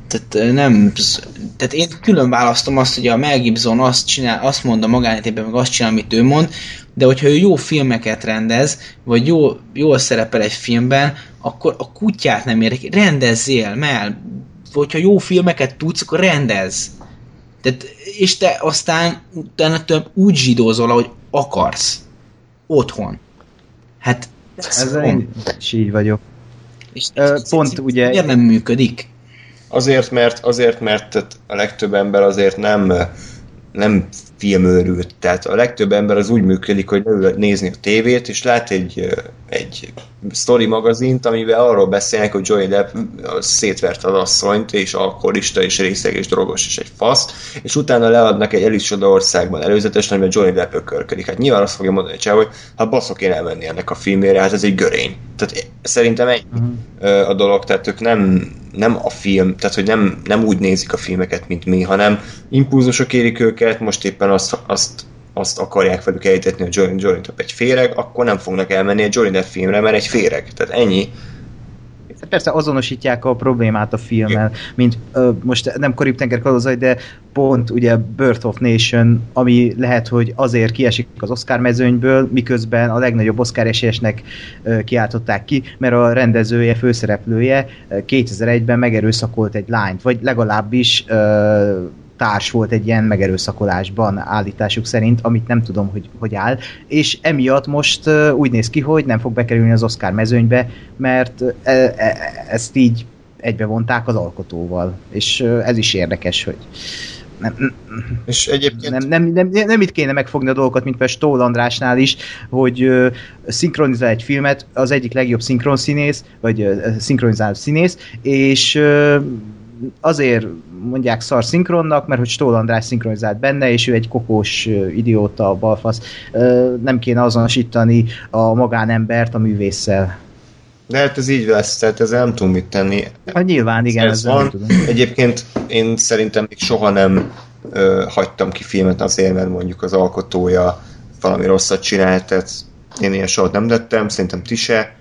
Speaker 4: tehát én külön választom azt, hogy a Mel Gibson azt mond a magánéletében, meg azt csinál, amit ő mond, de hogyha ő jó filmeket rendez, vagy jól szerepel egy filmben, akkor a kutyát nem érek. Rendezzél, Mel! Hogyha jó filmeket tudsz, akkor rendezz! Tehát, és te aztán utána több úgy zsidózol, ahogy akarsz. Otthon. Hát
Speaker 5: ezzel én is így vagyok. És pont ugye...
Speaker 4: Miért nem működik?
Speaker 2: Azért, mert a legtöbb ember azért nem filmőrült. Tehát a legtöbb ember az úgy működik, hogy leül nézni a tévét, és lát egy sztori magazint, amiben arról beszélnek, hogy Johnny Depp szétvert az asszonyt, és alkoholista, és részeg, és drogos, és egy fasz, és utána leadnak egy Alice Csodaországban előzetesen, amiben Johnny Depp ökörködik. Hát nyilván azt fogja mondani, hogy hát baszok, én elmenni ennek a filmére, hát ez egy görény. Tehát szerintem ennyi a dolog, tehát ők nem a film, tehát hogy nem úgy nézik a filmeket, mint mi, hanem impulzusok érik őket, most éppen azt akarják velük elhitetni, hogy Johnny Depp egy féreg, akkor nem fognak elmenni egy Johnny Depp filmre, mert egy féreg. Tehát ennyi.
Speaker 5: Persze azonosítják a problémát a filmmel, mint most nem Karib-tenger kalózai, de pont ugye Birth of Nation, ami lehet, hogy azért kiesik az Oscar mezőnyből, miközben a legnagyobb Oscar esélyesnek kiáltották ki, mert a rendezője, főszereplője 2001-ben megerőszakolt egy lányt, vagy legalábbis társ volt egy ilyen megerőszakolásban állításuk szerint, amit nem tudom, hogy áll, és emiatt most úgy néz ki, hogy nem fog bekerülni az Oscar mezőnybe, mert ezt így egybevonták az alkotóval, és ez is érdekes, hogy
Speaker 2: és egyébként...
Speaker 5: nem itt kéne megfogni a dolgokat, mint például Stoll Andrásnál is, hogy szinkronizál egy filmet, az egyik legjobb szinkronszínész, vagy szinkronizáló színész, és azért mondják szar szinkronnak, mert hogy Stoll András szinkronizált benne, és ő egy kokós idióta, balfasz. Nem kéne azonosítani a magánembert a művésszel.
Speaker 2: De hát ez így lesz, tehát ezzel nem tudunk mit tenni.
Speaker 5: Hát nyilván, igen,
Speaker 2: ez van. Tudom. Egyébként én szerintem még soha nem hagytam ki filmet azért, mert mondjuk az alkotója valami rosszat csinált, tehát én ilyen soha nem tettem, szerintem ti se.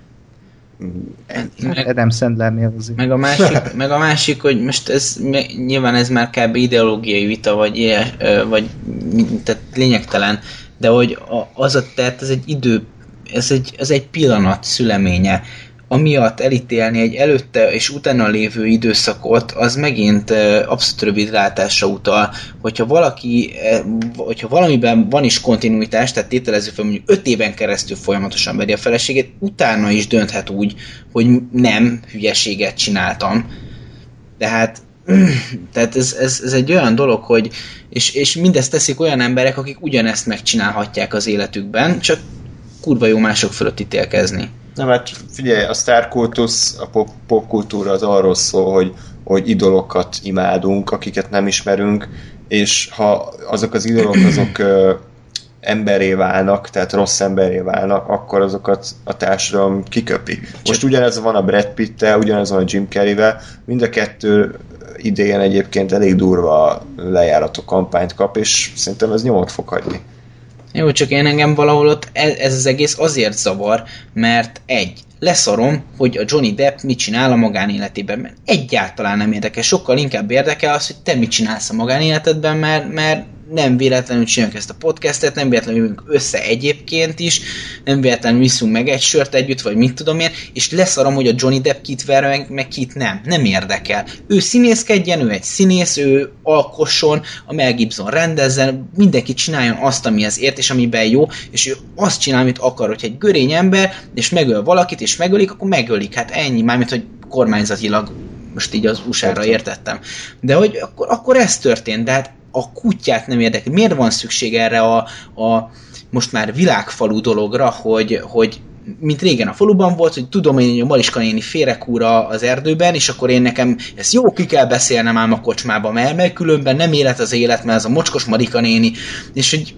Speaker 5: Adam Sandlernél azért.
Speaker 4: Meg a másik, hogy most nyilván ez már kb. Ideológiai vita, vagy tehát lényegtelen, de hogy tehát ez egy idő, ez egy pillanat szüleménye. Amiatt elítélni egy előtte és utána lévő időszakot, az megint abszolút rövidlátásra utal. Hogyha valamiben van is kontinuitás, tehát tételezzük fel, mondjuk 5 éven keresztül folyamatosan veri a feleségét, utána is dönthet úgy, hogy nem, hülyeséget csináltam. Tehát ez egy olyan dolog, hogy és mindezt teszik olyan emberek, akik ugyanezt megcsinálhatják az életükben, csak kurva jó mások fölött ítélkezni.
Speaker 2: Nem, hát figyelj, a sztárkultusz, a popkultúra az arról szól, hogy idolokat imádunk, akiket nem ismerünk, és ha azok az idolok azok emberré válnak, tehát rossz emberré válnak, akkor azokat a társadalom kiköpi. Most ugyanez van a Brad Pitt-tel, ugyanez van a Jim Carrey-vel, mind a kettő idén egyébként elég durva lejárató kampányt kap, és szerintem ez nyomot fog hagyni.
Speaker 4: Jó, csak én engem valahol ott ez az egész azért zavar, mert leszarom, hogy a Johnny Depp mit csinál a magánéletében, mert egyáltalán nem érdekel. Sokkal inkább érdekel az, hogy te mit csinálsz a magánéletedben, mert nem véletlenül csináljuk ezt a podcastet, nem véletlenül jövünk össze egyébként is, nem véletlenül viszünk meg egy sört együtt, vagy mit tudom én, és leszarom, hogy a Johnny Depp kit ver, meg kit nem érdekel. Ő színészkedjen, ő egy színész, ő alkosson, a Mel Gibson rendezzen, mindenki csináljon azt, ami az ért, és amiben jó, és ő azt csinál, amit akar, hogyha egy görény ember, és megöl valakit, és megölik, akkor megölik. Hát ennyi, mármint, hogy kormányzatilag most így az USA-ra értettem. De hogy akkor ez történt, de hát a kutyát nem érdekel. Miért van szükség erre a most már világfalu dologra, hogy mint régen a faluban volt, hogy tudom én, hogy a Mariska néni félrekúra az erdőben, és akkor én nekem ezt jó ki kell beszélnem ám a kocsmába, mert különben nem élet az élet, mert ez a mocskos Marika néni, és hogy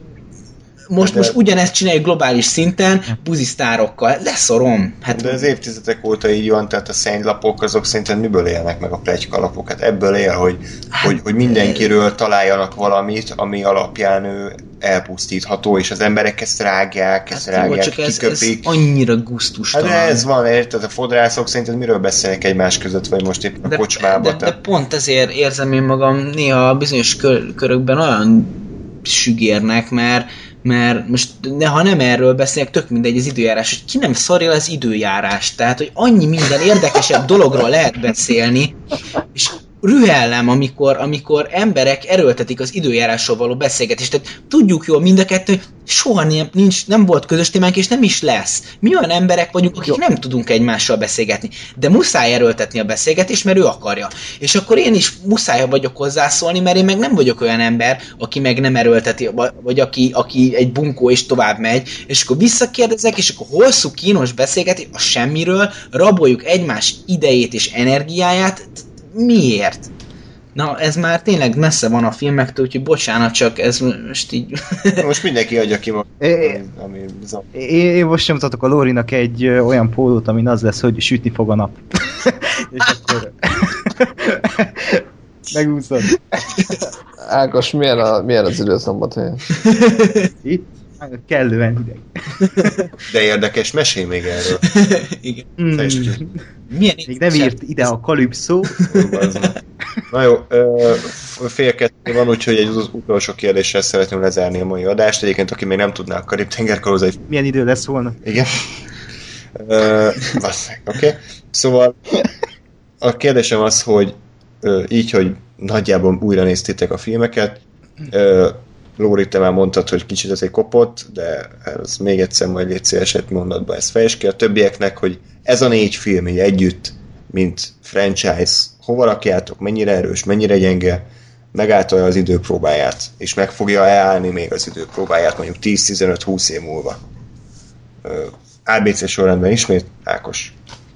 Speaker 4: most ugyanezt csináljuk globális szinten, buzisztárokkal. Leszorom. Hát,
Speaker 2: de az évtizedek óta így van, tehát a szennylapok azok szerintem miből élnek meg a pletykalapok? Hát ebből él, hogy mindenkiről találjanak valamit, ami alapján ő elpusztítható, és az emberek ezt rágják, kiköpik.
Speaker 4: Ez annyira gusztustalan.
Speaker 2: Hát de ez van, érted? A fodrászok szerinted miről beszélnek egymás között, vagy most épp a kocsmában?
Speaker 4: De pont ezért érzem én magam néha bizonyos körökben olyan sügérnek, mert most ha nem erről beszélek, tök mindegy az időjárás, hogy ki nem szarja az időjárás, tehát, hogy annyi minden érdekesebb dologról lehet beszélni, és rühellem, amikor emberek erőltetik az időjárásról való beszélgetést. Tehát tudjuk jól mind a kettő, hogy soha nem volt közös témánk, és nem is lesz. Mi olyan emberek vagyunk, akik nem tudunk egymással beszélgetni, de muszáj erőltetni a beszélgetést, mert ő akarja. És akkor én is muszáj vagyok hozzászólni, mert én meg nem vagyok olyan ember, aki meg nem erőlteti, vagy aki egy bunkó és tovább megy, és akkor visszakérdezek, és akkor hosszú, kínos beszélgetés a semmiről, raboljuk egymás idejét és energiáját. Miért? Na, ez már tényleg messze van a filmektől, úgyhogy bocsánat, csak ez most így...
Speaker 2: Most mindenki adja ki magát, ami
Speaker 5: Én most sem mutatok a Lórinak egy olyan pólót, amin az lesz, hogy sütni fog a nap. És akkor... Megúszod.
Speaker 3: Ákos, milyen az idő Szombathelyen?
Speaker 5: Itt? Kellően hideg.
Speaker 2: De érdekes, mesélj még erről.
Speaker 4: Igen.
Speaker 5: Milyen még nem írt ide a kalipszó.
Speaker 2: Na jó, fél kettő van, úgyhogy egy utolsó kérdéssel szeretném lezárni a mai adást. Egyébként, aki még nem tudná, a Karib-tenger kalózai...
Speaker 5: Milyen idő lesz volna?
Speaker 2: Igen. Oké. Szóval a kérdésem az, hogy így, hogy nagyjából újra néztétek a filmeket, Lóri, te már mondtad, hogy kicsit ez egy kopott, de ez még egyszer majd légy szíves egy mondatban ezt fejtsd ki a többieknek, hogy ez a 4 film így együtt, mint franchise, hova rakjátok, mennyire erős, mennyire gyenge, megállta az időpróbáját, és meg fogja állni még az időpróbáját mondjuk 10-15-20 év múlva. ABC sorrendben ismét, Ákos.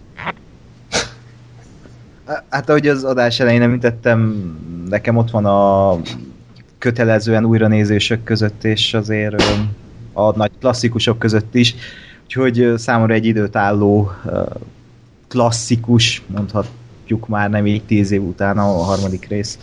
Speaker 5: Hát ahogy az adás elején említettem, nekem ott van a kötelezően újranézések között, és azért a nagy klasszikusok között is, úgyhogy számomra egy időt álló klasszikus, mondhatjuk már nem így 10 év után a harmadik rész.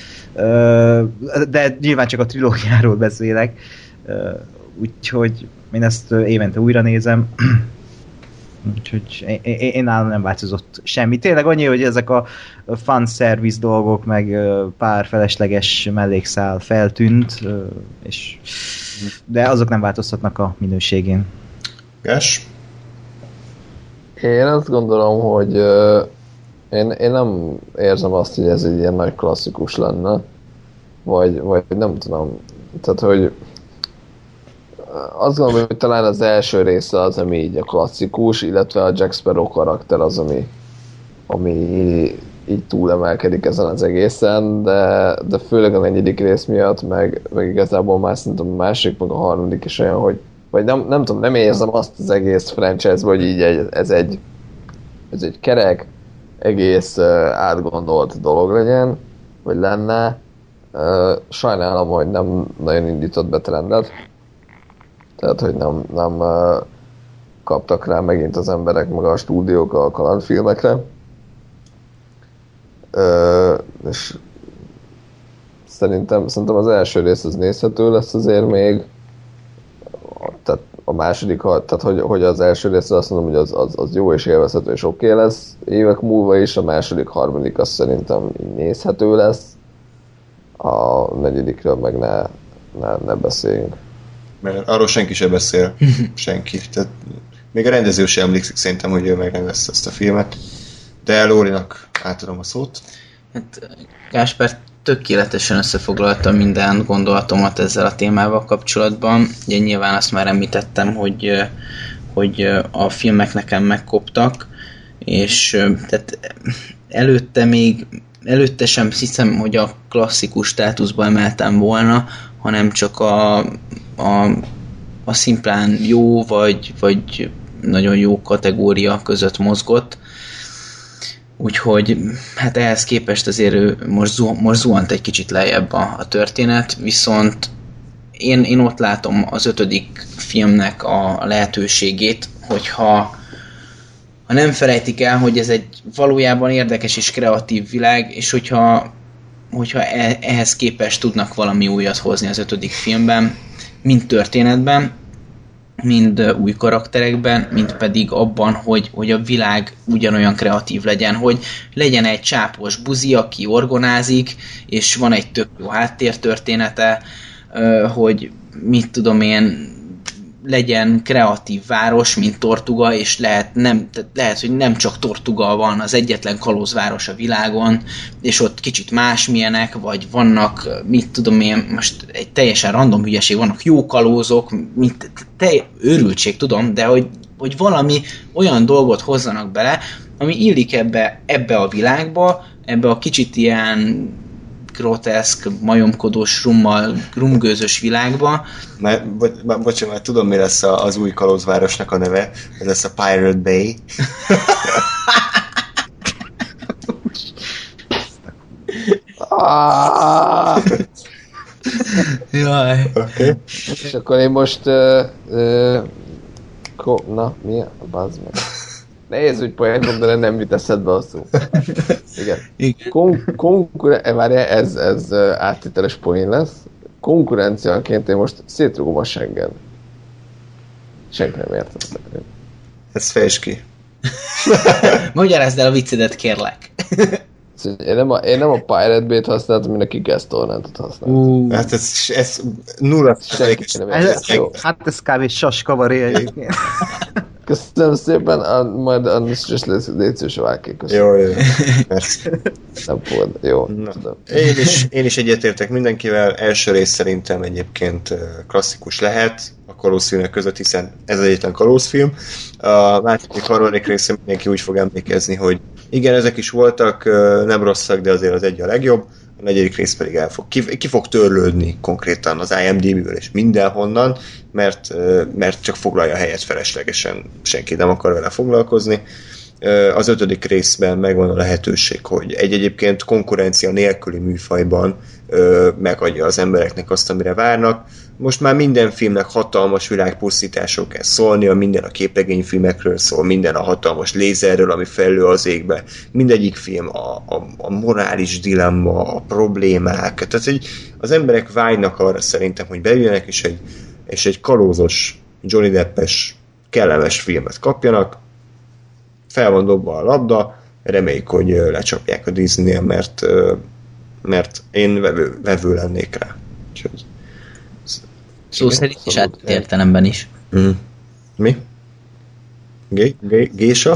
Speaker 5: De nyilván csak a trilógiáról beszélek, úgyhogy én ezt évente újra nézem. Úgyhogy én nálam nem változott semmi. Tényleg annyi, hogy ezek a fanservice dolgok, meg pár felesleges mellékszál feltűnt, de azok nem változtatnak a minőségén.
Speaker 2: Yes.
Speaker 3: Én azt gondolom, hogy én nem érzem azt, hogy ez egy ilyen nagy klasszikus lenne, vagy nem tudom. Tehát, hogy azt gondolom, hogy talán az első része az, ami így a klasszikus, illetve a Jack Sparrow karakter az, ami így túlemelkedik ezen az egészen, de főleg a 4. rész miatt, meg igazából már szerintem a másik, meg a harmadik is olyan, hogy nem tudom, nem érzem azt az egész franchise-ba, hogy így ez egy kerek, egész átgondolt dolog legyen, vagy lenne. Sajnálom, hogy nem nagyon indított be trendet. Tehát, hogy nem kaptak rá megint az emberek, meg a stúdiók a kalandfilmekre. És szerintem az első rész az nézhető lesz azért még. tehát a második, tehát hogy az első részre azt mondom, hogy az jó és élvezhető és oké lesz évek múlva is, a második, harmadik az szerintem nézhető lesz, a negyedikről meg ne beszéljünk.
Speaker 2: Mert arról senki sem beszél. Senki. Tehát még a rendező sem emlékszik szerintem, hogy ő megrendezte ezt a filmet. De Lórinak átadom a szót.
Speaker 4: Hát Gáspár tökéletesen összefoglalta minden gondolatomat ezzel a témával kapcsolatban. Ugye nyilván azt már említettem, hogy a filmek nekem megkoptak, és tehát előtte sem hiszem, hogy a klasszikus státuszba emeltem volna, hanem csak a szimplán jó, vagy nagyon jó kategória között mozgott. Úgyhogy hát ehhez képest azért ő most zuhant egy kicsit lejjebb a történet, viszont én ott látom az 5. filmnek a lehetőségét, hogyha nem felejtik el, hogy ez egy valójában érdekes és kreatív világ, és hogyha ehhez képest tudnak valami újat hozni az 5. filmben, mind történetben, mind új karakterekben, mind pedig abban, hogy a világ ugyanolyan kreatív legyen, hogy legyen egy csápos buzi, aki orgonázik, és van egy tök jó háttértörténete, hogy mit tudom én, legyen kreatív város, mint Tortuga, és lehet, hogy nem csak Tortuga van az egyetlen kalózváros a világon, és ott kicsit másmilyenek, vagy vannak, mit tudom én, most egy teljesen random hülyeség, vannak jó kalózok, őrültség, tudom, de hogy valami olyan dolgot hozzanak bele, ami illik ebbe a világba, ebbe a kicsit ilyen groteszk, majomkodós, rumgőzös világba.
Speaker 2: Bocsánat, már tudom, mi lesz az új kalózvárosnak a neve. Ez lesz a Pirate Bay.
Speaker 4: Jaj.
Speaker 2: Okay.
Speaker 3: És akkor én most mi a bazd meg? Nehéz úgy poénkom, de nem jut eszedbe a szó. Igen. Várjál, ez áttételes poén lesz. Konkurenciaként én most szétrugom a Schengen. Senki nem értett.
Speaker 2: Ez fejtsd ki.
Speaker 4: Magyarázd el a viccedet, kérlek.
Speaker 3: Én nem a Pirate Bay-t használtam, mindenki Gastornantot használtam.
Speaker 2: Hát ez nulla.
Speaker 5: Hát ez kb. Sas kavaré egyébként.
Speaker 3: Köszönöm szépen, majd annak is légy szíves a vágkék.
Speaker 2: Jó, persze.
Speaker 3: Nem fogod, jó.
Speaker 2: Én is egyetértek mindenkivel. Első rész szerintem egyébként klasszikus lehet a kalózfilmek között, hiszen ez az egyetlen kalózfilm. A második, harmadik részén mindenki úgy fog emlékezni, hogy igen, ezek is voltak, nem rosszak, de azért az egy a legjobb. A negyedik rész pedig ki fog törlődni konkrétan az IMDb-ből és mindenhonnan, mert csak foglalja a helyet feleslegesen, senki nem akar vele foglalkozni. Az 5. részben megvan a lehetőség, hogy egyébként konkurencia nélküli műfajban megadja az embereknek azt, amire várnak. Most már minden filmnek hatalmas világpusztításról kell szólnia, minden a képregényfilmekről szól, minden a hatalmas lézerről, ami fellő az égbe. Mindegyik film a morális dilemma, a problémák. Tehát az emberek vágynak arra szerintem, hogy beüljenek, és egy kalózos, Johnny Deppes, kellemes filmet kapjanak. Fel van dobva a labda, reméljük, hogy lecsapják a Disney-nél, mert én vevő lennék rá. Úgyhogy
Speaker 4: Szó szerint is értelemben is.
Speaker 2: Mm. Mi? Gésa?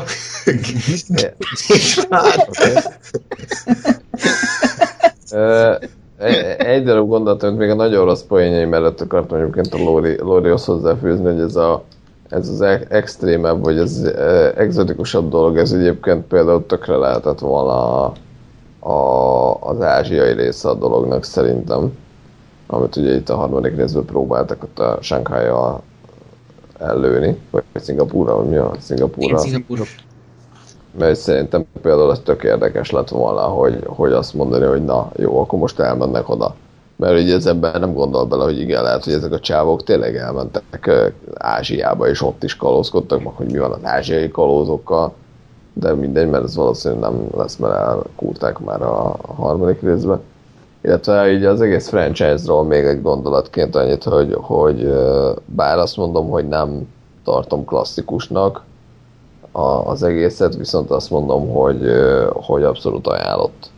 Speaker 3: Egy darab gondolat, amit még a nagyon rossz poénjaim mellett akartam egyébként a Lórihoz hozzáfűzni, hogy ez az extrémebb, vagy az egzotikusabb dolog, ez egyébként például tökre lehetett volna az ázsiai része a dolognak szerintem, amit ugye itt a harmadik részből próbáltak ott a Shanghai-jal ellőni, vagy Szingapúra, vagy mi a Szingapúra?
Speaker 4: Szingapúra.
Speaker 3: Mert szerintem például ez tök érdekes lett volna, hogy azt mondani, hogy na jó, akkor most elmennek oda. Mert ugye az ember nem gondol bele, hogy igen, lehet, hogy ezek a csávok tényleg elmentek Ázsiába, és ott is kalózkodtak, meg hogy mi van az ázsiai kalózokkal, de mindegy, mert ez valószínűleg nem lesz, mert elkúrták már a harmadik részbe. illetve így az egész franchise-ról még egy gondolatként annyit, hogy bár azt mondom, hogy nem tartom klasszikusnak az egészet, viszont azt mondom, hogy abszolút ajánlott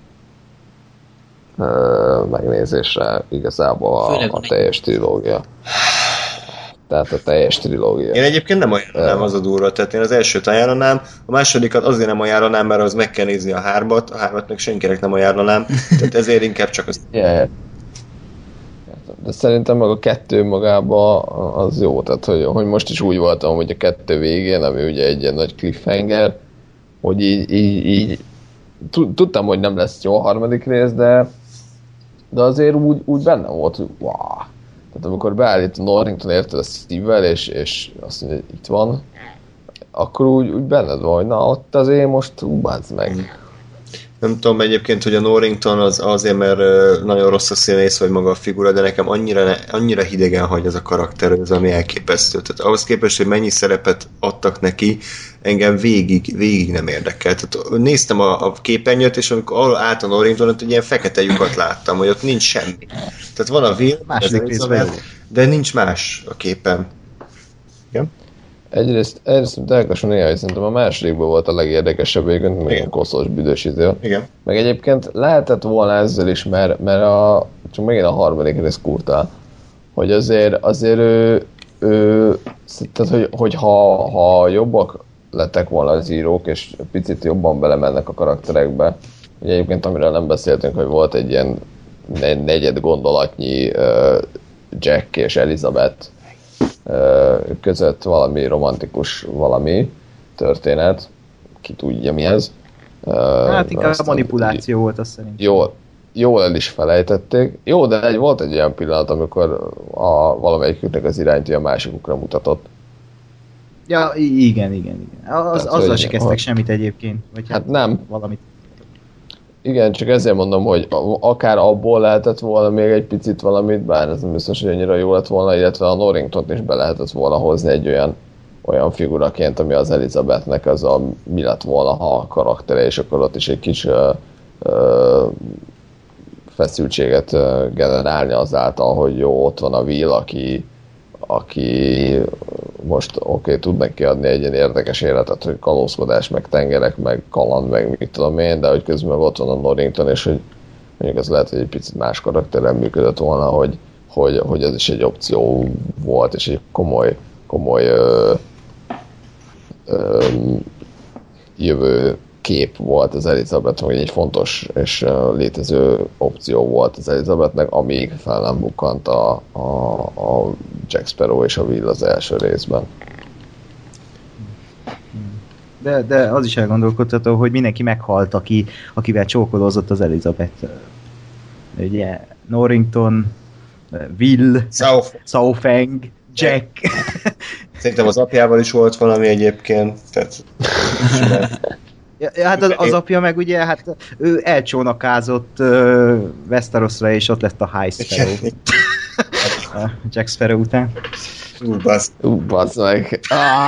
Speaker 3: megnézésre igazából a teljes trilógia. Tehát a teljes trilógia.
Speaker 2: Én egyébként nem ajánlanám, az a durva, tehát én az elsőt ajánlanám, a másodikat azért nem ajánlanám, mert az meg kell nézni a hármat meg senkinek nem ajánlanám, tehát ezért inkább csak az...
Speaker 3: Yeah. De szerintem meg a 2 magában az jó, tehát hogy most is úgy voltam, hogy a 2 végén, ami ugye egy ilyen nagy cliffhanger, hogy így tudtam, hogy nem lesz jó a harmadik rész, de azért úgy benne volt, hogy wow. Tehát amikor beállít a Norrington érted a Steve-vel, és azt mondja, hogy itt van, akkor úgy benned van, hogy na ott azért most bánsz meg.
Speaker 2: Nem tudom egyébként, hogy a Norrington az azért, mert nagyon rossz a színész, vagy maga a figura, de nekem annyira hidegen hagy az a karakter, ez ami elképesztő. Tehát ahhoz képest, hogy mennyi szerepet adtak neki, engem végig nem érdekel. Tehát néztem a képernyőt, és amikor állt a Norrington, ott egy ilyen fekete lyukat láttam, hogy ott nincs semmi. Tehát van a Will, de nincs más a képen. Igen?
Speaker 3: Egyrészt elkasson néha, hogy szerintem a másodikból volt a legérdekesebb, egyébként még a koszos büdös izél.
Speaker 2: Igen.
Speaker 3: Meg egyébként lehetett volna ezzel is, mert csak megint a harmadik rész kurtál, hogy azért ő tehát, hogy ha jobbak lettek volna az írók, és picit jobban belemennek a karakterekbe, ugye egyébként amiről nem beszéltünk, hogy volt egy ilyen negyed gondolatnyi Jack és Elizabeth között valami romantikus valami történet, ki tudja mi ez.
Speaker 5: Hát inkább a manipuláció volt, azt szerintem.
Speaker 3: Jól el is felejtették. Jó, de volt egy olyan pillanat, amikor valamelyiküknek az irányt a másikukra mutatott.
Speaker 5: Ja, igen. Azzal se kezdtek semmit egyébként. Vagy
Speaker 3: hát nem.
Speaker 5: Valamit.
Speaker 3: Igen, csak ezért mondom, hogy akár abból lehetett volna még egy picit valamit, bár ez nem biztos, hogy annyira jó lett volna, illetve a Norringtont is be lehetett volna hozni egy olyan figuraként, ami az Elizabethnek az mi lett volna, ha a karaktere, és akkor ott is egy kis feszültséget generálni azáltal, hogy jó, ott van a Will, aki most tud neki adni egy ilyen érdekes életet, hogy kalózkodás, meg tengerek, meg kaland, meg mit tudom én, de hogy közben ott van a Norrington, és hogy mondjuk az lehet, hogy egy picit más karakterrel működött volna, hogy ez is egy opció volt, és egy komoly jövő kép volt az Elizabeth, hogy egy fontos és létező opció volt az Elizabethnek, amíg fel nem bukkant a Jack Sparrow és a Will az első részben.
Speaker 5: De az is elgondolkodható, hogy mindenki meghalt, akivel csókolózott az Elizabeth. Ugye Norrington, Will, Saufeng, Jack.
Speaker 2: Szerintem az apjával is volt valami egyébként. Tehát...
Speaker 5: Ja, hát az apja meg ugye, hát ő elcsónakázott Westerosra, és ott lett a High Sparrow. A Jack Sparrow után.
Speaker 3: Bassz meg.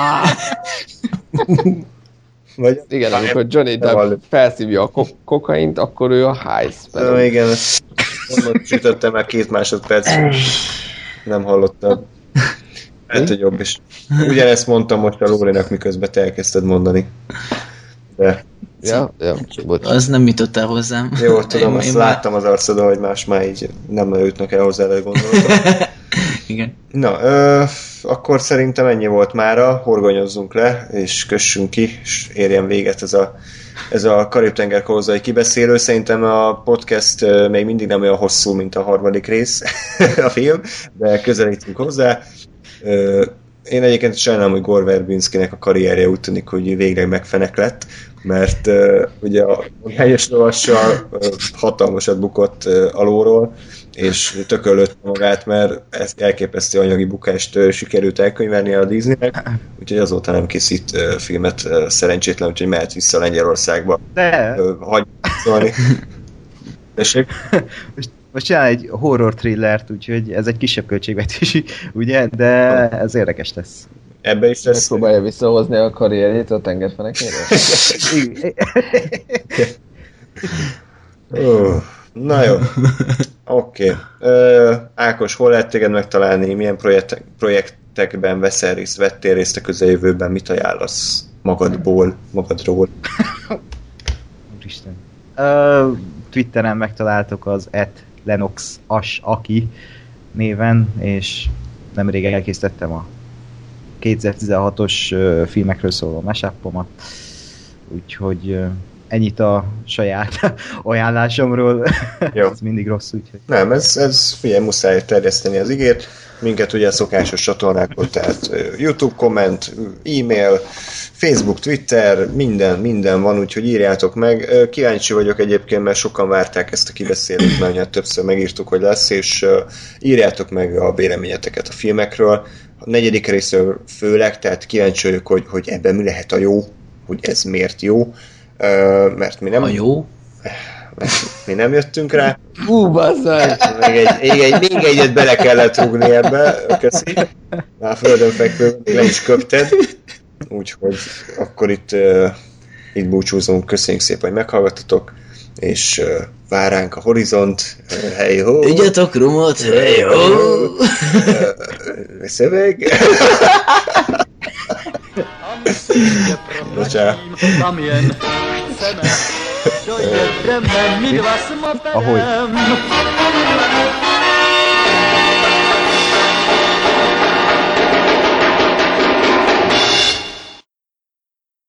Speaker 3: Vagy igen, amikor Johnny Depp felszívja a kokaint, akkor ő a High Sparrow.
Speaker 2: Igen, onnan sütöttem el 2 másodperc. Nem hallottam. Lehet, hogy jobb is. Ugyanezt mondtam most a Lórinak, miközben te elkezdted mondani. De...
Speaker 3: Ja,
Speaker 4: az nem jutott el hozzám.
Speaker 2: Jó, tudom, azt láttam az arcodon, hogy más már így nem jutnak el hozzá, de gondoltam.
Speaker 4: Igen.
Speaker 2: Na, akkor szerintem ennyi volt mára, horgonyozzunk le, és kössünk ki, és érjen véget ez a Karib-tenger kalózai kibeszélő. Szerintem a podcast még mindig nem olyan hosszú, mint a harmadik rész a film, de közelítünk hozzá. Én egyébként sajnálom, hogy Gore Verbinskinek a karrierje úgy tűnik, hogy végre megfenek lett, mert ugye a helyes lovassal hatalmasat bukott alóról, és tökölött magát, mert ezt elképesztő anyagi bukást sikerült elkönyvelni a Disneynek, úgyhogy azóta nem készít filmet szerencsétlen, úgyhogy mehet vissza Lengyelországba.
Speaker 5: De...
Speaker 2: Hagyj szólni. Tessék?
Speaker 5: Most csinál egy horror thrillert, úgyhogy ez egy kisebb költségvetési, ugye, de ez érdekes lesz.
Speaker 2: Ebbe is lesz.
Speaker 3: Megpróbálja visszahozni a karrierjét a tengerfenekéről?
Speaker 2: Na jó. Oké. Ákos, hol lehet téged megtalálni? Milyen projektekben vettél részt a közeljövőben? Mit ajánlasz magadról?
Speaker 5: Úristen. Twitteren megtaláltok az @lenoxasaki néven, és nemrég elkészítettem a 2016-os filmekről szóló mashupomat, úgyhogy ennyit a saját ajánlásomról. Ez mindig rossz, úgyhogy...
Speaker 2: Nem, ez figyelj, muszáj terjeszteni az igét. Minket ugye a szokásos csatornákon, tehát YouTube komment, e-mail, Facebook, Twitter, minden van, úgyhogy írjátok meg. Kíváncsi vagyok egyébként, mert sokan várták ezt a kibeszélőt, mert többször megírtuk, hogy lesz, és írjátok meg a véleményeteket a filmekről. A 4. részről főleg, tehát kíváncsi vagyok, hogy ebben mi lehet a jó, hogy ez miért jó, mert mi nem...
Speaker 4: A jó?
Speaker 2: Mi nem jöttünk rá.
Speaker 3: Bazzaj!
Speaker 2: Még egyet bele kellett rúgni ebbe, köszi. Már földön fekvő, még le is köpted. Úgyhogy akkor itt búcsúzunk. Köszönjük szépen, hogy meghallgattatok, és vár ránk a horizont. Hey ho!
Speaker 4: Igyatok rumot, hey ho!
Speaker 2: Szöveg! Bocsánat.
Speaker 5: Ahogy.